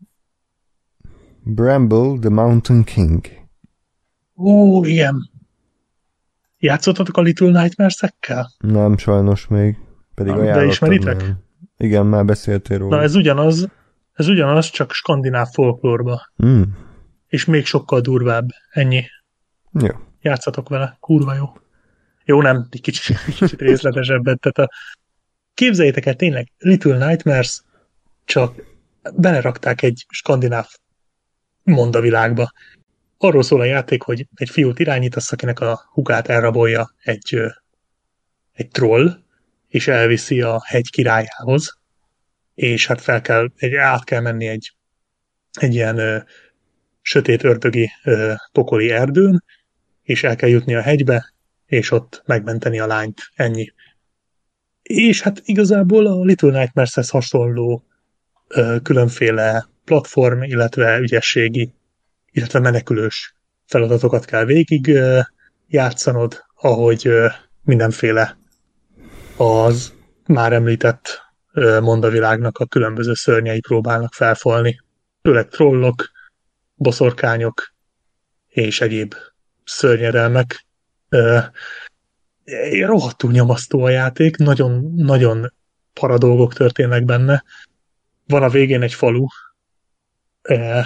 Bramble the Mountain King. Ó, igen. Játszottatok a Little Nightmares-ekkel? Nem, sajnos még. Pedig ajánlottam. De ismeritek? Nem. Igen, már beszéltél róla. Na ez ugyanaz, ez ugyanaz, csak skandináv folklórba. Mm. és még sokkal durvább. Ennyi. Jó. Játszatok vele, kurva jó. Jó, nem, egy kicsit, kicsit részletesebbet. Tehát a, képzeljétek el tényleg, Little Nightmares, csak belerakták egy skandináv mondavilágba. Arról szól a játék, hogy egy fiút irányítasz, akinek a hugát elrabolja egy, egy troll, és elviszi a hegy királyához, és hát fel kell, egy, át kell menni egy, egy ilyen ö, sötét ördögi ö, pokoli erdőn, és el kell jutni a hegybe, és ott megmenteni a lányt. Ennyi. És hát igazából a Little Nightmares-hez hasonló ö, különféle platform, illetve ügyességi, illetve menekülős feladatokat kell végig ö, játszanod, ahogy ö, mindenféle az már említett ö, mondavilágnak a különböző szörnyei próbálnak felfalni. Főleg trollok, boszorkányok és egyéb szörnyedelmek. Ö, rohadtul nyomasztó a játék, nagyon, nagyon para dolgok történnek benne. Van a végén egy falu. Ö,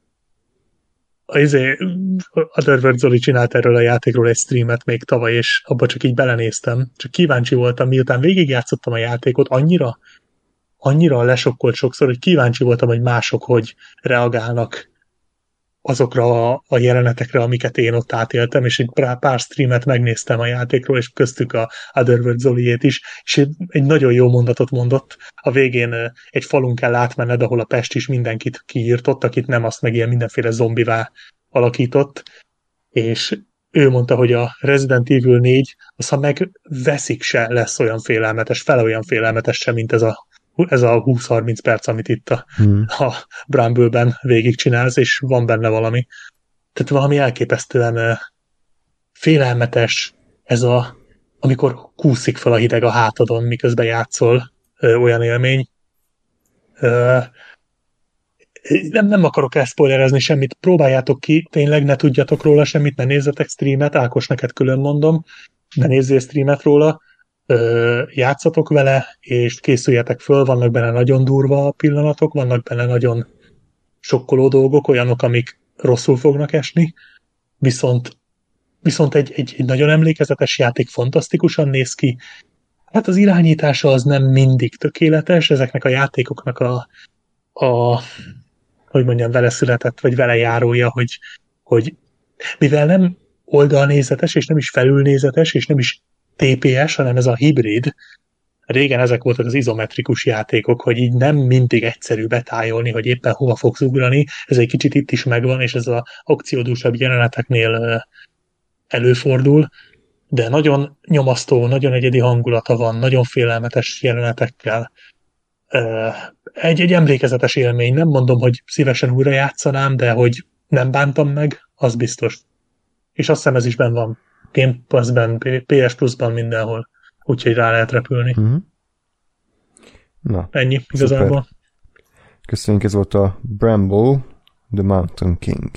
Izé, Otherworld Zoli csinált erről a játékról egy streamet még tavaly, és abba csak így belenéztem. Csak kíváncsi voltam, miután végigjátszottam a játékot, annyira, annyira lesokkolt sokszor, hogy kíváncsi voltam, hogy mások hogy reagálnak azokra a, a jelenetekre, amiket én ott átéltem, és egy pár streamet megnéztem a játékról, és köztük a Otherworld Zoliét is, és egy, egy nagyon jó mondatot mondott. A végén egy falun kell átmenned, ahol a Pest is mindenkit kiírtott, akit nem, azt meg ilyen mindenféle zombivá alakított, és ő mondta, hogy a Resident Evil négy, az ha megveszik se lesz olyan félelmetes, fele olyan félelmetes sem, mint ez a ez a húsz-harminc perc, amit itt a, hmm. a Bramble-ben végigcsinálsz, és van benne valami. Tehát valami elképesztően uh, félelmetes ez a, amikor kúszik fel a hideg a hátadon, miközben játszol, uh, olyan élmény. Uh, nem, nem akarok elszpoilerezni semmit, próbáljátok ki, tényleg ne tudjatok róla semmit, ne nézzetek streamet, Ákos, neked külön mondom, ne nézzél streamet róla, Ö, játszatok vele, és készüljetek föl, vannak benne nagyon durva pillanatok, vannak benne nagyon sokkoló dolgok, olyanok, amik rosszul fognak esni, viszont, viszont egy, egy, egy nagyon emlékezetes játék, fantasztikusan néz ki. Hát az irányítása az nem mindig tökéletes, ezeknek a játékoknak a, a hogy mondjam, vele született, vagy vele járója, hogy, hogy mivel nem oldalnézetes, és nem is felülnézetes, és nem is té pé es, hanem ez a hibrid. Régen ezek voltak az izometrikus játékok, hogy így nem mindig egyszerű betájolni, hogy éppen hova fogsz ugrani. Ez egy kicsit itt is megvan, és ez az akciódúsabb jeleneteknél előfordul, de nagyon nyomasztó, nagyon egyedi hangulata van, nagyon félelmetes jelenetekkel. Egy, egy emlékezetes élmény. Nem mondom, hogy szívesen újra játszanám, de hogy nem bántam meg, az biztos. És azt hiszem ez is benn van. Game Pass-ben, pé es Plus-ban, mindenhol. Úgyhogy rá lehet repülni. Mm-hmm. Na, ennyi igazából. Szuper. Köszönjük, ez volt a Bramble, The Mountain King.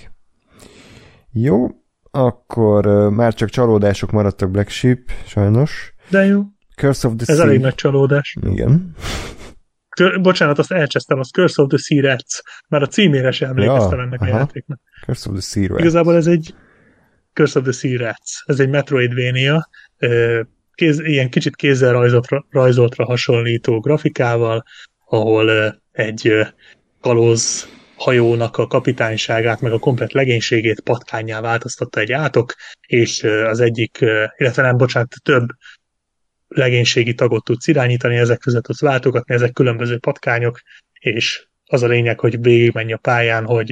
Jó, akkor uh, már csak csalódások maradtak Black Sheep, sajnos. De jó. Curse of the ez Sea. elég nagy csalódás. Igen. Kör, bocsánat, azt elcsesztem, az Curse of the Sea Rats, már a címére sem emlékeztem ja, ennek aha. a játéknak. Curse of the Sea Rats. Igazából ez egy Curse of the Sea Rats. Ez egy Metroidvania, kéz, ilyen kicsit kézzel rajzoltra, rajzoltra hasonlító grafikával, ahol egy kalóz hajónak a kapitányságát, meg a komplett legénységét patkánnyá változtatta egy átok, és az egyik, illetve nem, bocsánat, több legénységi tagot tudsz irányítani, ezek között tudsz váltogatni, ezek különböző patkányok, és az a lényeg, hogy végigmenj a pályán, hogy,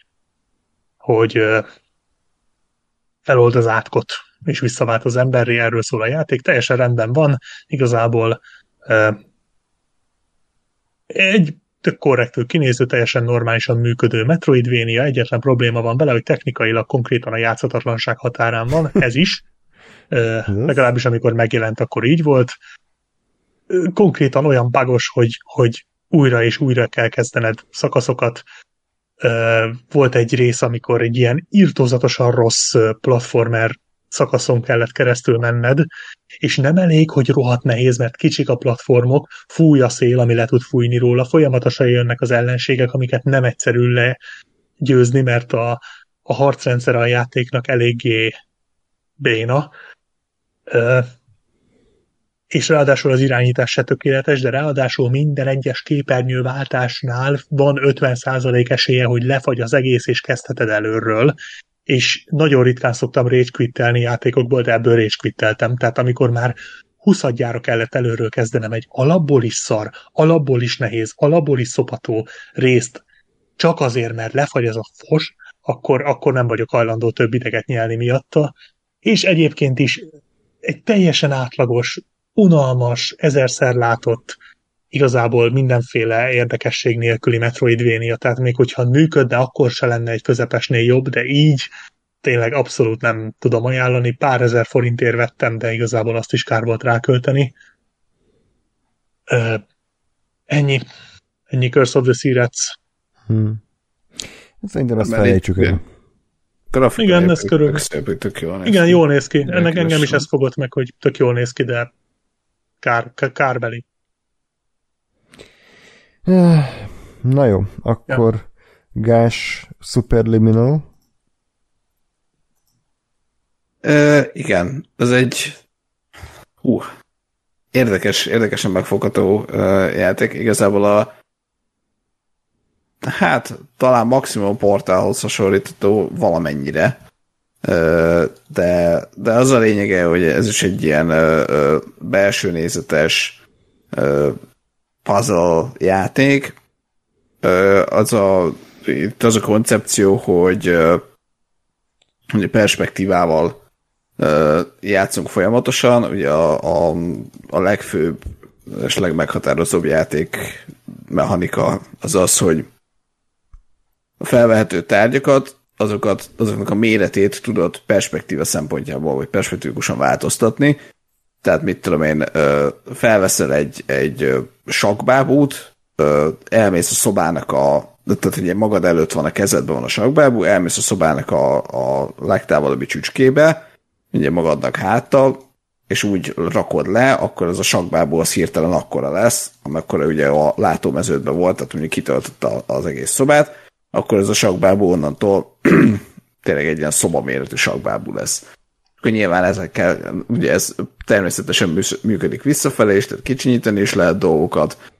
hogy felold az átkot, és visszavált az emberré, erről szól a játék, teljesen rendben van, igazából egy tök korrektül kinéző, teljesen normálisan működő Metroidvania, egyetlen probléma van vele, hogy technikailag konkrétan a játszhatatlanság határán van, ez is, legalábbis amikor megjelent, akkor így volt. Konkrétan olyan bugos, hogy, hogy újra és újra kell kezdened szakaszokat. Volt egy rész, amikor egy ilyen irtózatosan rossz platformer szakaszon kellett keresztül menned, és nem elég, hogy rohadt nehéz, mert kicsik a platformok, fúj a szél, ami le tud fújni róla, folyamatosan jönnek az ellenségek, amiket nem egyszerű legyőzni, mert a, a harcrendszer a játéknak eléggé béna, Ö, és ráadásul az irányítás se tökéletes, de ráadásul minden egyes képernyőváltásnál van ötven százalék esélye, hogy lefagy az egész, és kezdheted előről, és nagyon ritkán szoktam rage quittelni játékokból, de ebből rage quitteltem, tehát amikor már huszadjára kellett előről kezdenem egy alapból is szar, alapból is nehéz, alapból is szopató részt, csak azért, mert lefagy ez a fos, akkor, akkor nem vagyok hajlandó több ideget nyelni miatta, és egyébként is egy teljesen átlagos, unalmas, ezerszer látott, igazából mindenféle érdekesség nélküli Metroidvania, tehát még hogyha működne, akkor se lenne egy közepesnél jobb, de így tényleg abszolút nem tudom ajánlani. Pár ezer forintért vettem, de igazából azt is kár volt rákölteni. Ö, ennyi. Ennyi Curse of the Sea-Rats. Hmm. Szerintem ezt felejtsük el. Igen, ez körül. Tök jól néz Igen, ki. jól néz ki. Ennek Érdekes engem is van. ez fogott meg, hogy tök jól néz ki, de kár, kárbeli. Na jó, akkor ja. Gás Superliminal. Ö, igen, ez egy hú, érdekes, érdekesen megfogható uh, játék. Igazából a hát talán maximum portálhoz hasonlítható valamennyire. Uh, de, de az a lényege, hogy ez is egy ilyen uh, uh, belső nézetes uh, puzzle játék. Uh, az a, itt az a koncepció, hogy, uh, hogy perspektívával uh, játszunk folyamatosan. Ugye a, a, a legfőbb és legmeghatározóbb játék mechanika az az, hogy a felvehető tárgyakat, azokat, azoknak a méretét tudod perspektíva szempontjából, vagy perspektívikusan változtatni. Tehát mit tudom én, felveszel egy, egy sakkbábút, elmész a szobának a, tehát ugye magad előtt van a kezedben van a sakkbábú, elmész a szobának a, a legtávolabbi csücskébe, ugye magadnak háttal, és úgy rakod le, akkor az a sakkbábú az hirtelen akkora lesz, amekkora ugye a látómeződben volt, tehát mondjuk kitöltött az egész szobát, akkor ez a sakkbábú onnantól tényleg egy ilyen szobaméretű sakkbábú lesz. Akkor nyilván ezekkel, ugye ez természetesen működik visszafelé is, tehát kicsinyíteni is lehet dolgokat,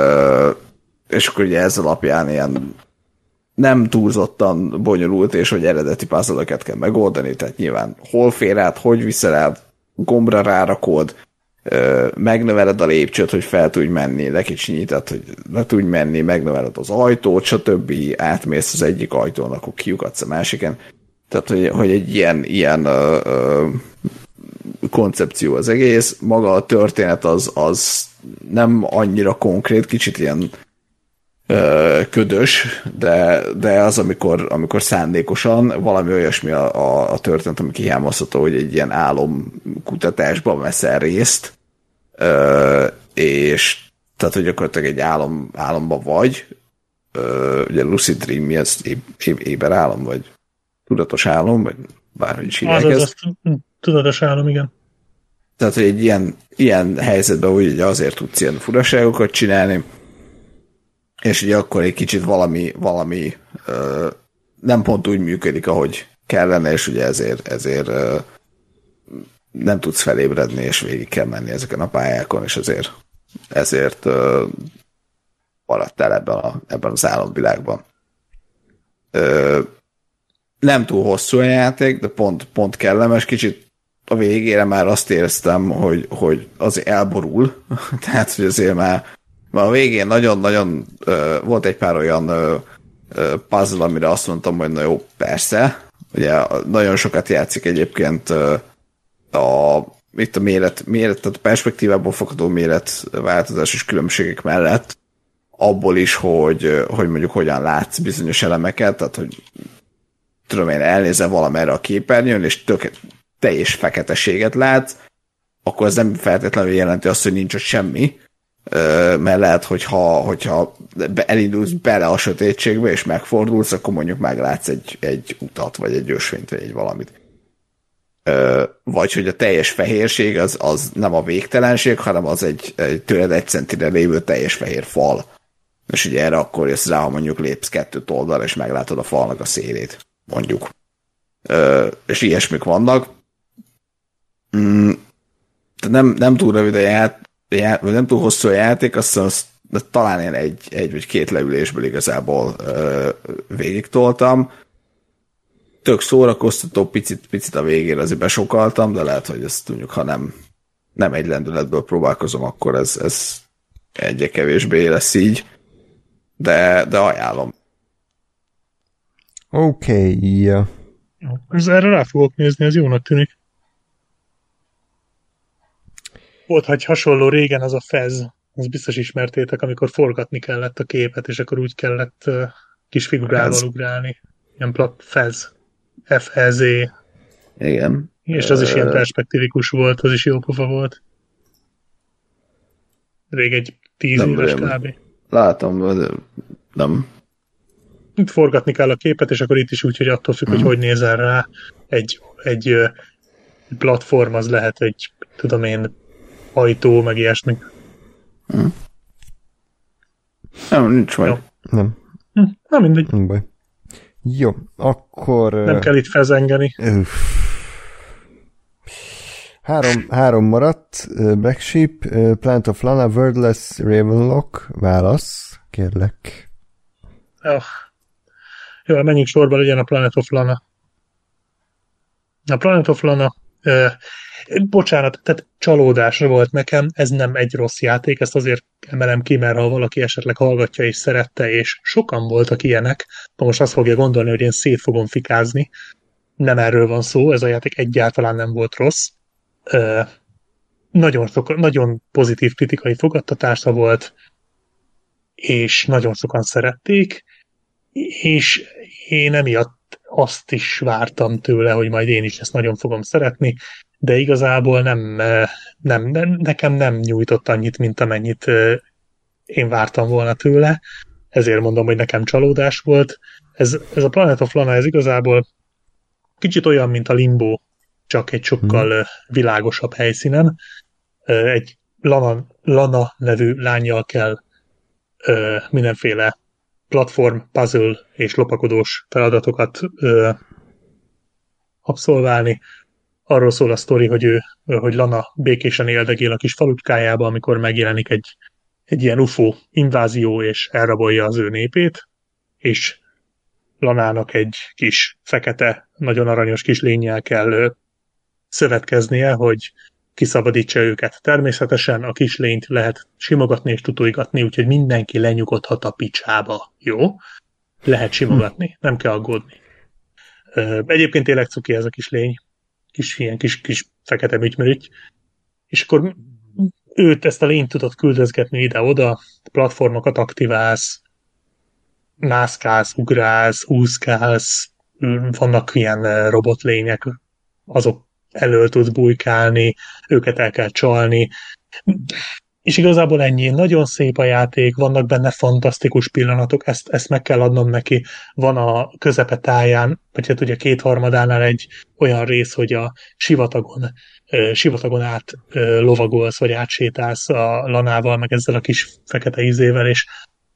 és akkor ugye ez alapján ilyen nem túlzottan bonyolult, és hogy eredeti puzzle-öket kell megoldani, tehát nyilván hol fér át, hogy viszel át, gombra rárakod, megnöveled a lépcsőt, hogy fel tudj menni, lekicsinyített, hogy le tudj menni, megnöveled az ajtót, stb. Átmész az egyik ajtón, akkor kiukadsz a másiken. Tehát, hogy, hogy egy ilyen, ilyen ö, ö, koncepció az egész. Maga a történet az, az nem annyira konkrét, kicsit ilyen ö, ködös, de, de az, amikor, amikor szándékosan valami olyasmi a, a, a történet, ami kihámozható, hogy egy ilyen álomkutatásban veszel részt, ö, és tehát, hogy gyakorlatilag egy álom, álomban vagy, ö, ugye lucid dream, mi ez, é, é, éber álom, vagy tudatos álom, vagy bárhogy is hívják az, ezt. az, az, tudatos álom, igen. Tehát, hogy egy ilyen, ilyen helyzetben úgy azért tudsz ilyen furaságokat csinálni, és ugye akkor egy kicsit valami, valami ö, nem pont úgy működik, ahogy kellene, és ugye ezért, ezért ö, nem tudsz felébredni, és végig kell menni ezeken a pályákon, és ezért, ezért ö, maradtál ebben, a, ebben az álomvilágban. Ö, nem túl hosszú a játék, de pont, pont kellemes, kicsit a végére már azt éreztem, hogy, hogy azért elborul, tehát, hogy azért már, már a végén nagyon-nagyon uh, volt egy pár olyan uh, uh, puzzle, amire azt mondtam, hogy na jó, persze, ugye nagyon sokat játszik egyébként uh, a, itt a méret, méret, tehát a perspektívából fakadó méretváltozásos különbségek mellett, abból is, hogy, hogy mondjuk hogyan látsz bizonyos elemeket, tehát, hogy tudom én, elnézel valamerre a képernyőn, és tök teljes feketeséget látsz, akkor ez nem feltétlenül jelenti azt, hogy nincs ott semmi, mert lehet, hogyha, hogyha elindulsz bele a sötétségbe, és megfordulsz, akkor mondjuk meglátsz egy, egy utat, vagy egy ösvényt, vagy egy valamit. Vagy hogy a teljes fehérség az, az nem a végtelenség, hanem az egy, egy tőled egy centire lévő teljes fehér fal. És ugye erre akkor jössz rá, ha mondjuk lépsz kettőt oldalra, és meglátod a falnak a szélét. mondjuk. Ö, és ilyesmik vannak. Mm, nem, nem túl rövid a ját, ját, vagy nem túl hosszú a játék, azt, azt de talán én egy, egy vagy két leülésből igazából ö, végig toltam. Tök szórakoztató, picit, picit a végére azért besokaltam, de lehet, hogy ezt tudjuk, ha nem, nem egy lendületből próbálkozom, akkor ez, ez egyre kevésbé lesz így. De, de ajánlom. Oké. Okay, yeah. Ez erre rá fogok nézni, ez jónak tűnik. Volt egy hasonló régen az a Fez, az biztos ismertétek, amikor forgatni kellett a képet, és akkor úgy kellett uh, kis figurával ugrálni. Ilyen plat Fez. F E Z. Igen. És az is ilyen perspektívikus volt, az is jó pofa volt. Rég egy tíz nem éves kb. Látom, de nem. Itt forgatni kell a képet, és akkor itt is úgy, hogy attól függ, hmm. hogy hogy nézel rá. Egy, egy platform az lehet egy, tudom én, ajtó, meg ilyesmi. Hmm. Nem, nincs baj. Nem. Hm, nem mindegy. Nem baj. Jó, akkor... Nem kell itt fezengeni. Uff. Három, három maradt. Black Sheep, Planet of Lana, Wordless, Ravenlock. Válasz, kérlek. Oh. Jó, menjünk sorba, legyen a Planet of Lana. A Planet of Lana uh, bocsánat, tehát csalódás volt nekem, ez nem egy rossz játék, ezt azért emelem ki, mert ha valaki esetleg hallgatja és szerette, és sokan voltak ilyenek, most azt fogja gondolni, hogy én szét fogom fikázni. Nem erről van szó, ez a játék egyáltalán nem volt rossz. Uh, nagyon, soka, nagyon pozitív kritikai fogadtatása volt, és nagyon sokan szerették, és én emiatt azt is vártam tőle, hogy majd én is ezt nagyon fogom szeretni, de igazából nem, nem, nem nekem nem nyújtott annyit, mint amennyit én vártam volna tőle, ezért mondom, hogy nekem csalódás volt. Ez, ez a Planet of Lana, ez igazából kicsit olyan, mint a Limbo, csak egy sokkal hmm. világosabb helyszínen. Egy Lana, Lana nevű lánnyal kell mindenféle platform, puzzle és lopakodós feladatokat ö, abszolválni. Arról szól a sztori, hogy ő, hogy Lana békésen éldegél a kis falucskájába, amikor megjelenik egy, egy ilyen ufó invázió, és elrabolja az ő népét, és Lanának egy kis fekete, nagyon aranyos kis lénnyel kell ö, szövetkeznie, hogy kiszabadítsa őket. Természetesen a kislényt lehet simogatni és tutuigatni, úgyhogy mindenki lenyugodhat a picsába. Jó? Lehet simogatni, nem kell aggódni. Egyébként tényleg cuki ez a kislény. Kis, ilyen kis, kis fekete műtymörüty. És akkor őt, ezt a lényt tudod küldözgetni ide-oda, platformokat aktiválsz, mászkálsz, ugrálsz, úszkálsz, vannak ilyen robotlények, azok elől tudsz bujkálni, őket el kell csalni, és igazából ennyi. Nagyon szép a játék, vannak benne fantasztikus pillanatok, ezt, ezt meg kell adnom neki. Van a közepe táján, vagy hát ugye kétharmadánál egy olyan rész, hogy a sivatagon, sivatagon át lovagolsz, vagy átsétálsz a Lanával, meg ezzel a kis fekete ízével, és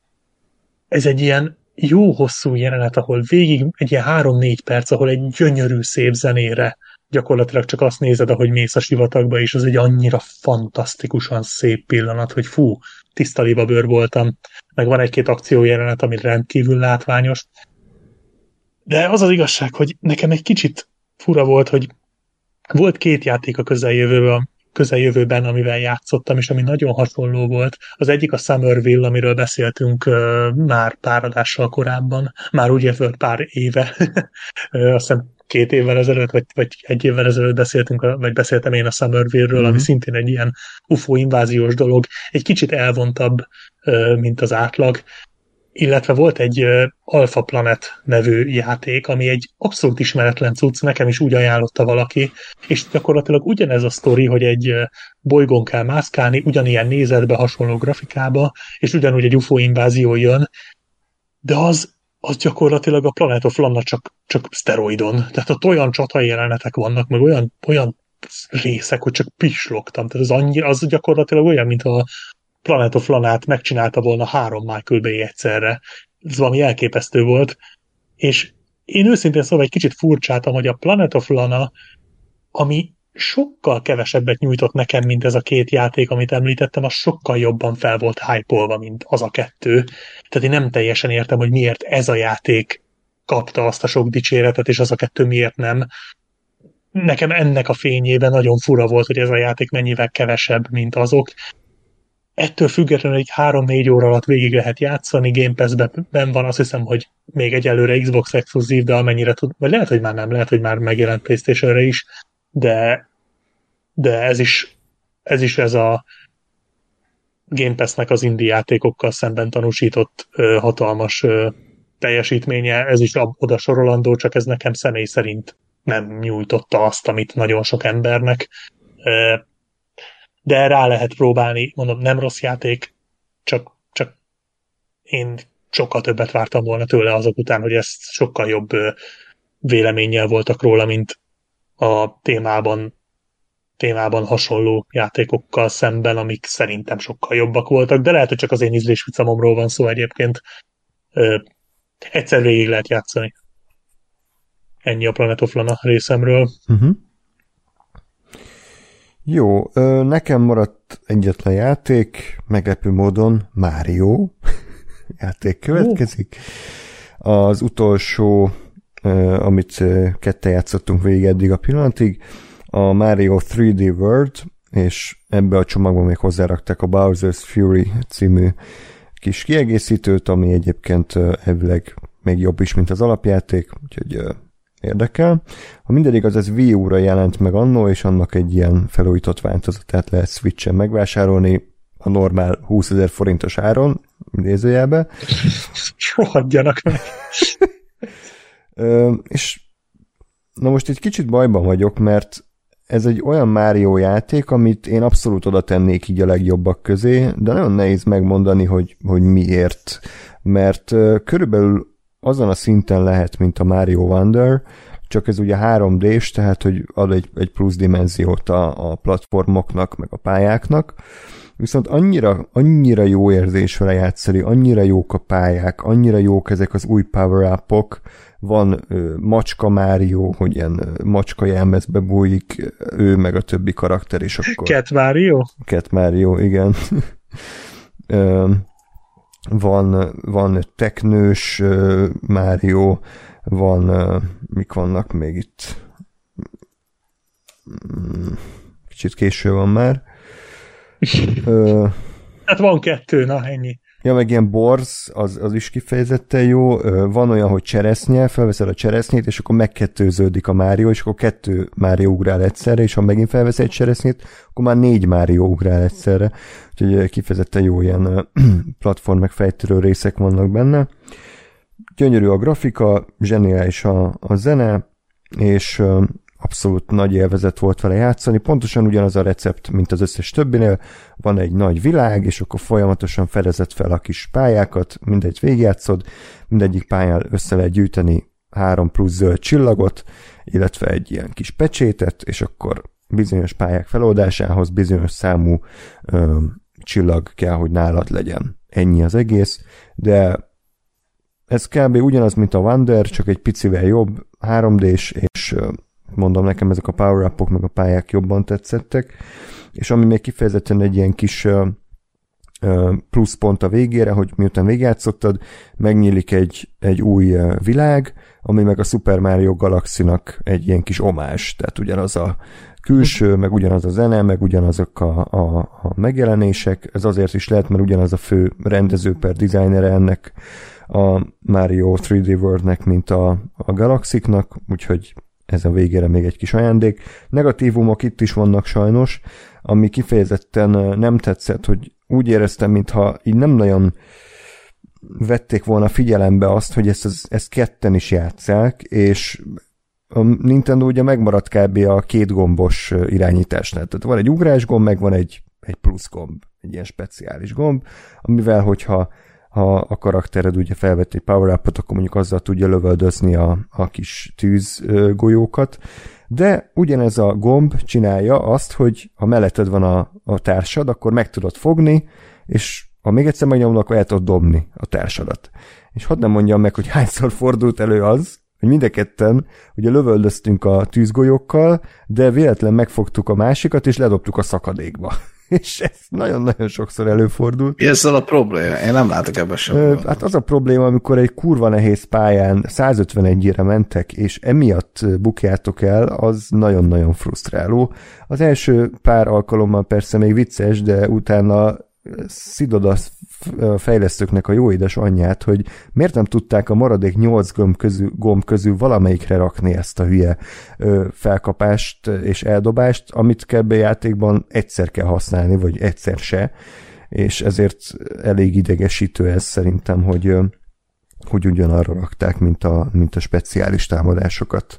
ez egy ilyen jó hosszú jelenet, ahol végig egy ilyen három-négy perc, ahol egy gyönyörű szép zenére gyakorlatilag csak azt nézed, ahogy mész a sivatagba, és az egy annyira fantasztikusan szép pillanat, hogy fú, tiszta libabőr voltam. Meg van egy-két akciójelenet, ami rendkívül látványos. De az az igazság, hogy nekem egy kicsit fura volt, hogy volt két játék a közeljövőben, közeljövőben, amivel játszottam, és ami nagyon hasonló volt. Az egyik a Somerville, amiről beszéltünk uh, már pár adással korábban, már úgy értve pár éve, azt hiszem két évvel ezelőtt, vagy, vagy egy évvel ezelőtt beszéltünk, vagy beszéltem én a Somerville-ről, mm-hmm. ami szintén egy ilyen ufó inváziós dolog, egy kicsit elvontabb, mint az átlag, illetve volt egy Alpha Planet nevű játék, ami egy abszolút ismeretlen cucc, nekem is úgy ajánlotta valaki, és gyakorlatilag ugyanez a sztori, hogy egy bolygón kell mászkálni, ugyanilyen nézetbe, hasonló grafikába, és ugyanúgy egy ufó invázió jön, de az az gyakorlatilag a Planet of Lana csak, csak szteroidon. Tehát ott olyan csatai jelenetek vannak, meg olyan, olyan részek, hogy csak pislogtam. Tehát az, annyi, az gyakorlatilag olyan, mint a Planet of Lanát megcsinálta volna három Michael Bay egyszerre. Ez valami elképesztő volt. És én őszintén szóval egy kicsit furcsáltam, hogy a Planet of Lana, ami sokkal kevesebbet nyújtott nekem, mint ez a két játék, amit említettem, az sokkal jobban fel volt hype-olva, mint az a kettő. Tehát én nem teljesen értem, hogy miért ez a játék kapta azt a sok dicséretet, és az a kettő miért nem. Nekem ennek a fényében nagyon fura volt, hogy ez a játék mennyivel kevesebb, mint azok. Ettől függetlenül egy három-négy óra alatt végig lehet játszani, Game Pass-ben van, azt hiszem, hogy még egyelőre Xbox exkluzív, de amennyire tud, vagy lehet, hogy már nem, lehet, hogy már megjelent PlayStation-re is, de, de ez is ez is ez a Game Pass-nek az indie játékokkal szemben tanúsított ö, hatalmas ö, teljesítménye, ez is oda sorolandó, csak ez nekem személy szerint nem nyújtotta azt, amit nagyon sok embernek. Ö, de rá lehet próbálni, mondom, nem rossz játék, csak, csak én sokkal többet vártam volna tőle azok után, hogy ezt sokkal jobb ö, véleménnyel voltak róla, mint a témában, témában hasonló játékokkal szemben, amik szerintem sokkal jobbak voltak, de lehet, hogy csak az én ízlésvicamomról van szó egyébként. Ö, egyszer végig lehet játszani. Ennyi a Planet of Lana részemről. Uh-huh. Jó, ö, nekem maradt egyetlen játék, meglepő módon Mario játék következik. Az utolsó, ö, amit ö, ketten játszottunk végig eddig a pillanatig, a Mario három dé World, és ebbe a csomagban még hozzárakták a Bowser's Fury című kis kiegészítőt, ami egyébként ö, elvileg még jobb is, mint az alapjáték, úgyhogy ö, érdekel. Ha mindegyik az, ez Wii U-ra jelent meg annó, és annak egy ilyen felújított változatát lehet Switchen megvásárolni a normál húszezer forintos áron, idézőjelbe. Sohadjanak meg! Ö, és na most egy kicsit bajban vagyok, mert ez egy olyan Mario játék, amit én abszolút oda tennék így a legjobbak közé, de nagyon nehéz megmondani, hogy, hogy miért. Mert ö, körülbelül azon a szinten lehet, mint a Mario Wonder, csak ez ugye három dés, tehát hogy ad egy, egy plusz dimenziót a, a platformoknak, meg a pályáknak, viszont annyira, annyira jó érzés vele játszani, annyira jók a pályák, annyira jók ezek az új power-upok, van ö, macska Mario, hogy ilyen ö, macska jelmezbe bújik ő, meg a többi karakter, és akkor... Cat Mario? Cat Mario, igen. ö, Van, van teknős uh, Mario, van, uh, mik vannak még itt? Kicsit késő van már. uh, Hát van kettő, na ennyi. Ja, meg ilyen borz, az, az is kifejezetten jó. Uh, van olyan, hogy cseresznye, felveszel a cseresznyét, és akkor megkettőződik a Mario, és akkor kettő Mario ugrál egyszerre, és ha megint felveszel egy cseresznyét, akkor már négy Mario ugrál egyszerre. Úgyhogy kifejezetten jó ilyen uh, platform megfejtőrő részek vannak benne. Gyönyörű a grafika, zseniális a, a zene, és uh, abszolút nagy élvezet volt vele játszani. Pontosan ugyanaz a recept, mint az összes többinél. Van egy nagy világ, és akkor folyamatosan fedezed fel a kis pályákat, mindegy végigjátszod, mindegyik pályán össze lehet gyűjteni három plusz zöld csillagot, illetve egy ilyen kis pecsétet, és akkor bizonyos pályák feloldásához bizonyos számú ö, csillag kell, hogy nálad legyen. Ennyi az egész, de ez kb. Ugyanaz, mint a Wonder, csak egy picivel jobb, három dés, és ö, mondom, nekem ezek a power-upok meg a pályák jobban tetszettek, és ami még kifejezetten egy ilyen kis ö, ö, plusz pont a végére, hogy miután végigjátszottad, megnyílik egy, egy új ö, világ, ami meg a Super Mario Galaxy-nak egy ilyen kis omás, tehát ugyanaz a külső, meg ugyanaz a zene, meg ugyanazok a, a, a megjelenések, ez azért is lehet, mert ugyanaz a fő rendező per designere ennek a Mario három dé Worldnek, mint a, a Galaxy-nak, úgyhogy ez a végére még egy kis ajándék. Negatívumok itt is vannak sajnos, ami kifejezetten nem tetszett, hogy úgy éreztem, mintha így nem nagyon vették volna figyelembe azt, hogy ezt, ezt ketten is játsszák, és a Nintendo ugye megmaradt kb. A két gombos irányításnál. Tehát van egy ugrásgomb, meg van egy, egy plusz gomb, egy ilyen speciális gomb, amivel, hogyha ha a karaktered ugye felvett egy power-upot, akkor mondjuk azzal tudja lövöldözni a, a kis tűzgolyókat, de ugyanez a gomb csinálja azt, hogy ha melletted van a, a társad, akkor meg tudod fogni, és ha még egyszer megnyomod, akkor el tudod dobni a társadat. És hadd nem mondjam meg, hogy hányszor fordult elő az, hogy mind a ketten ugye lövöldöztünk a tűzgolyókkal, de véletlen megfogtuk a másikat, és ledobtuk a szakadékba. És ez nagyon-nagyon sokszor előfordul. Mi ezzel a probléma? Én nem látok ebben sem. Hát az a probléma, amikor egy kurva nehéz pályán százötvenegyre mentek, és emiatt bukjátok el, az nagyon-nagyon frusztráló. Az első pár alkalommal persze még vicces, de utána szidod a fejlesztőknek a jó édes anyját, hogy miért nem tudták a maradék nyolc gomb közül, gomb közül valamelyikre rakni ezt a hülye felkapást és eldobást, amit ebben játékban egyszer kell használni, vagy egyszer se, és ezért elég idegesítő ez szerintem, hogy, hogy ugyanarra rakták, mint a, mint a speciális támadásokat.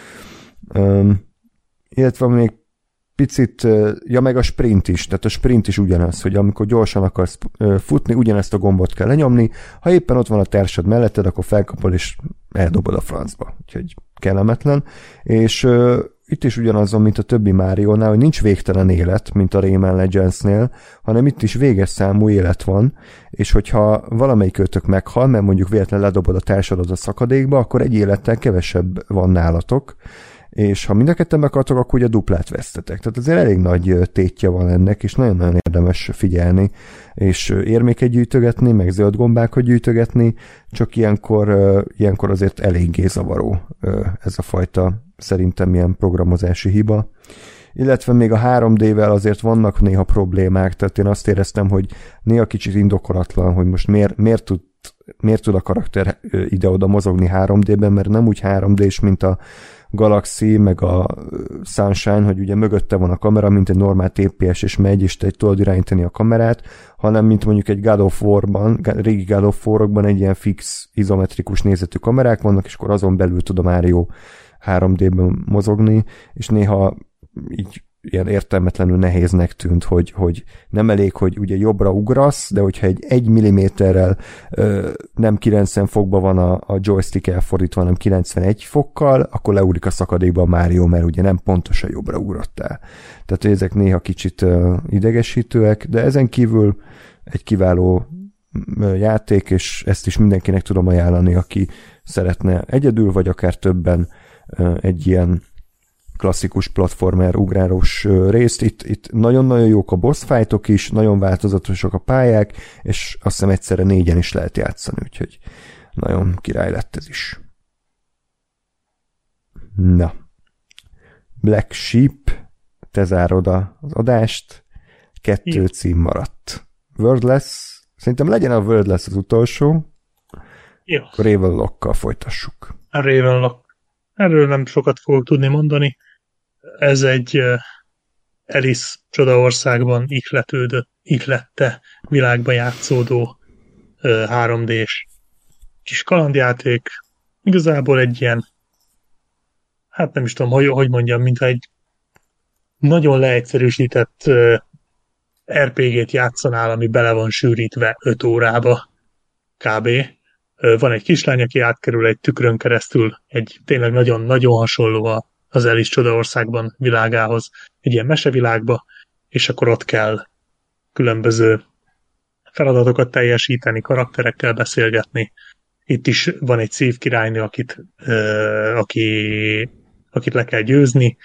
Um, illetve még picit, ja meg a sprint is, tehát a sprint is ugyanaz, hogy amikor gyorsan akarsz futni, ugyanezt a gombot kell lenyomni, ha éppen ott van a társad melletted, akkor felkapod és eldobod a francba, úgyhogy kellemetlen, és uh, itt is ugyanazon, mint a többi Máriónál, hogy nincs végtelen élet, mint a Rayman Legends-nél, hanem itt is véges számú élet van, és hogyha valamelyik őtök meghal, mert mondjuk véletlenül ledobod a társadat a szakadékba, akkor egy élettel kevesebb van nálatok, és ha mind a ketten meghalltok, akkor ugye duplát vesztetek. Tehát azért elég nagy tétje van ennek, és nagyon-nagyon érdemes figyelni, és érméket gyűjtögetni, meg zöld gombákat gyűjtögetni, csak ilyenkor, ilyenkor azért eléggé zavaró ez a fajta szerintem ilyen programozási hiba. Illetve még a három dé-vel azért vannak néha problémák, tehát én azt éreztem, hogy néha kicsit indokolatlan, hogy most miért, miért tud miért tud a karakter ide-oda mozogni három dé-ben, mert nem úgy három dés, mint a Galaxy, meg a Sunshine, hogy ugye mögötte van a kamera, mint egy normál té pé es, és megy, és te tudod irányítani a kamerát, hanem mint mondjuk egy God of War-ban, régi God of War-okban egy ilyen fix, izometrikus nézetű kamerák vannak, és akkor azon belül tud a Mario három dé-ben mozogni, és néha így ilyen értelmetlenül nehéznek tűnt, hogy, hogy nem elég, hogy ugye jobbra ugrasz, de hogyha egy egy milliméterrel ö, nem kilencven fokban van a, a joystick elfordítva, hanem kilencvenegy fokkal, akkor leugrik a szakadékba a Mario, mert ugye nem pontosan jobbra ugrottál. Tehát ezek néha kicsit ö, idegesítőek, de ezen kívül egy kiváló ö, játék, és ezt is mindenkinek tudom ajánlani, aki szeretne egyedül, vagy akár többen ö, egy ilyen klasszikus platformer ugrálós részt. Itt, itt nagyon-nagyon jók a boss fightok is, nagyon változatosak a pályák, és azt hiszem egyszerre négyen is lehet játszani, úgyhogy nagyon király lett ez is. Na. Black Sheep, te zárod az adást, kettő Jó. cím maradt. Wordless, szerintem legyen a Wordless az utolsó, Jó. Akkor Ravenlockkal folytassuk. A Ravenlock. Erről nem sokat fogok tudni mondani. Ez egy uh, Alice Csodaországban ihletődött, ihlette világban játszódó uh, három dés kis kalandjáték. Igazából egy ilyen, hát nem is tudom, hogy, hogy mondjam, mintha egy nagyon leegyszerűsített uh, er pé gét játszanál, ami bele van sűrítve öt órába kb. Van egy kislány, aki átkerül egy tükrön keresztül egy tényleg nagyon-nagyon hasonló az Alice Csodaországban világához, egy ilyen mesevilágba, és akkor ott kell különböző feladatokat teljesíteni, karakterekkel beszélgetni. Itt is van egy szívkirálynő, akit, uh, aki, akit le kell győzni,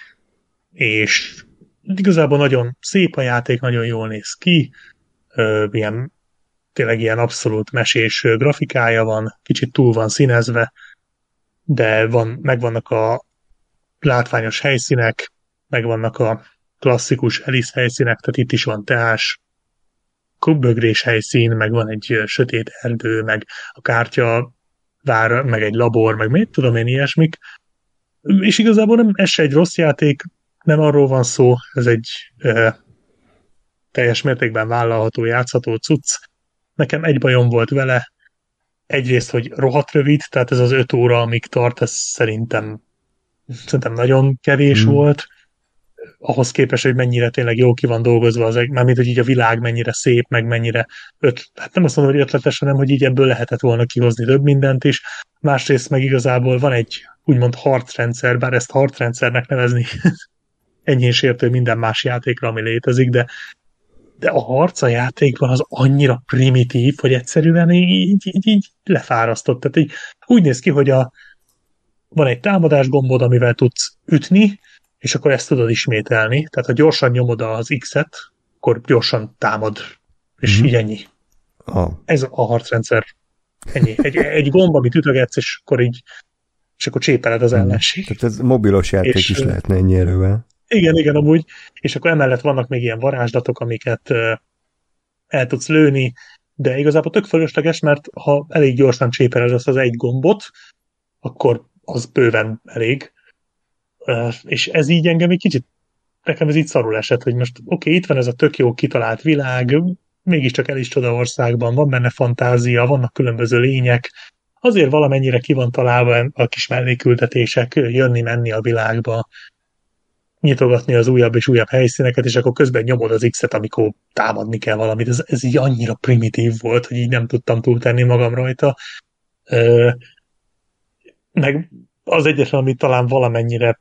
és igazából nagyon szép a játék, nagyon jól néz ki, uh, ilyen tényleg ilyen abszolút mesés grafikája van, kicsit túl van színezve, de van, megvannak a látványos helyszínek, megvannak a klasszikus Alice helyszínek, tehát itt is van teás, bögrés helyszín, meg van egy sötét erdő, meg a kártya vár, meg egy labor, meg mit tudom én, ilyesmik. És igazából nem, ez se egy rossz játék, nem arról van szó, ez egy e, teljes mértékben vállalható, játszható cucc. Nekem egy bajom volt vele, egyrészt, hogy rohadt rövid, tehát ez az öt óra, amíg tart, ez szerintem, szerintem nagyon kevés mm. volt, ahhoz képest, hogy mennyire tényleg jó ki van dolgozva, az, mármint, hogy így a világ mennyire szép, meg mennyire öt, hát nem azt mondom, hogy ötletes, hanem, hogy így ebből lehetett volna kihozni több mindent is. Másrészt meg igazából van egy úgymond harcrendszer, bár ezt harcrendszernek nevezni enyhén sértő minden más játékra, ami létezik, de de a harc a játékban az annyira primitív, hogy egyszerűen így, így, így lefárasztott. Tehát így úgy néz ki, hogy a, van egy támadás gombod, amivel tudsz ütni, és akkor ezt tudod ismételni. Tehát ha gyorsan nyomod az X-et, akkor gyorsan támad, és mm-hmm. így ennyi. Oh. Ez a harcrendszer. Ennyi. Egy, egy gomb, amit ütögetsz, és akkor így és akkor csépeled az ellenség. Tehát ez mobilos játék és, is lehetne ennyi erővel. Igen, igen, amúgy. És akkor emellett vannak még ilyen varázslatok, amiket uh, el tudsz lőni, de igazából tök fölösleges, mert ha elég gyorsan csépeled azt az egy gombot, akkor az bőven elég. Uh, és ez így engem egy kicsit, nekem ez így szarul esett, hogy most oké, okay, itt van ez a tök jó kitalált világ, mégiscsak el is Csodaországban, van benne fantázia, vannak különböző lények, azért valamennyire ki van találva a kis melléküldetések, jönni-menni a világba, nyitogatni az újabb és újabb helyszíneket, és akkor közben nyomod az X-et, amikor támadni kell valamit. Ez, ez így annyira primitív volt, hogy így nem tudtam túltenni magam rajta. Ö, meg az egyetlen, ami talán valamennyire,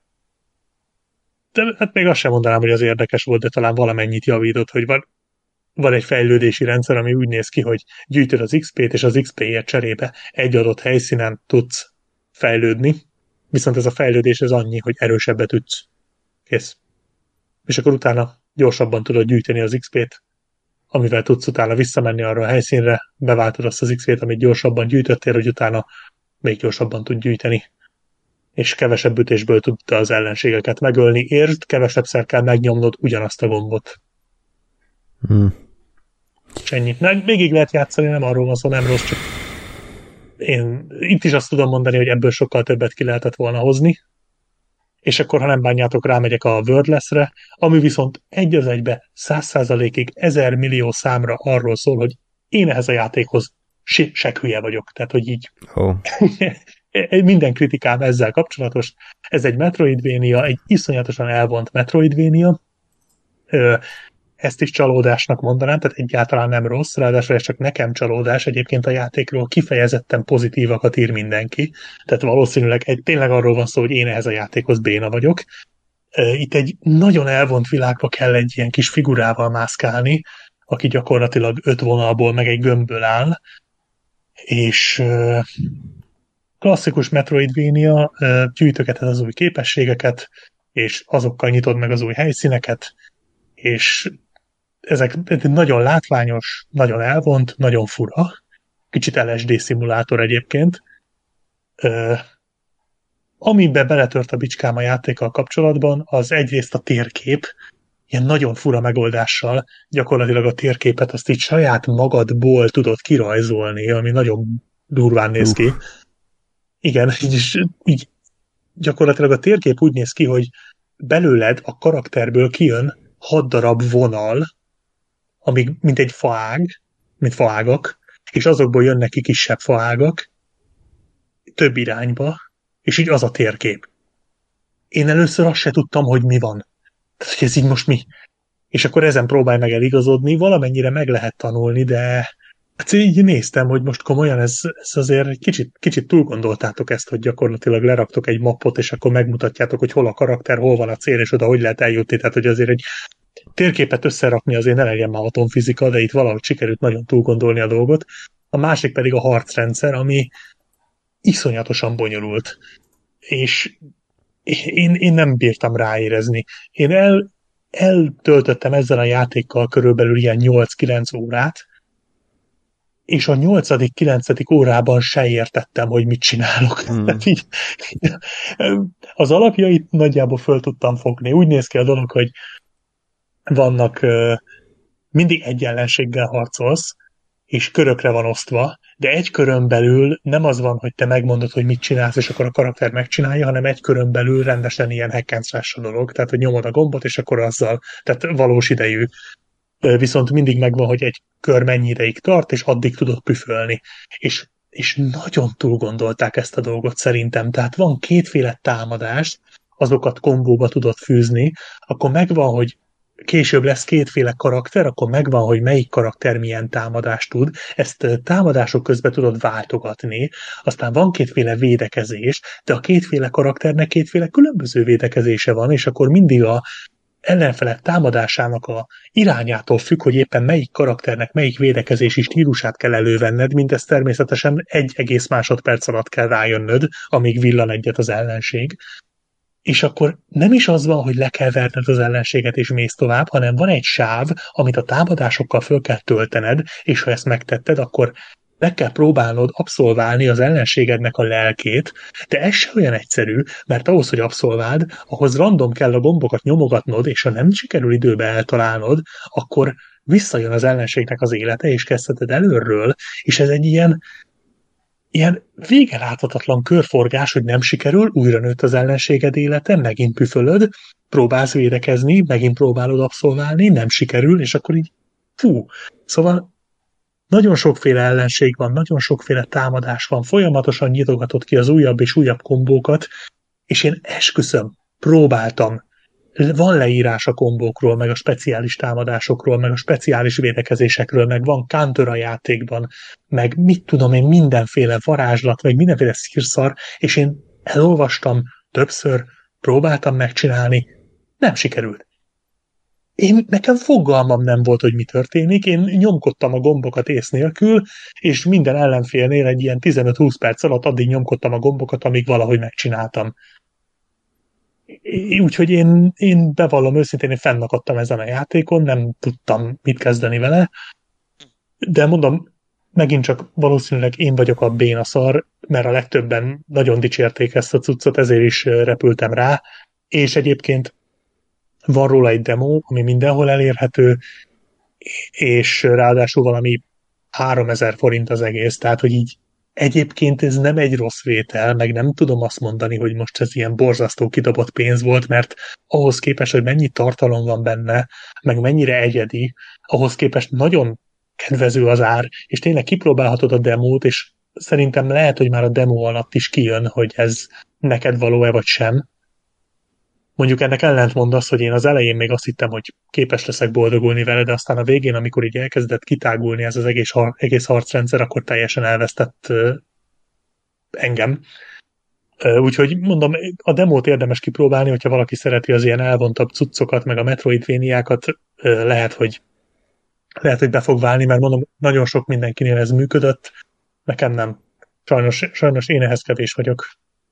de hát még azt sem mondanám, hogy az érdekes volt, de talán valamennyit javított, hogy van, van egy fejlődési rendszer, ami úgy néz ki, hogy gyűjtöd az iksz pét, és az iksz pé-ért cserébe egy adott helyszínen tudsz fejlődni, viszont ez a fejlődés ez annyi, hogy erősebbet ütsz. Kész. És akkor utána gyorsabban tudod gyűjteni az iksz pét, amivel tudsz utána visszamenni arra a helyszínre, beváltod azt az iksz pét, amit gyorsabban gyűjtöttél, hogy utána még gyorsabban tud gyűjteni. És kevesebb ütésből tudta az ellenségeket megölni. Értsd, kevesebbszer kell megnyomnod ugyanazt a gombot. Hmm. És ennyi. Végig lehet játszani, nem arról van szó, nem rossz, csak én itt is azt tudom mondani, hogy ebből sokkal többet ki lehetett volna hozni, és akkor, ha nem bánjátok, rámegyek a Wordless-re, ami viszont egy az egybe, száz százalékig, ezer millió számra arról szól, hogy én ehhez a játékhoz se, se hülye vagyok. Tehát, hogy így oh. minden kritikám ezzel kapcsolatos. Ez egy Metroidvania, egy iszonyatosan elvont Metroidvania. Ezt is csalódásnak mondanám, tehát egyáltalán nem rossz, ráadásul ez csak nekem csalódás, egyébként a játékról kifejezetten pozitívakat ír mindenki, tehát valószínűleg egy, tényleg arról van szó, hogy én ehhez a játékhoz béna vagyok. Itt egy nagyon elvont világba kell egy ilyen kis figurával mászkálni, aki gyakorlatilag öt vonalból meg egy gömbből áll, és klasszikus Metroidvania, gyűjtögeted az új képességeket, és azokkal nyitod meg az új helyszíneket, és ezek nagyon látványos, nagyon elvont, nagyon fura, kicsit el es dé szimulátor egyébként. Uh, amiben beletört a bicskám a játékkal kapcsolatban, az egyrészt a térkép, ilyen nagyon fura megoldással, gyakorlatilag a térképet azt így saját magadból tudod kirajzolni, ami nagyon durván néz ki. Uh. Igen, így, így gyakorlatilag a térkép úgy néz ki, hogy belőled a karakterből kijön hat darab vonal, amik mint egy faág, mint faágak, és azokból jönnek ki kisebb faágak, több irányba, és így az a térkép. Én először azt se tudtam, hogy mi van. Tehát, hogy ez így most mi? És akkor ezen próbálj meg eligazodni, valamennyire meg lehet tanulni, de hát így néztem, hogy most komolyan ez, ez azért egy kicsit, kicsit túl gondoltátok ezt, hogy gyakorlatilag leraktok egy mappot, és akkor megmutatjátok, hogy hol a karakter, hol van a cél, és oda hogy lehet eljutni. Tehát, hogy azért egy térképet összerakni azért ne legyen már atomfizika, de itt valahogy sikerült nagyon túl gondolni a dolgot. A másik pedig a harcrendszer, ami iszonyatosan bonyolult. És én, én nem bírtam ráérezni. Én el, eltöltöttem ezzel a játékkal körülbelül ilyen nyolc-kilenc órát, és a nyolcadik-kilencedik órában se értettem, hogy mit csinálok. Hmm. így, az alapjait nagyjából föl tudtam fogni. Úgy néz ki a dolog, hogy vannak, mindig egy ellenséggel harcolsz, és körökre van osztva, de egy körön belül nem az van, hogy te megmondod, hogy mit csinálsz, és akkor a karakter megcsinálja, hanem egy körön belül rendesen ilyen hack and slash a dolog, tehát hogy nyomod a gombot, és akkor azzal, tehát valós idejű. Viszont mindig megvan, hogy egy kör mennyi ideig tart, és addig tudod püfölni. És, és nagyon túl gondolták ezt a dolgot szerintem. Tehát van kétféle támadás, azokat kombóba tudod fűzni, akkor megvan, hogy később lesz kétféle karakter, akkor megvan, hogy melyik karakter milyen támadást tud, ezt támadások közben tudod váltogatni, aztán van kétféle védekezés, de a kétféle karakternek kétféle különböző védekezése van, és akkor mindig a ellenfelek támadásának a irányától függ, hogy éppen melyik karakternek melyik védekezési stílusát kell elővenned, mint ez természetesen egy egész másodperc alatt kell rájönnöd, amíg villan egyet az ellenség. És akkor nem is az van, hogy le kell verned az ellenséget és mész tovább, hanem van egy sáv, amit a támadásokkal föl kell töltened, és ha ezt megtetted, akkor meg kell próbálnod abszolválni az ellenségednek a lelkét, de ez se olyan egyszerű, mert ahhoz, hogy abszolváld, ahhoz random kell a gombokat nyomogatnod, és ha nem sikerül időbe eltalálnod, akkor visszajön az ellenségnek az élete, és kezdheted előről, és ez egy ilyen, ilyen vége láthatatlan körforgás, hogy nem sikerül, újra nőtt az ellenséged élete, megint püfölöd, próbálsz védekezni, megint próbálod abszolválni, nem sikerül, és akkor így fú. Szóval nagyon sokféle ellenség van, nagyon sokféle támadás van, folyamatosan nyitogatod ki az újabb és újabb kombókat, és én esküszöm, próbáltam. Van leírás a kombókról, meg a speciális támadásokról, meg a speciális védekezésekről, meg van counter a játékban, meg mit tudom én, mindenféle varázslat, meg mindenféle szírszar, és én elolvastam többször, próbáltam megcsinálni, nem sikerült. Én, nekem fogalmam nem volt, hogy mi történik, én nyomkodtam a gombokat ész nélkül, és minden ellenfélnél egy ilyen tizenöt-húsz perc alatt addig nyomkodtam a gombokat, amíg valahogy megcsináltam. Úgyhogy én, én bevallom őszintén, én fennakadtam ezen a játékon, nem tudtam mit kezdeni vele, de mondom, megint csak valószínűleg én vagyok a bénaszar, mert a legtöbben nagyon dicsérték ezt a cuccot, ezért is repültem rá, és egyébként van róla egy demo, ami mindenhol elérhető, és ráadásul valami háromezer forint az egész, tehát hogy így egyébként ez nem egy rossz vétel, meg nem tudom azt mondani, hogy most ez ilyen borzasztó kidobott pénz volt, mert ahhoz képest, hogy mennyi tartalom van benne, meg mennyire egyedi, ahhoz képest nagyon kedvező az ár, és tényleg kipróbálhatod a demót, és szerintem lehet, hogy már a demo alatt is kijön, hogy ez neked való-e vagy sem. Mondjuk ennek ellentmond az, hogy én az elején még azt hittem, hogy képes leszek boldogulni vele, de aztán a végén, amikor így elkezdett kitágulni ez az egész, har- egész harcrendszer, akkor teljesen elvesztett uh, engem. Uh, úgyhogy mondom, a demót érdemes kipróbálni, hogyha valaki szereti az ilyen elvontabb cuccokat, meg a Metroidvaniákat, uh, lehet, hogy lehet, hogy be fog válni, mert mondom, nagyon sok mindenkinél ez működött, nekem nem. Sajnos, sajnos én ehhez kevés vagyok.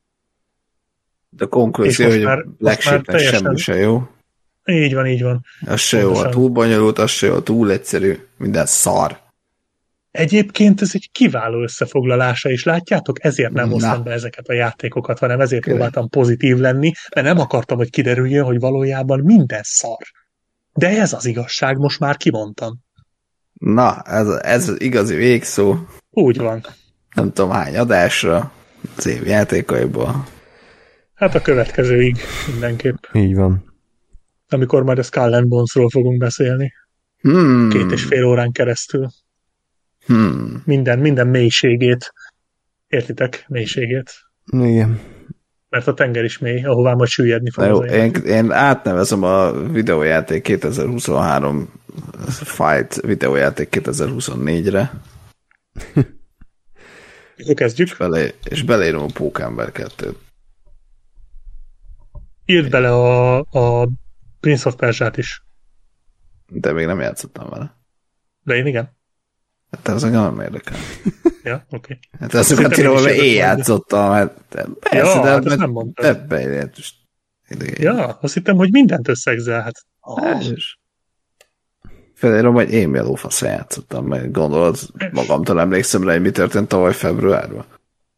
De a konklúzió, hogy már, Black Sheep-nek semmi se jó. Így van, így van. Az se jó, a túl bonyolult, az se jó, túl egyszerű, minden szar. Egyébként ez egy kiváló összefoglalása, és látjátok, ezért nem hoztam be ezeket a játékokat, hanem ezért Kérlek. próbáltam pozitív lenni, mert nem akartam, hogy kiderüljön, hogy valójában minden szar. De ez az igazság, most már kimondtam. Na, ez, ez az igazi végszó. Úgy van. Nem tudom hány adásra, az év játékaiból. Hát a következőig mindenképp. Így van. Amikor majd a Skull and Bonesról fogunk beszélni. Hmm. Két és fél órán keresztül. Hmm. Minden, minden mélységét. Értitek? Mélységét. Igen. Mert a tenger is mély, ahová majd süllyedni fog. Jó, én, én átnevezem a videójáték kétezer-huszonhárom Fight videójáték kétezer-huszonnégyre. Kezdjük. És, bele, és beleírom a Pókember kettőt. Írd bele a, a Prince of Persia-t is. De még nem játszottam vele. De én igen. Hát ez nem érdekel. Ja, oké. Okay. Hát azt akartam írni, hogy én játszottam, hát persze, ja, de, hát de nem mondtad. De, de, ja, azt hittem, hogy mindent összegzel. Hát. Oh. Felírom, hogy én melófaszra játszottam, mert gondolod, magamtól emlékszem rá, hogy mi történt tavaly februárban.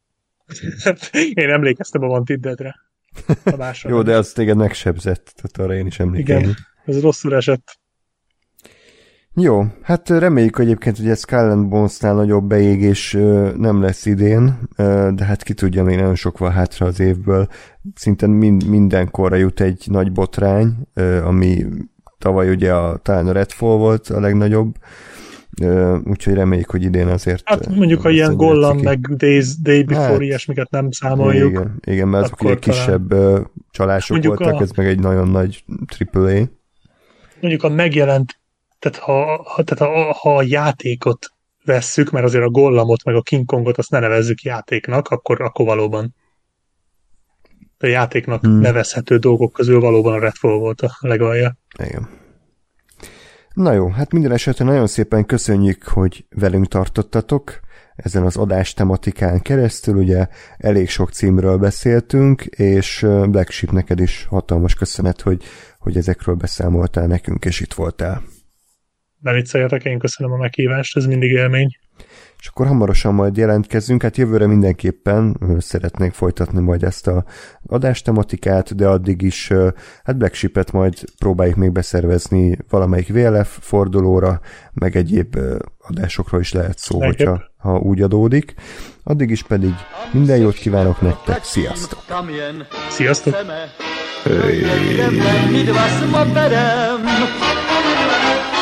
Én emlékeztem a Wanted Deadre. Jó, de az téged megsebzett, tehát arra én is emlékszem. Igen, ez rosszul esett. Jó, hát reméljük hogy egyébként, hogy ez Skull and Bones-nál nagyobb beégés nem lesz idén, de hát ki tudja, még nagyon sok van hátra az évből. Szinte mind, mindenkorra jut egy nagy botrány, ami tavaly ugye a, talán a Redfall volt a legnagyobb, úgyhogy reméljük, hogy idén azért... Hát mondjuk, ha ilyen Gollam, meg Days, Day Before, hát, ilyesmiket nem számoljuk. Igen, igen, mert azok ugye kisebb talán... csalások voltak, a... ez meg egy nagyon nagy triple A. Mondjuk a megjelent, tehát ha, ha, tehát ha, ha a játékot vesszük, mert azért a Gollamot, meg a King Kongot azt ne nevezzük játéknak, akkor, akkor valóban. a játéknak hmm. nevezhető dolgok közül valóban a Redfall volt a legalja. Igen. Na jó, hát minden esetre nagyon szépen köszönjük, hogy velünk tartottatok ezen az adás tematikán keresztül, ugye elég sok címről beszéltünk, és Black Sheep, neked is hatalmas köszönet, hogy, hogy ezekről beszámoltál nekünk, és itt voltál. Nem vicceljetek, én köszönöm a meghívást, ez mindig élmény. És akkor hamarosan majd jelentkezzünk, hát jövőre mindenképpen szeretnénk folytatni majd ezt a adástematikát, de addig is hát Black Sheep-et majd próbáljuk még beszervezni valamelyik vé el ef fordulóra, meg egyéb adásokról is lehet szó, hogyha, ha úgy adódik. Addig is pedig minden jót kívánok nektek, sziasztok! Sziasztok! Hey.